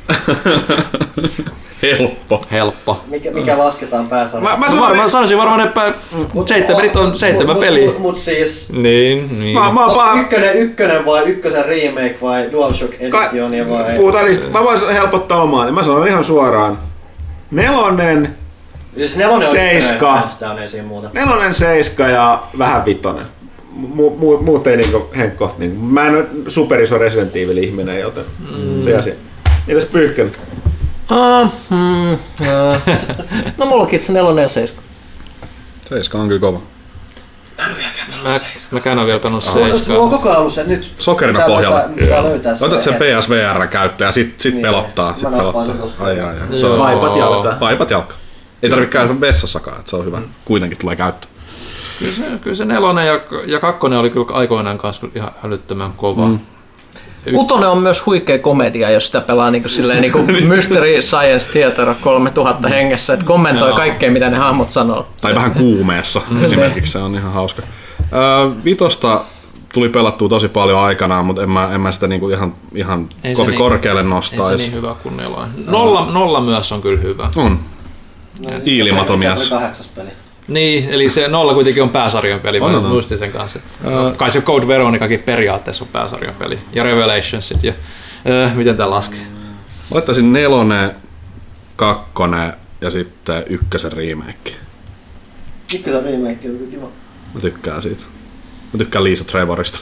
Helppo. Helppo. Mikä, mikä lasketaan pääsarjaan? Mä, mä, mä, mä sanoisin varmaan, että seitsemän pelit on seitsemän peliä. Mut, mut siis... Niin, niin. Mä, mä, Onko ykkönen, ykkönen vai ykkösen remake vai DualShock Edition vai... Puhutaan niistä. Mä voisin helpottaa omaa, niin mä sanon ihan suoraan. Nelonen, siis nelonen seiska, on ykkönen, muuta. Nelonen, seiska ja vähän vitonen. Mu, mu, muut ei niinku henkkoht. Niinku. Mä en ole superiso Resident Evil ihminen, joten mm. se asia. Mitäs Pyyhkön? Uh, mm, uh. No mullakin se nelonen ja seiska. Seiska on kyllä kova. Mä, mäkään on vielä pelannut seiskaa. Sulla on koko ajan ollut se nyt. Sokerina pohjalla. Otat sen P S V R käyttöön ja sit, sit niin, pelottaa. Sit pelottaa. Ai, ai, ai. Se on vaipat jalka. Vaipat jalka. Ei tarvitse käydä vessassakaan, että se on hyvä. Kuitenkin tulee käyttö. Kyllä se, kyllä se nelonen ja, ja kakkonen oli kyllä aikoinaan kanssa ihan älyttömän kova. Mm. Kutonen on myös huikea komedia, jos sitä pelaa niin kuin, silleen, niin kuin Mystery Science Theater kolmetuhatta hengessä, että kommentoi no. kaikkea, mitä ne hahmot sanoo. Tai vähän kuumeessa esimerkiksi, se on ihan hauska. Äh, vitosta tuli pelattua tosi paljon aikanaan, mutta en mä, en mä sitä niinku ihan, ihan kovin niin, korkealle nostaisi. Ei se niin hyvä kuin nelonen. Nolla, nolla myös on kyllä hyvä. On. No, Iilimaton mies. Se oli kahdeksas peli. Niin, eli se nolla kuitenkin on pääsarjan peli, mä muistin sen kanssa. No, kai se Code Veronicakin periaatteessa on pääsarjan peli. Ja Revelationsit ja äh, miten tää laskee? Mä laittaisin nelonen, kakkonen ja sitten ykkösen remake. Ykkösen remake on kiva. Mä tykkään siitä. Mä tykkään Lisa Trevorista.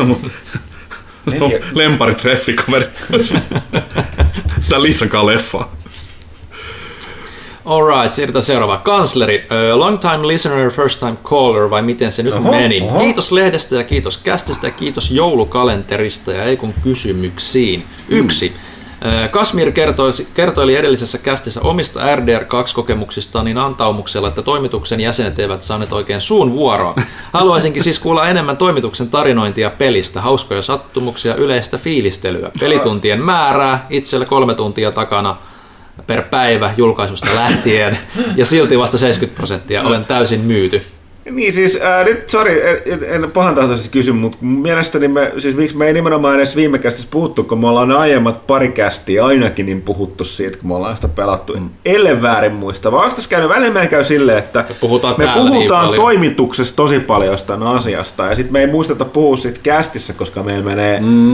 Lempari treffikaveri. Tää Liisan kanssa leffaa. Alright, siirrytään seuraavaan. Kansleri, uh, long time listener, first time caller, vai miten se nyt oho, meni? Oho. Kiitos lehdestä ja kiitos kästistä ja kiitos joulukalenterista ja ei kun kysymyksiin. Yksi. Mm. Kasmir kertoisi, kertoili edellisessä kästissä omista R D R kaksi kokemuksistaan niin antaumuksella, että toimituksen jäsenet eivät saaneet oikein suun vuoroa. Haluaisinkin siis kuulla enemmän toimituksen tarinointia pelistä, hauskoja sattumuksia, yleistä fiilistelyä, pelituntien määrää, itsellä kolme tuntia takana per päivä julkaisusta lähtien, ja silti vasta seitsemänkymmentä prosenttia olen täysin myyty. Niin siis, ää, nyt sori, en, en pahantahtoisesti kysy, mutta mielestäni me, siis miksi me ei nimenomaan edes viime kästissä puhuttu, kun me ollaan ne aiemmat pari kästiä ainakin niin puhuttu siitä, kun me ollaan sitä pelattu. Mm. Ellen väärin muista, vaan onko tässä käynyt, välillä meillä käy silleen, että me puhutaan, me puhutaan niin toimituksessa tosi paljon jostain asiasta, ja sitten me ei muisteta puhua siitä kästissä, koska meillä menee mm.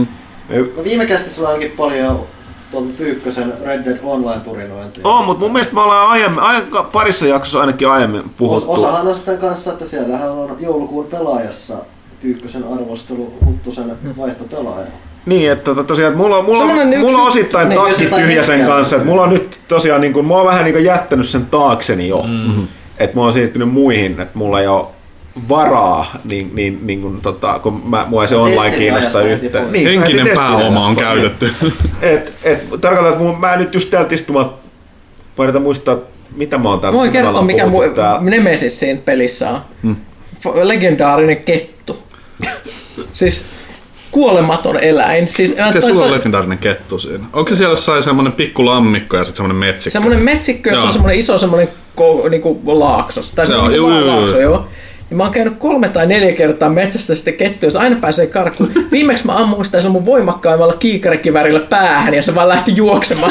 No viime kästissä sulla onkin paljon tuolta Pyykkösen Red Dead Online-turinointia. On, mutta mun mielestä me ollaan aiemmin, aika parissa jaksossa ainakin aiemmin puhuttu. Osahan on sitten kanssa, että siellähän on joulukuun pelaajassa Pyykkösen arvostelu Huttusen vaihtopelaaja. Niin, että tosiaan, että mulla, mulla, mulla yksi... on osittain niin, takki tyhjä sen kanssa, että mulla on nyt tosiaan, niin kuin, mä oon vähän niin kuin jättänyt sen taakseni jo, mm-hmm. että mä oon siirtynyt muihin, että mulla ei ole varaa, niin, niin, niin kuin, tota, kun mä, mua ei se online kiinnostaa yhtään. Niin, henkinen pääoma on käytetty. Et, et, tarkoitan, että mun, mä nyt just täältä istumaan, voidaan muistaa, mitä mä oon täällä. Voin kertoa, mikä mu- Nemesis siinä pelissä on. Hmm. Legendaarinen kettu. Siis kuolematon eläin. Siis, mikä sulla on legendaarinen kettu siinä? Onko se siellä jossain semmoinen pikku lammikko ja sitten semmoinen metsikkö? Semmoinen metsikkö, jossa on semmoinen iso semmoinen ko, niinku laaksos. Tai semmoinen joo, niinku joo, laakso, joo. Ja mä oon käynyt kolme tai neljä kertaa metsästä sitten kettuja, jos aina pääsee karkuun. Viimeksi mä ammuin sitä mun voimakkaimmalla kiikarikivärillä päähän ja se vaan lähti juoksemaan.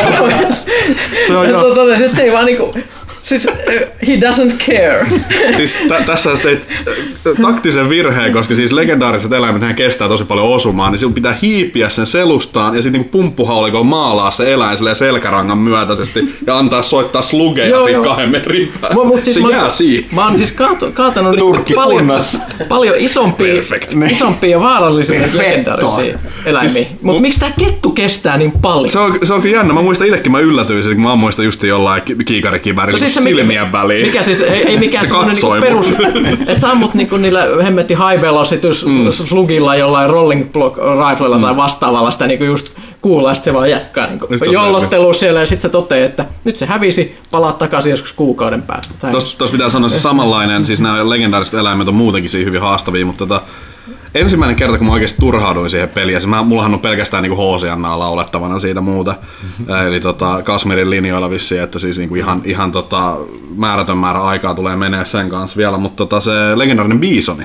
Se on jo. Sitten se ei vaan niinku... Siis, uh, he doesn't care. Siis t- tässä sä teit taktisen virheen, koska siis legendaariset eläimet kestää tosi paljon osumaan, niin sinun pitää hiipiä sen selustaan ja sitten niinku pumppuhaulikoon maalaa se eläin selkärangan myötäisesti ja antaa soittaa slugeja siitä kahden metrin päästä. Siis se jää siihen. Mä oon siis kaatanut niinku paljon, paljon isompia, isompia ja vaarallisia legendaarisia eläimiä. Siis, Mutta miksi tää kettu kestää niin paljon? Se on, se on kyllä jännä. Mä muistan itsekin, mä yllätyin, kun mä ammuin sitä just jollain kiikarikivärillä no siis silmien väliin. Mikä siis, ei, ei mikään semmonen niinku perus, että sä ammut niinku niillä hemmetti high velocity mm. slugilla jollain rolling block riflella mm. tai vastaavalla sitä niinku just kuulla, sit se vaan jatkaa niinku jollottelua siellä ja sit se toteaa, että nyt se hävisi, palaa takaisin joskus kuukauden päästä. Tuossa tos pitää sanoa se samanlainen, siis nämä legendaariset eläimet on muutenkin siinä hyvin haastavia, mutta tota, ensimmäinen kerta, kun mä oikeasti turhauduin siihen peliin, siis mä, mullahan on pelkästään niinku H C N laulettavana siitä muuta, mm-hmm. eli tota, Kasmirin linjoilla vissiin, että siis niinku ihan, ihan tota, määrätön määrä aikaa tulee menee sen kanssa vielä, mutta tota, se legendaarinen Bisoni,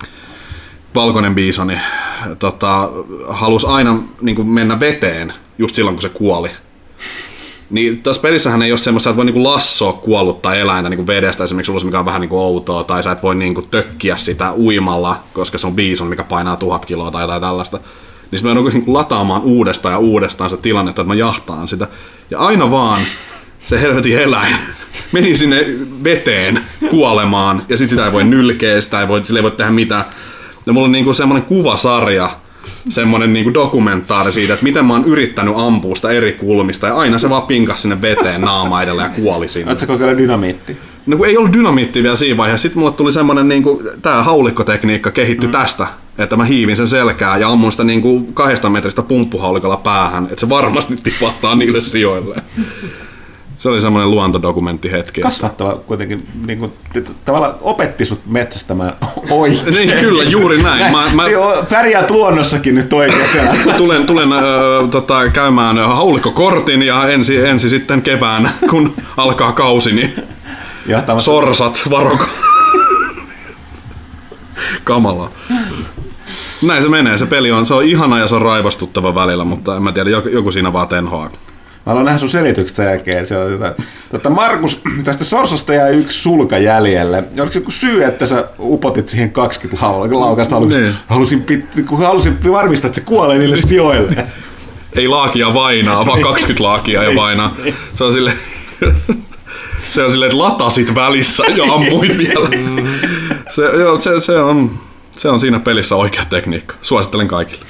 valkoinen Bisoni, tota, halusi aina niinku mennä veteen just silloin, kun se kuoli. Niin tässä pelissähän ei ole semmoista, että et voi niinku lassoa kuollutta eläintä niinku vedestä esimerkiksi ulos, mikä on vähän niinku outoa, tai sä et voi niinku tökkiä sitä uimalla, koska se on bison, mikä painaa tuhat kiloa tai jotain tällaista. Niin sitten mä joudun niinku lataamaan uudestaan ja uudestaan sitä tilannetta, että mä jahtaan sitä. Ja aina vaan se helvetin eläin meni sinne veteen kuolemaan, ja sit sitä ei voi nylkeä, sitä ei voi, sille ei voi tehdä mitään. Ja mulla on niinku semmonen kuvasarja, semmonen niinku dokumentaari siitä, että miten mä oon yrittänyt ampua sitä eri kulmista ja aina se vaan pinkas sinne veteen naama edellä ja kuoli sinne. Oletko kokeilla dynamiitti? No kun ei ollut dynamiittia vielä siinä vaiheessa, sitten mulle tuli semmonen niinku, tää haulikkotekniikka kehittyi mm. tästä, että mä hiivin sen selkää ja ammun sitä niinku kahdesta metristä pumppuhaulikolla päähän, että se varmasti tipahtaa niille sijoille. Se oli semmoinen luontodokumenttihetki. Kasvattava kuitenkin, niin kuin, tavallaan opetti sut metsästämään oikein. Niin, kyllä, juuri näin. Mä, mä, pärjäät luonnossakin nyt oikein. tulen tulen äh, tota, käymään haulikkokortin ja ensi, ensi sitten kevään, kun alkaa kausi, niin Johtamassa. Sorsat, varoko. Kamalaa. Näin se menee, se peli on, se on ihana ja se on raivastuttava välillä, mutta en mä tiedä, joku, joku siinä vaan tenhoaa. Mä haluan nähdä sun selitykset sen jälkeen. Se on, tota, tota Markus, tästä Sorsasta jäi yksi sulka jäljelle. Oliko joku syy, että sä upotit siihen kaksikymmentä laukasta? Halusin, halusin, pit, halusin varmistaa, että se kuolee niille sijoille. Ei laakia vainaa, vaan kaksikymmentä laakia ja vainaa. Se on silleen, se on silleen, että latasit välissä ja ammuit vielä. Se, joo, se, se, on, se on siinä pelissä oikea tekniikka. Suosittelen kaikille.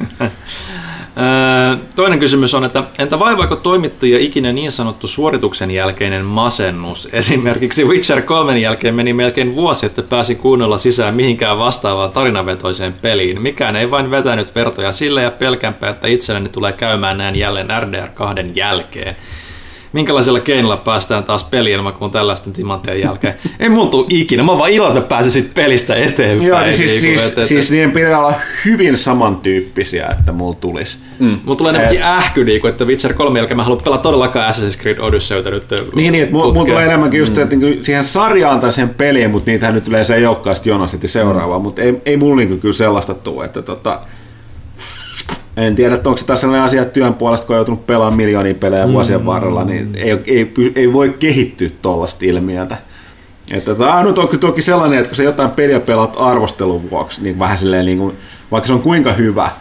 Toinen kysymys on, että entä vaivaako toimittajia ikinä niin sanottu suorituksen jälkeinen masennus? Esimerkiksi Witcher kolmen jälkeen meni melkein vuosi, että pääsi kunnolla sisään mihinkään vastaavaan tarinavetoiseen peliin. Mikään ei vain vetänyt vertoja sille ja pelkäänpä, että itselleni tulee käymään näin jälleen R D R kahden jälkeen. Minkälaisella keinolla päästään taas peliilmakuun tällaisten timanteen jälkeen? Ei mulla tule ikinä, mä vaan iloinen, että pääsin sit pelistä eteenpäin. Joo, niin siis, siis, et, et, siis niiden pitää olla hyvin samantyyppisiä, että mulla tulisi. Mm. Mulla tulee enemmänkin ähky, että Witcher kolme jälkeen mä haluan pelata todellakaan Assassin's Creed Odysseyta nyt. Niin, niin että mulla, mulla tulee enemmänkin just, että mm. siihen sarjaan tai siihen peliin, mutta niitähän nyt yleensä ei olekaan sitten jonossa sitten seuraavaa, mm. mutta ei, ei mulla niin kyllä sellaista tule, että tota... En tiedä, että onko se taas sellainen asia, että työn puolesta, kun on joutunut pelaamaan miljoonia pelejä mm. vuosien varrella, niin ei, ei, ei voi kehittyä tuollaista ilmiötä. Että tämä on toki, toki sellainen, että kun sä jotain peliä pelaat arvostelun vuoksi, niin vähän silleen, niin kuin, vaikka se on kuinka hyvä,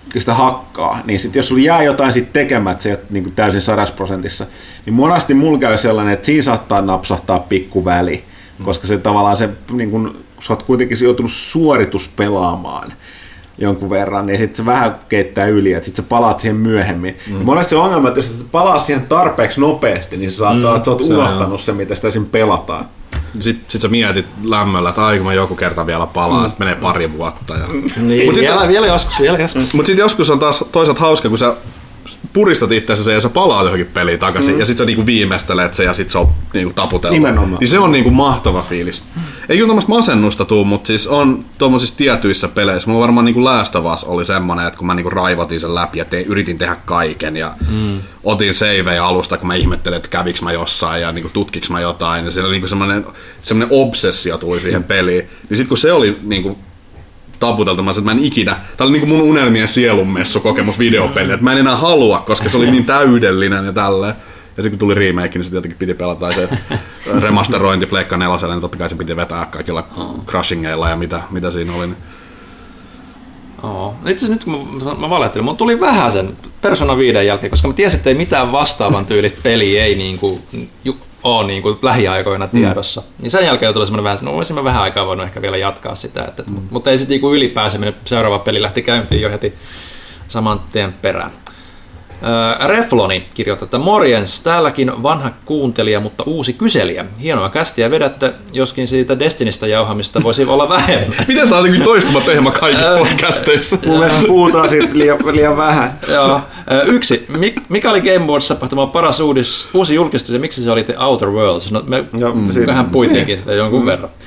sitä hakkaa, niin sit jos sulla jää jotain sit tekemättä, se niin täysin sadas prosentissa, niin monasti mulla käy sellainen, että siinä saattaa napsahtaa pikku väli, koska se tavallaan se, niin kun, sä oot kuitenkin joutunut suorituspelaamaan jonkun verran, niin sitten se vähän keittää yli, että sitten sä palaat siihen myöhemmin. Mm. Monesti se ongelma, että jos sä palaat siihen tarpeeksi nopeasti, niin sä saattaa, mm, että sä oot unohtanut se, mitä sitä siinä pelataan. Sitten sit sä mietit lämmöllä, että ai kun mä joku kerta vielä palaa, mm. sitten menee pari vuotta. Ja... Niin, mut vielä, sit, vielä joskus, vielä joskus. Mutta sitten joskus on taas toisaalta hauska, kun sä puristat itseäsi ja sä palaat johonkin peliin takaisin mm. ja sit sä niinku viimeistelet se ja sit se on niinku taputeltu. Nimenomaan. Niin se on niinku mahtava fiilis. Ei kyllä tommoista masennusta tuu, mutta siis on tommosissa tietyissä peleissä. Mulla varmaan niinku Last of Us oli semmonen, että kun mä niinku raivotin sen läpi ja te, yritin tehdä kaiken ja mm. otin savejä alusta, kun mä ihmettelin, että käviks mä jossain ja niinku tutkiks mä jotain. Ja siellä niinku semmonen, semmonen obsessio tuli siihen peliin. Niin sit kun se oli niinku taputeltamassa, että mä en ikinä, tää oli niinku mun unelmien sielunmessu kokemus videopeli, että mä en enää halua, koska se oli niin täydellinen ja tälleen. Ja sitten kun tuli remake, niin sitten jotenkin piti pelata se remasterointi Pleikka neloselle, niin totta kai se piti vetää kaikilla crushingeilla ja mitä, mitä siinä oli. Oh. Itse asiassa nyt kun mä, mä valettelin, mun tuli vähän sen Persona viiden jälkeen, koska mä tiesin, että ei mitään vastaavan tyylistä peliä ei niinku, ju, ole niinku lähiaikoina tiedossa. Mm. Niin sen jälkeen tuli semmoinen vähän, no olisin mä vähän aikaa voinut ehkä vielä jatkaa sitä, että, mm. mutta mut ei sitten niinku ylipääseminen, seuraava peli lähti käyntiin jo heti saman tien perään. Äh, Refloni kirjoittaa, että morjens, täälläkin vanha kuuntelija, mutta uusi kyselijä. Hienoa kästiä vedätte, joskin siitä Destinistä jauhamista voisi olla vähemmän. Miten tämä on jotenkin toistuva teema kaikissa podcasteissa? Mun mielestä puhutaan siitä liian, liian vähän. Joo. Äh, yksi, mikä oli Game Awards -tapahtuma paras uudis, uusi julkistus ja miksi se oli The Outer Worlds? No, me Joo, mm, vähän puittiinkin sitä jonkun mm. verran.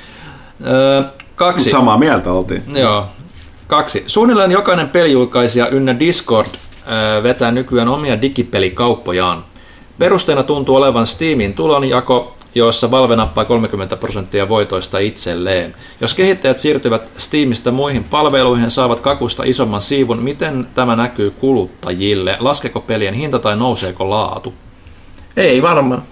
Äh, kaksi. Mut samaa mieltä oltiin. Joo. Kaksi. Suunnilleen jokainen pelijulkaisija ynnä Discord vetää nykyään omia digipelikauppojaan. Perusteena tuntuu olevan Steamin tulonjako, jossa Valve nappaa kolmekymmentä prosenttia voitoista itselleen. Jos kehittäjät siirtyvät Steamista muihin palveluihin, saavat kakusta isomman siivun. Miten tämä näkyy kuluttajille? Laskeeko pelien hinta tai nouseeko laatu? Ei varmaan.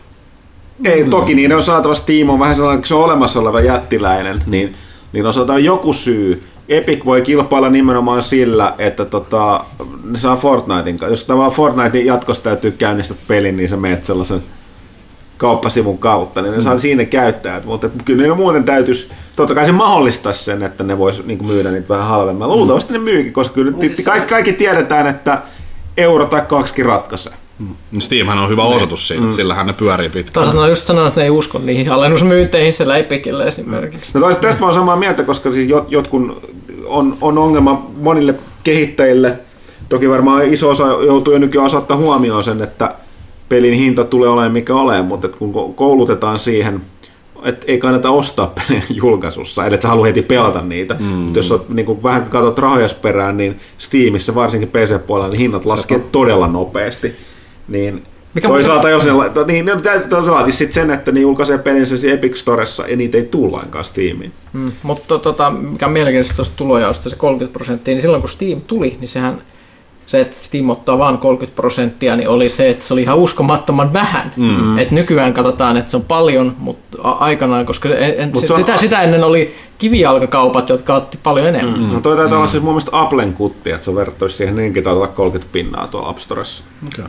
Ei, toki niin on saatava. Steam on vähän sellainen, että se on olemassa oleva jättiläinen, niin, niin on saatava joku syy. Epic voi kilpailla nimenomaan sillä, että tota, ne saa Fortnitein kanssa. Jos tämä Fortnitein jatkossa täytyy käynnistää pelin, niin sä menet sellaisen kauppasivun kautta, niin ne saa siinä käyttäjät. Mutta kyllä ne muuten täytyisi, totta kai se mahdollistaisi sen, että ne vois niinku myydä niitä vähän halvemmalla. Luultavasti ne myykin, koska kyllä kaikki, kaikki tiedetään, että euro tai kaksikin ratkaisee. Mm. Steamhan on hyvä osoitus siitä, mm. sillähän ne pyörii pitkään. Taas on just sanonut, että ne ei usko niihin alennusmyynteihin siellä Epicille esimerkiksi. No toista, tästä mä oon samaa mieltä, koska jot, jotkun on, on ongelma monille kehittäjille. Toki varmaan iso osa joutuu jo nykyään osoittaa huomioon sen, että pelin hinta tulee olemaan mikä ole, mutta kun koulutetaan siihen, että ei kannata ostaa pelejä julkaisussa, eli et sä halua heti pelata niitä. Mm. Mutta jos oot, niin kun vähän katsot rahojas perään, niin Steamissa, varsinkin P C-puolella, niin hinnat laskee todella nopeasti. Niin mikä toisaalta jos ne, no niin, ne vaatisi sitten sen, että ne julkaisee pelinsä Epic Storessa ja niitä ei tule lainkaan Steamiin. Mm, mutta tota, mikä on mielenkiintoista tuosta tulojaosta, se kolmekymmentä prosenttia, niin silloin kun Steam tuli, niin sehän se, että Steam ottaa vain kolmekymmentä prosenttia, niin oli se, että se oli ihan uskomattoman vähän. Mm. Et nykyään katsotaan, että se on paljon, mutta aikanaan, koska en, Mut sitä, on... sitä ennen oli kivijalkakaupat, jotka otti paljon enemmän. Mm. No toi taitaa mm. olla siis mun mielestä Applen kutti, että se on verrattavissa siihen, niinkin taitaa olla kolmekymmentä pinnaa tuolla App Storessa. Okay.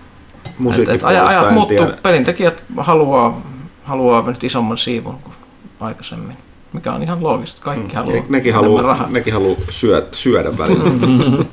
Et, et ajat muuttuu, pelintekijät haluaa, haluaa nyt isomman siivun kuin aikaisemmin, mikä on ihan loogista. Kaikki mm. haluaa nekin haluaa rahaa. Nekin haluaa syödä, syödä välillä.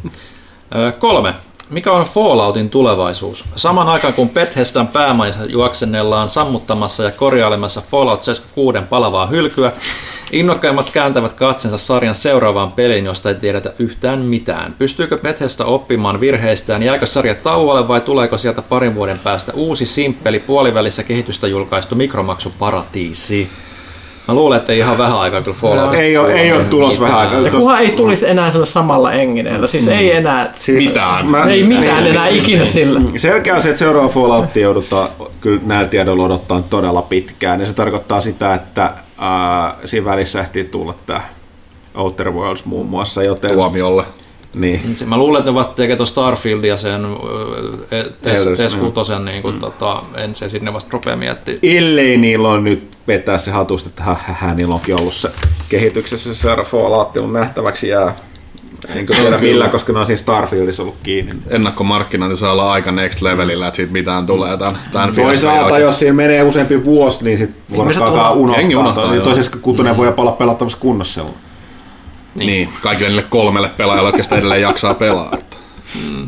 Kolme. Mikä on Falloutin tulevaisuus? Saman aikaan kun Bethesdan päämajassa juoksennellaan sammuttamassa ja korjailemassa Fallout seitsemänkymmentäkuusi palavaa hylkyä, innokkaimmat kääntävät katsensa sarjan seuraavaan peliin, josta ei tiedetä yhtään mitään. Pystyykö Bethesda oppimaan virheistään? Jääkö sarja tauolle vai tuleeko sieltä parin vuoden päästä uusi simppeli puolivälissä kehitystä julkaistu mikromaksuparatiisi? Mä luulen, että ei ihan vähän aikaa kyllä Fallout. Ei ole, ei ole tulos vähän aikaa. Ja kunhan ei tulisi enää sillä samalla engineellä. Siis mm. ei enää siis mitään. Mä, ei mitään enää ikinä sillä. Selkeä on se, että seuraava Falloutia joudutaan kyllä näillä tiedoilla odottaa todella pitkään. Ja se tarkoittaa sitä, että äh, siinä välissä ehtii tulla tämä Outer Worlds muun muassa. Joten tuomiolle. Niin. Mä luulen, että ne vasta tekee tuon Starfield ja sen T kuusi, niin kuin, mm. tota, en se sinne vasta rupea miettimään. Ellei niillä on nyt vetää se hatusta, että hähä, niillä onkin ollut se kehityksessä se seuraava Fallout, nähtäväksi jää. enkä tiedä millään, koska ne on siinä Starfieldissa ollut kiinni. Ennakkomarkkinointi saa olla aika next levelillä, että siitä mitään tulee tämän, tämän toisaalta, jos siinä menee useampi vuosi, niin sitten voidaan alkaa unohtaa. Toisaalta kutonen voi olla pelattavassa kunnossa. Niin. niin, kaikille niille kolmelle pelaajalle, jotka edelleen jaksaa pelaa. Mm.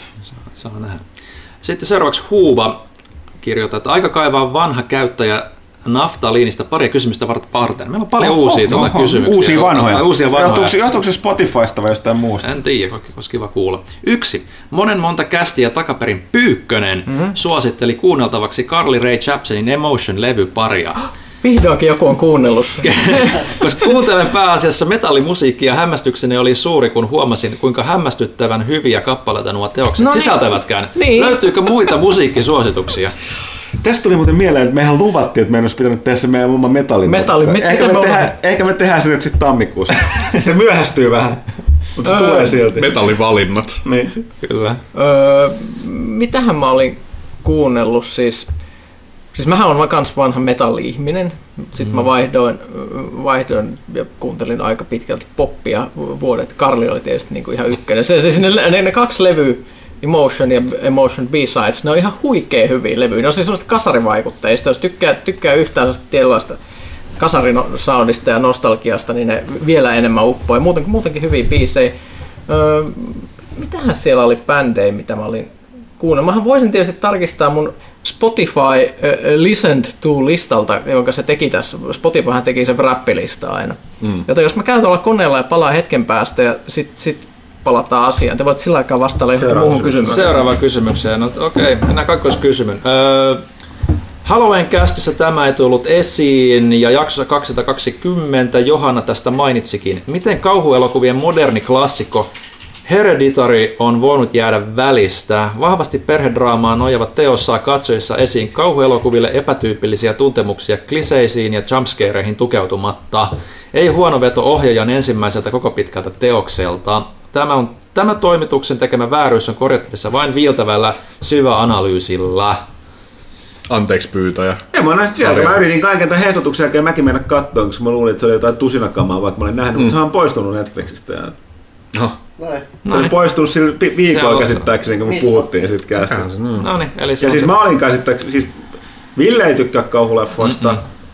Saa nähdä. Sitten seuraavaksi Huuba kirjoittaa, että aika kaivaa vanha käyttäjä naftaliinista pari kysymystä varten. Meillä on paljon oho, uusia oho, kysymyksiä. Uusia vanhoja. Uusia vanhoja. Johtuuko, johtuuko se Spotifysta vai jostain muusta? En tiedä, olisi kiva kuulla. Yksi. Monen monta kästiä takaperin Pyykkönen mm-hmm. suositteli kuunneltavaksi Carly Rae Jepsenin Emotion-levyparia. Vihdoinkin joku on kuunnellut sen. Koska kuuntelen pääasiassa metallimusiikkia, hämmästykseni oli suuri, kun huomasin, kuinka hämmästyttävän hyviä kappaleita nuo teokset no niin. sisältävätkään. Niin. Löytyykö muita musiikkisuosituksia? Tästä tuli muuten mieleen, että mehän luvattiin, että meidän olisi pitänyt tehdä se meidän oma metallin. Metalli, mit, ehkä, me tehdään, ehkä me tehdään se nyt sitten tammikuussa. Se myöhästyy vähän, mutta se öö, tulee silti. Metallivalinnat. Niin. Kyllä. Öö, mitähän mä olin kuunnellut siis... Siis mähän on kans vanha metalli-ihminen. Sitten mm. mä vaihdoin, vaihdoin ja kuuntelin aika pitkälti poppia vuodet. Karli oli tietysti niinku ihan ykkönen. Se, siis ne, ne, ne kaksi levyä, Emotion ja Emotion B-Sides, ne on ihan huikea hyviä levyjä. Ne on siis sellaista kasarivaikutteista. Jos tykkää, tykkää yhtään sellaista tietynlaista kasarisoundista ja nostalgiasta, niin ne vielä enemmän uppoi. Muuten, muutenkin hyviä biisejä. Öö, mitähän siellä oli bändejä, mitä mä olin kuunnellut? Mähän voisin tietysti tarkistaa mun Spotify uh, Listened to-listalta, jonka se teki tässä. Spotifyhan teki sen räppilista aina. Mm. Joten jos mä käyn tuolla koneella ja palaan hetken päästä ja sit, sit palataan asiaan, te voit sillä aikaa vastailla johonkin muuhun kysymykseen. Seuraavaan kysymykseen. No, okei, okay. Mennään kakkoskysymyn. Öö, Halloween-kästissä tämä ei tullut esiin ja jaksossa kaksisataakaksikymmentä Johanna tästä mainitsikin. Miten kauhuelokuvien moderni klassikko Hereditary on voinut jäädä välistä? Vahvasti perhedraamaan nojava teos saa katsojissa esiin kauhuelokuville epätyypillisiä tuntemuksia kliseisiin ja jumpscareihin tukeutumatta. Ei huono veto ohjaajan ensimmäiseltä koko pitkältä teokselta. Tämä, on, tämä toimituksen tekemä vääryys on korjattavissa vain viiltävällä syväanalyysillä. Anteeksi pyytäjä. En mä näistä tiedä. Mä yritin kaiken tämän hehkutuksen jälkeen mäkin mennä katsoa, koska mä luulin, että se oli jotain tusinakamaa, vaikka mä olin nähnyt, mm. mutta se on poistunut Netflixistä. Ja... No. Se oli poistunut sillä viikolla käsittääkseni, kun me puhuttiin siitä kästistä. No niin, eli se ja on siis se... mä olin käsittääkseni, siis Ville ei tykkää kauhuleffoista.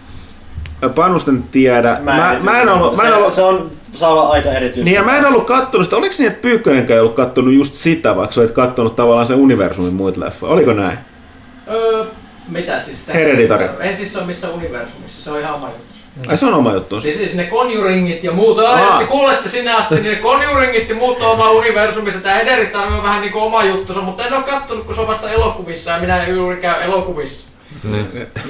Mm-hmm. Panusten tiedä. Mä, mä, mä en ollut... Se, mä en ollut... se on, saa olla aika erityistä. Niin ja mä en ollut kattonut sitä. Oliko niin, että Pyykkönenkään ei ollut kattonut just sitä, vaikka sä olit kattonut tavallaan sen universumin muita leffoja? Oliko näin? Öö, mitä siis? Hereditary. En siis se ole missään universumissa, se on ihan oma juttu. Ai se on oma juttu. Siis, siis ne Conjuringit ja muut, jos te kuulette sinne asti, niin ne Conjuringit ja muut on oma universumissa. Tää Hereditary on vähän niinku oma juttunsa, mutta en oo kattonut, kun se on vasta elokuvissa ja minä en juuri käy elokuvissa. Niin.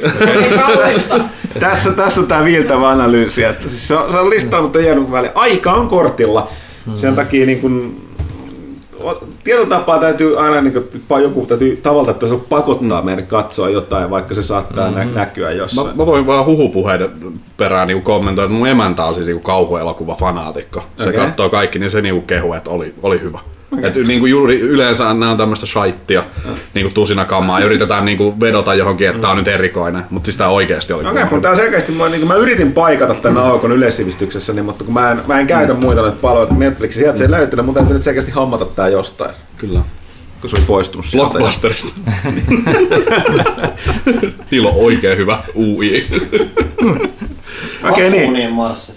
tässä, tässä on tää viiltävä analyysi, että siis se on, se on listaa, mutta jäänyt väliin. Aika on kortilla. Sen takia niin kun, tietyllä tapaa täytyy aina niin kun, joku täytyy tavalla, että se pakottaa meidän katsoa jotain, vaikka se saattaa mm-hmm. näkyä jossain. Mä, mä voin vaan huhupuheiden perään niin kommentoida, että mun emäntä on siis niin kauhuelokuva-fanaatikko. Se okay. katsoo kaikki, niin se niin kehu, että oli, oli hyvä. Okay. Et, niin kuin juuri yleensä nämä on tämmöistä shaittia, niin kuin tusinakamaa, ja yritetään niin kuin vedota johonkin, että tämä on nyt erikoinen, mutta siis tämä oikeasti oli. Okei, mutta tämä selkeästi, mä, niin mä yritin paikata tämän aukon yleissivistyksessä, niin, mutta kun mä en, mä en käytä mm. muita näitä palveluita Netflixiä, sieltä se ei löytynyt, mutta täytyy nyt selkeästi hommata tämä jostain. Kyllä. Kun se oli poistunut sieltä. Blockbusterista. Niillä on oikein hyvä U I. Okei, niin. Niin marssit.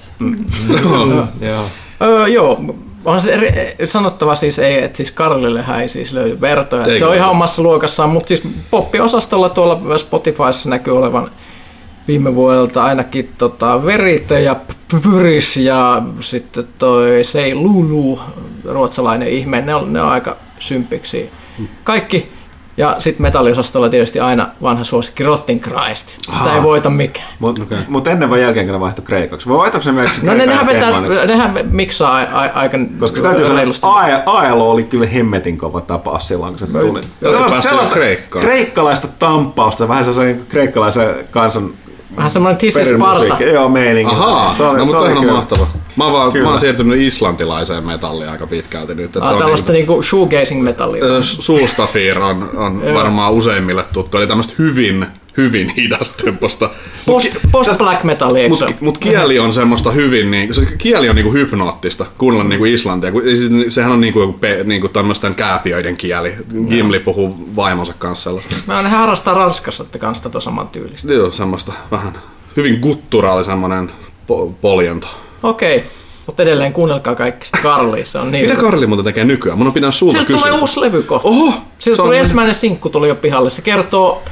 Joo. On se eri, sanottava siis ei, että siis Karlillehän ei siis löydy vertoja. Se on ihan omassa luokassaan, mutta siis poppiosastolla tuolla Spotifyssa näkyy olevan viime vuodelta ainakin tota, Verite ja Pyris ja sitten toi Sei Lulu, ruotsalainen ihme, ne on, ne on aika sympiksi. Kaikki. Ja sitten metalliosastolla tietysti aina vanha suosikki Rottenchrist. Sitä Aha. ei voita mikään. Mutta okay. mut ennen vai jälkeen, kun ne vaihtoi kreikaksi? Vai vaihtoiko ne meiksi No ne, nehän, vetää, nehän miksaa a, a, aika koska sitä täytyy sanoa, että A L O oli kyllä hemmetin kova tapaus silloin, kun se tuli. Sellaista, sellaista kreikkalaista tamppausta, vähän sellaisen kreikkalaisen kansan vähän semmoinen Tisse Sparta. Joo, meininki. Ahaa, se oli, no, mutta on mahtava. Mä oon, vaan, mä oon siirtynyt islantilaiseen metalliin aika pitkälti nyt. Ah, tällaista niinku, niinku shoegazing-metallia. Soulstafir on, on varmaan useimmille tuttu. Eli tämmöistä hyvin hyvin hidastemposta. Post, post black metal, eikö se? Mut, mut kieli on semmoista hyvin, niin, se kieli on niinku hypnoottista, kuunnella niinku islantia. Siis, sehän on niinku, niinku tämmöisten kääpiöiden kieli. Gimli puhuu vaimonsa kanssa sellaista. Mä oon harrastaa Ranskassa, että kans tota saman tyylistä. Joo, semmoista vähän hyvin gutturaali semmoinen po- poljento. Okei. Okay. Mutta edelleen kuunnelkaa kaikki sitä Karlia, se on niin. Mitä Karli muuten tekee nykyään? Mun on pitää sulta kysyä. kysyä. Sieltä tulee uusi levy kohta. Oho! Sieltä tuli ensimmäinen sinkku, tuli jo pihalle. Se kertoo...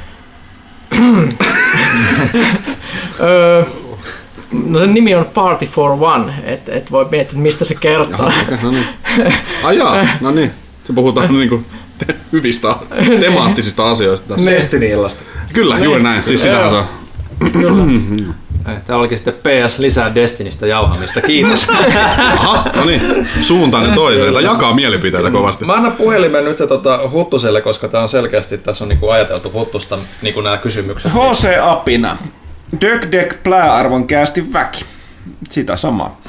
öö, no sen nimi on Party for One, että et voi miettiä, mistä se kertoo. Jaha, no niin. Ai jaa, no niin. Se puhutaan niinku te- hyvistä temaattisista asioista tässä. Destiny-illasta. Kyllä, juuri näin. Siis sitähän se on. Täällä olikin sitten P S lisää Destinistä jauhamista, kiitos. Aha, no niin. Suuntaan toiseen, tai jakaa mielipiteitä kovasti. Mä annan puhelimen nyt tota, Huttuselle, koska tää on selkeästi, tässä on niinku ajateltu Huttusta niinku nämä kysymykset. H C Apina. Dök dök plää-arvon käästi väki. Sitä samaa.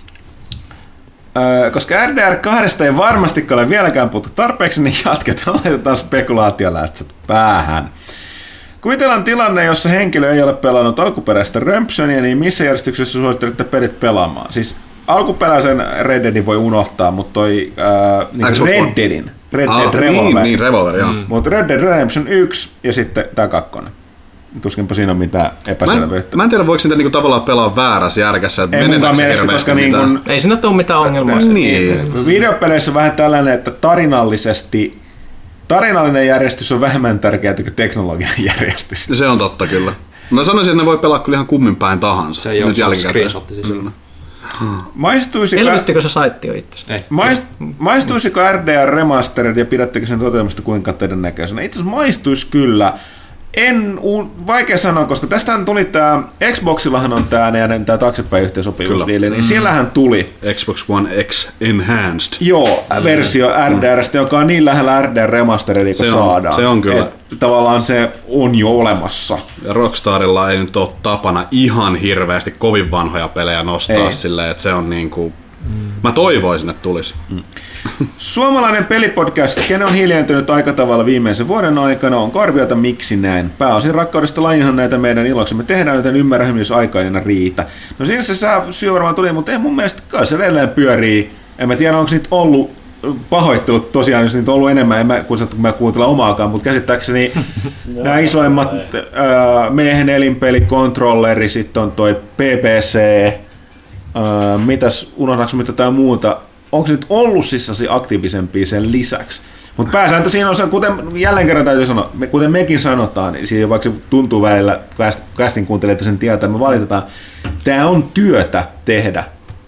Öö, koska R D R kaksi ei varmastikaan ole vieläkään puhuttu tarpeeksi, niin jatketaan, laitetaan spekulaatiolätsät päähän. Kuvitellaan tilanne, jossa henkilö ei ole pelannut alkuperäistä Römpsonia, niin missä järjestyksessä suosittelette pelit pelaamaan? Siis alkuperäisen Red Deadin voi unohtaa, mutta toi äh, niin Red Deadin, Red Dead ah, Revolver, niin, niin, Revolver, joo. Mm. Mutta Red Dead Redemption yksi ja sitten tää kakkonen. Tuskinpa siinä on mitään epäselvyyttä. Mä en tiedä, voiko sitä niinku tavallaan pelaa väärässä järkessä, että ei munkaan mielestä, koska niin kun, ei siinä ole mitään ongelmaa. Niin. Videopeleissä on vähän tällainen, että tarinallisesti tarinallinen järjestys on vähemmän tärkeää kuin teknologinen järjestys. Se on totta kyllä. Mä sanoisin, että ne voi pelaa kyllä ihan kummin päin tahansa. Se ei ole screenshotti siis. Mm. Maistuisiko... Elvyttikö se saitti jo itse? Maist, maistuisiko R D R Remastered ja pidättekö sen toteutumista kuinka teidän näköisenä? Itse asiassa maistuisi kyllä. En, vaikea sanoa, koska tästähän tuli tää, Xboxillahan on tää, tää taaksepäin yhteensopivuusdiili, niin mm. siellähän tuli Xbox One X Enhanced. Joo, mm. versio R D R:stä, joka on niin lähellä R D R Remasteredia kuin saadaan. Se on kyllä. Et tavallaan se on jo olemassa. Ja Rockstarilla ei nyt ole tapana ihan hirveästi kovin vanhoja pelejä nostaa silleen, että se on niinku... Mm. Mä toivoisin, että tulisi. Mm. Suomalainen pelipodcast, kenen on hiljentynyt aika tavalla viimeisen vuoden aikana, on arviota miksi näin. Pääosin rakkaudesta lajihan näitä meidän iloksemme tehdään, joten ymmärrän, jos aika ei aina riitä. No siinä se syy varmaan tuli, mutta ei mun mielestä kai se edelleen pyörii. En mä tiedä, onko niitä ollut pahoittelut tosiaan, jos niitä on ollut enemmän, en mä, kun mä kuuntelen omaakaan, mutta käsittääkseni nämä isoimmat äh, miehen elinpeli, kontrolleri, sitten on toi P P C, Uh, mitäs, unohdaanko mitä tää muuta, onko se nyt ollut sissasi aktiivisempia sen lisäksi? Mutta pääsääntö siinä on se, kuten jälleen kerran täytyy sanoa, me, kuten mekin sanotaan, niin siinä vaikka se tuntuu välillä, kästin kuuntelijat sen tietää, me valitetaan, tää on työtä tehdä.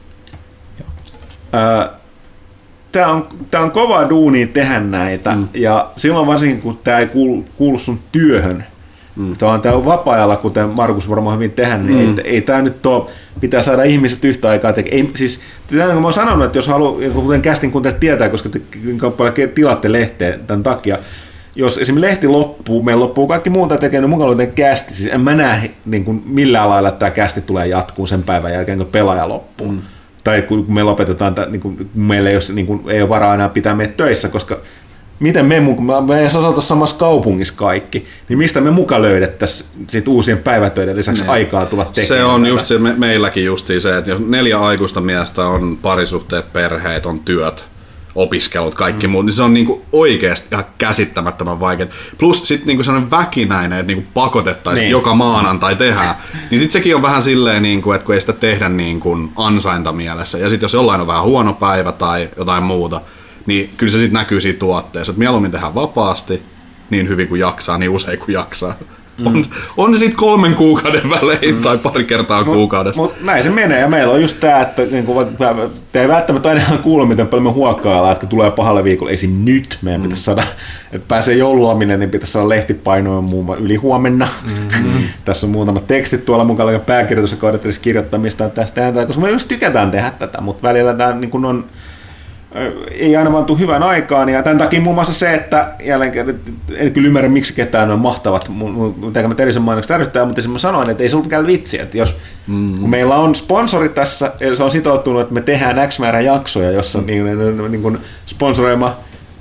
Uh, tää on, tää on kovaa duunia tehdä näitä, mm. ja silloin varsinkin, kun tää ei kuulu, kuulu sun työhön, Mm. Tämä on vapaa-ajalla, kuten Markus varmaan hyvin tehdä, niin mm. ei, ei tämä nyt ole, pitää saada ihmiset yhtä aikaa tekemään. Siis, mä oon sanonut, että jos haluaa, kuten kästin kuuntelijat tietää, koska te paljon tilaatte lehteä tämän takia, jos esimerkiksi lehti loppuu, meillä loppuu kaikki muuta tekemään, mukaan luoten kästi, siis en mä näe niin kuin millään lailla, että tämä kästi tulee jatkuun sen päivän jälkeen, kun pelaaja loppuu. Mm. Tai kun me lopetetaan, niin kuin, meillä ei ole, niin kuin, ei ole varaa enää pitää meitä töissä, koska miten me, me ei osata samassa kaupungissa kaikki, niin mistä me muka löydettäisiin sit uusien päivätöiden lisäksi ne. aikaa tulla tekemään? Se on just se, me, meilläkin justiin se, että jos neljä aikuista miestä on parisuhteet, perheet, on työt, opiskelut, kaikki mm. muut, niin se on niinku oikeasti ihan käsittämättömän vaikeaa. Plus sitten niinku sellainen väkinäinen, että niinku pakotettaisiin niin. joka maanantai tehdä, niin sitten sekin on vähän silleen, niinku, että kun ei sitä tehdä niinku ansaintamielessä, ja sitten jos jollain on vähän huono päivä tai jotain muuta, niin kyllä se sitten näkyy siinä tuotteessa, että mieluummin tehdään vapaasti, niin hyvin kuin jaksaa, niin usein kuin jaksaa. Mm. On, on se sitten kolmen kuukauden välein mm. tai pari kertaa mut, kuukaudessa. Mutta näin se menee, ja meillä on just tämä, että niinku, te ei välttämättä aina kuulu, miten paljon me huokkaillaan, että tulee pahalle viikolla, ei siinä nyt meidän mm. pitäisi saada, että pääsee jouluaminen, niin pitäisi saada lehtipainoja muun yli huomenna. Mm-hmm. Tässä on muutamat tekstit tuolla mukaan, pääkirjoitus, joka odottelisi kirjoittamista tästä, koska me just tykätään tehdä tätä, mutta välillä tämä niin on ei aina vaan tule hyvän aikaan, ja tämän takia muun muassa se, että jälleen en kyllä ymmärrä, miksi ketään on mahtavat tekemät erisen mainokset ärsyttää, mutta mä sanoin, että ei se ollut mikään vitsi, että jos mm-hmm. kun meillä on sponsori tässä, se on sitoutunut, että me tehdään X määrän jaksoja, jossa mm-hmm. niin, niin, niin kuin sponsoroima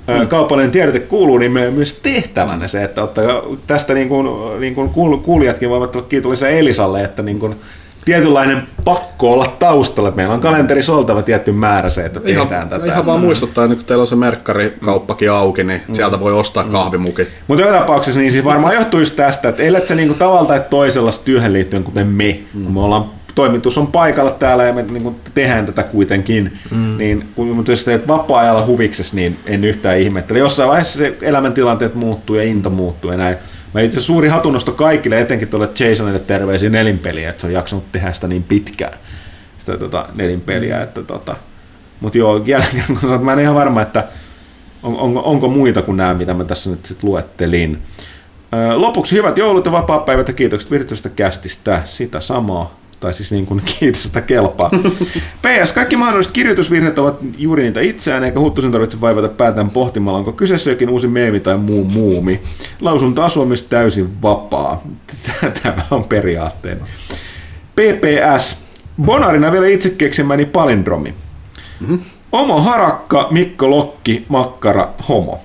mm. kaupallinen tiedote kuuluu, niin meidän myös tehtävänä se, että ottakaa tästä niin kuin, niin kuin kuulijatkin voivat olla kiitollisia Elisalle, että niin kuin tietynlainen pakko olla taustalla. Meillä on kalenterissa oltava tietty määrä se, että tehdään ihan, tätä. Ihan vaan muistuttaa, että kun teillä on se merkkarikauppakin auki, niin mm. sieltä voi ostaa mm. kahvimukin. Mutta joka tapauksessa niin siis varmaan johtuu just tästä, että ellet sä niinku tavalla tai toisella työhön liittyen, kuten me, mm. kun me ollaan, toimitus on paikalla täällä ja me niinku tehdään tätä kuitenkin, mm. niin kun jos teet vapaa-ajalla huviksesi, niin en yhtään ihmettele. Jossain vaiheessa se elämäntilanteet muuttuu ja into muuttuu ja näin. Mä itse suuri hatunnosto kaikille, etenkin tuolle Jasonille terveisiä nelinpeliä, että se on jaksanut tehdä sitä niin pitkään, sitä tota, nelinpeliä. Että, tota. Mutta joo, jälkeen kun sanot, mä en ihan varma, että on, on, onko muita kuin nämä, mitä mä tässä nyt sit luettelin. Ö, lopuksi hyvät joulut ja vapaapäivät ja kiitokset virtuaalista kästistä, sitä samaa. Tai siis niin kuin kiitos, että kelpaa. P S. Kaikki mahdolliset kirjoitusvirheet ovat juuri niitä itseään, eikä Huttusen tarvitse vaivata päätään pohtimalla, onko kyseessä jokin uusi meemi tai muu muumi. Lausunto asuu myös täysin vapaa. Tämä on periaatteena. P P S. Bonarina vielä itse keksimäni palindromi. Mm-hmm. Omo harakka, Mikko Lokki, makkara, homo.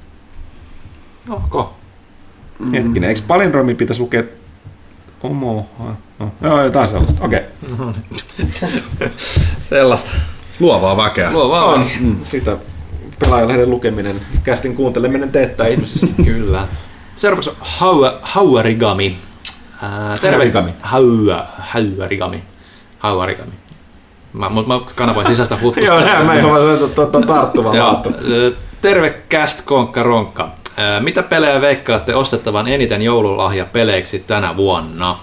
Onko? Hetkinen, eikö palindromi pitäisi lukea Omo, no, joo, jotain sellaista, okei. Okay. Sellaista. Luovaa väkeä. Luovaa on. Mm. Sitä pelaajalehden lukeminen, kästin kuunteleminen teettää ihmisissä. Kyllä. Seuraavaksi on Hau- Hauarigami. Ää, terve. Hauarigami. Hau- Hauarigami. Hauarigami. Mä, mä kanavoin sisäistä huttusta. Joo, näin mä ihan vaan tarttuvan laattu. Terve Cast Konkka Ronkka. Mitä pelejä veikkaatte ostettavan eniten joululahjapeleiksi tänä vuonna?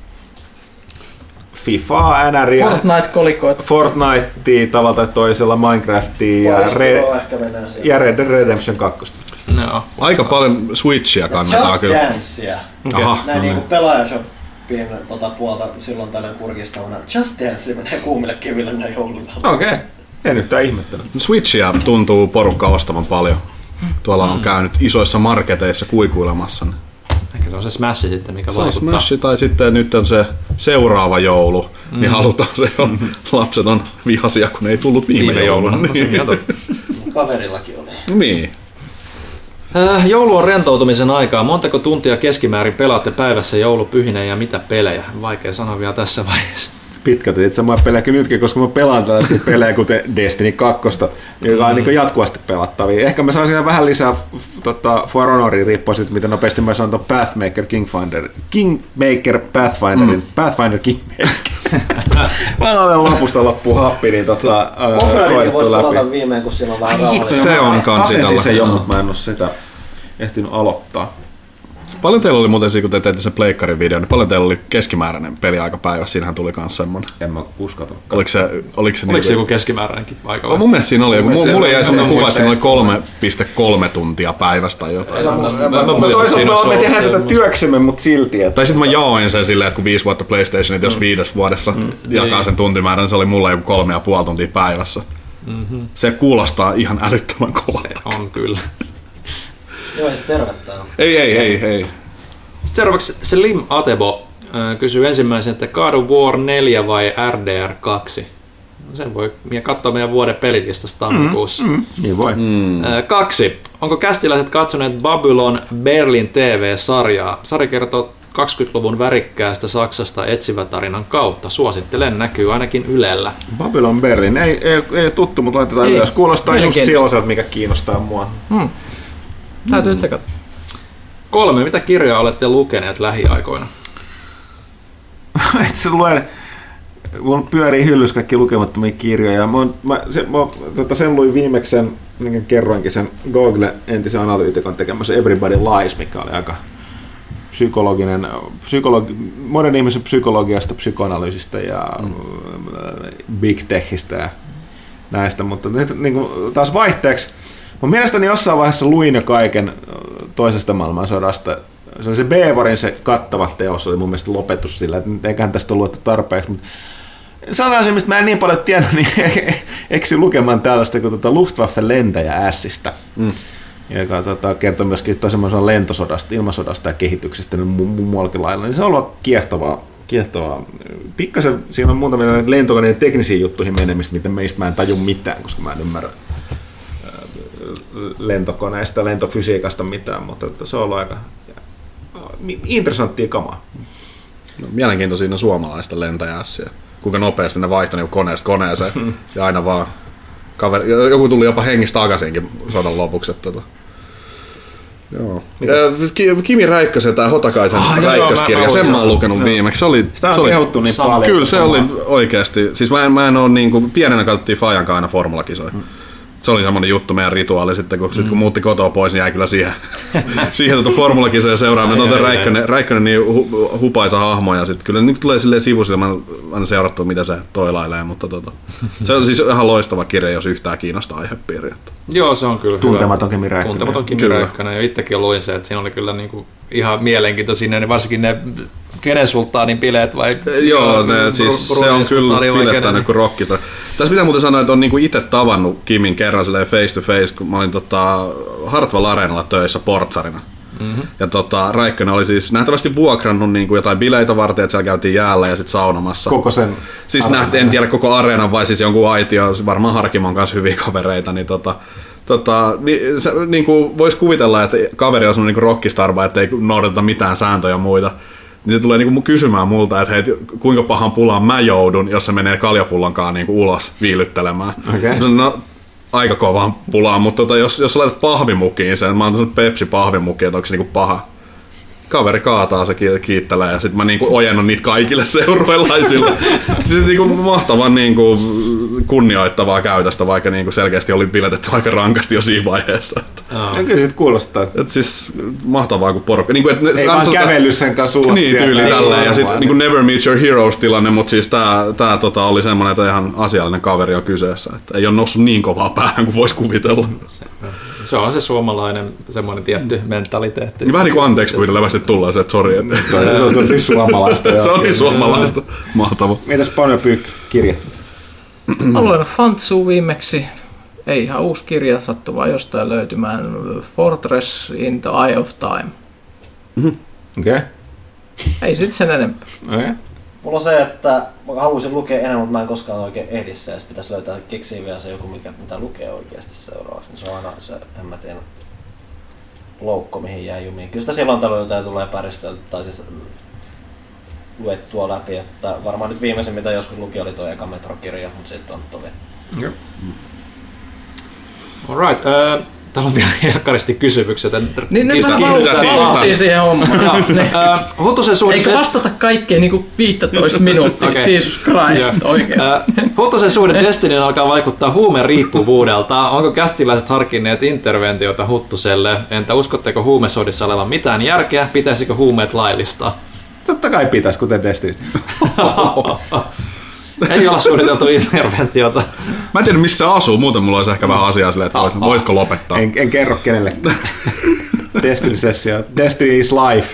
FIFA, N R ja Fortnite-kolikoita. Fortnitea tavalla tai toisella, Minecraftia ja, Re- ja Red Dead Redemption kaksi. No. Aika paljon Switchia kannataan Just kyllä. Dancea. Okay. Aha, näin niinku pelaajashoppiin tota puolta silloin tänään kurkistavana. Just Dance menee kuumille kiville näin jouluna. Okei, okay. En yhtään ihmettänyt. Switchia tuntuu porukka ostavan paljon. Tuolla on mm. käynyt isoissa marketeissa kuikuilemassa. Ehkä se on se Smash sitten, mikä se vaikuttaa. Se on Smash, tai sitten nyt on se seuraava joulu, mm. niin halutaan se jo. Lapset on vihaisia, kun ei tullut viime, viime jouluna. jouluna. Niin. Kaverillakin oli. Niin. Äh, joulu on rentoutumisen aikaa. Montako tuntia keskimäärin pelaatte päivässä joulupyhinä ja mitä pelejä? Vaikea sanoa vielä tässä vaiheessa. Pitkälti. Itse mä pelääkin nytkin, koska mä pelaan tällaisia pelejä kuten Destiny kaksi, joka on mm. niin jatkuvasti pelattavia. Ehkä mä saan siinä vähän lisää tota, For Honoria, riippuen siitä, miten nopeasti mä saan tuon Pathmaker Kingfinder, Kingmaker Pathfinderin, mm. Pathfinder Kingmaker. Mä olen lopusta loppuun happi, niin tota, Comprarikin voisi pelata viimein, kun siinä on vähän rauhallista. Se on kansi tällä. Asensin sen jo, mutta mä en ole sitä ehtinyt aloittaa. Paljon teillä oli muuten, kun te teitte sen pleikkarin video, niin paljon teillä oli keskimääräinen peliaika päivä, siinähän tuli kans semmonen. En mä uskata. Oliko se, oliko se, oliko se niinku... joku keskimääräinenkin aika? Oh, mun mielestä siinä oli, mun mulle jäi semmoinen kuva, että siinä oli kolme pilkku kolme tuntia päivästä tai jotain. Toisaalta me tehdään tätä työksemme, mutta silti. Tai sitten mä jaoin sen silleen, että kun viisi vuotta PlayStation, että jos viides vuodessa jakaa sen tuntimäärän, niin se oli mulle joku kolme ja puoli tuntia päivässä. Se kuulostaa ihan älyttömän kovalta. Se on kyllä. Joo, ei se tervettä on. Ei, ei, ei, ei. Sitten seuraavaksi Slim Atebo äh, kysyy ensimmäisen, että God of War neljä vai R D R kaksi? Sen voi katsoa meidän vuoden pelilistasta tammikuussa. Mm, mm, niin voi. Mm. Äh, kaksi. Onko kästiläiset katsoneet Babylon Berlin T V-sarjaa? Sarja kertoo kaksikymmentäluvun värikkäästä Saksasta etsivä tarinan kautta. Suosittelen, näkyy ainakin Ylellä. Babylon Berlin, ei, ei, ei tuttu, mutta laitetaan ei, ylös. Kuulostaa just sellaiselta, mikä kiinnostaa mua. Hmm. Täytyy tsekata. Kolme. Mitä kirjoja olette lukeneet lähiaikoina? Itse luen, mulla pyörii hyllyssä kaikki lukemattomia kirjoja. Mä, mä, se, mä tota sen luin viimeksi sen, niin kerroinkin sen Google entisen analyytikon tekemässä Everybody Lies, mikä oli aika psykologinen, psykologi, monen ihmisen psykologiasta, psykoanalyysistä ja mm. big techistä ja näistä, mutta nyt niin kuin, taas vaihteeksi. Mun mielestäni jossain vaiheessa luin jo kaiken toisesta maailmansodasta. Se oli se Bevorin se kattava teos, oli mun mielestä lopetus sillä, että eiköhän tästä ole luettu tarpeeksi. Mutta sellainen, mistä mä en niin paljon tiennyt, niin eksy lukemaan tällaista kuin tuota Luftwaffe-lentäjä Ässistä, mm. joka tota, kertoo myöskin semmoisen lentosodasta, ilmasodasta ja kehityksestä niin mu- muuallakin lailla. Niin se on ollut kiehtovaa. kiehtovaa. Pikkasen siinä on muutamia lentokoneen teknisiin juttuihin menemistä, mitä meistä mä en taju mitään, koska mä en ymmärrä lentokoneista, lentofysiikasta mitään, mutta että se on ollut aika interessanttia kamaa. No, mielenkiintoisia ne suomalaista lentäjässiä. Kuinka nopeasti ne vaihtoi niin koneesta koneeseen hmm. ja aina vaan kaveri, joku tuli jopa hengistä takaisinkin sodan lopuksi. Tota. Joo. Kimi Räikkösen tai Hotakaisen ah, Räikköskirja, sen mä oon lukenut joo. viimeksi. Se oli, sitä on se oli, kehuttu niin paljon. Kyllä se oli oikeasti, siis mä en, mä en ole niin kuin, pienenä katsottiin Fajan kanssa aina formulakisoja. Hmm. Se oli semmoinen juttu meidän rituaali sitten, kun, mm. sit, kun muutti kotoa pois, niin jäi kyllä siihen, siihen tuota formulakisoja seuraamaan. Tuota Räikkönen, Räikkönen niin hu, hupaisa hahmo ja sitten kyllä nyt tulee silleen sivusille, mä en seurattu mitä se toilailee, mutta tota, se on siis ihan loistava kirja, jos yhtään kiinnostaa aihepiiriä. Joo, se on kyllä Tuntematon Kimi Räikkönen. Tuntematon Kimi Räikkönen, ja itsekin luin se, että siinä oli kyllä niinku ihan mielenkiintoisia, niin varsinkin ne kenen sulttaanin bileet vai? Joo, ne, siis se on kyllä bilettänyt kuin rockista. Tässä pitää muuten sanoa, että on niinku itse tavannut Kimin kerran face to face, kun mä olin tota Hartwall Areenalla töissä portsarina. Mm-hmm. Ja tota, Räikkönen oli siis nähtävästi vuokrannut niinku jotain bileitä varten, että siellä käytiin jäällä ja sitten saunomassa. Koko sen siis nähti, en tiedä koko areenan vai siis jonkun aitio, varmaan Harkimon kanssa hyviä kavereita, niin tota, Tota, niin, se, niin kuin voisi kuvitella, että kaveri on semmoinen niin rockistarva, että ei noudateta mitään sääntöjä ja muita. Niin se tulee niin kuin kysymään multa, että hei, kuinka pahan pulaan mä joudun, jos se menee kaljapullonkaan niin kuin ulos viilyttelemään. Okay. No, aika kovaan pulaan, mutta tota, jos, jos laitat pahvimukiin sen, mä oon tämmöinen Pepsi-pahvimuki, että onko se niin kuin paha. Kaveri kaataa, se kiittelee ja sitten mä niinku ojennon niitä kaikille seuruelaisille. Siis niinku mahtavan niinku kunnioittavaa käytöstä, vaikka niinku selkeästi oli biletetty aika rankasti jo siinä vaiheessa. Oh. Ja kyllä sit kuulostaa. Et siis mahtavaa kuin porukka. Niinku, et ne, ei vaan kävellyt sen kanssa ulos. Niin, tyyli tälleen. Ja sitten niinku Never Meet Your Heroes -tilanne, mutta siis tää, tää tota, oli semmoinen, että ihan asiallinen kaveri on kyseessä. Että ei ole noussut niin kovaa päähän kuin voisi kuvitella. Se on se suomalainen semmoinen tietty mm. mentaliteetti. Niin vähän niin kuin anteeksi pyytä levästi tullaan se, että sori. Että... Se on siis suomalaista. Se on niin suomalaista. Mahtava. Mitäs Panjo Pyykk kirja? Mä luin Fantsu viimeksi. Ei ihan uusi kirja, sattu vaan jostain löytymään. Fortress in the Eye of Time. Mm-hmm. Okei. Okay. Ei sit sen enempää. Okay. Mulla on se, että mä haluaisin lukea enemmän, mutta mä en koskaan oikein ehdi se, ja sit pitäisi löytää keksiä vielä se joku, mikä, mitä lukee oikeasti seuraavaksi. Se on aina se, en mä tiedä, loukko, mihin jää jumiin. Kyllä sitä silloin tällöin jotain tulee päristelty, tai siis luettua läpi, että varmaan nyt viimeisin, mitä joskus luki, oli tuo eka Metro-kirja, mutta sitten on tovi. Yep. Alright, uh, täällä on vielä helkkaristi kysymykset. Niin nyt mä valuttiin siihen hommaan. Huttusen suhde... Eikö vastata kaikkeen niinku viisitoista minuuttia? Okay. Jesus Christ, oikeesti. Huttusen suhde Destiniin alkaa vaikuttaa huumeen riippuvuudelta. Onko kästiläiset harkinneet interventiota Huttuselle? Entä uskotteko huumesodissa olevan mitään järkeä? Pitäisikö huumeet laillistaa? Totta kai pitäisi, kuten Destiny. Ei olla suunniteltu interventiota. Mä en tiedä missä asuu, muuten mulla olisi ehkä vähän asiaa silleen, että voitko lopettaa. En, en kerro kenellekään. Destiny-sessio. Destiny is life.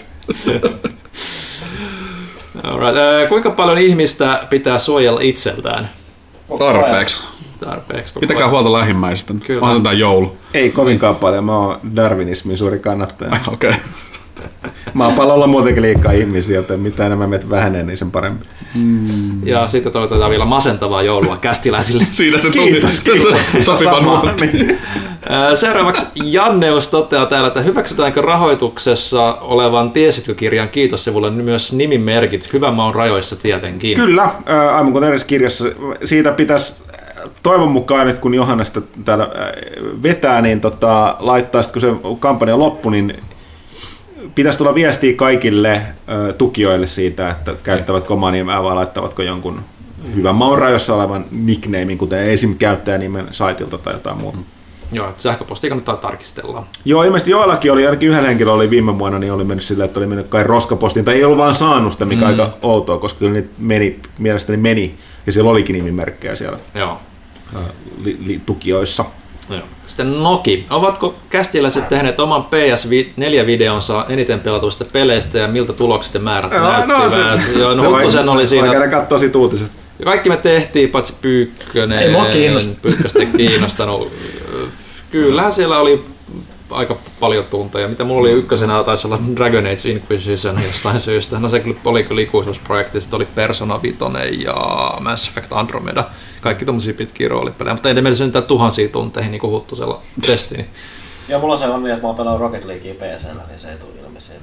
Alright. Kuinka paljon ihmistä pitää suojella itseltään? Tarpeeksi. Tarpeeksi. Pitäkää huolta lähimmäisistä. On se tää joulu. Ei kovinkaan paljon. Mä oon darwinismin suuri kannattaja. Okei. Okay. Maapallolla on muutenkin liikaa ihmisiä, joten mitä enemmän meitä vähenee, niin sen parempi. Mm. Ja sitten toivotetaan vielä masentavaa joulua kästiläisille. Siitä se kiitos, tuli. Kiitos, kiitos. Seuraavaksi Janneus toteaa täällä, että hyväksytäänkö rahoituksessa olevan Tiesitkö-kirjan kiitossivulle myös nimimerkit hyvän maun rajoissa tietenkin? Kyllä, aivan kuten edes kirjassa. Siitä pitäisi toivon mukaan nyt kun Johannesta täällä vetää, niin tota, laittaa sitten kun se kampanja on loppu, niin pitäisi tulla viestiä kaikille ö, tukijoille siitä, että käyttävätkö omaa nimeä vai laittavatko jonkun hyvän maun rajoissa olevan nicknamein, kuten esim. Käyttäjänimen saitilta tai jotain muuta. Joo, sähköpostia kannattaa tarkistella. Joo, ilmeisesti joillakin oli, ainakin yhden henkilön oli viime vuonna, niin oli mennyt silleen, että oli mennyt kai roskapostiin, tai ei ollut vaan saanut sitä, mikä mm. aika outoa, koska kyllä niitä meni, mielestäni meni, ja siellä olikin nimimerkkejä siellä Joo. Li, li, tukijoissa. Joo. Sitten Noki. Ovatko kästiläiset tehneet oman P S neljä -videonsa eniten pelatuista peleistä ja miltä tulokset ja määrät Joo, näyttivät? No, se, Joo, no, se Huttusen oli siinä. Oikein katsoa siitä uutiset. Ja kaikki me tehtiin, paitsi Pyykkönen. Ei mua kiinnosta. Pyykköstä kiinnostanut. Kyllähän siellä oli aika paljon tunteja. Mitä mulla oli ykkösenä, taisi olla Dragon Age Inquisition jostain syystä. No se kyllä oli kyllä ikuisuusprojekti, sitten oli Persona viisi ja Mass Effect Andromeda. Kaikki tommosia pitkiä roolipelejä, mutta ei ne meillä syntää tuhansia tunteihin niin kuin Huttusella Destiny. Ja mulla se on niin, että mä oon pelannut Rocket Leaguea P C:llä, niin se ei tule ilmi siitä.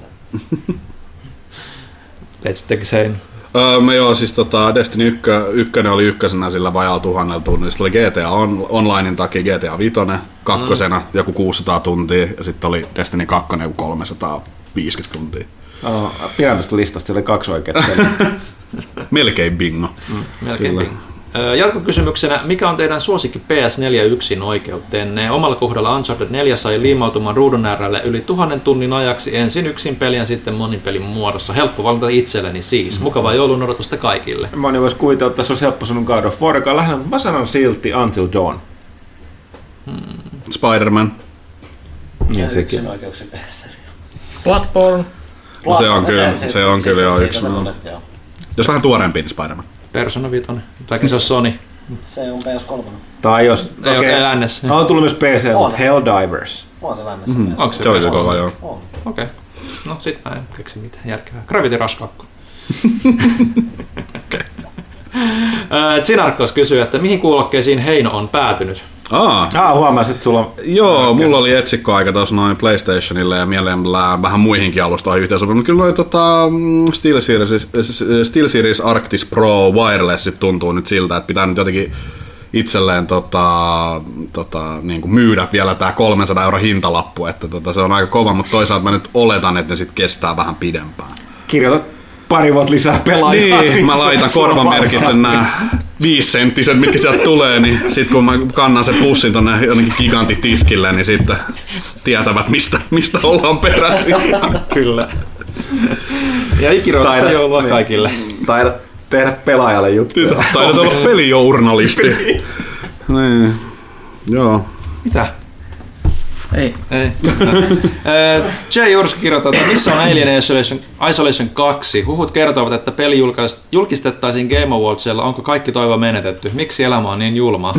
Teit sittenkin sein. Öö, me joo, siis tota, Destiny yksi, ykkönen oli ykkösenä sillä vajaalla tuhannella tunnilla. Sitten oli G T A on, Onlinein takia G T A viisi, kakkosena mm. joku kuusisataa tuntia ja sitten oli Destiny kaksi joku kolmesataaviisikymmentä tuntia. Oh, pidän tästä listasta, siellä oli kaksi oikeaa. Melkein bingo. Mm, melkein bingo. Jatkokysymyksenä, mikä on teidän suosikki P S neljä yksin oikeuteenne? Omalla kohdalla Uncharted neljä sai liimautumaan ruudun äärelle yli tuhannen tunnin ajaksi ensin yksin pelin ja sitten monin pelin muodossa. Helppo valinta itselleni siis. Mukavaa joulun odotusta kaikille. Moni voisi kuvitella, että se olisi helppo sanun God of War, joka on lähinnä, mä sanon silti Until Dawn. Hmm. Spider-Man. Ja yksin oikeuksia P S neljä. Bloodborne. No se on kyllä, se on kyllä jo yksi. Jos vähän tuoreempi, niin Spider-Man. Persona viisi. Tai se on Sony. Se on P S kolme. Tai jos... Ei okay. ole lännessä. On tullut myös P C, mutta Helldivers. On se lännessä. Mm-hmm. Onko se? Se oli se kova, joo. On. Okei. Okay. No sit mä en keksi mitään järkevää. Gravity Rush kaksi. Zinarkos kysyy, että mihin kuulokkeisiin Heino on päätynyt? Aa, ah, huomasin, että sulla on... Joo, mulla oli etsikkoaika tuossa noin PlayStationille ja mielellään vähän muihinkin alustoihin yhteensopimassa. Mutta kyllä noin tota, SteelSeries, SteelSeries Arctis Pro Wireless tuntuu nyt siltä, että pitää nyt jotenkin itselleen tota, tota, niin kuin myydä vielä tää kolmesataa euro hintalappu. Että tota, se on aika kova, mutta toisaalta mä nyt oletan, että ne sit kestää vähän pidempään. Kirjoita pari vuotta lisää pelaajaa. Niin, mä laitan korvamerkit sen nää viisenttiset, mitkä sieltä tulee, niin sit kun mä kannan sen pussin tonne jonnekin gigantitiskille, niin sitten tietävät mistä, mistä ollaan peräisin. Kyllä. Ja ikiroista joulua niin. Kaikille. Taidat tehdä pelaajalle juttuja. Taidat olla pelijournalisti. Niin. Joo. Mitä? Ei. Ei. Jay Jurski kirjoittaa, että missä on Alien Isolation, Isolation kaksi? Huhut kertovat, että peli julkistettaisiin Game Awardsilla. Onko kaikki toivo menetetty? Miksi elämä on niin julmaa?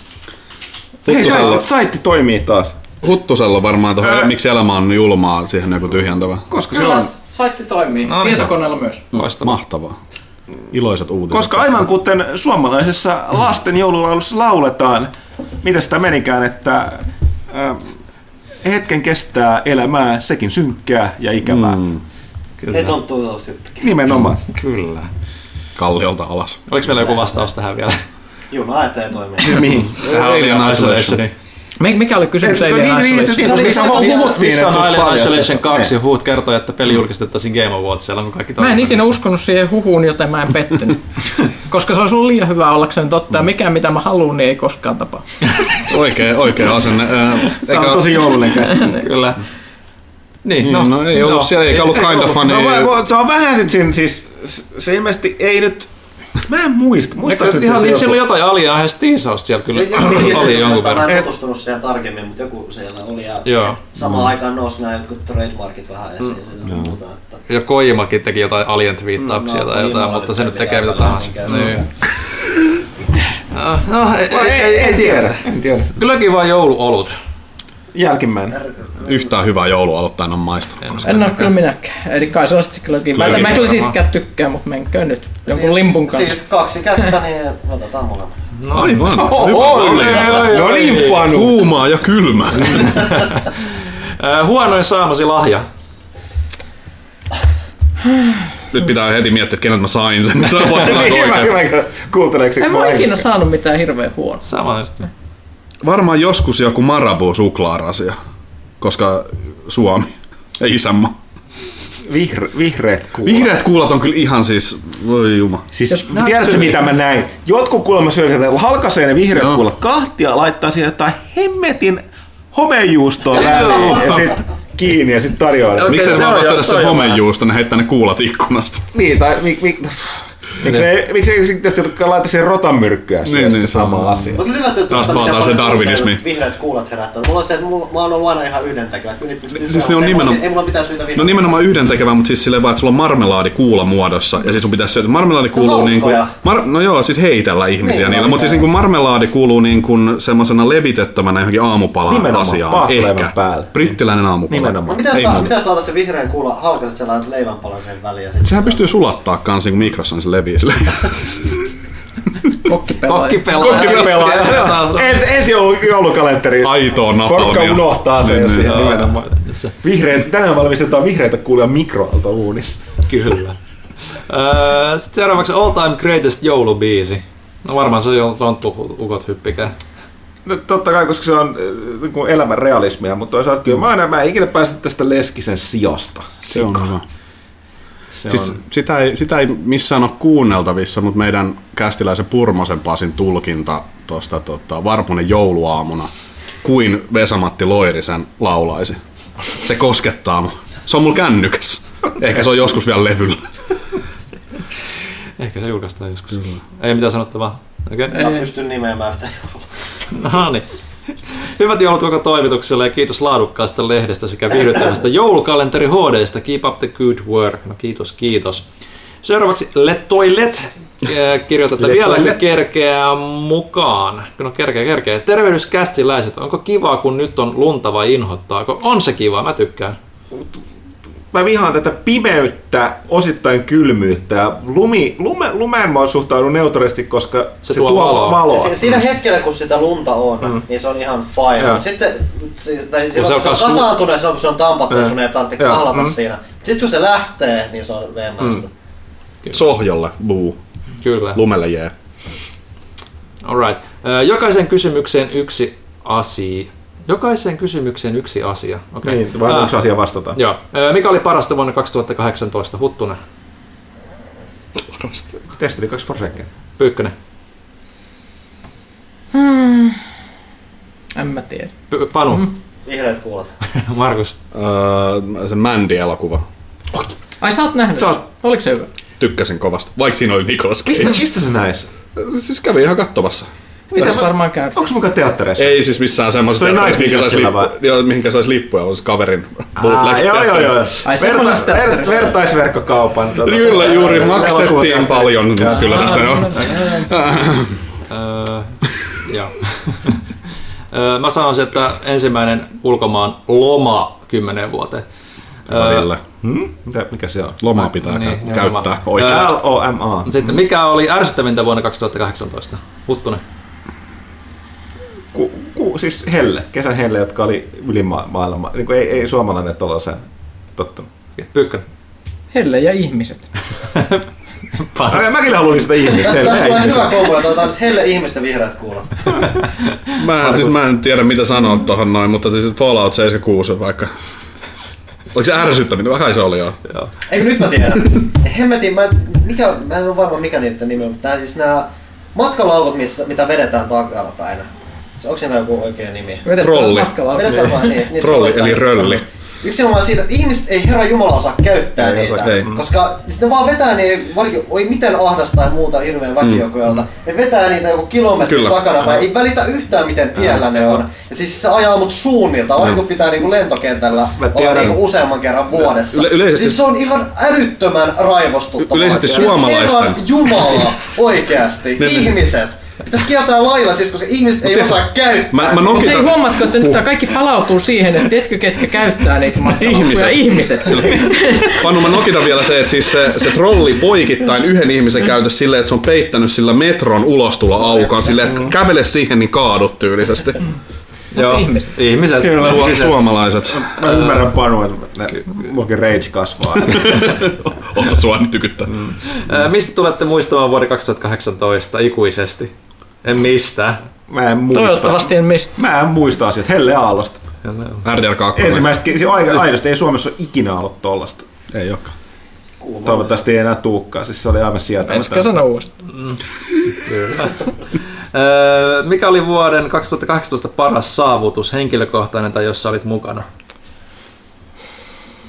Hei, saitti toimii taas. Huttusella varmaan tuohon, öö. miksi elämä on niin julmaa, siihen joku tyhjentävä. Koska Kyllä, se on... saitti toimii. No, tietokoneella myös. Loistavaa. Mahtavaa. Iloiset uutiset. Koska aivan kuten suomalaisessa lasten joululaulussa lauletaan, mitä sitä menikään, että äh, hetken kestää elämää, sekin synkkää ja ikävää. Mm. Kyllä. Ei tonttuu nimenomaan. Kyllä. Kalliolta alas. Oliko meillä joku vastaus tähän vielä? Juna eteen toimii. Mihin? Alien Isolation. Mikä oli kysymys Alien Isolation? Missä on Alien Isolation kaksi? Huut kertoi, että peli julkistettaisiin Game Awardsilla. Onko kaikki mä en ikinä uskonut siihen huhuun, joten mä en pettynyt. Koska se olisi ollut liian hyvä ollakseen totta. Ja mikään mitä mä haluan, niin ei koskaan tapaa. Oikein, oikein asenne. Tämä on tosi joulunen käsite. Kyllä. Niin, no, no ei ollut no, siellä, eikä ollut kind of funny. No, se on vähän, siis se ilmeisesti ei nyt... Mä en muista. Muista nyt ihan niin, siellä oli jotain aliaiheen tiisausta siellä kyllä oli jonkun verran. Mä en tutustunut siihen tarkemmin, mutta joku siellä oli ja samaan aikaan nousi nämä jotkut trademarkit vähän esiin ja muuta. Ja Kojimakin teki jotain alien-twiittauksia tai jotain, mutta se nyt tekee mitä tahansa. No, ei tiedä. Kyllä kiva jouluolut. Jälkimmäinen. Yhtään hyvää joulua aloittaa en ole maistu. En ole kyllä minäkään. Eli kai se on sitten kyllä. Mä en kyllä siitäkään tykkää, mutta menkö nyt jonkun limpun kanssa. Siis kaksi kättä, niin otetaan molemmat. No aivan. No limpanu. Kuumaa ja kylmää. Huonoin saamasi lahja. Nyt pitää heti miettiä, että keneltä mä sain sen. Se on kuunteleeko en mä ole ikinä saanut mitään hirveän huonoa. Sama just. Varmaan joskus joku Marabou suklaarasia, koska Suomi ja isänmaa. Vihre, vihreät kuulat. Vihreät kuulat on kyllä ihan siis, voi juma. Siis, tiedätkö mitä mä näin? Jotkut kuulemma syödään, että halkaisee ne vihreät no. kuulat kahtia, laittaa siihen jotain hemmetin homejuustoa väliin ja sit kiinni ja sit tarjoaa. Miksei se vaan syödä se homejuusto, ne heittää ne kuulat ikkunasta? Niin, tai... Mi, mi, Miksi ei, miksi ei sitten laita siihen rotanmyrkkyä syö Niin, niin, niin, sama sama. asia? Mutta kyllä yllättyy Taas tuosta, palataan miten se paljon darwinismi. vihreät kuulat herättää. Mulla on se, että mulla, mä oon ollut aina ihan yhdentekevä. Että nyt pystyy Siis ne on ei, nimenomaan- mulla, ei mulla mitään syytä vihreät. No nimenomaan yhdentekevä, mutta siis silleen vaan, että sulla on marmelaadi kuula muodossa ja sit sun pitäisi syödä. Marmelaadi kuuluu No, niinku, hauskoja. mar, no joo, siis heitellä ihmisiä Niin, niillä, no, mutta siis joo. niinku marmelaadi kuuluu niinku semmosena levitettävänä johonkin aamupalaan Nimenomaan, asiaan. paahtoleivän Ehkä. päälle. Brittiläinen aamupala. Nimenomaan. No mitä Ei saa, muuta. mitä saatat se vihreän kuulla halkaset sellainen leivänpalan sen väliin ja sit... Sehän pystyy sulattaa kans niinku mikrossa, niin se levii silleen. Kokkipelaaja. Kokkipelaaja. Kokkipelaaja. Ensi, ensi joulu, joulukalenteri. Aitoa napalmia. Porukka unohtaa sen, Niin, jos niin. siihen nimenomaan. Vihreät, tänään valmistetaan vihreitä kuulia mikroaaltouunissa. Kyllä. Öö, Sitten seuraavaksi All Time Greatest joulubiisi. No varmaan se on tonttu-ukot hyppikää. No totta kai, koska se on äh, niin kuin elämän realismia, mutta toisaalta kyllä mä, aina, mä en ikinä pääse tästä Leskisen sijasta. Se on hyvä. Se Siis on, sitä, ei, sitä ei missään ole kuunneltavissa, mutta meidän kästiläisen Purmosen Pasin tulkinta tuosta tota, Varpunen jouluaamuna, kuin Vesa-Matti Loirisen laulaisi. Se koskettaa mua. Se on mulla kännykäs. Ehkä se on joskus vielä levyllä. Ehkä se julkaistaan joskus. Mm. Ei mitään sanottavaa. Okay. Mä pystyn nimeämään yhtä joulua. No niin. Hyvät joulut koko toimitukselle ja kiitos laadukkaasta lehdestä sekä viihdyttävästä joulukalenteri H D:stä. Keep up the good work. No kiitos, kiitos. Seuraavaksi Let Toilet. Kirjoitetaan vieläkin kerkeää mukaan. No kerkeä, kerkeä. Tervehdys kästiläiset. Onko kivaa, kun nyt on lunta vai inhottaako? On se kivaa, mä tykkään. mä vihaan tätä pimeyttä, osittain kylmyyttä. Ja lumi, lume, lumeen mä suhtaudun neutraalisti, koska se, se tuo, tuo valoa. valoa. Si- siinä hetkellä, kun sitä lunta on, mm. niin se on ihan fine. Mutta sitten si- tai silloin, kun se on kasvu... kasaantunut, silloin kun se on tampattu ja sun ei tarvitse kahlata mm. siinä. Sitten kun se lähtee, niin se on veemäistä. Mm. Sohjolle, buu. Kyllä. Lumelle jää. Alright. Jokaisen kysymykseen yksi asia. Jokaiseen kysymykseen yksi asia. Okay. Niin, vai yksi asia vastataan. Joo. Mikä oli parasta vuonna kaksituhattakahdeksantoista? Huttunen. Parasta. Destiny kaksi Forsaken. Pyykkönen. Hmm. En mä tiedä. P- Panu. Mm. Vihreät kuulat. Markus. Öö, se Mandy-elokuva. Ai sä oot nähnyt? Sä oot... Oliko se hyvä? Tykkäsin kovasti, vaikka siinä oli Nicolas Cage. Mistä, mistä sä näis? Siis kävi ihan kattavassa. Mitä mä... varmaan käy? Onko mukaan teattereissa? Ei siis missään semmoisessa teatterissa, mihinkä saisi lippu, mihinkä sais lippuja, olisi kaverin. Aa, joo, joo, joo. Ai Verta, ver, vertaisverkkokaupan. Tuota, kyllä, juuri maksettiin paljon. Ja. Kyllä tästä on. Joo. Mä sanoisin, että ensimmäinen ulkomaan loma kymmenen vuoteen. Ville. Hmm? Mikä se on? Lomaa pitää Niin, niin, käyttää loma. oikein. L O M A. Sitten mikä oli ärsyttävintä vuonna kaksituhattakahdeksantoista? Huttunen. Ku, ku, siis helle, kesän helle, jotka oli yli ma- maailma. Niin ei, ei suomalainen tuollaisen tottunut. Pyykkönen. Helle ja ihmiset. Ai, mäkin haluan niistä ihmistä. Tästä tulee hyvä kombo, että otetaan nyt helle ihmisten vihreät kuulat. Mä, siis, mä en tiedä mitä sanoa tohon noin, mutta siis Fallout seitsemänkymmentäkuusi vaikka. Oliko se ärsyttävintä? Kai se oli joo. Joo. Ei nyt mä tiedän. Hemmetin, mä, mikä, mä en ole varma mikä niiden nimi on, mutta tää siis nää matkalaukut, missä, mitä vedetään takanapäin. Onko siinä joku oikea nimi? Vedetään Trolli. matkalaukut. Vedetään vaan niin. niin Trolli eli rölli. Yksinomaan siitä, että ihmiset ei herra jumala osaa käyttää Ei niitä, osaa, ei. koska siis ne vaan vetää niin, varsinkin, oi miten ahdasta tai muuta hirveän väkijoukkoilta, ne vetää niitä joku kilometrin Kyllä. takana vai ei välitä yhtään miten tiellä ne on. Ja siis se ajaa mut suunnilta, aina kun pitää niinku lentokentällä olla niinku useamman kerran vuodessa. Yle- yleisesti- Siis se on ihan älyttömän raivostuttavaa. Yleisesti Siis suomalaisten- herran jumala oikeasti, Ne- ne- ihmiset. Pitäis kieltää lailla siis, koska ihmiset ei osaa käyttää. Mä, mä Mutta nokitan. ei huomatko, että nyt tää kaikki palautuu siihen, että tiedätkö ketkä käyttää niitä matkalaukkuja? Ihmiset. Ihmiset. Panu, mä nokitan vielä se, että siis se, se trolli poikittain yhden ihmisen käytössä silleen, että se on peittänyt sillä metron ulostulo-aukon silleen, että kävele siihen, niin kaadut tyylisesti. Joo. Ihmiset. Ihmiset. Su- Ihmiset. suomalaiset. Mä ymmärrän Panu, että muakin rage kasvaa. Ota sua nyt tykyttää. Ää, Mistä tulette muistamaan vuoden kaksituhattakahdeksantoista ikuisesti? En mistä. Mä en muista. Toivottavasti en mistä. Mä en muista asiat. Helle Aallosta. R D R kaksi. Ensimmäistä, se aika aidosti ei Suomessa ole ikinä ollut tollasta. Ei olekaan. Toivottavasti ei enää tuukkaa, siis se oli aivan sieltä. Ensikö sano uudestaan? Kyllä. Öö, Mikä oli vuoden kaksituhattakahdeksantoista paras saavutus, henkilökohtainen tai jossa olit mukana?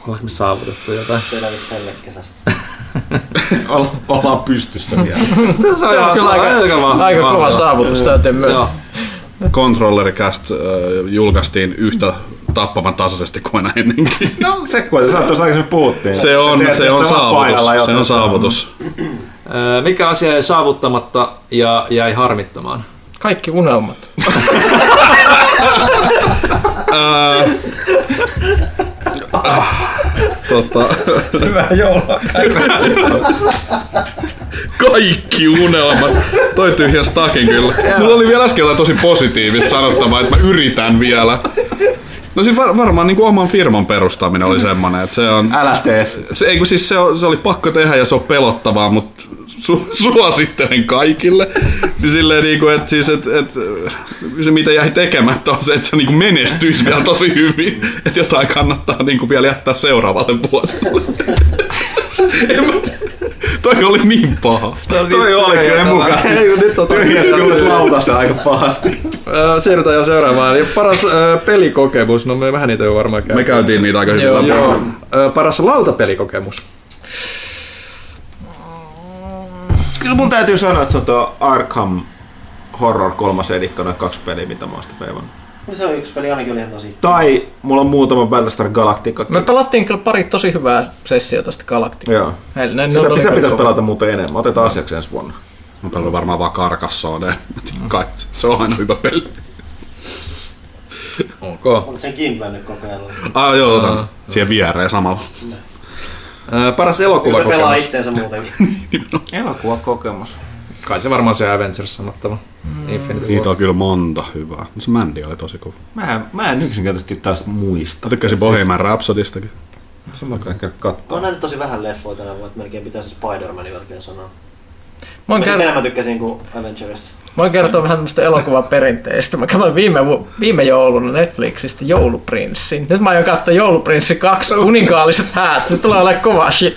Ollaanko me saavutettu jotain? Selvisi hellekesästä. Ollaan pystyssä vielä. Se on, se on kyllä aika, aika, va- aika va- kova va- saavutus, täytyy myöntää. Controllericast äh, julkaistiin yhtä tappavan tasaisesti kuin aina ennenkin. No se kun se tuossa aikaisemmin puhuttiin. Se on, se on saavutus. Se on saavutus. Mikä asia jäi saavuttamatta ja jäi harmittamaan? Kaikki unelmat. Tota. Hyvää joulua. Kaikki unelmat. Toi tyhjäs takin kyllä. Mulla oli vielä äsken tosi positiivista sanottavaa, että mä yritän vielä. No siis var, varmaan niin kuin oman firman perustaminen oli semmoinen, että se on... Älä tee se. Ei kun siis se, on, se oli pakko tehdä ja se on pelottavaa, mutta su, suosittelen kaikille. Niin silleen niin kuin, että siis, et, et, se mitä jäi tekemättä on se, että se niin kuin menestyisi vielä tosi hyvin. Että jotain kannattaa niin kuin vielä jättää seuraavalle vuodelle. Toi oli niin paha. Toi oli kyllä mukaan. Tyhjäs kyllä lautassa aika pahasti. Siirrytään jo seuraavaan. Ja paras äh, pelikokemus, no me vähän niitä jo varmaan käytiin. Me käytiin niitä aika hyvin. Joo, joo. Äh, paras lautapelikokemus. Kyllä mun täytyy sanoa, että se on tuo Arkham Horror kolmas edikko, noin kaksi peliä, mitä mä oon sitä peivannut. Se on yksi peli ainakin oli ihan tosi. Tai mulla on muutama Battlestar Galactica. Me pelattiin kyllä pari tosi hyvää sessiota tosta Galactica. Joo. Heillä, ne, sitä ne sitä pitäisi kova. pelata muuten enemmän. Otetaan asiaksi ensi vuonna. Mä pelaan varmaan vaan Carcassonne. Se on aina hyvä peli. Okay. Mutta sen Gimplen nyt kokeillut. Ah joo, otan. Siihen viereen samalla. Äh, paras Se elokuvakokemus. pelaa itteensä muutenkin. Elokuvakokemus. Kai se varmaan se Avengers sanottava. Mm. Infinity War. Niitä on kyllä monta hyvää. Se Mandy oli tosi kova. Mä en, mä en yksinkertaisesti taas muista. Mä tykkäsin Bohemian Rhapsodistakin. Se mä käyn Mä kattoo. oon nähnyt tosi vähän leffoja tänä vuonna, että melkein pitäisi Spider-Manin melkein sanoa. Mä oon Mä kert- enemmän tykkäsin kuin Avengerista. Mä voin kertoa vähän tämmöistä elokuvan perinteistä. Mä katsoin viime, vu- viime jouluna Netflixistä Jouluprinssin. Nyt mä aion katsoa Jouluprinssi kaksi, Kuninkaaliset häät. Se tulee olemaan kova shit.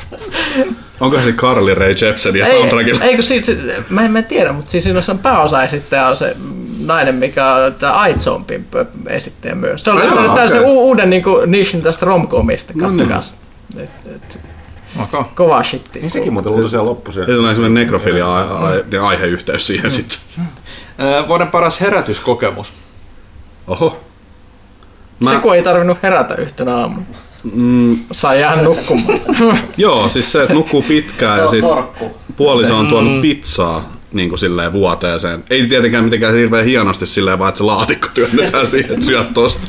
Onko se Carly Rae Jepsen ja soundtrackilla? Ei, kun siitä, mä en, mä en tiedä, mutta siis siinä on pääosaesittäjä on se nainen, mikä on tämä iZombin esittäjä myös. Se on Jaa, löytänyt tällaisen okei. u- uuden niinku nishin tästä romcomista, kattokas. Et, et, Okay. kova shitti. Niin sekin muuten luultu siellä loppu siellä. Se on semmoinen nekrofilia-aiheyhteys siihen sitten. Äh, vuoden paras herätyskokemus. Oho. Se Mä- kun ei tarvinnut herätä yhtenä aamuna. Mm, Sai jäädä nukkumaan. joo, siis se, että nukkuu pitkään ja Joo, sit torkku. puoliso on tuonut pizzaa niin kuin silleen vuoteeseen. Ei tietenkään mitenkään hirveän hienosti silleen, vaan että se laatikko työnnetään siihen, että syöt tosta.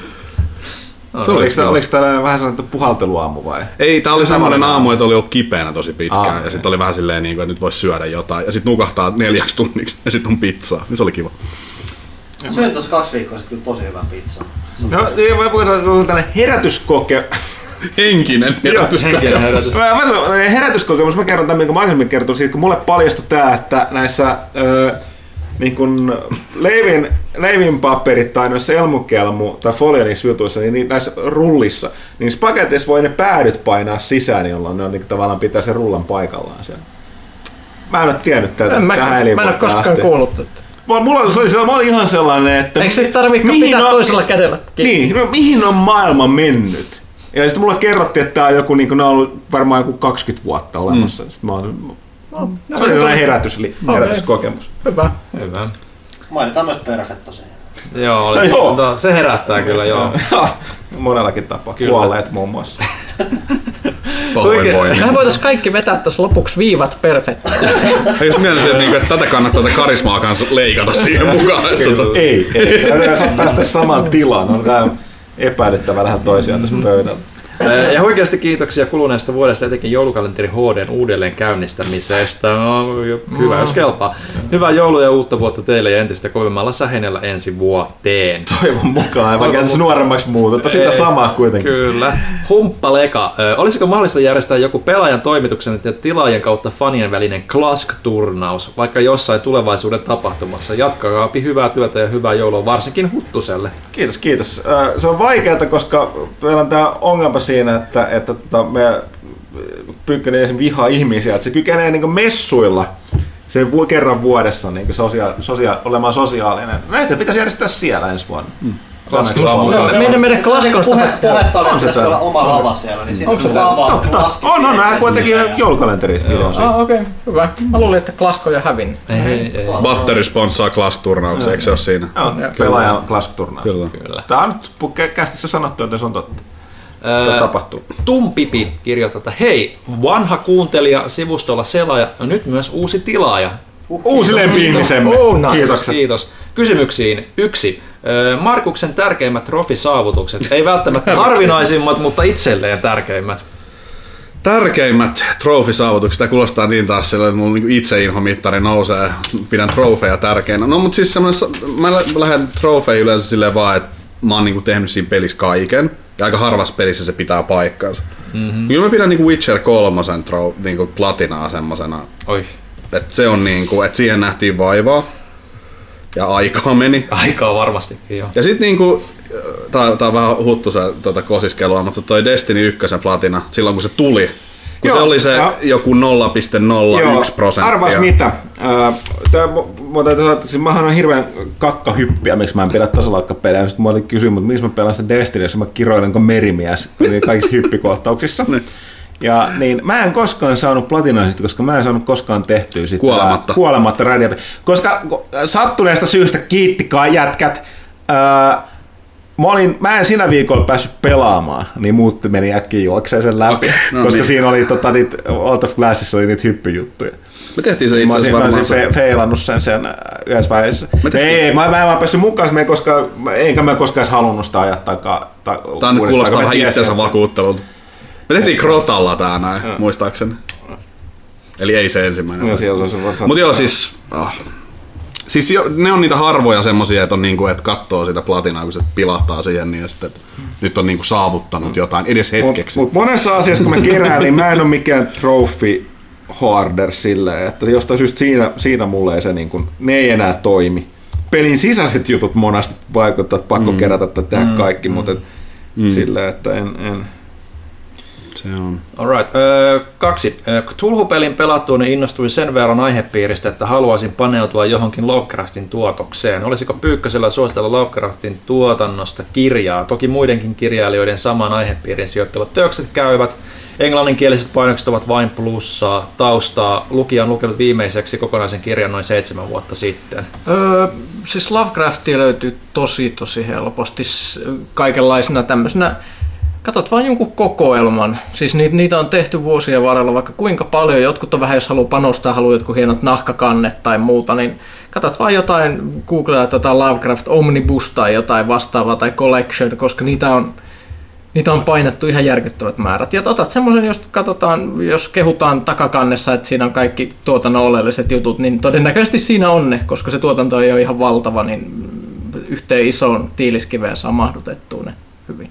Se oliko, tää, oliko täällä vähän sanottu puhalteluaamu vai? Ei, tää oli semmoinen Tavallinen aamu, että oli ollut kipeänä tosi pitkään. Ah, ja okei. sitten oli vähän silleen, niin kuin, että nyt voisi syödä jotain. Ja sitten nukahtaa neljäksi tunniksi ja sitten on pizzaa. Niin se oli kiva. Syön tuossa kaksi viikkoa sitten kyllä tosi hyvä pizza. No niin, mä voin sanoa, että on tällainen herätyskoke. Henkinen herätys. Henkinen herätys. Mä, mä sanon, herätyskokemus, mä kerron tämän, minkä mä aikaisemmin kertonut siitä, kun mulle paljastui tää, että näissä öö, niin kun leivin, leivin paperit tai noissa elmukelmu tai folionissa jutuissa, niin, niin näissä rullissa, niin spagetissa voi ne päädyt painaa sisään, jolloin ne on niin tavallaan pitää sen rullan paikallaan siellä. Mä en ole tiennyt tätä En mä, tähän mä en ole elinvuoteen koskaan asti. kuullut tätä. Mulla, mulla, se oli, siellä- mä olin ihan sellainen, että... Eikö nyt tarvitse mihin pitää on- toisella kädellä kiinni? Niin, no, mihin on maailma mennyt? Ja sitten mulle kerrottiin, että tää on joku, niin kuin, ne on ollut varmaan joku kaksikymmentä vuotta olemassa. Mm. Sitten mä olin, se oli sellainen herätys, herätyskokemus. Hyvä. Hyvä. Mainitaan myös Perfetto sen. Joo, oli, No joo. no, se herättää kyllä, joo. Monellakin tapaa. Kyllä. Kuolleet muun muassa. Pahoin voin. Mehän voitaisiin kaikki vetää tässä lopuksi viivat perfektiin. Jos mielestäni, että, niinku, että tätä kannattaa tätä karismaa kanssa leikata siihen mukaan. Että, tota, Ei, ei. Täytyy saa päästä samaan tilaan. On vähän epäilyttävää vähän toisiaan tässä pöydällä. Ja oikeasti kiitoksia kuluneesta vuodesta, etenkin joulukalenteri H D:n uudelleen käynnistämisestä. No, hyvä, jos kelpaa. Hyvää joulua ja uutta vuotta teille ja entistä kovemmalla sähenellä ensi vuoteen. Toivon mukaan, vaikka tässä nuoremmaksi muuta, sitä Ei, samaa kuitenkin. Kyllä. Humppaleka. Ö, Olisiko mahdollista järjestää joku pelaajan toimituksen ja tilaajien kautta fanien välinen Klask-turnaus, vaikka jossain tulevaisuuden tapahtumassa? Jatkakaa hyvää työtä ja hyvää joulua, varsinkin Huttuselle. Kiitos, kiitos. Äh, Se on vaikeaa, koska meillä on tämä ongelma siinä, että, että tota, me Pyykkönen esimerkiksi vihaa ihmisiä, että se kykenee niin messuilla sen kerran vuodessa niin sosia- sosia- olemaan sosiaalinen. Näitä pitäisi järjestää siellä ensi vuonna. Mm. Meidän meidän klaskosta. Puhetta oli, että pitäisi olla oma lava siellä, niin sitten sulla on vaan klaski. On, on, nämä kuitenkin joulukalenterivideossa. Ah, okei, okay, hyvä. Mä luulin, että klaskoja hävin. Ei, ei, ei. Batteri sponssaa Klask-turnauksen, eikö se ole siinä? Joo, pelaajan Klask-turnaus. Kyllä. Kyllä. Tää on nyt kästissä sanottu, että se on totta. Tämä tapahtuu. Tumpipi kirjoittaa, että hei, vanha kuuntelija, sivustolla selaaja ja nyt myös uusi tilaaja. Uusi lempi-ihmisemme. Oh, nice. Kiitokset. Kiitos. Kysymyksiin. Yksi. Markuksen tärkeimmät trofisaavutukset. Ei välttämättä harvinaisimmat, mutta itselleen tärkeimmät. Tärkeimmät trofisaavutukset, tämä kuulostaa niin taas sillä, että mun niinku itseinhomittari nousee, pidän trofeja tärkeinä. No mut siis semmoinen, mä lähden trofeihin yleensä silleen vaan, että mä oon niinku tehnyt siinä pelissä kaiken. Ja aika harvassa pelissä se pitää paikkansa. Mm-hmm. Kyllä mä pidän niinku Witcher kolmosen tro, niinku platinaa semmosena. Oi. Että se on niinku, että siihen nähtiin vaivaa. Ja aikaa meni. Aikaa varmastikin, joo. Ja sit niinku, tää, tää on vähän huttu se tuota kosiskelua, mutta toi Destiny yksi platina, silloin kun se tuli, kun joo, se oli se ja joku nolla pilkku nolla yksi prosenttia. Arvas mitä? Tää, mä täytyy sanoa, että siis mähän on hirveän kakkahyppiä, miksi mä en pidä tasoloikkapelejä. Sitten mä olin kysynyt, mutta missä mä pelaan sitä Destinyssä, mä kiroilen kuin merimies kaikissa hyppikohtauksissa. Ja niin, mä en koskaan saanut platinaa siitä, koska mä en saanut koskaan tehtyä sitä kuolematta, kuolematta radiota. Koska sattuneesta syystä kiittikaa jätkät. Ää, mä, olin, mä en siinä viikolla päässyt pelaamaan, niin muut meni äkkiä juokseen sen läpi. Okay, no koska niin. Siinä oli tota, niitä, Out of Glassissa oli niitä hyppyjuttuja. Me tehtiin se itse asiassa varmaan. Mä olisin feilannut sen, sen yhdessä vaiheessa. Ei, mä, mä en vaan päässyt mukaan, mä en koskaan, enkä mä koskaan halunnut sitä ajaa. Tämä kuulostaa vähän itseänsä vakuuttelulta. Me tehtiin Krotalla tää näin, ja. Muistaakseni. Eli ei se ensimmäinen. No, siellä on se Mut joo, siis... Oh. Siis jo, ne on niitä harvoja semmosia, että, on niinku, että katsoo sitä platinaa, kun se pilahtaa siihen, niin sitten, että nyt on niinku saavuttanut jotain edes hetkeksi. Mutta mut monessa asiassa, kun mä kerään, niin mä en ole mikään trophy hoarder silleen, että jostain syystä siinä, siinä mulle ei se, niin kun, ne ei enää toimi. Pelin sisäiset jutut monasti vaikuttaa, että pakko mm. kerätä tai tehdä mm. kaikki, mm. mutta mm. silleen, että en... en se on. Alright. Öö, kaksi. Cthulhu-pelin pelattuun niin innostuin sen verran aihepiiristä, että haluaisin paneutua johonkin Lovecraftin tuotokseen. Olisiko Pyykkösellä suositella Lovecraftin tuotannosta kirjaa? Toki muidenkin kirjailijoiden saman aihepiirin sijoittuvat teokset käyvät. Englanninkieliset painokset ovat vain plussaa. Taustaa. Lukija on lukenut viimeiseksi kokonaisen kirjan noin seitsemän vuotta sitten. Öö, siis Lovecraftia löytyy tosi tosi helposti kaikenlaisina tämmöisenä. Katot vaan jonkun kokoelman. Siis niitä, niitä on tehty vuosien varrella vaikka kuinka paljon. Jotkut on vähän, jos haluaa panostaa, haluaa jotkut hienot nahkakannet tai muuta, niin katot vaan jotain, googlea jotain Lovecraft Omnibus tai jotain vastaavaa tai Collection, koska niitä on, niitä on painettu ihan järkyttävät määrät. Ja otat semmoisen, jos katsotaan, jos kehutaan takakannessa, että siinä on kaikki tuotannon oleelliset jutut, niin todennäköisesti siinä on ne, koska se tuotanto ei ole ihan valtava, niin yhteen isoon tiiliskiveen saa mahdutettua ne hyvin.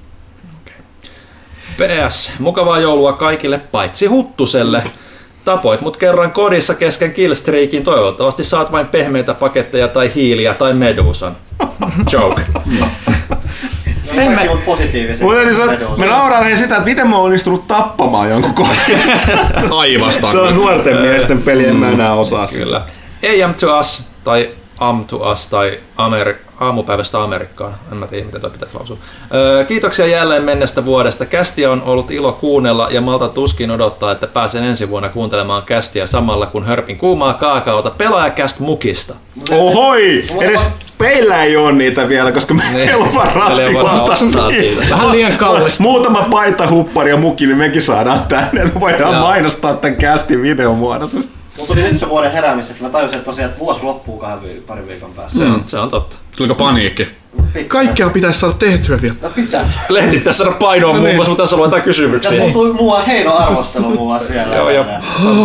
P S. Mukavaa joulua kaikille paitsi Huttuselle. Tapoit mut kerran kodissa kesken killstreakin. Toivottavasti saat vain pehmeitä paketteja tai hiiliä tai medusan. Joke. Kaikki on positiivisia. Mä nauraan sitä, että miten mä oon onnistunut tappamaan jonkun kodissa. Aivastaan. Se on nuorten miesten peli, en mä enää osaa. Kyllä. A M to us tai Am to us tai Ameri- aamupäivästä Amerikkaan. En mä tiedä, miten toi pitäisi lausua. Öö, kiitoksia jälleen mennestä vuodesta. Kästiä on ollut ilo kuunnella ja malta tuskin odottaa, että pääsen ensi vuonna kuuntelemaan kästiä samalla kun hörpin kuumaa kaakaota pelaajakäst mukista. Ohoi! Edes meillä ei ole niitä vielä, koska meillä on vaan rattilata niitä. Vähän liian kallista. Muutama paita, huppari ja muki, niin mekin saadaan tänne. Me voidaan Joo. mainostaa tämän kästin videon muodossa. Mulla tuli nyt se vuoden heräämisestä, mä tajusin, että tosiaan että vuosi loppuu kahden vi- parin viikon päästä. Se on, se on totta. Tuliko paniikki? Kaikkea pitäisi saada tehtyä vielä. No pitäisi. Lehti pitäisi saada painoa no, muun muassa, mutta tässä on jotain kysymyksiä. Se tuntuu mua Heino arvostelu muun muassa vielä. Joo, joo.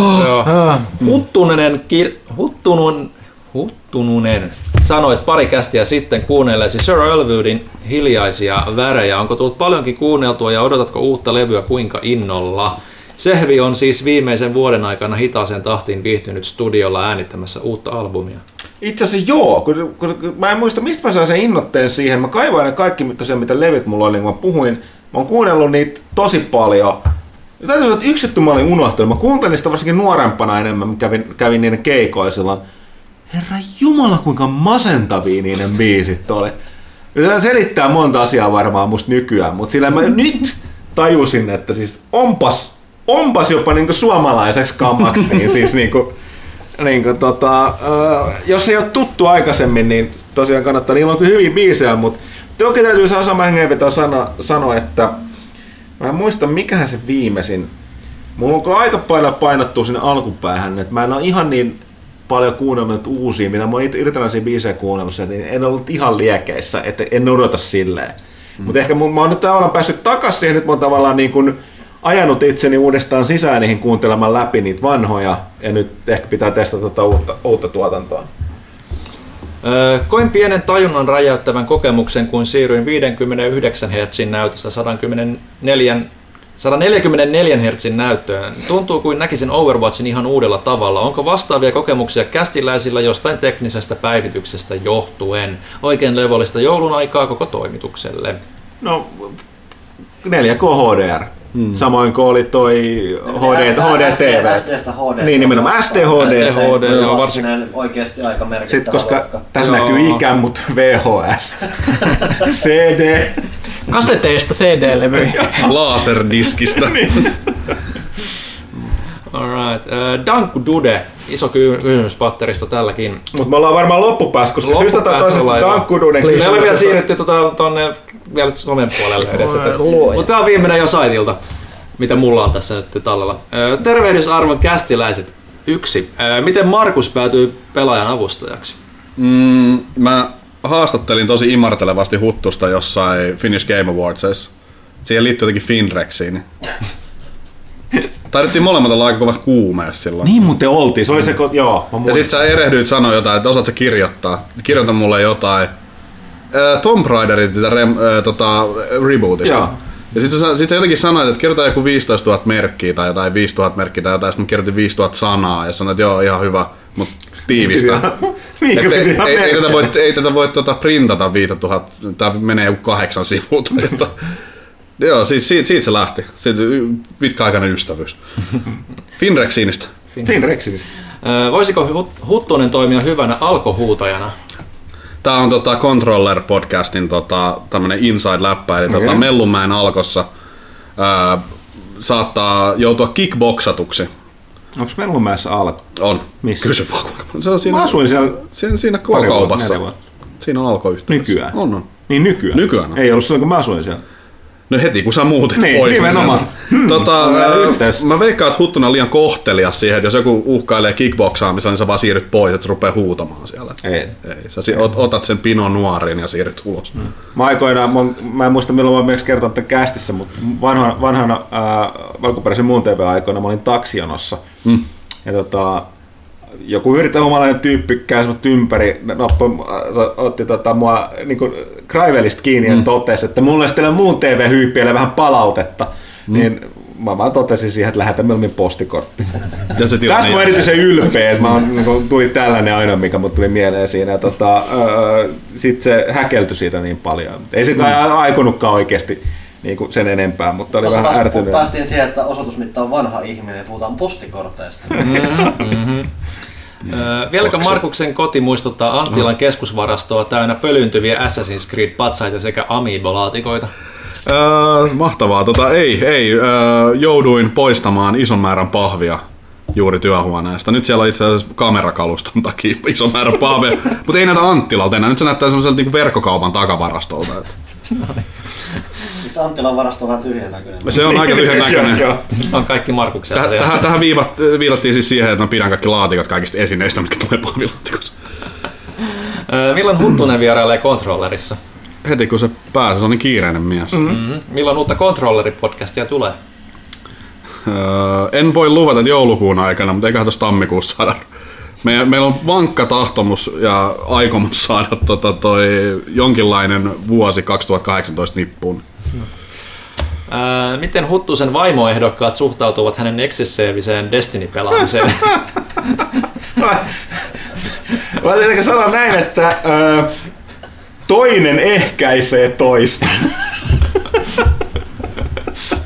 Huttunen, kir- Huttunun, Huttununen sanoit pari kästiä sitten kuunnelleesi Sir Elwoodin Hiljaisia värejä. Onko tullut paljonkin kuunneltua ja odotatko uutta levyä kuinka innolla? Sehvi on siis viimeisen vuoden aikana hitaaseen tahtiin viihtynyt studiolla äänittämässä uutta albumia. Itse asiassa joo, kun, kun, kun, mä en muista mistä mä sain sen innotteen siihen. Mä kaivoin ne kaikki tosiaan, mitä levyt mulla oli, kun mä puhuin. Mä oon kuunnellut niitä tosi paljon. Ja täytyy sanoa, että yksi juttu mä olin unohtanut. Mä kuuntelin sitä varsinkin nuorempana enemmän, mä kävin, kävin niiden keikoisilla. Herra Jumala, kuinka masentavia niiden biisit oli. Se selittää monta asiaa varmaan musta nykyään, mutta sillä mä nyt tajusin, että siis onpas, onpas jopa niinku suomalaiseksi kammaksi, niin siis niinku, niinku tota, äh, jos ei ole tuttu aikaisemmin, niin tosiaan kannattaa, niillä on kyllä hyviä biisejä, mutta toki täytyy saa sama hengenvetoa sano, sanoa, että mä en muista mikähän se viimeisin. Mulla on kyllä aika paljon painottua sinne alkupäähän, että mä en ole ihan niin paljon kuunnellut uusia, mitä mä oon irtalaisia biisejä kuunnellut, niin en ollut ihan liekeissä, että en odota silleen. Mm. Mutta ehkä mä oon nyt tavallaan päässyt takaisin siihen, nyt mä oon tavallaan niin kuin ajanut itseni uudestaan sisään niihin kuuntelemaan läpi niitä vanhoja, ja nyt ehkä pitää testata tota uutta, uutta tuotantoa. Öö, koin pienen tajunnan räjäyttävän kokemuksen, kun siirryin viisikymmentäyhdeksän hertsin näytöstä sata neljäkymmentäneljä hertsin näyttöön. Tuntuu kuin näkisin Overwatchin ihan uudella tavalla. Onko vastaavia kokemuksia kästiläisillä jostain teknisestä päivityksestä johtuen? Oikein levollista joulun aikaa koko toimitukselle. No, neljä K H D R. Hmm. Samoin kuin oli toi H D, H D T V. S D:stä H D. Niin, nimenomaan S D H D. S D H D, joo, varsin oikeasti aika merkittävä. Sitten koska luokka. tässä joo. näkyy ikään, mutta V H S. C D. Kaseteista C D-levyjä. Laserdiskistä. Alright. Uh, Danku Dude. Iso ky- kysymys patterista tälläkin. Mutta me ollaan varmaan loppupäässä, koska syystä tai toisesta Danku Duden kysymys. Me ollaan vielä siirretty tota, tonne vielä somen puolelle edes. Mutta tää on viimeinen jo saitilta, mitä mulla on tässä nyt tallella. Uh, tervehdys arvon kästiläiset. Yksi. Uh, miten Markus päätyi pelaajan avustajaksi? Mm, mä haastattelin tosi imartelevasti Huttusta jossain Finnish Game Awardsissa. Siihen liittyy jotenkin Finrexiin. Taidettiin molemmat olla aika kovat kuumeessa silloin. Niin muuten oltiin, se oli se, ko- joo. Ja sit sä erehdyit sanoa jotain, että osaat sä kirjoittaa. Kirjoita mulle jotain. Äh, Tomb Raiderin rem- äh, tota, rebootista. Joo. Ja sit sä, sit sä jotenkin sanoit, että kirjoita joku viisitoistatuhatta merkkiä tai jotain viisituhatta merkkiä tai jotain, sitten mä kirjoitin viisituhatta sanaa ja sanoit, että joo, ihan hyvä, mutta tiivistä. niin, et, ei, ei, ei tätä voi, ei tätä voi tota, printata viisituhatta, tää menee joku kahdeksan sivulta. Joo, siis siitä, siitä se lähti. Siitä pitkäaikainen ystävyys. Finrexiinistä. Finrexiinistä. Voisiko Huttunen toimia hyvänä alkohuutajana? Tää on tota Controller-podcastin tota, tämmönen inside-läppä, eli okay. tota, Mellunmäen Alkossa ää, saattaa joutua kickboksatuksi. Onko Mellunmäessä Alko? On. Missä? Kysy vaan kuinka paljon. Se on siinä, mä asuin siellä siinä, siinä kaupassa. Siinä on Alko-yhteydessä. Nykyään? On, on. Niin nykyään? Nykyään on. Ei ollut silloin, kun mä asuin siellä. No heti kun sä muutit niin, pois. Nimenomaan. Hmm, tota, mä veikkaan, että Huttunen on liian kohtelias siihen, että jos joku uhkailee kickboksaamisella, niin sä vaan siirryt pois, että sä rupeaa huutamaan siellä. Ei. Ei. Sä Ei. otat sen pinon nuoriin ja siirryt ulos. Hmm. Mä aikoinaan, mä en muista milloin mä myös kertonut tämän kästissä, mutta vanhana, vanhana äh, valkoperäisen muun T V-aikoina mä olin taksijonossa. Hmm. Ja tota, joku yrittää humalainen tyyppi käy mut ympäri, noppa, otti tota, mua niinku Kraivelista kiinni ja mm. totesi, että mulla olisi teillä muun T V-hyyppiölle vähän palautetta. Mm. Niin mä vaan totesin siihen, että lähetän mieluummin postikortti. Tästä mä oon erityisen ylpeä, että mä oon, niin tuli tällainen ainoa, mikä mut tuli mieleen siinä. Tota, öö, sitten se häkeltyi siitä niin paljon. Ei se mm. aikonutkaan oikeasti niin kuin sen enempää, mutta oli Tuossa vähän ärtynyt. Päästiin siihen, että osoitusmitta on vanha ihminen ja puhutaan postikorteista. Mm-hmm. Öö, vieläkö Markuksen koti muistuttaa Anttilan keskusvarastoa täynnä pölyntyviä Assassin's Creed-patsaita sekä Amiibo-laatikoita? Öö, mahtavaa. Tota, ei, ei. Öö, jouduin poistamaan ison määrän pahvia juuri työhuoneesta. Nyt siellä on itse asiassa kamerakaluston takia iso määrä pahvia, mutta ei näitä Anttilalta enää. Nyt se näyttää semmoiselta niinku verkkokaupan takavarastolta. Miksi Anttilan varasto on vähän tyhjän näköinen? Se on aika tyhjän näköinen. On kaikki Markuksen. Täh, tähän tähän viivat, viilattiin siis siihen, että mä pidän kaikki laatikot kaikista esineistä, mitkä tulee pahvilaatikossa. Milloin Huttunen vierailee Controllerissa? Heti kun se pääsee, se on niin kiireinen mies. Mm-hmm. Milloin uutta Controller-podcastia tulee? Öö, en voi luvata, että joulukuun aikana, mutta eiköhän tuossa tammikuussa saada. Me, meillä on vankka tahtomus ja aikomus saada tota, toi jonkinlainen vuosi kaksituhattakahdeksantoista nippuun. Ää, miten Huttusen vaimoehdokkaat suhtautuvat hänen eksessiiviseen Destiny-pelaamiseen? Voisin ehkä sanoa näin, että ö, toinen ehkäisee toista.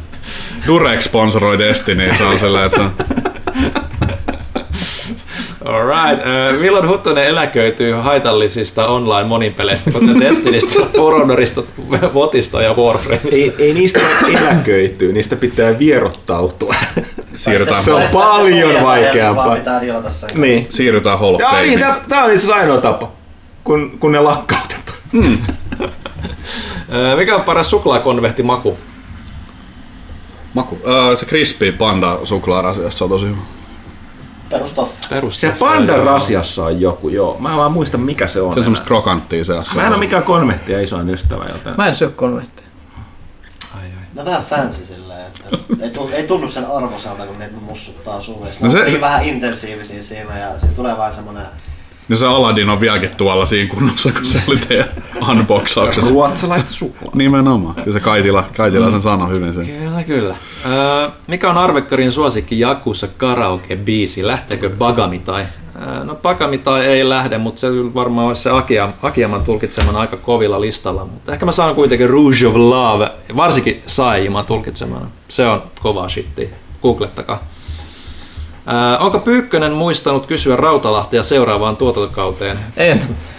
Durek sponsoroi Destiny, se on sellainen, että se on... Alright. Uh, milloin Huttunen eläköityy haitallisista online monipeleistä, kuten Destinystä, For Honorista, Votista ja Warframeista? Ei, ei niistä eläköityy, niistä pitää vierottautua. Siirrytään, Se on paljon vaikeampaa. Niin. siirrytään Hall of Joo, niin, Fameen. tämä on itse asiassa ainoa tapa, kun, kun ne lakkautetaan. Mm. Mikä on paras suklaakonvehti maku? Maku. Uh, se crispy panda suklaarasiassa on tosi hyvä. Perustoffa. Perustoffa. Se pandan rasiassa on joku, joo. Mä en vaan muista mikä se on. Se on semmoista krokanttia se asia. Mä en ole mikään konvehtia isoin ystävä, joten... Mä en syö konvehtia. No vähän fancy silleen, että ei tunnu, ei tunnu sen arvosalta, kun niitä mussuttaa sulle. No no se- se on vähän intensiivisiä siinä ja siitä tulee vaan semmonen... Ja se Aladdin on vieläkin tuolla siinä kunnossa, kun se oli teidän unboxauksessa. Ruotsalaista suklaa. Nimenomaan. Kyllä se Kaitila, Kaitila sen sanoi hyvin sen. Kyllä, kyllä. Öö, mikä on Arvekkarin suosikki Jakussa karaoke-biisi? Lähteekö Bagami tai? Öö, no Bagami tai ei lähde, mutta se varmaan olisi se Akia, Akiaman tulkitsemana aika kovilla listalla. Mutta ehkä mä saan kuitenkin Rouge of Love, varsinkin Saijiman tulkitsemana. Se on kovaa shittiä. Googlettakaa. Öö, onko Pyykkönen muistanut kysyä Rautalahtia seuraavaan tuotantokauteen? En.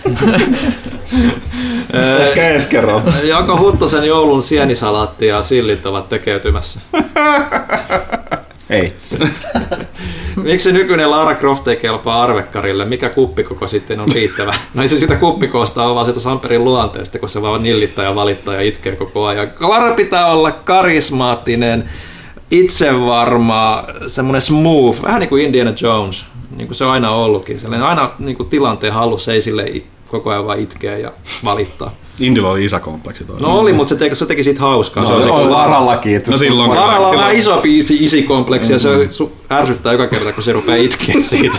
Ehkä ensi kerralla. Ja onko Huttusen joulun sienisalaatti ja sillit ovat tekeytymässä? Ei. Miksi nykyinen Lara Croft ei kelpaa Arvekkarille? Mikä kuppikoko sitten on riittävä? No ei se sitä kuppikoosta ole, vaan sitä Samperin luonteesta, kun se vaan nillittää ja valittaa ja itkee koko ajan. Lara pitää olla karismaattinen, itsevarma, semmoinen smooth, vähän niin kuin Indiana Jones, niin kuin se on aina ollutkin. Sellainen aina niin kuin tilanteen hallussa, ei sille koko ajan vaan itkeä ja valittaa. Indilla oli isäkompleksi toisaalta. No oli, mutta se teki, se teki siitä hauskaa. No, se on se se, on Larallakin. Että No silloin- Laralla on silloin- vähän isompi isi, isikompleksi ja se su- ärsyttää joka kerta, kun se rupeaa itkeä siitä.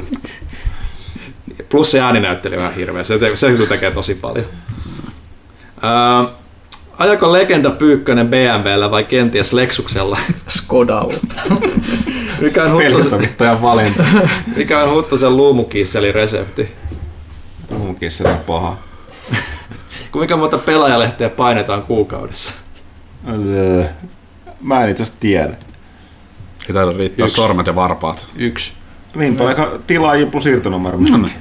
Plus se ääninäyttely vähän hirveä, se, te- se tekee tosi paljon. Ää, ajako Legenda Pyykkönen B M W:llä vai kenties Lexuksella? Skodalla. Mikä on Huttusen, Pelkäpävittäjän valinta. mikä on Huttusen luumukisselin resepti? Munkin se on paha. Kuinka monta pelaajalehteä painetaan kuukaudessa? Öö, Mä en itse asiassa tiedä. Ei taida riittää Yksi. sormet ja varpaat. Yksi. Niin paljon tilaajia plus irtonumero.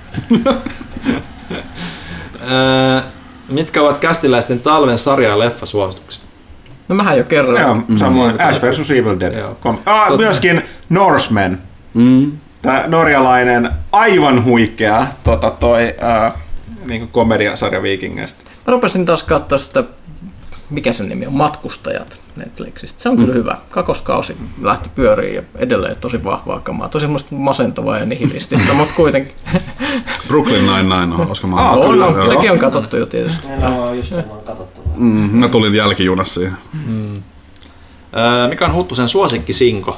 Ää, mitkä ovat kästiläisten talven sarja- ja leffasuositukset? No mähän jo kerran. Joo, samoin Ash versus. Evil Dead. Joo. Kom- ah, myöskin Norseman. Mm. Tämä norjalainen aivan huikea tota, toi, äh, niin komediasarja viikingeistä. Mä rupesin taas katsoa sitä, mikä sen nimi on, Matkustajat Netflixistä. Se on kyllä hyvä. Kakoskausi lähti pyöriin ja edelleen tosi vahvaa kamaa. Tosi semmoista masentavaa ja nihilististä, mutta kuitenkin. Brooklyn Nine-Nine on, koska mä Ah, oon on, kyllä, on, joo. sekin on katsottu jo tietysti. Niin no just semmoinen katsottu. Mm, mä tulin jälkijunassa siihen. Ää, mikä on Huttusen suosikki sinko?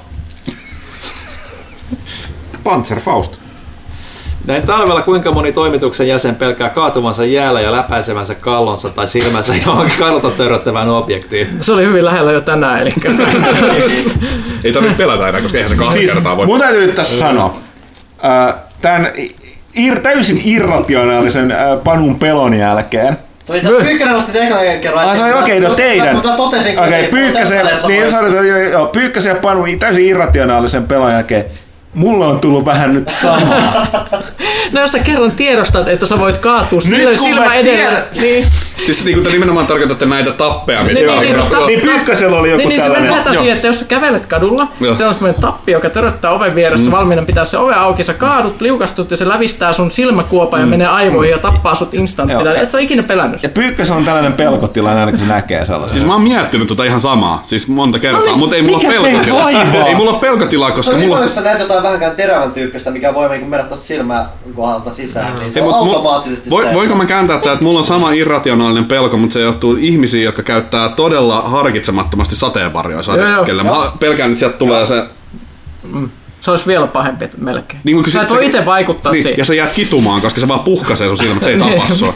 Panzerfaust. Näin talvella kuinka moni toimituksen jäsen pelkää kaatuvansa jäällä ja läpäisevänsä kallonsa tai silmänsä johonkin kartalta törröttävään objektiin? Se oli hyvin lähellä jo tänään, eli Ei tarvitse pelätä enää, koska eihän se kahden Siis, kertaa voi. mun täytyy nyt tässä sanoa. Äh, Tämän ir, täysin irrationaalisen äh, Panun pelon jälkeen. Se oli itse asiassa Pyykkönen nosti sen ekan kerran. Ai sanoin, okei, no teidän. Mutta totesin, Okei, okay, Pyykkäsen, niin sanotaan, joo, joo, Pyykkäsen ja Panun täysin irrationaalisen pelon jälkeen. Mulla on tullut vähän nyt samaa. no jos sä kerran tiedostat, että sä voit kaatua sille kun silmä mä edellä, tiedän. niin, Siis niin te nimenomaan tarkoitatte näitä tappeja, mitä Niin, niin, niin, siis Niin Pyykkäsellä oli joku niin, niin se menee tällainen. hätä siihen, että jos sä kävelet kadulla, Joo. se on semmoinen tappi, joka töröttää oven vieressä, mm. valmiina pitää se ove auki, sä kaadut, liukastut ja se lävistää sun silmäkuopan mm. ja menee aivoihin ja tappaa sut instantilla. Et sä ole ikinä pelännyt. Ja Pyykkäsellä on tällainen pelkotilanne aina kun se näkee sellaisen. Siis mä oon miettinyt tota ihan samaa, siis monta kertaa, No niin, mutta ei mulla mikä ole teitä pelkotilaa. vaivaa? Ei mulla ole pelkotilaa, Se koska on mulla... mulla... jos sä näet jotain vähänkään terävän tyyppistä, mikä voi niinku mennä tosta silmän kohdalta sisään, niin se Ei, on mut mu- automaattisesti voi, se. voinko mä kääntää tää, että mulla on sama irrationaalinen pelko, mutta se johtuu ihmisiä, jotka käyttää todella harkitsemattomasti sateenvarjoja sadehetkellä. Mä pelkään, että sieltä tulee se... Se olisi vielä pahempi että melkein. Niin, kun sä et sit voi se- itse vaikuttaa Niin, siihen. ja sä jäät kitumaan, koska se vaan puhkaisee sun silmät, se ei tapa sua.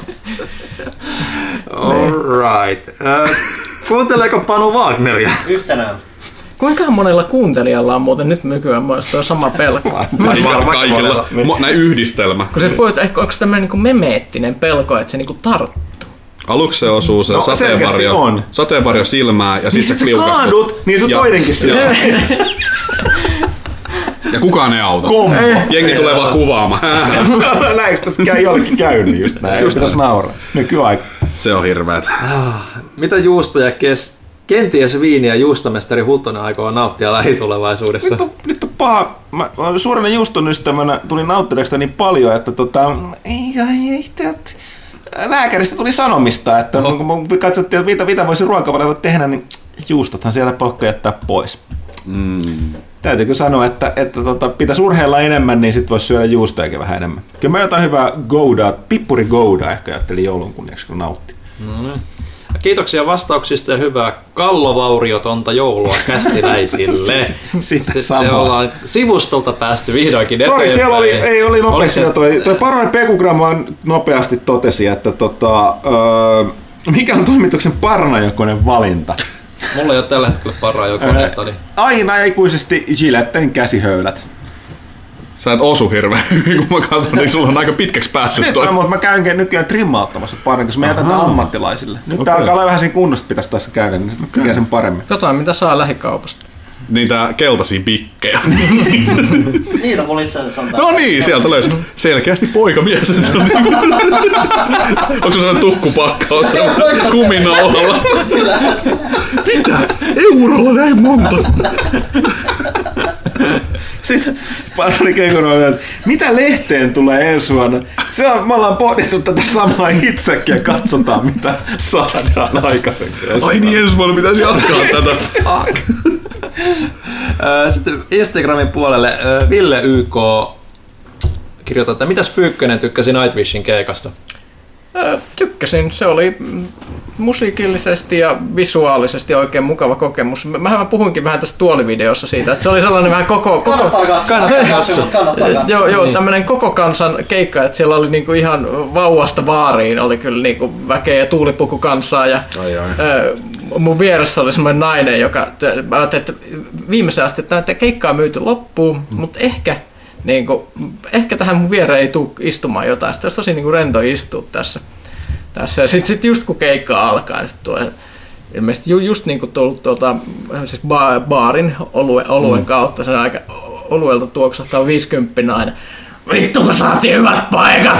Alright. Äh, kuunteleeko Panu Wagneria? Yhtenään. Kuinka monella kuuntelijalla on muuten nyt nykyään myös tuo sama pelko? Kaikilla. Mo- Näin yhdistelmä. Kun se voi, ehkä onko se tämmöinen niinku memeettinen pelko, että se niinku tarttuu? Aluksi se osuu se No, sateenvarjo, selkeästi on. sateenvarjo silmää ja Niin sitten sit se sä kliukastuu. kaadut, niin se Ja- toinenkin silmä. Ja kukaan ei auta. Kombo. Jengi tulee vaan kuvaamaan. Näinkö tästä käy jollekin käynyt just näin? Just pitäisi nauraa. Nykyaika. Se on hirveet. Mitä juustoja kes... kenties viiniä juustomestari Huttonen aikoo nauttia lähitulevaisuudessa? Nyt on, nyt on paha. Mä, mä suurena juuston ystävänä tulin nauttineeksi niin paljon, että tota, ei, ei, ei, teot, lääkäristä tuli sanomista, että Oho. kun katsottiin, että mitä, mitä voisi ruokavaliolla tehdä, niin juustothan siellä pakko jättää pois. Mm. Täytyykö sanoa, että, että tota, pitäisi urheilla enemmän, niin sit voisi syödä juustojakin vähän enemmän. Kyllä mä jotain hyvää goudaa, pippuri goudaa ehkä ajattelin joulun kunniaksi, kun nautti. No niin. Kiitoksia vastauksista ja hyvää kallovauriotonta joulua kästiläisille. Sitten samaa. Ollaan sivustolta päästy vihdoinkin Sori, eteenpäin. siellä oli, ei oli nopeasti. Toi, toi Paroinen Pekugramma nopeasti totesi, että tota, öö, mikä on toimituksen paranajokoinen valinta? Mulla ei ole tällä hetkellä paranajokonetta. Niin... Aina ikuisesti Gilletten käsihöylät. Sä et osu hirveän hyvin, kun mä katson, niin sulla on aika pitkäksi päässyt nyt toi. on, mutta mä käyn nykyään trimmauttamassa paremmin, koska mä jätän tämän ammattilaisille. Nyt okay. Tää alkaa olla vähän siinä kunnosta, pitäisi tässä käydä, niin sitten tekee sen paremmin. Jotain, mitä saa lähikaupasta. Niitä keltaisia pikkejä. Niitä mulla itse asiassa on tässä. No niin, sieltä löysi selkeästi poikamies. Onko se sellainen tukkupakkaus kuminauhalla? Mitä? Eurolla näin monta? Sitten Paroni Kekkonen, että mitä lehteen tulee ensi vuonna? Se on, me ollaan pohdittu tätä samaa itsekin ja katsotaan mitä saadaan aikaiseksi. Ai niin, ensi vuonna pitäisi jatkaa tätä. Sitten Instagramin puolelle Ville Y K kirjoittaa, että mitäs Pyykkönen tykkäsi Nightwishin keikasta? Tykkäsin. Se oli musiikillisesti ja visuaalisesti oikein mukava kokemus. Mähän puhuinkin vähän tässä tuolivideossa siitä, että se oli sellainen vähän koko... koko kannattaa katsoa. Kannattaa katsoa. Kannattaa katsoa. Joo, joo niin. Tämmöinen koko kansan keikka, että siellä oli niinku ihan vauvasta baariin, oli kyllä niinku väkeä ja tuulipukukansaa. Ja, ai, ai. Mun vieressä oli semmoinen nainen, joka... Mä ajattelin, että viimeisen asti, että keikkaa on myyty loppuun, mm. mutta ehkä... Niin kuin, ehkä tähän mun viereen ei tule istumaan jotain. Sitten olisi tosi niin kuin rento istua tässä. tässä. Ja sitten sit just kun keikka alkaa, niin sitten tulee ilmeisesti ju, just niin kuin tullut tuota, siis ba, baarin olue, oluen mm. kautta. Se on aika oluelta tuoksahtaa viisikymppinen aina. Vittu kun saatiin hyvät paikat!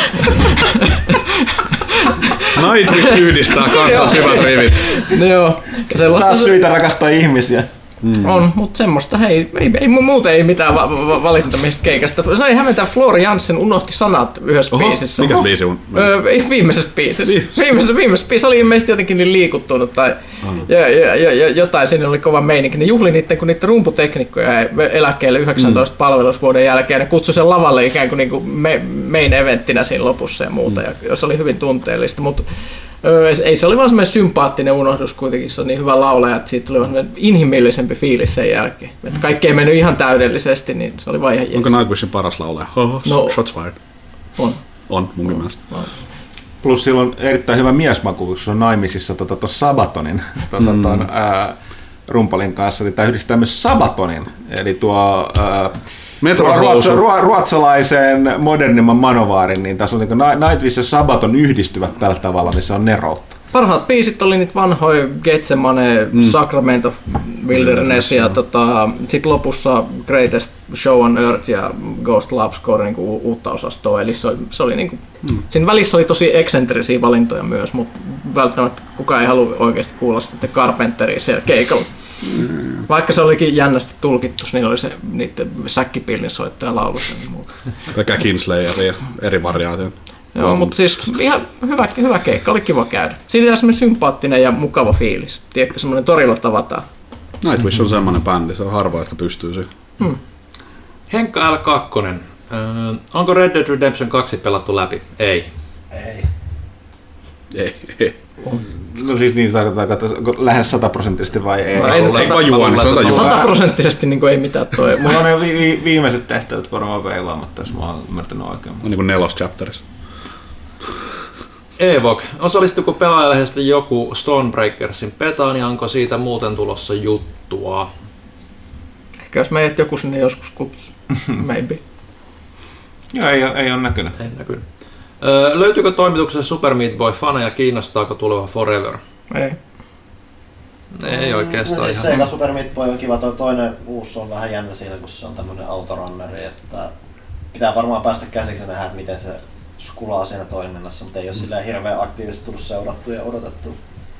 Nightwish yhdistää kanssa hyvät rivit. Joo. Taas syitä rakastaa ihmisiä. Mm. On, mutta semmoista, hei, ei, ei, muuten ei mitään va- va- valittamista keikasta. Se ei hämmentää, Flori Janssen unohti sanat yhdessä Oho, biisissä. Mikäs biisi on? Öö, viimeisessä biisissä. Viimeisessä, viimeisessä biisissä oli ilmeisesti jotenkin niin liikuttunut tai mm. ja, ja, ja, jotain, siinä oli kova meininki. Ne juhli niitten, kun niiden rumputeknikkoja jäi eläkkeelle yhdeksäntoista mm. palvelusvuoden jälkeen. Ne kutsui sen lavalle ikään kuin, niin kuin main eventtinä siinä lopussa ja muuta. Mm. Ja se oli hyvin tunteellista, mutta ei se oli vaan semmoinen sympaattinen unohdus kuitenkin, se on niin hyvä laulaja, että siitä tuli vaan inhimillisempi fiilis sen jälkeen. Että kaikki ei mennyt ihan täydellisesti, niin se oli vaan ihan jees. Onko Nightwishin paras laulaja? Oho, no, shots fired. On. On, munkin mielestä. On. Plus sillä on erittäin hyvä miesmaku, kun se on naimisissa tuota, tuossa Sabatonin tuota, mm. ton, ää, rumpalin kanssa. Eli tämä yhdistää myös Sabatonin, eli tuo... Ää, Ruotsa, ruotsalaiseen modernimman manovaarin, niin tässä on niin Nightwish ja Sabaton yhdistyvät tällä tavalla, niin se on neroutta. Parhaat biisit oli niitä vanhoja Getsemane, mm. Sacrament of Wilderness ja tota, sitten lopussa Greatest Show on Earth ja Ghost Love Score niin u- uutta osastoa. Eli se oli, se oli niin kuin, mm. siinä välissä oli tosi eksentrisiä valintoja myös, mutta välttämättä kukaan ei halua oikeasti kuulla sitten Carpenteria siellä keikalla. Mm. Vaikka se olikin jännästi tulkittu, niin oli se niiden säkkipillin soittaja laulussa ja muuta. Pelkää Kinslayeria, eri variaatio. Joo, mutta siis ihan hyvä, hyvä keikka, oli kiva käydä. Siinä oli semmoinen sympaattinen ja mukava fiilis. Tiedätkö, semmoinen torilla tavataan. Nightwish on semmoinen bändi, se on harva, jotka pystyy siihen. Hmm. Henkka L kaksi. Öö, onko Red Dead Redemption kaksi pelattu läpi? Ei. Ei. Ei. ei. No siis niin se tarkoittaa, että lähes sataprosenttisesti vai ei? No, ei nyt sata, juoni, sataprosenttisesti niin ei mitään toi. Mulla on ne vi- vi- viimeiset tehtävät varmaan veivaamatta, jos mä oon ymmärtänyt oikein. On niin kuin nelos chapterissa. Evok, osallistuiko pelaajalehdestä joku Stonebreakersin petaan ja onko siitä muuten tulossa juttua? Ehkä jos meidät joku sinne joskus kutsuu. Maybe. Joo, ei, ei ole näkynyt. Ei näkynyt. Öö, löytyykö toimituksessa Super Meat Boy -faneja ja kiinnostaako tuleva Forever? Ei. Ei oikeastaan no, siis ihan. Sega Super Meat Boy on kiva, toi toinen uusi on vähän jännä siinä, kun se on tämmönen autorunneri, että pitää varmaan päästä käsiksi nähdä, että miten se skulaa siinä toiminnassa, mutta ei ole silleen hirveän aktiivisesti tullut seurattua ja odotettua.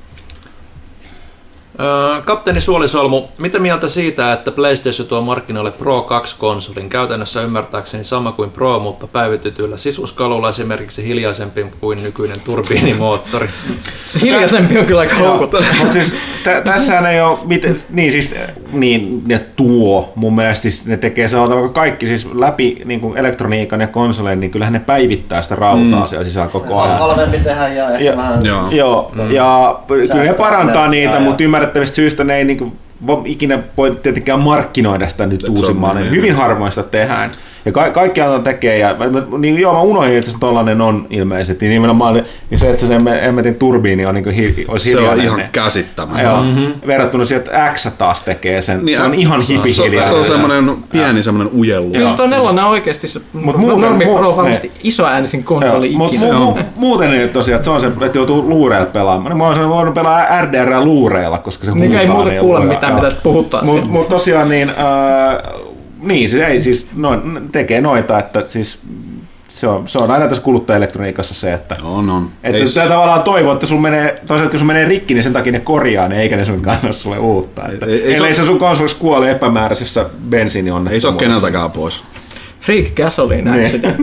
Öö, Kapteeni Suolisolmu, mitä mieltä siitä, että PlayStation tuo markkinoille Pro kaksi-konsolin? Käytännössä ymmärtääkseni sama kuin Pro, mutta päivitetyllä sisuskalulla esimerkiksi hiljaisempi kuin nykyinen turbiinimoottori. Se hiljaisempi on kyllä aika houkuttava. Mutta siis t- tässähän ei ole miten, niin siis, niin ne tuo, mun mielestä siis ne tekee sanotaan kaikki siis läpi niin kuin elektroniikan ja konsoleen, niin kyllähän ne päivittää sitä rautaa mm. siellä sisällä koko ajan. Halvempi tehdä ja ehkä ja, vähän... Joo, joo mm. ja kyllä ne parantaa niitä, mutta ymmärrettävistä syystä ne ei niin kuin, ikinä voi tietenkään markkinoida sitä nyt uusimmaan. Niin hyvin harvoin sitä tehdään. Ja ka- kaikki on tekee, ja niin, joo, mä unohdin, että se tollanen on ilmeisesti. Nimenomaan niin se, että se emmetin turbiini on niin kuin hi- olisi se hiljainen. on ihan käsittämätön. Joo, mm-hmm. Verrattuna siihen, että X taas tekee sen. Niin, se on ihan hipihiljainen. Se on semmoinen pieni semmoinen ujellus. Ja tuo nelonen on oikeasti se mut muuten, normi mu- Pro varmasti isoäänisin konsoli ikinä. Mutta mu- mu- muuten niin tosiaan, että se on se, että joutuu luureilla pelaamaan. Mä oon voinut pelaa R D R luureilla, koska se huutaa. Niin ei muuta kuule mitään, mitä puhuttaa. Mutta mut tosiaan niin... Äh, Niin, se ei siis noin, tekee noita, että siis se on, se on aina tässä kuluttajaelektroniikassa se, että on, on. Että ei, tämä tavallaan toivoo, että sun menee, toisaalta kun sun menee rikki, niin sen takia ne korjaa ne, eikä ne sun kanssa sulle uutta. Että ei, ei, ellei se sun konsolissa kuole epämääräisessä bensiinionnettomuudessa. Ei se ole keneltäkään pois. Freak gasoline accident.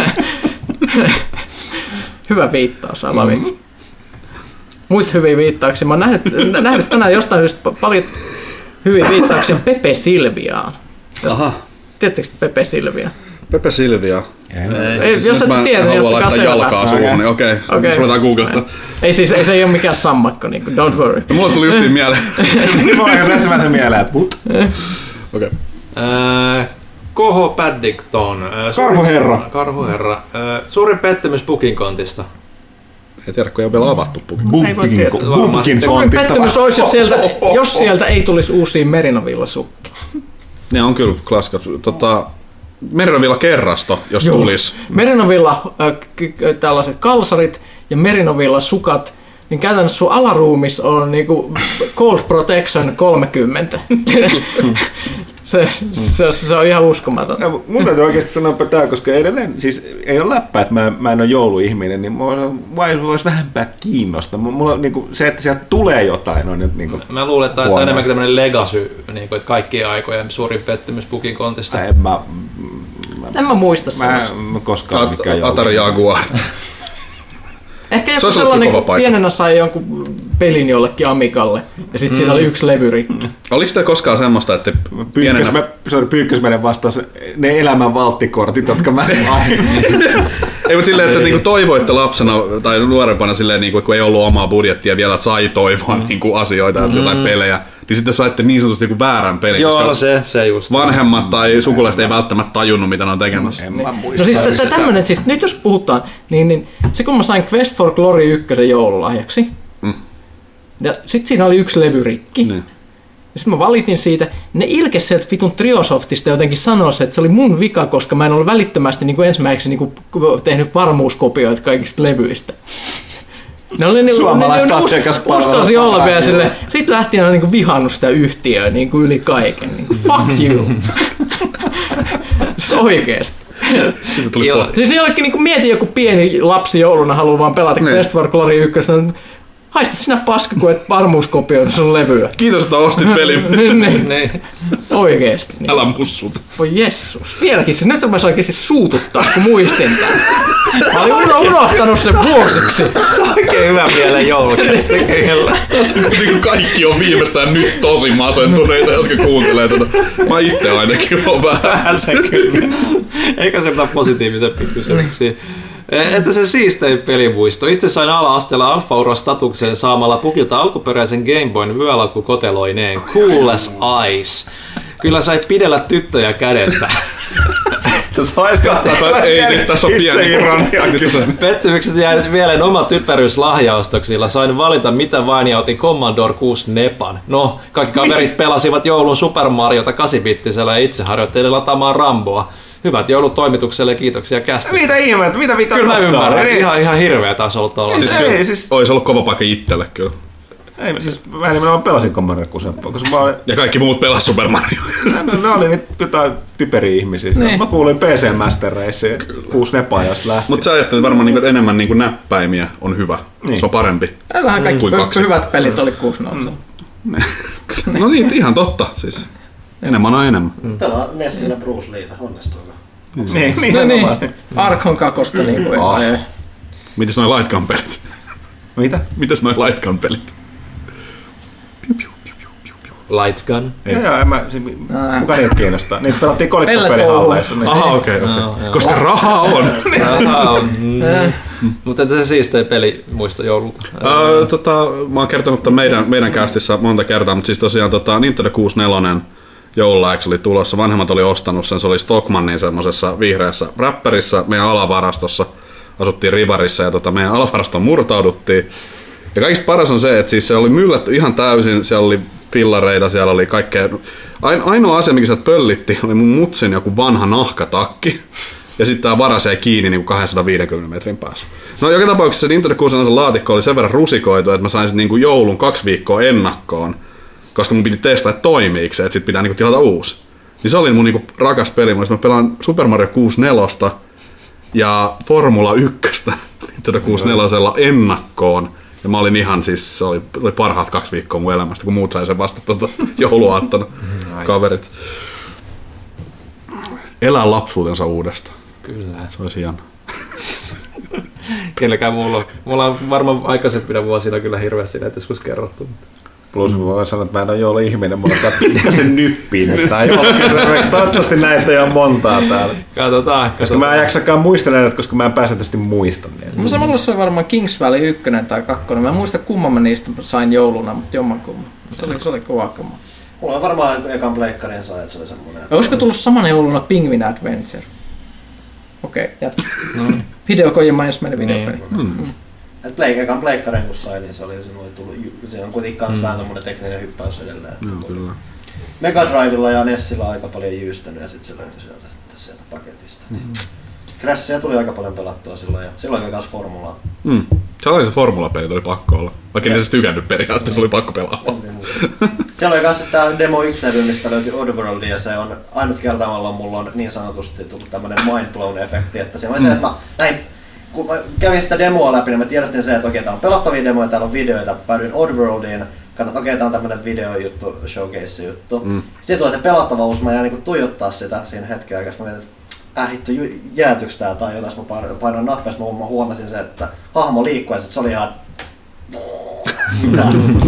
Hyvä viittaus, Alavit. Mm. Muita hyviä viittauksia. Mä oon nähnyt, nähnyt tänään jostain syystä paljon hyviä viittauksia Pepe Silviaan. Aha. Tiedättekö te Pepe Silvia? Pepe Silvia. Ei, siis jos et tiedä, niin ottakaa selvää. Jalkaa suuhun, niin okei, okay. okay. Ruvetaan googlettaa. Ei siis, ei, se ei ole mikään sammakko, niin kuin, don't worry. No, mulle tuli justiin mieleen. Niin mulla on tässä vähän mieleen, että mut. Okei. K H Paddington. Karhuherra. Karhuherra. Suurin pettymys Pukinkontista. Ei tiedä, kun ei ole vielä avattu Pukinkontista. Suurin pettymys olisi, jos sieltä, jos sieltä ei tulisi uusia Merinovilla-sukkia. Ne on kyllä klassikat. Tota, Merinovilla-kerrasto, jos Joo. tulisi. Merinovilla äh, tällaiset kalsarit ja Merinovilla-sukat, niin käytännössä sun alaruumis on niinku Cold Protection kolmekymmentä. Se, se, se on ihan uskomaton. Ja, mun täytyy oikeasti sanoa tämä, koska edelleen siis ei ole läppää, että mä, mä en ole jouluihminen, niin mua voisi vähempää kiinnostaa. Mulla, niin kuin, se, että sieltä tulee jotain on nyt niin kuin mä luulen, että tämä on enemmänkin tämmöinen legacy, niin kuin, että kaikkien aikojen suurin pettymys Pukinkontista. En mä, mä, en mä muista sellaista. Mä, mä koskaan mikään joulu. Atari Jaguar. Ehkä joku sellainen, kun pienenä sai jonkun pelin jollekin Amigalle, ja sitten mm. siitä oli yksi levyrikki. Oliko teillä koskaan semmoista, että pienenä... Pyykkösmenen vastaus, ne elämän valttikortit, jotka mä sain. Ei, mutta silleen, että niinku toivoitte lapsena tai nuorempana silleen, niinku, kun ei ollut omaa budjettia vielä, että sai toivoa mm. niinku, asioita, mm. jotain pelejä, niin sitten saitte niin sanotusti niinku väärän pelin. Joo, no se, se just. Vanhemmat tai sukulaiset ei välttämättä tajunnut, mitä ne on tekemässä. En mä muista. No siis t- tämmönen, siis nyt jos puhutaan, niin, niin se kun mä sain Quest for Glory ykkösen joululahjaksi, mm. ja sit siinä oli yksi levyrikki, mm. ja sit mä valitin siitä, ne ilkes sieltä vitun Triosoftista jotenkin sanoisi, että se oli mun vika, koska mä en ollut välittömästi niin kuin ensimmäiseksi niin kuin tehnyt varmuuskopioita kaikista levyistä. Ne oli niin, suomalaista asiakaspalvelua. Uskalsi olla vielä silleen. Sitten lähtien on niin vihannut sitä yhtiöä niin kuin yli kaiken. Niin kuin, fuck you. Se oikeesti. Siis jollekin niin kuin mietin joku pieni lapsi jouluna haluaa vaan pelata Quest for Glory yksi. Haista sinä paska, kun et varmuuskopioida sun levyä. Kiitos, että ostit pelin. niin, niin. Oikeesti. Niin. Älä mussut. Voi jessus. Vieläkin se nyt rupesi oikeesti suututtaa, kun muistin tämän. Mä olin unohtanut sen vuosiksi. Se on oikein hyvä mielen joulukästä kyllä. Niin kaikki on viimeistään nyt tosi masentuneita, jotka kuuntelee tätä. Mä itse ainakin on vähän. Vähän se kyllä. Eikä se mitään positiivisempi kysymyksiä. Että se siistein pelimuisto. Itse sain ala-asteella Alfa-Uro-statukseen saamalla Pukilta alkuperäisen Game Boyn vyölaukku koteloineen. Cool as ice. Kyllä sai pidellä tyttöjä kädestä. Ei, tässä on pieni ironia. Pettymykset jäivät mieleen oma typeryys lahjaostoksilla. Sain valita mitä vain ja otin Commodore kuusi Nepan. No, kaikki kaverit pelasivat joulun Super Mariota kahdeksan-bittisellä ja itse harjoittelin lataamaan Ramboa. Hyvät joulut toimitukselle ja kiitoksia kästistä. Mitä ihmettä, mitä vika kyllä mä ymmärrän. Ihan, ihan hirveä taas ollut olla. Siis, ei, siis... Ois ollut kova paikka itselle kyllä. Ei, siis mä nimenomaan pelasin Commodore kuusikymmentä, koska mä olin... Ja kaikki muut pelas Super Mario. No, ne oli niitä jotain typeriä ihmisiä. Niin. Mä kuulin P C Master Race kuusi nepaa, josta lähti. Mutta sä ajattelet varmaan niin, että enemmän niin näppäimiä on hyvä. Niin. Se on parempi. Täällähän kaikki Kuin pö- kaksi. hyvät pelit oli kuusi nolla. Mm. No niin, ihan totta. Siis. Enemmän on enemmän. Pelaa Nessillä Bruce Leeta, onnistuiko? Niin, niin, No niin, niin. Arkham kakosta niin kuin Ah. ei. Mites noi Lightgun pelit? Mitä? Mites noi Lightgun pelit? Lights Gun. Joo, joo, en mä, siis, kuka niitä kiinnostaa? Niitä pelattiin kolikkopelihalleissa. Niin. Aha, okei, okay, Joo, okay. joo. Koska rahaa on. Rahaa on. Mm. Mutta entä se siistei peli muista joululta? Uh, tota, mä oon kertonut tämän meidän, meidän castissa monta kertaa, mutta siis tosiaan tota, Nintendo kuusikymmentäneljä joululahjaksi oli tulossa. Vanhemmat oli ostanut sen, se oli Stockmannin semmoisessa vihreässä räppärissä meidän alavarastossa. Asuttiin Rivarissa ja tota, meidän alavarastoon murtauduttiin. Ja kaikista paras on se, että siis se oli myllätty ihan täysin, siellä oli fillareita, siellä oli kaikkea. Ainoa asia, mikä sieltä pöllitti, oli mun mutsin joku vanha nahkatakki. Ja sitten tää varas jäi kiinni niin kaksisataaviisikymmentä metrin päässä. No joka tapauksessa se Nintendo kuusikymmentäneljä laatikko oli sen verran rusikoitu, että mä sain sit niin joulun kaksi viikkoa ennakkoon. Koska mun piti testaa, että toimiiko se, että sit pitää niin tilata uusi. Niin se oli mun niin rakas peli. Mä pelaan Super Mario kuusikymmentäneljä ja Formula yksi Nintendo kuusikymmentäneljä ennakkoon. Ja mä olin ihan siis, se oli, oli parhaat kaksi viikkoa mun elämästä, kun muut sai sen vasta tuota jouluaattona. Nice. Kaverit. Elää lapsuutensa uudestaan. Kyllä. Se olisi hieno. Kenelläkään mulla on. Mulla on varmaan aikaisempina vuosina kyllä hirveästi näitä joskus kerrottu. Mutta... Plus voi sanoa, että mä en ole joulu-ihminen, mulla on pikkasen nyppiin nyt tää joulukysymyksiä. Toivottavasti näitä ei ole montaa täällä. Katsotaan. Koska mä en jaksakaan muistella näitä, koska mä en pääsääntöisesti muista niitä. Mulla samalla se on varmaan Kings Valley yksi tai kaksi. Mä en muista kumman mä niistä sain jouluna, mutta jommankumman. Se oli, se oli kova kama. Mulla on varmaan ekan pleikkarin sai, että se oli semmonen. Että... Olisiko tullut samana jouluna Penguin Adventure? Okei, okay, jatka. No. Hideo Kojima ensimmäinen videopeli. Mm. Et pleik, ekan pleikkarin kun sai, niin se oli sinulle tullut, se on kuitenkin kans mm. vähän tommonen tekninen hyppäys edelleen. Joo, kyllä. Mega Drivella ja Nessillä aika paljon jyystänyt ja sit se löytyi sieltä, sieltä paketista. Mm. Crashia tuli aika paljon pelattua silloin ja silloin oli kans formulaa. Mm. Se oli se formulapeli, oli pakko olla. Vaikka en se tykännyt periaatteessa, oli pakko pelaa. Siellä oli kans tää Demo yksi-levy, mistä löytyi Oddworld ja se on ainut kertaamalla mulla on niin sanotusti tullut tämmönen mindblown-efekti, että se oli mm. se, että mä näin, kun mä kävin sitä demoa läpi, niin mä tiedostin se, että okei, tää on pelattavia demoja, täällä on videoita, päädyin Oddworldiin, katsoin, että okei, tää on tämmönen videojuttu, showcase-juttu. Mm. Sitten tulee se pelattavuus, mä jäin niinku tuijottaa sitä siinä hetken aikaa, mä mietin, että äh hitto, jäätyks tää tai jotain, mä painoin nappia, mä huomasin sen, että hahmo liikkuu ja sit se oli ihan, mitä?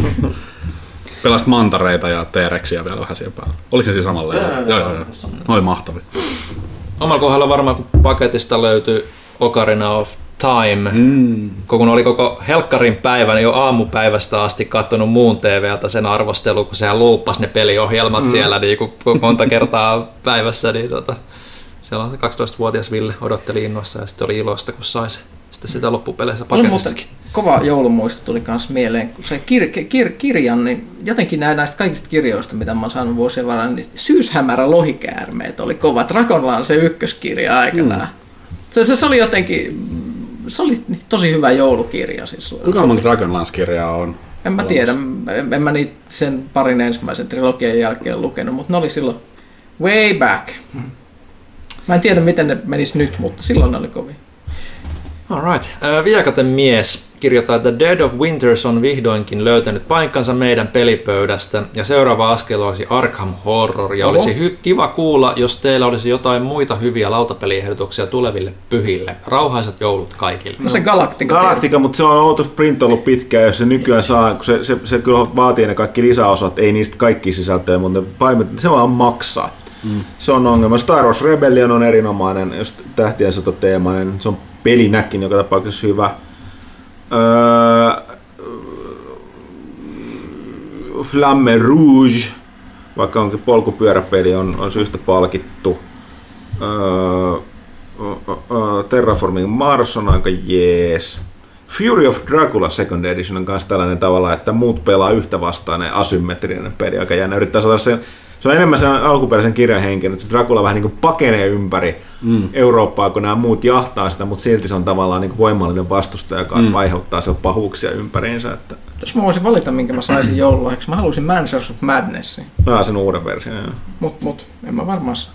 Pelasit mantareita ja T-reksiä vielä vähän siellä päällä. Oliko se siis samalla? Joo, joo, joo. Ne oli mahtavia. Omalla kohdalla varmaan, kun paketista löytyi Ocarina of Time, mm. kun oli koko helkkarin päivä, niin jo aamupäivästä asti katsonut muun T V:ltä sen arvostelu, kun sehän luuppasi ne peliohjelmat mm. siellä niin kuin monta kertaa päivässä, niin tota, siellä on se kaksitoistavuotias Ville odotteli innoissa ja sitten oli iloista, kun sai se, sitten sitä loppupeleissä paketistakin. Kova joulumuisto tuli myös mieleen, kun se kir- kir- kirjan, niin jotenkin näistä kaikista kirjoista, mitä mä oon saanut vuosien varaan, niin Syyshämärä lohikäärmeet oli kova. Dragonlance se ykköskirja aikanaan. Mm. Se, se, se oli jotenkin, se oli tosi hyvä joulukirja. Siis. Kuinka monta Dragonlance-kirjaa on? En mä tiedä, en, en mä niitä sen parin ensimmäisen trilogian jälkeen lukenut, mutta ne oli silloin way back. Mä en tiedä miten ne menis nyt, mutta silloin ne oli kovin. Alright. Viekaten mies kirjoittaa, että Dead of Winters on vihdoinkin löytänyt paikkansa meidän pelipöydästä ja seuraava askel olisi Arkham Horror ja Oho. Olisi hy- kiva kuulla, jos teillä olisi jotain muita hyviä lautapeliehdotuksia tuleville pyhille. Rauhaiset joulut kaikille. No se Galactica. Galactica, mutta se on out of print ollut pitkään, jos se nykyään saa, kun se, se, se kyllä vaatii ne kaikki lisäosat, ei niistä kaikki sisältöjä, mutta paimet, se vaan maksaa. Mm. Se on ongelma. Star Wars Rebellion on erinomainen, jos tähtien sota teemainen, se on pelinäkin joka tapauksessa hyvä. Öö, Flamme Rouge, vaikka onkin polkupyöräpeli, on, on syystä palkittu. Öö, Terraforming Mars on aika jees. Fury of Dracula Second Edition on myös tällainen tavalla, että muut pelaa yhtä vastainen asymmetrinen peli, aika jännä. Yrittää saada sen Se on enemmän sen alkuperäisen kirjan henken, että se Dracula vähän niin kuin pakenee ympäri mm. Eurooppaa, kun nämä muut jahtaa sitä, mutta silti se on tavallaan niin kuin voimallinen vastustaja, joka mm. aiheuttaa siellä pahuuksia ympäriinsä. Että... Jos mä voisin valita, minkä mä saisin joululahjaksi, mä haluaisin Mansions of Madnessin. Tämä on sen uuden version. Mut, mut, en mä varmaan saa.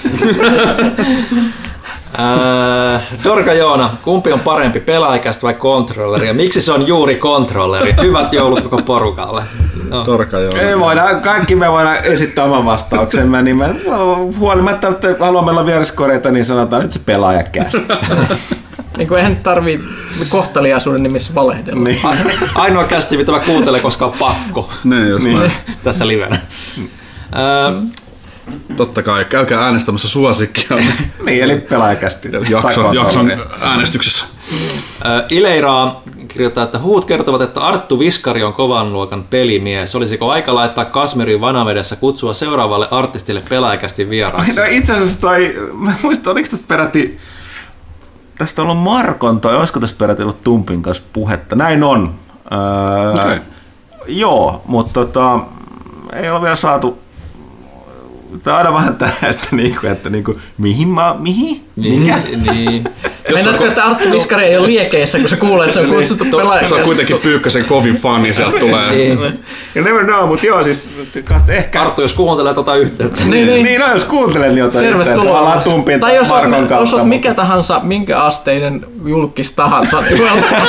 Äh, Dorka Joona, kumpi on parempi, pelaajakästä vai kontrolleri? Ja miksi se on juuri kontrolleri? Hyvät joulut koko porukalle. No. Dorka Joona. Ei voida, kaikki me voidaan esittää oman vastauksemme. Niin me, huolimatta, että haluamme olla vieraskoreita, niin sanotaan nyt se pelaajakästä. Niin kuin eihän tarvii kohteliaisuuden nimissä valehdella. Niin. Ainoa kästi, mitä mä kuuntelen, koska on pakko. Ne, just niin. Tässä livenä. Mm. Totta kai, käykää äänestämässä suosikkia. Niin, eli pelaajakästi. Jakson, jakson äänestyksessä. Ileiraa kirjoittaa, että huut kertovat, että Arttu Viskari on kovan luokan pelimies. Olisiko aika laittaa Kasmerin vanavedessä kutsua seuraavalle artistille pelaajakästi vieraaksi? No itse asiassa toi, mä muistan, oliko tästä peräti, tästä on ollut Markon toi, olisiko tästä peräti ollut Tumpin kanssa puhetta? Näin on. Öö, okay. Joo, mutta tota, ei ole vielä saatu. Tämä on aina vähän tämä, että, niinku, että niinku, mihin mä, mihin? Mikä? Niin. Meinaatko, että Arttu Viskari ei ole liekeissä, kun se kuulee, että se on kutsuttu pelaajakästi? Se on kuitenkin Pyykkösen kovin fani, sieltä tulee. Ja never know, mutta joo, siis ehkä... Arttu, jos kuuntelee tota yhteyttä. Niin, niin. Niin, no, jos kuuntelet, niin ota tervetuloa. Tumpin tai jos Markon on, kautta. jos on mikä tahansa, minkä asteinen julkis tahansa, niin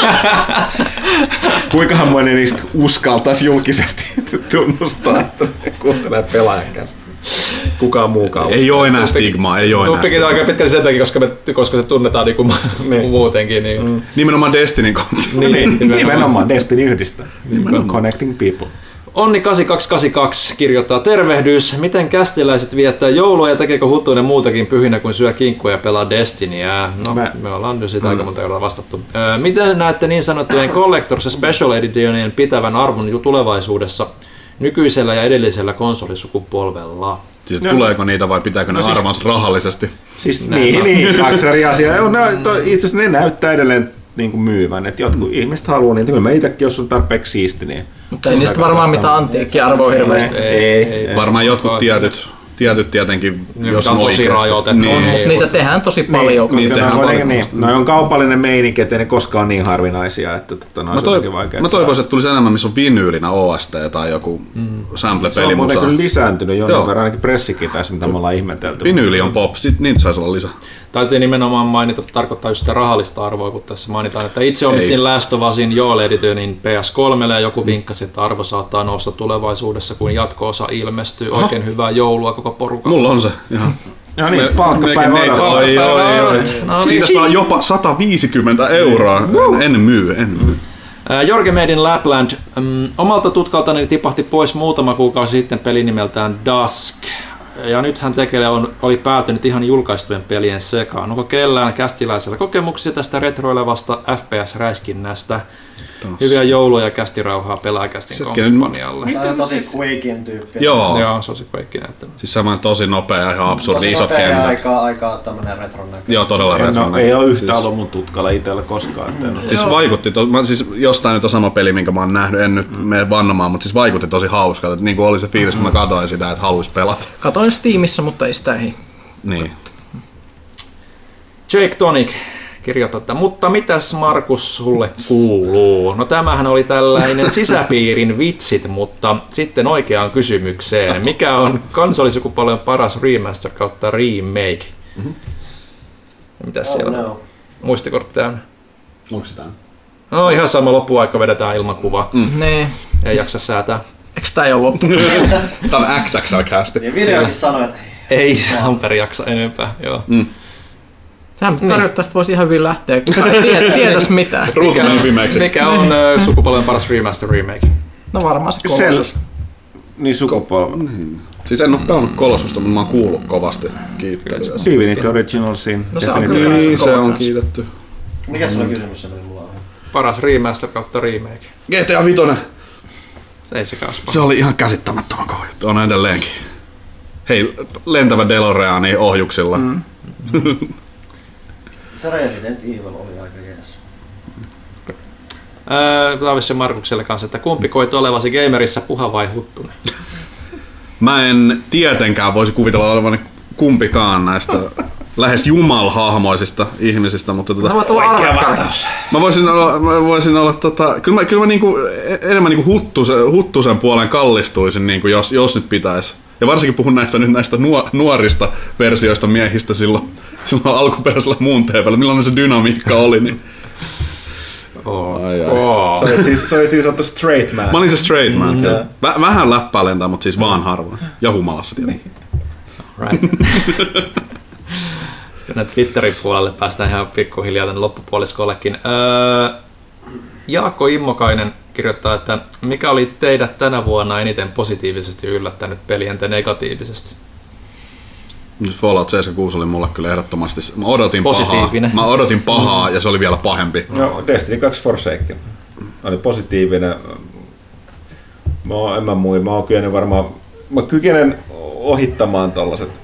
kuinkahan moni niistä uskaltaisi julkisesti tunnustaa, että kuuntelee pelaajakästä. Kukaan muukaan. Ei ole enää stigmaa, ei ole enää Tumpikin on aika pitkälti sen takia, koska, me, koska se tunnetaan niinku niin. muutenkin. Niin. Mm. Nimenomaan Destinyn kautta. Niin, nimenomaan. nimenomaan Destiny yhdistää. Connecting people. Onni kahdeksankymmentäkaksi kirjoittaa tervehdys. Miten kästiläiset viettää joulua ja tekeekö Huttunen muutakin pyhinä kuin syö kinkkuja ja pelaa Destinyä? No, me, me ollaan nyt sitä mm. aika monta euroa vastattu. Öö, miten näette niin sanottujen Collectors ja Special Editionien pitävän arvon tulevaisuudessa nykyisellä ja edellisellä konsolisukupolvella? Siis no, tuleeko niitä vai pitääkö ne no, arvonsa siis, rahallisesti? Siis niin, niin, kaksi eri asiaa. No, itse asiassa ne näyttää edelleen niin kuin myyvän, että jotkut mm. ihmiset haluaa niitä. Kyllä mä itsekin, jos on tarpeeksi siisti, niin... Mutta ei niistä varmaan mitään antiikkiarvoa hirveästi. Ei, ei, ei, varmaan jotkut tietyt, tietyt tietenkin, niin, jos on tosi rajoitettu. Niin, mutta niitä tehdään tosi paljon. Niin, niin, paljon niin. No on kaupallinen meininki, ettei ne koskaan niin harvinaisia, että tota, no, mä, toi, mä toivoisin, että tulisi enemmän, missä on vinyylinä O S T tai joku mm. sample-peli. Se on muuten kyllä lisääntynyt jonkin verran, ainakin pressikitaisi, mitä me ollaan ihmetelty. Vinyyli on pop, sit niitä saisi olla lisää. Täytyy nimenomaan mainita, että tarkoittaa just sitä rahallista arvoa, kun tässä mainitaan, että itse omistin Last of Usin Joel Editionin P S kolme ja joku vinkkasi, että arvo saattaa nousta tulevaisuudessa, kun jatko-osa ilmestyy. Aha. Oikein hyvää joulua koko porukalle. Mulla on se, ihan. No niin, palkkapäivä on. Siitä saa jopa sata viisikymmentä euroa. En, en myy, en myy. Jorge Made in Lapland. Um, omalta tutkaltani tipahti pois muutama kuukausi sitten peli nimeltään Dusk. Ja nyt hän tekee on, oli päätynyt ihan julkaistujen pelien sekaan. Onko kellään kästiläisellä kokemuksia tästä retroilevasta F P S-räiskinnästä? Hyviä jouluja ja kästirauhaa pelaajakästin komppanialle. Tämä on tosi Quakein tyyppi. Joo, Joo se on se Quakein näyttämä. Siis semmoinen tosi nopea ja ihan absurdi isot kentät. Aika, aika tämmönen retron näköinen. Joo, todella retron. No, ei ole yhtään siis... ollut mun tutkalla itsellä koskaan. Mm. Siis Joo. vaikutti, to... mä, siis jostain nyt on sama peli, minkä mä oon nähnyt, en nyt mm. mene vannomaan, mutta siis vaikutti tosi hauskalta. Niin kuin oli se fiilis, kun mä katsoin sitä, että haluais pelata. Katoin Steamissa, mutta ei sitä ei. Niin. Jake Tonic kirjoittaa, että mutta mitäs Markus sulle kuuluu? No tämähän oli tällainen sisäpiirin vitsit, mutta sitten oikeaan kysymykseen. Mikä on konsolisukupolven paras remaster kautta remake? Mm-hmm. Mitäs oh, siellä on? No. Muistikortteja? Onko sitä? No ihan sama, loppuaika vedetään ilman kuvaa. Mm. Nee. Ei jaksa säätää. Eikö tää ei ole loppu? Tää on X X L-casti. Ja videokin sanoi, että ei Samperi jaksa enempää. Joo. Mm. Sehän tarkoittaa, että voisi ihan hyvin lähteä, kun tie, tietäisi mitään. Mikä on, mikä on uh, sukupolven paras remaster remake? No varmaan se Colossus. Niin sukupolven. Niin. Siis en ole pelannut Colossusta, mutta mä oon kuullut kovasti kiittelyä. Divinity Originalsin. No se on, niin, se on kiitetty. Mikä sulla on kysymys semmoinen mulla on? Paras remaster kautta remake. G T A viisi. Ei se kasva. Se oli ihan käsittämättömän kova juttu. On edelleenkin. Hei, lentävä DeLoreani ohjuksilla. Mm. Se Resident Evil oli aika jees. Öö, Taavissen Markukselle kanssa, että kumpi koit olevasi gamerissa, Puha vai Huttunen? mä en tietenkään voisi kuvitella olevan kumpikaan näistä lähes jumalhahmoisista ihmisistä, mutta tota, Vaikea vastaus. Mä voisin olla, mä voisin olla tota, kyllä mä, kyllä mä niinku, enemmän niinku huttusen, huttusen puolen kallistuisin, niinku, jos, jos nyt pitäisi. Ja varsinkin puhun näistä, nyt näistä nuorista versioista miehistä silloin, silloin alkuperäisellä muun T V:llä, millainen se dynamiikka oli. Niin. Oh. Ai, ai. Oh. Sä olit siis, sä olit siis ottu straight man. Mä olin se straight man. Mm. Väh, vähän läppää lentää, mutta siis vaan harvoin. Ja humalassa tietenkin. Right. Sitten Twitterin puolelle päästään ihan pikkuhiljaa tänne loppupuoliskollekin. Öö, Jaakko Immokainen kirjoittaa, että mikä oli teidät tänä vuonna eniten positiivisesti yllättänyt peli, entä negatiivisesti? Fallout seitsemänkymmentäkuusi oli mulle kyllä ehdottomasti. Mä odotin pahaa. Mä odotin pahaa ja se oli vielä pahempi. No, Destiny kaksi Forsaken oli positiivinen. Mä oon, en mä mui, mä oon kyennyt varmaan, mä kykenen ohittamaan tollaset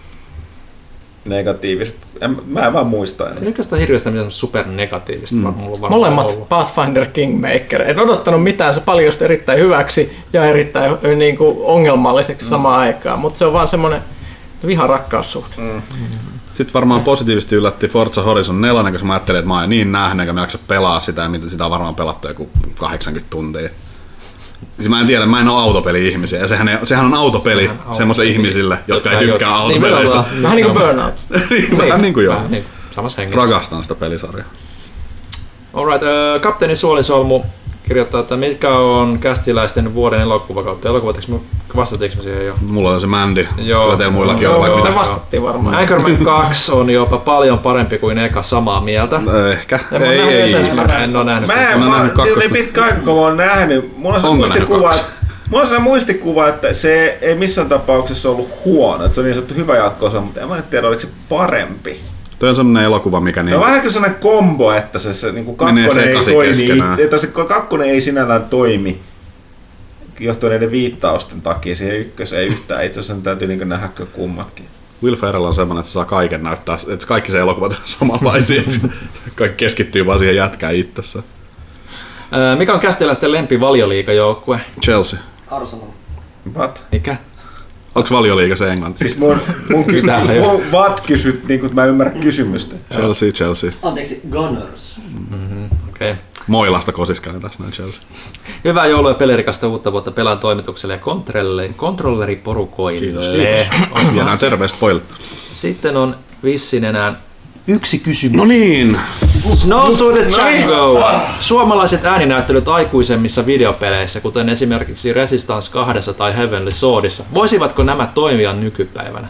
negatiiviset. En, mä en vaan muista enää. Mikä sitä hirveästi mitään supernegatiivista? Mm. Molemmat Pathfinder Kingmaker. En odottanut mitään, se paljastui erittäin hyväksi ja erittäin niin kuin, ongelmalliseksi mm. samaan aikaan, mutta se on vaan semmoinen viha-rakkaussuhde. Mm. Sitten varmaan positiivisesti yllätti Forza Horizon neljä, koska mä ajattelin, että mä oon niin nähnyt, eikä mä jaksa pelaa sitä, ja mitä sitä on varmaan pelattu joku kahdeksankymmentä tuntia. Siis mä en tiedä, mä en ole autopeli-ihmisiä, ja sehän, ei, sehän on autopeli sehän semmoisille ihmisille, jotka ei tykkää autopeleistä. Niin, vähän niin kuin Burnout. Vähän niin kuin joo. Niin, samassa hengessä. Rakastan sitä pelisarjaa. Alright, uh, Kapteeni Suolisolmu kirjoittaa, että mitkä on kästiläisten vuoden elokuva kautta. Vastatiinko me siihen jo? Mulla on se Mandy. Joo. Kyllä teillä muillakin joo, on vaikka joo, mitä. Vastattiin varmaan. Anchorman kaksi on jopa paljon parempi kuin eka, samaa mieltä. Ehkä. En ei, ei, ei. En ole nähnyt. Mä en, mä, mä siinä pitkä aika kun mä oon nähnyt. Mulla on se muistikuva, mulla on se muistikuva, että se ei missään tapauksessa ollut huono. Että se on niin sanottu hyvä jatko-osa, mutta en mä tiedä, oliko se parempi. Toi on semmonen elokuva, mikä niin... No vähän kyllä sellainen kombo, että se, se niin kakkonen ei toimi, että se kakkonen ei sinällään toimi johtuen näiden viittausten takia siihen ykköseen yhtään. Itse asiassa täytyy niin nähdä kyllä kummatkin. Will Ferrell on semmoinen, että se saa kaiken näyttää, että kaikki se elokuvat on samanlaisia, että kaikki keskittyy vaan siihen jätkään itsessä. Mikä on kästiläisten lempivalioliigajoukkue? Chelsea. Arsenal. What? Mikä? Onko Valioliiga se englanti? Siis mun, mun, ky- mun what kysyt, niin kuin mä ymmärrän kysymystä. Chelsea, Chelsea. Anteeksi, Gunners. Mm-hmm. Okei. Okay. Moilasta kosiskelen tässä näin Chelsea. Hyvää joulua ja pelirikasta uutta vuotta Pelan toimitukselle ja kontrolleriporukoille. Kiitos, kiitos. Viedään terveistä pojille. Sitten on vissiin enää yksi kysymys. No niin. Snow Suited Django. Suomalaiset ääninäyttelyt aikuisemmissa videopeleissä, kuten esimerkiksi Resistance kaksi tai Heavenly Swordissa, voisivatko nämä toimia nykypäivänä?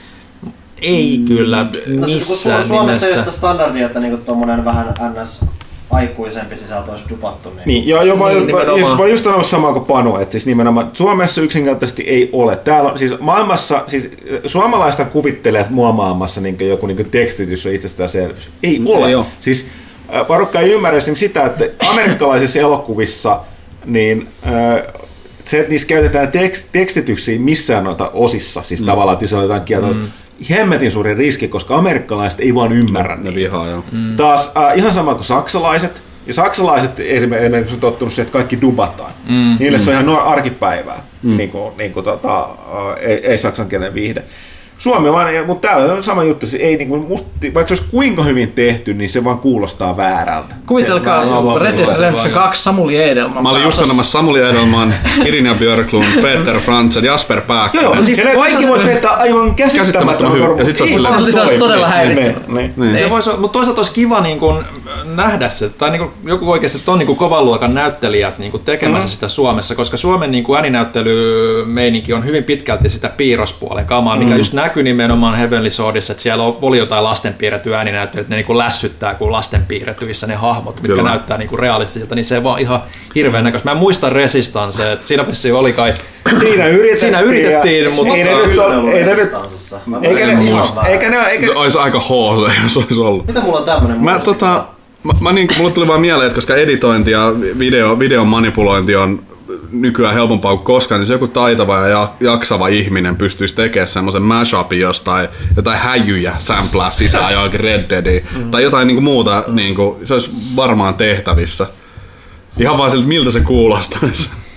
Ei kyllä missään no, Suomessa nimessä. ei ole sitä standardia, että niinku tommonen vähän ns. Aikuisempi sisältö olisi dupattu. Niin, niin joo, joo, niin, mä, mä, mä oon just sanonut samaa kuin Panu, että siis nimenomaan Suomessa yksinkertaisesti ei ole. Täällä on, siis maailmassa, siis suomalaista kuvittelee, että mua maailmassa niin joku niin tekstitys on itsestäänselvyys. Ei no, ole. Ei ole. Siis porukka ei ymmärrä sitä, että amerikkalaisissa elokuvissa niin äh, se, että niissä käytetään tekst, tekstityksiä missään noita osissa, siis mm. tavallaan, että jos on jotain kieltä, mm. hemmetin suuri riski, koska amerikkalaiset ei vaan ymmärrä niitä. Vihaa, joo. Mm. Taas äh, ihan sama kuin saksalaiset. Ja saksalaiset esimerkiksi on tottunut siihen, että kaikki dubataan. Mm. Niille mm. se on ihan arkipäivää, mm. niin kuin, niin kuin, tota, äh, ei, ei saksankielinen viihde. Suomi vaan, mutta täällä on sama juttu, se ei, niin kuin, musta, vaikka se olisi kuinka hyvin tehty, niin se vaan kuulostaa väärältä. Kuvitelkaa Red Dead Redemption kaksi Samuli Edelman. Mä olin just sanomassa Samuli Edelman, Irina Björklund, Peter Frantzen, Jasper Pääkkönen. Joo, siis kaikki voisi viettää aivan käsittämättömän hyvin. Ja sit se olisi todella häiritsevä. Mutta toisaalta olisi kiva niin kun nähdä se, tai niin kun joku oikeasti, että on niin kovan luokan näyttelijät niin tekemässä mm. sitä Suomessa, koska Suomen niin ääninäyttelymeininki on hyvin pitkälti sitä piirrospuolen kamaa, mikä mm. just näkyy nimenomaan Heavenly Swordissa, että siellä oli jotain lastenpiirrettyä ääninäyttelyä, että ne niin lässyttää kuin lastenpiirrettyissä ne hahmot, mitkä Kyllä. näyttää niin realistisilta, niin se on vaan ihan hirveän näköistä. Mä en muista Resistance, että siinä vissiin oli kai... Siinä yritettiin, siinä yritettiin ja, mutta... Ei ne nyt ole... Eikä ne muista. Eikä ne... Eikä... Se olisi aika H C, jos olisi ollut. Mitä mulla on tämmönen Mä tota... Mä, mä niin, mulle tuli vaan mieleen, että koska editointi ja video, videon manipulointi on nykyään helpompaa kuin koskaan, niin se joku taitava ja jaksava ihminen pystyisi tekemään semmoisen mashupin jostain, jotain häjyjä samplaa sisään johonkin Red Deadiin, mm. tai jotain niinku muuta, niinku, se olisi varmaan tehtävissä. Ihan vaan siltä, miltä se kuulostaisi.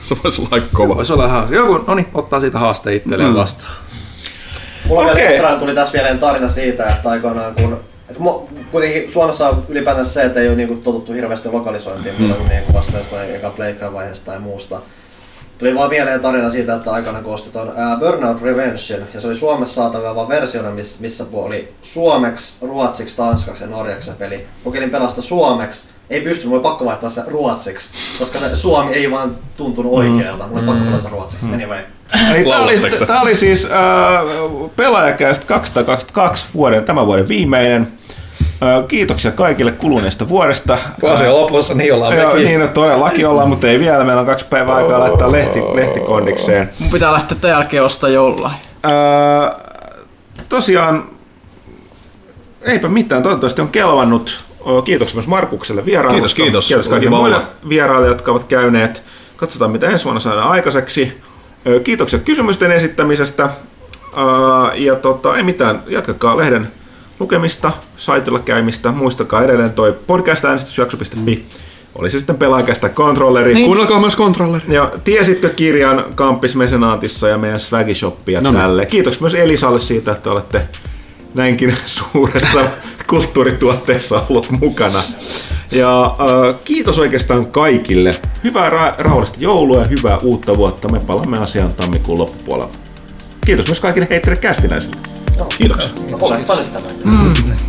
Se voisi olla aika Se kova. voisi olla hauska. Joku, no niin, ottaa siitä haasteen itselleen mm. vastaan. Mulla Okei. vielä ekstraan tuli tässä vielä tarina siitä, että aikoinaan kun et mo, kuitenkin Suomessa on ylipäätään se, että ei ole niinku totuttu hirveästi lokalisointiin, mm. muuta kuin niinku vasta jostain eka pleikkaan vaiheesta tai muusta. Tuli vaan mieleen tarina siitä, että aikana kun ostin ton ää, Burnout Revention, ja se oli Suomessa saatavilla vaan versiona, miss, missä oli suomeksi, ruotsiksi, tanskaksi ja norjaksi se peli. Kokeilin pelasta suomeksi, ei pystynyt, mulla oli pakko vaihtaa se ruotsiksi, koska se suomi ei vaan tuntunut oikealta, mulla oli pakko pelata ruotsiksi, mm. anyway. Eli tää, oli, tää oli siis äh, Pelaajakäst kaksisataakaksikymmentäkaksi vuoden, tämän vuoden viimeinen. Äh, kiitoksia kaikille kuluneesta vuodesta. Vuosi on lopussa, niin ollaan Joo, mekin. niin no, todellakin ollaan, mutta ei vielä. Meillä on kaksi päivää aikaa laittaa lehti, lehtikondikseen. Mun pitää lähteä tämän jälkeen ostaa joululahja. Äh, tosiaan, eipä mitään. Toivottavasti on kelvannut. Kiitos myös Markukselle vierailusta. Kiitos, kiitos. Kiitos kaikille muille vieraille, jotka ovat käyneet. Katsotaan, mitä ensi vuonna saadaan aikaiseksi. Kiitoksia kysymysten esittämisestä. Ja tota, ei mitään, jatkakaa lehden lukemista, saitilla käymistä. Muistakaa edelleen toi podcast-äänestysjakso piste fi. Oli se sitten Pelaajakästä kontrolleri. Niin. Kuunnelkaa myös kontrolleri. Ja tiesitkö kirjan Kampis Mesenaatissa ja meidän Swaggy-shoppia no, tälle. Kiitos myös Elisalle siitä, että olette näinkin suuressa kulttuurituotteessa ollut mukana. Ja äh, kiitos oikeastaan kaikille. Hyvää ra- rauhallista joulua ja hyvää uutta vuotta. Me palaamme asiaan tammikuun loppupuolella. Kiitos myös kaikille heitteille kästiläisille. Kiitoksia. Oli paljon tämä. Mm.